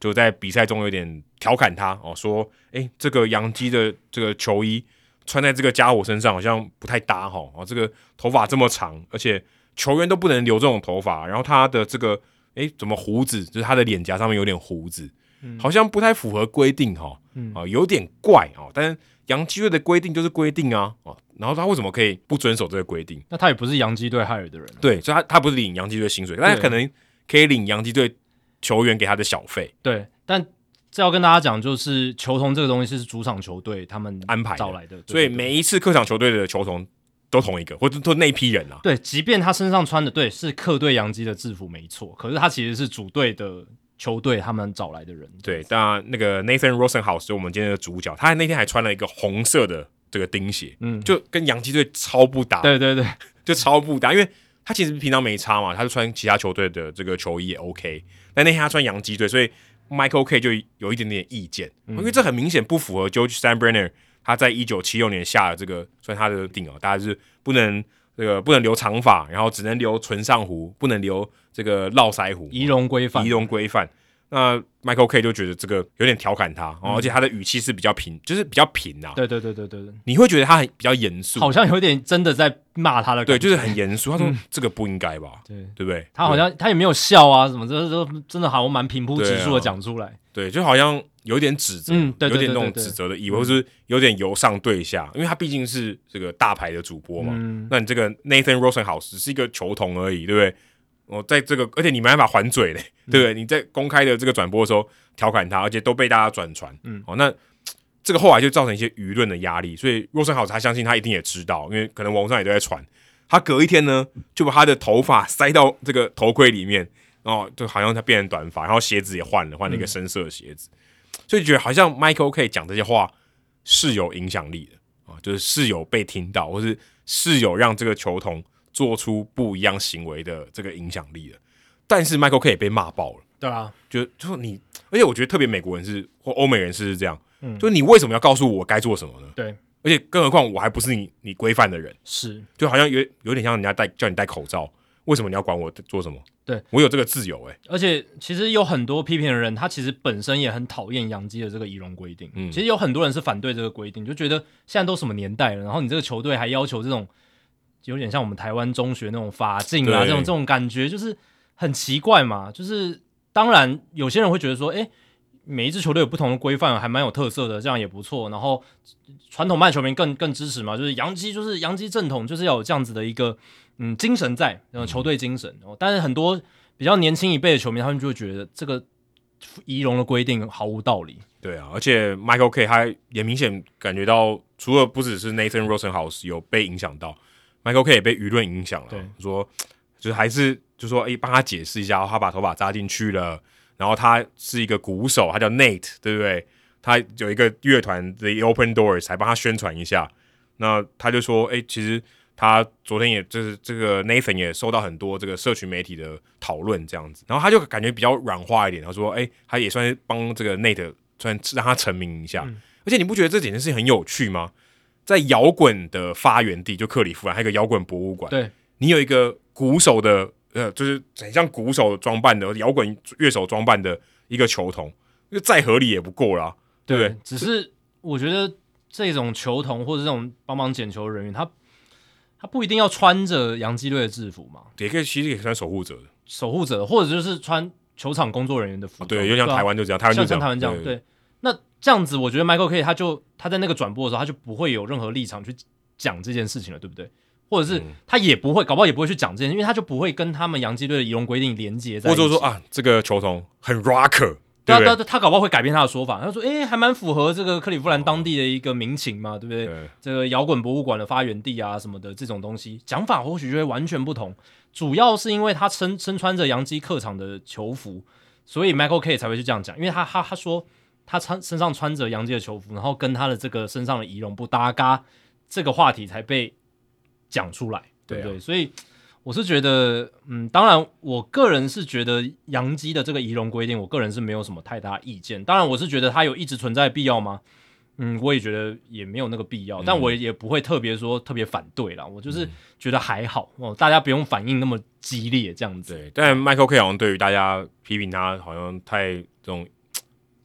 就在比赛中有点调侃他说这个洋基的这个球衣穿在这个家伙身上好像不太搭这个头发这么长，而且球员都不能留这种头发，然后他的这个怎么胡子，就是他的脸颊上面有点胡子，好像不太符合规定有点怪但是洋基队的规定就是规定然后他为什么可以不遵守这个规定？ 那他也不是洋基队害尔的人， 对，所以他不是领洋基队薪水，但他可能可以领洋基队球员给他的小费。 对，但这要跟大家讲，就是球童这个东西是主场球队他们安排找来的，对对对， 所以每一次客场球队的球童都同一个，或者都那一批人对，即便他身上穿的对是客队洋基的制服没错，可是他其实是主队的球队他们找来的人。 对，当然那个 Nathan Rosenhaus 就我们今天的主角，他那天还穿了一个红色的这个钉鞋，就跟洋基队超不搭。 对对对， 就超不搭，因为他其实平常没差嘛，他就穿其他球队的这个球衣也 OK， 但那天他穿洋基队，所以 Michael Kay 就有一点点意见，因为这很明显不符合 George Steinbrenner 他在1976年下的这个算他的定大家是不能留长发，然后只能留唇上胡，不能留这个络腮胡， 仪容规范。 那 Michael Kay 就觉得这个有点调侃他，而且他的语气是比较平，就是比较平啊。 对， 你会觉得他比较严肃， 好像有点真的在骂他的感觉。 对，就是很严肃。他说这个不应该吧？对不对？ 他好像他也没有笑啊，什么这真的好像蛮平铺直述的讲出来。 对，就好像有点指责， 对， 有点那种指责的意味，或是有点由上对下，因为他毕竟是这个大牌的主播嘛。那你这个 Nathan Rosenhaus 只是一个球童而已，对不对？在这个，而且你没办法还嘴嘞，对不对？你在公开的这个转播的时候调侃他，而且都被大家转传，那这个后来就造成一些舆论的压力，所以 Rosenhaus 他相信他一定也知道，因为可能网上也都在传。他隔一天呢，就把他的头发塞到这个头盔里面，就好像他变成短发，然后鞋子也换了一个深色的鞋子，所以觉得好像 Michael Kay 讲这些话是有影响力的就是有被听到，或是有让这个球童做出不一样行为的这个影响力的，但是 Michael Kay 也被骂爆了。 对啊， 就是你，而且我觉得特别美国人或欧美人是这样，就是你为什么要告诉我该做什么呢？ 对， 而且更何况我还不是你规范的人， 是， 就好像有点像人家叫你戴口罩，为什么你要管我做什么？ 对， 我有这个自由而且其实有很多批评的人，他其实本身也很讨厌洋基的这个仪容规定。其实有很多人是反对这个规定，就觉得现在都什么年代了，然后你这个球队还要求这种。有点像我们台湾中学那种法镜啊，这种感觉就是很奇怪嘛。就是当然有些人会觉得说，每一支球队有不同的规范，还蛮有特色的，这样也不错。然后传统派球迷更支持嘛，就是洋基正统，就是要有这样子的一个精神在，球队精神。但是很多比较年轻一辈的球迷，他们就会觉得这个仪容的规定毫无道理。 对啊，而且 Michael Kay 他也明显感觉到，除了不只是 Nathan Rosenhaus 有被影响到。Michael Kay 也被舆论影响了，说就是还是就说帮他解释一下，他把头发扎进去了，然后他是一个鼓手，他叫 Nate， 对不对？他有一个乐团 The Open Doors 还帮他宣传一下，那他就说，其实他昨天也就是这个 Nathan 也收到很多这个社群媒体的讨论这样子，然后他就感觉比较软化一点，他说，他也算是帮这个 Nate 算让他成名一下，而且你不觉得这简直是很有趣吗？在摇滚的发源地，就克里夫兰，还有一个摇滚博物馆。 对， 你有一个鼓手的，就是很像鼓手装扮的摇滚乐手装扮的一个球童，就再合理也不过啦，对不对？ 只是我觉得这种球童或者这种帮忙捡球人员，他不一定要穿着洋基队的制服嘛， 也可以，其实也可以穿守护者的， 或者就是穿球场工作人员的服装。 对，就像台湾就这样，台湾就这样， 像台湾这样，对。那这样子，我觉得 Michael Kay 他在那个转播的时候，他就不会有任何立场去讲这件事情了，对不对？或者是他也不会，搞不好也不会去讲这件事，因为他就不会跟他们洋基队的仪容规定连接在一起。 或者说这个球童很 rocker， 对不对？ 他搞不好会改变他的说法，他说，还蛮符合这个克利夫兰当地的一个民情嘛，对不对？这个摇滚博物馆的发源地啊什么的这种东西，讲法或许就会完全不同。主要是因为他身穿着洋基客场的球服，所以 Michael Kay 才会去这样讲，因为他说。他身上穿着洋基的球服，然后跟他的这个身上的仪容不搭嘎，这个话题才被讲出来，对不对？所以我是觉得，当然，我个人是觉得洋基的这个仪容规定，我个人是没有什么太大意见。当然，我是觉得它有一直存在的必要吗？我也觉得也没有那个必要，但我也不会特别说特别反对啦。我就是觉得还好大家不用反应那么激烈这样子。 对，但 Michael Kay 好像对于大家批评他，好像太这种。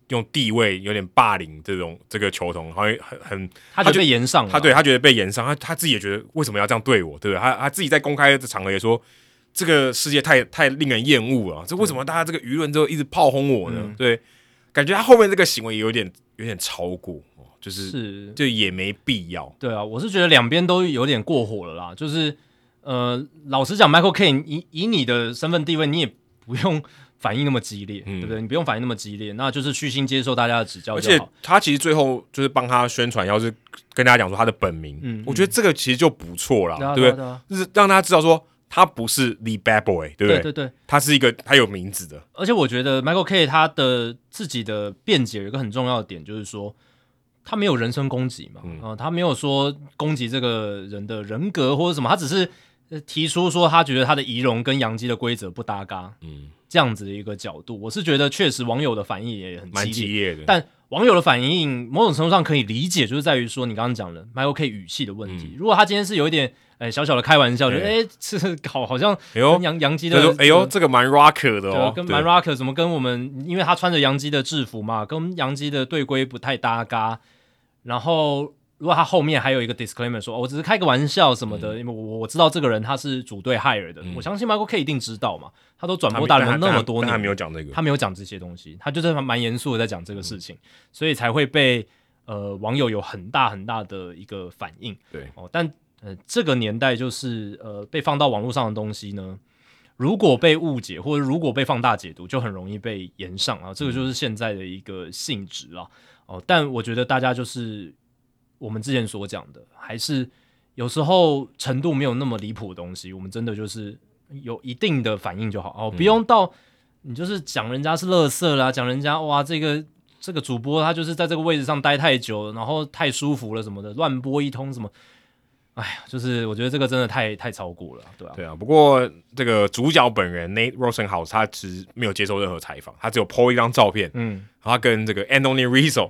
用地位有点霸凌这个球童，好像他觉得被延上了， 他觉得被延上，他自己也觉得为什么要这样对我，对不对？他自己在公开的场合也说，这个世界太令人厌恶了，这为什么大家这个舆论都一直炮轰我呢？对，感觉他后面这个行为有点超过，就也没必要。 对啊，我是觉得两边都有点过火了啦，就是老实讲 ，Michael Kane 以你的身份地位，你也不用反应那么激烈，对不对？你不用反应那么激烈，那就是虚心接受大家的指教就好。 而且他其实最后就是帮他宣传，要是跟大家讲说他的本名，我觉得这个其实就不错啦，对不对？就是让大家知道说他不是 The Bad Boy， 对不对？ 对， 他是一个他有名字的。 而且我觉得 Michael Kane 他的自己的辩解有一个很重要的点，就是说他没有人身攻击嘛，他没有说攻击这个人的人格或者什么，他只是提出说他觉得他的仪容跟洋基的规则不搭嘎，这样子的一个角度，我是觉得确实网友的反应也很蛮激烈的， 但网友的反应某种程度上可以理解，就是在于说你刚刚讲的 Michael Kane 语气的问题。如果他今天是有一点小小的开玩笑，就这好像跟洋基的这个蛮 rocker 的哦， 跟蛮 rocker 怎么跟我们，因为他穿着洋基的制服嘛，跟洋基的队规不太搭嘎，然后如果他后面还有一个 disclaimer 说，我只是开个玩笑什么的，因为我知道这个人他是主队 hire 的，我相信 Michael Kane 一定知道嘛，他都转播大联盟那么多年， 他没有讲这个， 他没有讲这些东西，他就是蛮严肃的在讲这个事情，所以才会被网友有很大很大的一个反应。 对但这个年代就是被放到网络上的东西呢，如果被误解或者如果被放大解读，就很容易被延上啊，这个就是现在的一个性质啦。但我觉得大家就是我们之前所讲的，还是有时候程度没有那么离谱的东西，我们真的就是有一定的反应就好不用到你就是讲人家是垃圾啦，讲人家哇这个主播他就是在这个位置上待太久了，然后太舒服了什么的，乱播一通什么。哎呀，就是我觉得这个真的太超过了，对啊。 对啊，不过这个主角本人 Nate Rosenhaus 他其实没有接受任何采访，他只有 po 一张照片，然后他跟这个 Anthony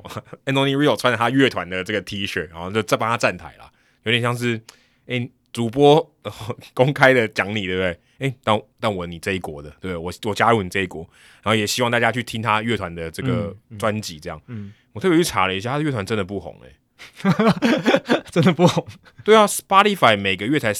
Rizzo 穿着他乐团的这个 T 恤，然后就再帮他站台啦，有点像是主播公开的讲你，对不对？但我你这一国的，对不对？我加入你这一国，然后也希望大家去听他乐团的这个专辑，这样。我特别去查了一下，他的乐团真的不红真的不红。 对啊 ，Spotify 每个月才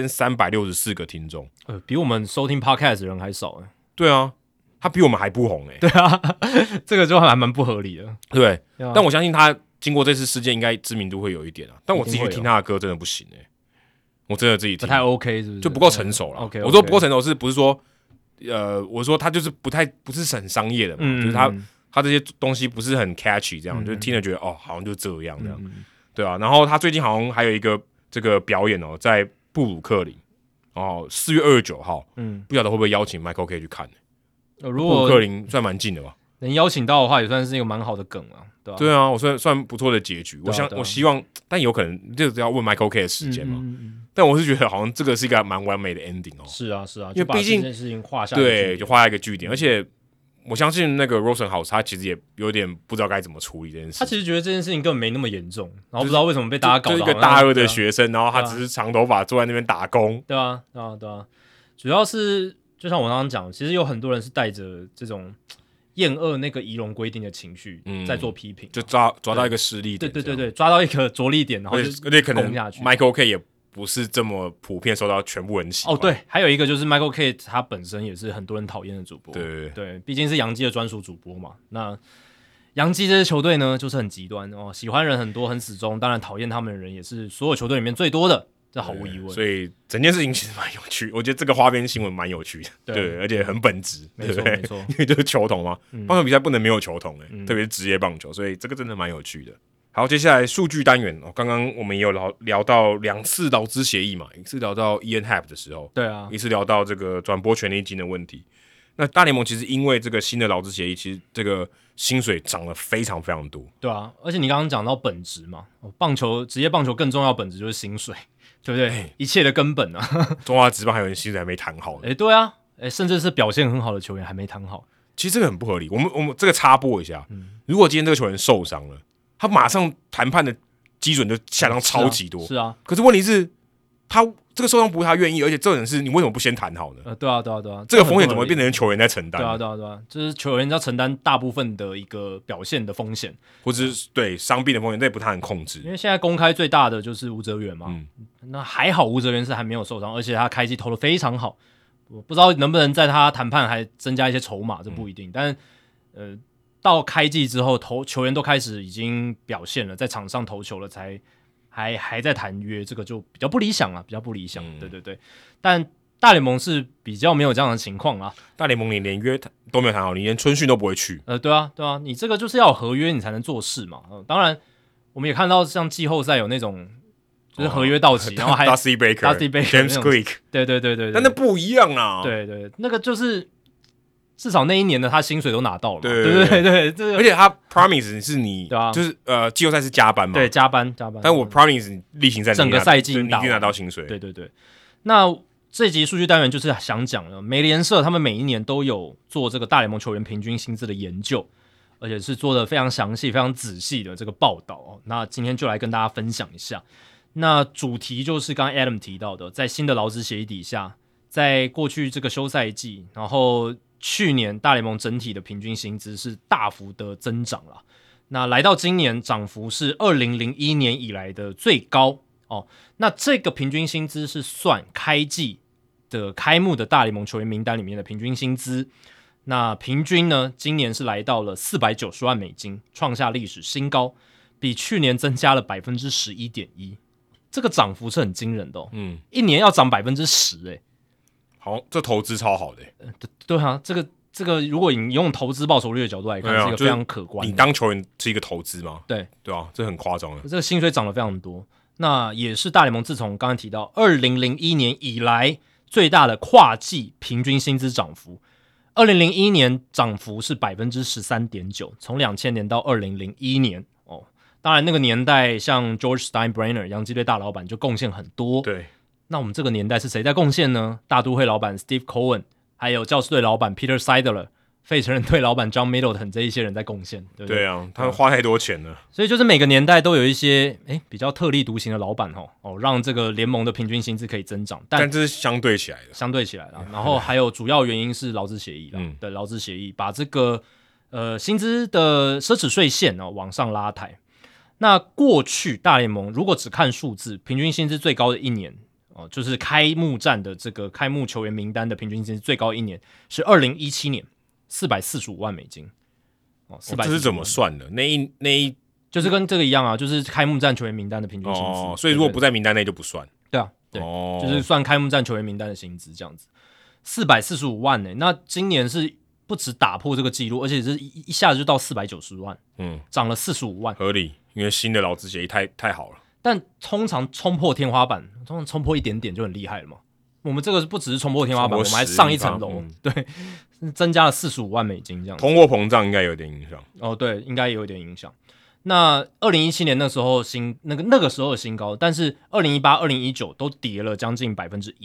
3364个听众， 比我们收听 Podcast 的人还少对啊，他比我们还不红对啊，这个就还蛮不合理的。 对，但我相信他经过这次事件，应该知名度会有一点啊。但我自己去听他的歌真的不行我真的自己听不太 OK， 是不是？ 就不够成熟了。 OK， 我说不够成熟不是说我说他就是不是很商业的嘛，就是他这些东西不是很 catchy， 这样就是听了觉得好像就这样这样，对啊。然后他最近好像还有一个这个表演在布鲁克林4月29号，不晓得会不会邀請 Michael Kane 去看如果布鲁克林算蛮近的吧， 能邀请到的话，也算是一个蛮好的梗啊，对吧？ 对啊，我算不错的结局。我希望，但有可能这个要问 Michael Kane 的时间嘛。但我是觉得好像这个是一个蛮完美的 ending 是啊， 因为毕竟这件事情画下对，就画下一个句点，而且我相信那个 Rosenhaus 他其实也有点不知道该怎么处理这件事情。 他其实觉得这件事情根本没那么严重，然后不知道为什么被大家搞到就是一个大二的学生，然后他只是长头发坐在那边打工。 对啊，主要是就像我刚刚讲，其实有很多人是带着这种厌恶那个仪容规定的情绪在做批评， 就抓到一个失力点， 对，抓到一个着力点，然后就而且可能攻下去。 Michael Kane 也不是这么普遍受到全部人喜欢。 对，还有一个就是 Michael Kane 他本身也是很多人讨厌的主播，对，毕竟是洋基的专属主播嘛。那洋基这支球队呢，就是很极端喜欢人很多，很死忠，当然讨厌他们的人也是所有球队里面最多的。这毫无疑问， 所以整件事情其实蛮有趣，我觉得这个花边新闻蛮有趣的，对，而且很本质， 没错， 因为就是球童嘛，棒球比赛不能没有球童特别是职业棒球，所以这个真的蛮有趣的。好，接下来数据单元刚刚我们也有聊到2次劳资协议嘛，一次聊到 Ian Happ 的时候， 对啊， 一次聊到这个转播权利金的问题。那大联盟其实因为这个新的劳资协议，其实这个薪水涨了非常非常多， 对啊，而且你刚刚讲到本质嘛，职业棒球更重要的本质就是薪水。对不对？一切的根本啊！ 中华职棒还有人薪水还没谈好对啊，甚至是表现很好的球员还没谈好。 其实这个很不合理。我们这个插播一下，如果今天这个球员受伤了，他马上谈判的基准就下降超级多。 是啊。 可是问题是，他这个受伤不是他愿意，而且这种是你为什么不先谈好呢？ 对啊， 这个风险怎么会变成球员在承担？ 对啊，就是球员要承担大部分的一个表现的风险， 或者是对伤病的风险，这也不太能控制。 因为现在公开最大的就是吴哲源嘛，那还好吴哲源是还没有受伤，而且他开季投得非常好，我不知道能不能在他谈判还增加一些筹码，这不一定。但到开季之后，球员都开始已经表现了，在场上投球了，才还在谈约，这个就比较不理想啊，比较不理想。对，但大联盟是比较没有这样的情况啊。 大联盟你连约都没有谈好，你连春训都不会去。 对啊，你这个就是要有合约你才能做事嘛。当然，我们也看到像季后赛有那种就是合约到期，然后还 Dusty Baker、James Quick， 对， 但那不一样啊。 对，那个就是至少那一年的他薪水都拿到了嘛。 对， 这个而且他 Promise 是你， 对啊， 就是季后赛是加班嘛， 对，加班。 但我 Promise 你例行赛整个赛季你一定拿到薪水。 对，那这集数据单元就是想讲了，美联社他们每一年都有做这个大联盟球员平均薪资的研究，而且是做的非常详细、非常仔细的这个报道哦。那今天就来跟大家分享一下。那主题就是刚刚 Adam 提到的，在新的劳资协议底下，在过去这个休赛季，然后去年大联盟整体的平均薪资是大幅的增长了。那来到今年，涨幅是2001年以来的最高哦。那这个平均薪资是算开季的开幕的大联盟球员名单里面的平均薪资。那平均呢，今年是来到了490万美金，创下历史新高，比去年增加了 11.1%。这个涨幅是很惊人的哦，一年要涨 10% 好，这投资超好的对啊，这个如果你用投资报酬率的角度来看，是一个非常可观的。 你当球员是一个投资吗？ 对啊，这很夸张的。 这个薪水涨得非常多，那也是大联盟自从刚才提到2001年以来最大的跨季平均薪资涨幅。2001年涨幅是 13.9%， 从2000年到2001年哦。当然那个年代像 George Steinbrenner 洋基队大老板就贡献很多。 对， 那我们这个年代是谁在贡献呢？大都会老板 Steve Cohen， 还有教士队老板 Peter Seidler， 费城人队老板 John Middleton 这一些人在贡献，对不对？ 对啊，他们花太多钱了。 所以就是每个年代都有一些比较特立独行的老板让这个联盟的平均薪资可以增长，但这是相对起来的， 然后还有主要原因是劳资协议的劳资协议把这个薪资的奢侈税线往上拉抬。那过去大联盟如果只看数字，平均薪资最高的一年就是开幕战的这个开幕球员名单的平均薪资最高一年是2017年445万美金。 这是怎么算的？那一就是跟这个一样啊，就是开幕战球员名单的平均薪资。 所以如果不在名单内就不算。 对啊，对，就是算开幕战球员名单的薪资这样子。445万那今年是不止打破这个记录，而且是一下子就到490万，涨了45万， 合理，因为新的劳资协议太好了。 但通常冲破天花板，通常冲破一点点就很厉害了嘛。我们这个不只是冲破天花板，我们还上一层楼，对，增加了45万美金这样子。 通货膨胀应该有点影响。 对，应该有点影响。那2017年那时候那个时候的新高，但是2018、2019都跌了将近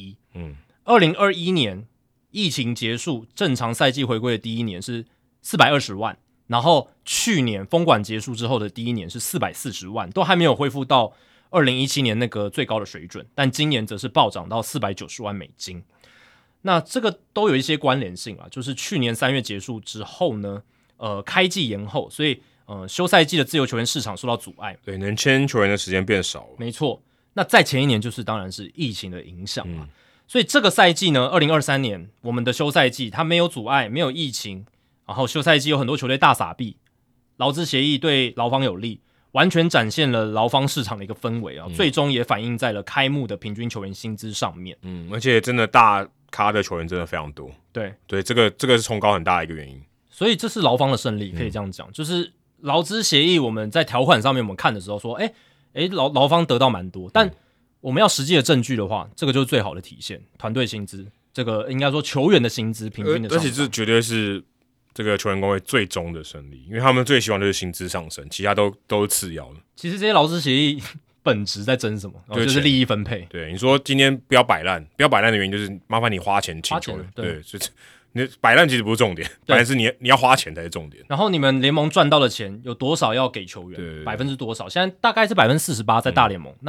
1%。2021年疫情结束，正常赛季回归的第一年是420万，然后去年封管结束之后的第一年是440万，都还没有恢复到2017年那个最高的水准，但今年则是暴涨到490万美金。那这个都有一些关联性啊，就是去年3月结束之后呢，开季延后，所以休赛季的自由球员市场受到阻碍， 对，能签球员的时间变少了。 没错，那在前一年就是当然是疫情的影响嘛。所以这个赛季呢，2023年我们的休赛季它没有阻碍，没有疫情，然后休赛季有很多球队大撒币，劳资协议对劳方有利，完全展现了劳方市场的一个氛围啊，最终也反映在了开幕的平均球员薪资上面。 而且真的大咖的球员真的非常多。对，这个是冲高很大的一个原因。 所以这是劳方的胜利，可以这样讲，就是劳资协议我们在条款上面我们看的时候说，劳方得到蛮多，但我们要实际的证据的话，这个就是最好的体现。团队薪资，这个应该说球员的薪资平均的上涨， 而且这绝对是这个球员工会最终的胜利，因为他们最希望就是薪资上升，其他都是次要的。 其实这些劳资协议本质在争什么？就是利益分配。 对，你说今天不要摆烂的原因就是麻烦你花钱请球员，对，就是你摆烂其实不是重点，反正是你要花钱才是重点。 然后你们联盟赚到的钱有多少要给球员？多少？现在大概是48%在大联盟，那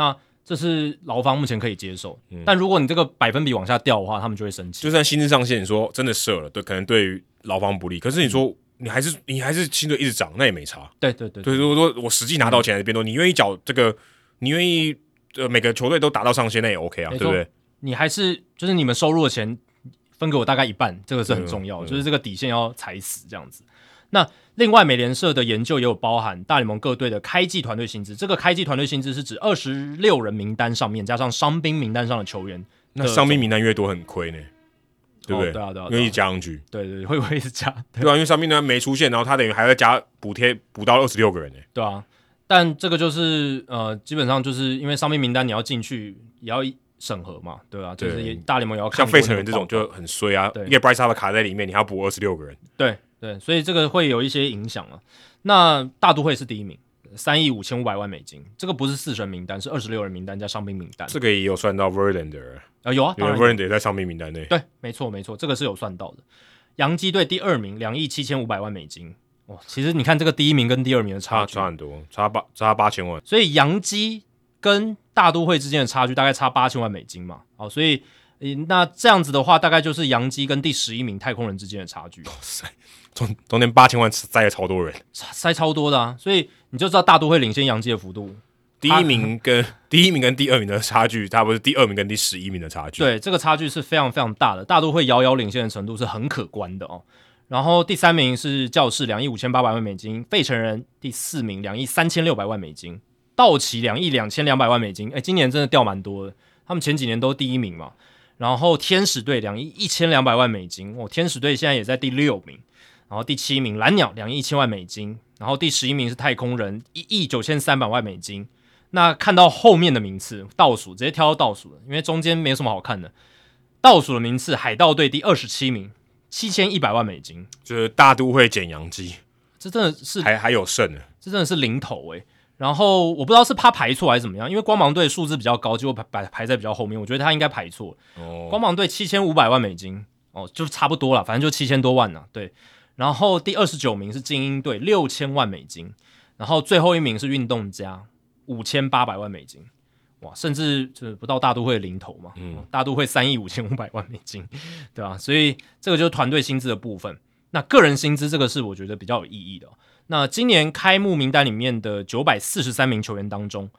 这是劳方目前可以接受。但如果你这个百分比往下掉的话，他们就会生气。 就算薪资上限，你说真的设了，对，可能对于劳方不利。可是你说你还是薪水一直涨，那也没差。 对， 如果说我实际拿到钱还是变多，你愿意缴这个，你愿意每个球队都达到上限，那也 OK 啊，对不对？ 你还是就是你们收入的钱分给我大概一半，这个是很重要的，就是这个底线要踩死这样子。那另外美联社的研究也有包含大联盟各队的开季团队薪资，这个开季团队薪资是指26人名单上面加上伤兵名单上的球员， 那伤兵名单越多很亏呢，对不对？ 对啊， 因为一直加上去， 对，会不会一直加？ 对啊，因为伤兵名单没出现，然后他等于还要加补贴补到26个人呢， 对啊。但这个就是基本上就是因为伤兵名单你要进去也要审核嘛，对吧？就是大联盟也要看像费城人这种就很衰啊，一个 Bryce Harper 卡在里面，你还要补26个人， 对，所以这个会有一些影响啊。那大都会是第一名，3.55亿美金，这个不是4人名单，是26人名单加伤兵名单。 这个也有算到 Verlander 有啊，当然 Verlander 也在伤兵名单内。对， 没错，这个是有算到的。洋基队第2名，2.75亿美金。哦，其实你看这个第一名跟第2名的差很多，差8000万。 所以洋基跟大都会之间的差距大概差8000万美金嘛。好，所以那这样子的话，大概就是洋基跟第11名太空人之间的差距。哇塞，中间8000万塞了超多人， 塞超多的啊！所以你就知道大都会领先洋基的幅度。 第一名跟第2名的差距，差不多是第2名跟第11名的差距。 对，这个差距是非常非常大的，大都会遥遥领先的程度是很可观的哦。然后第3名是教士2.58亿美金，费城人第4名2.36亿美金，道奇2.22亿美金。今年真的掉蛮多的，他们前几年都第一名嘛。然后天使队2.12亿美金，天使队现在也在第6名。然后第7名蓝鸟2.1000万美金，然后第11名是太空人1.93亿美金。那看到后面的名次倒数，直接跳到倒数了，因为中间没有什么好看的。倒数的名次，海盗队第27名，7100万美金， 就是大都会减洋基， 这真的是还有剩的， 这真的是零头然后我不知道是他排错还是怎么样，因为光芒队数字比较高，结果排在比较后面，我觉得他应该排错了。光芒队7500万美金，就是差不多啦，反正就7000多万啦，对。然后第29名是精英队6000万美金，然后最后一名是运动家5800万美金，哇，甚至就是不到大都会的零头嘛，大都会3.55亿美金，对吧？所以这个就是团队薪资的部分。那个人薪资这个是我觉得比较有意义的。那今年开幕名单里面的943名球员当中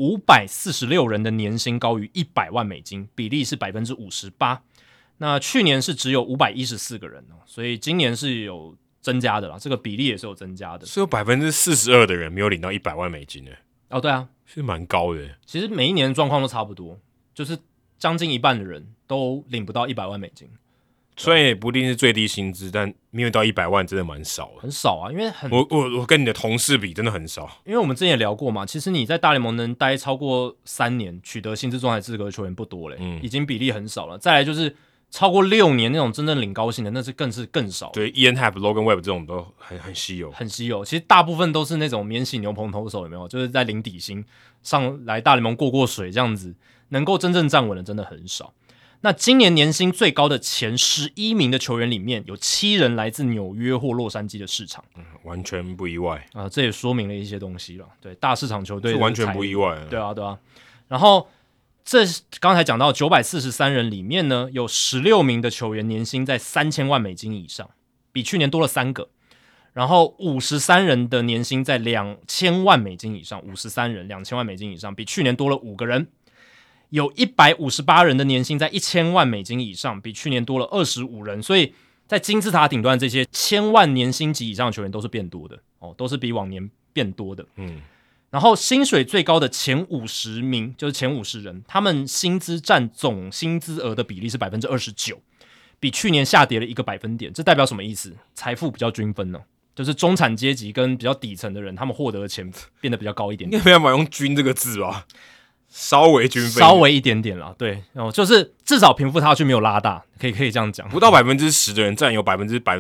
，546人的年薪高于100万美金，比例是 58%。那去年是只有514个人所以今年是有增加的啦，这个比例也是有增加的， 是有 42% 的人没有领到100万美金的。 对啊， 是蛮高的。 其实每一年的状况都差不多，就是将近一半的人都领不到100万美金。 虽然也不一定是最低薪资，但没有到100万真的蛮少的， 很少啊，因为我跟你的同事比真的很少。 因为我们之前也聊过嘛，其实你在大联盟能待超过3年取得薪资仲裁资格的球员不多已经比例很少了。再来就是超过6年那种真正领高薪的，那是更少。 对 ，Ian Happ、Logan Webb 这种都很稀有， 很稀有。其实大部分都是那种免洗牛棚投手，有没有？就是在领底薪上来大联盟过水这样子，能够真正站稳的真的很少。那今年年薪最高的前11名的球员里面，有7人来自纽约或洛杉矶的市场， 完全不意外这也说明了一些东西了。对，大市场球队完全不意外。 对啊。然后这刚才讲到943人里面呢，有16名的球员年薪在3000万美金以上，比去年多了3个。然后53人的年薪在2000万美金以上，53人2000万美金以上，比去年多了5个人。有158人的年薪在1000万美金以上，比去年多了25人，所以在金字塔顶端这些1000万年薪级以上的球员都是变多的都是比往年变多的。然后薪水最高的前50名，就是前50人，他们薪资占总薪资额的比例是 29%， 比去年下跌了1个百分点。这代表什么意思？财富比较均分呢，就是中产阶级跟比较底层的人，他们获得的钱变得比较高一点点。 应该没办法用均这个字吧？稍微均分， 稍微一点点啦，对就是至少贫富差距没有拉大，可以这样讲。 不到10%的人占有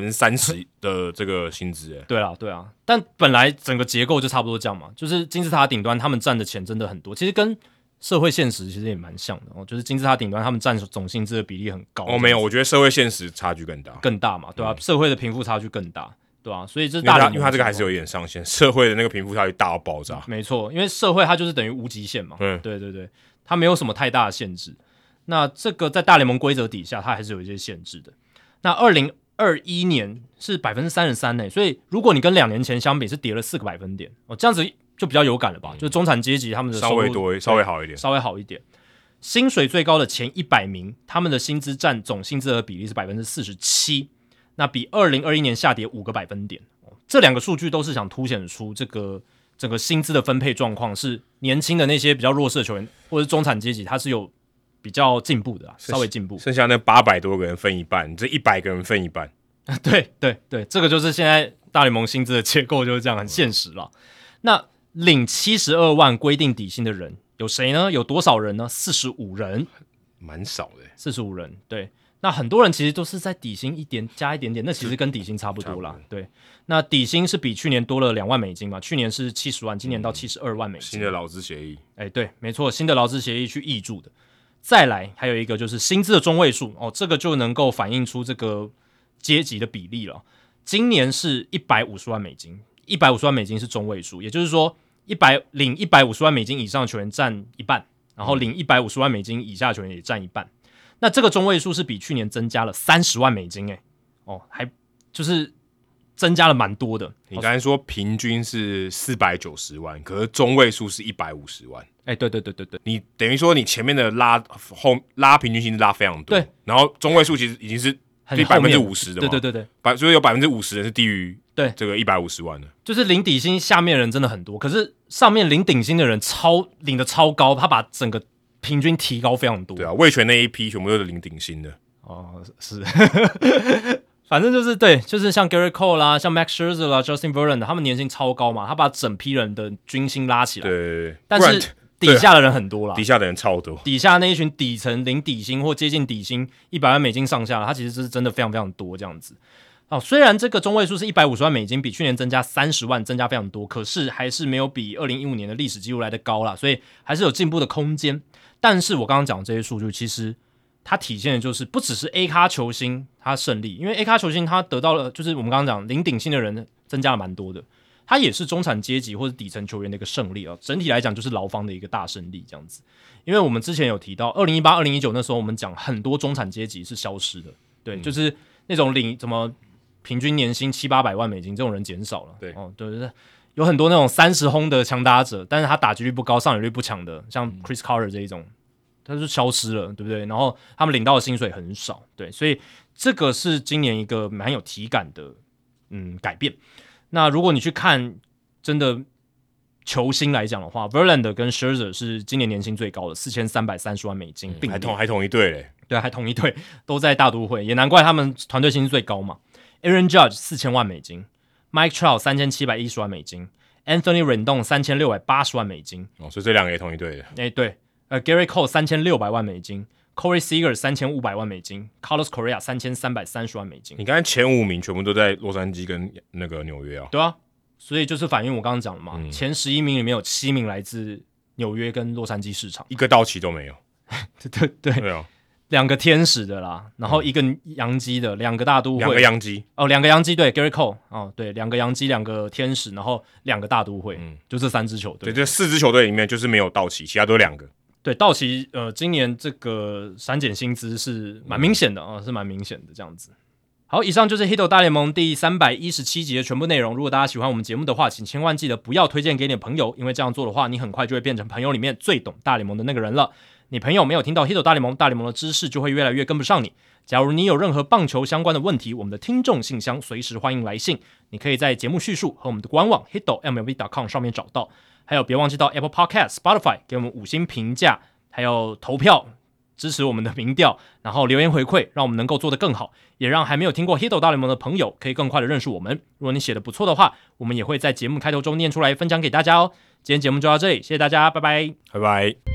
30%的这个薪资， 对啊，但本来整个结构就差不多这样嘛，就是金字塔顶端他们占的钱真的很多，其实跟社会现实其实也蛮像的就是金字塔顶端他们占总薪资的比例很高。 没有，我觉得社会现实差距更大嘛，对啊，社会的贫富差距更大。对啊，所以这是因为它这个还是有一点上限，社会的那个贫富差距大到爆炸。 没错，因为社会它就是等于无极限嘛。对， 它没有什么太大的限制。那这个在大联盟规则底下，它还是有一些限制的。那2021年是 33% 呢，所以如果你跟2年前相比，是跌了4个百分点这样子就比较有感了吧？就是中产阶级他们的收入稍微多，稍微好一点， 稍微好一点。薪水最高的前100名，他们的薪资占总薪资额比例是 47%， 那比2021年下跌5个百分点。这两个数据都是想凸显出这个整个薪资的分配状况是年轻的那些比较弱势的球员或者是中产阶级，他是有比较进步的稍微进步。 剩下那800多个人分一半，这100个人分一半。 对对对，这个就是现在大联盟薪资的结构就是这样，很现实了。那领72万规定底薪的人有谁呢？有多少人呢？45人， 蛮少的。 45人，对。那很多人其实都是在底薪加一点点，那其实跟底薪差不多啦。对，那底薪是比去年多了2万美金嘛，去年是70万，今年到72万美金。 新的劳资协议， 对，没错，新的劳资协议去挹注的。再来还有一个就是薪资的中位数这个就能够反映出这个阶级的比例了。今年是150万美金，150万美金是中位数，也就是说领150万美金以上的球员占一半，然后领150万美金以下的球员也占一半。那这个中位数是比去年增加了30万美金还就是增加了蛮多的。 你刚才说平均是490万，可是中位数是150万。 对， 你等于说你前面的拉平均薪资拉非常多， 对， 然后中位数其实已经是50%的嘛， 对， 所以有50%人是低于对这个150万的， 就是领底薪下面的人真的很多，可是上面领顶薪的人领的超高，他把整个平均提高非常多。 对啊，味全那一批全部都是领顶薪的。 是，反正就是对，就是像 Gerrit Cole 啦，像 Max Scherzer 啦 ，Justin Verlander， 他们年薪超高嘛，他把整批人的军薪拉起来。 对， 但是底下的人很多啦， 底下的人超多， 底下那一群底层领底薪或接近底薪100万美金上下，他其实是真的非常非常多这样子。虽然这个中位数是150万美金，比去年增加30万，增加非常多，可是还是没有比2015年的历史记录来的高啦，所以还是有进步的空间。但是我刚刚讲的这些数据，其实它体现的就是不只是 A 咖球星他胜利，因为 A 咖球星他得到了，就是我们刚刚讲领顶薪的人增加了蛮多的，他也是中产阶级或者底层球员的一个胜利整体来讲就是劳方的一个大胜利这样子。因为我们之前有提到2018、2019那时候我们讲很多中产阶级是消失的，对，就是那种领什么平均年薪700-800万美金这种人减少了， 对， 对，有很多那种30轰的强打者，但是他打击率不高、上垒率不强的，像 Chris Carter 这一种，他就消失了，对不对？然后他们领到的薪水很少，对，所以这个是今年一个蛮有体感的改变。那如果你去看真的球星来讲的话 ，Verlander 跟 Scherzer 是今年年薪最高的，4330万美金， 还同一队嘞， 对，还同一队，都在大都会，也难怪他们团队薪资最高嘛。Aaron Judge 4000万美金 ，Mike Trout 3710万美金 ，Anthony Rendon 3680万美金， 所以这两个也同一队的。 对，Gerrit Cole 3600万美金 ，Corey Seager 3500万美金 ，Carlos Correa 3330万美金。 你刚才前5名全部都在洛杉矶跟那个纽约啊？ 对啊，所以就是反映我刚刚讲的嘛，前11名里面有7名来自纽约跟洛杉矶市场， 一个道奇都没有。 对啊。2个天使的啦，然后1个洋基的，2个大都会 ，2个洋基 2个洋基对 Gerrit Cole 对，2个洋基，2个天使，然后2个大都会，就这3支球队。 对，这4支球队里面就是没有道奇，其他都是2个。 对，道奇今年这个删减薪资是蛮明显的是蛮明显的这样子。好，以上就是 Hito 大联盟第317集的全部内容。如果大家喜欢我们节目的话，请千万记得不要推荐给你的朋友，因为这样做的话，你很快就会变成朋友里面最懂大联盟的那个人了。你朋友没有听到 Hito 大联盟，大联盟的知识就会越来越跟不上你。假如你有任何棒球相关的问题，我们的听众信箱随时欢迎来信，你可以在节目叙述和我们的官网 hitomlb.com 上面找到。还有别忘记到 Apple Podcast、Spotify 给我们5星评价，还有投票支持我们的民调，然后留言回馈，让我们能够做得更好，也让还没有听过 Hito 大联盟的朋友可以更快的认识我们。如果你写得不错的话，我们也会在节目开头中念出来分享给大家哦。今天节目就到这里，谢谢大家，拜拜， 拜拜。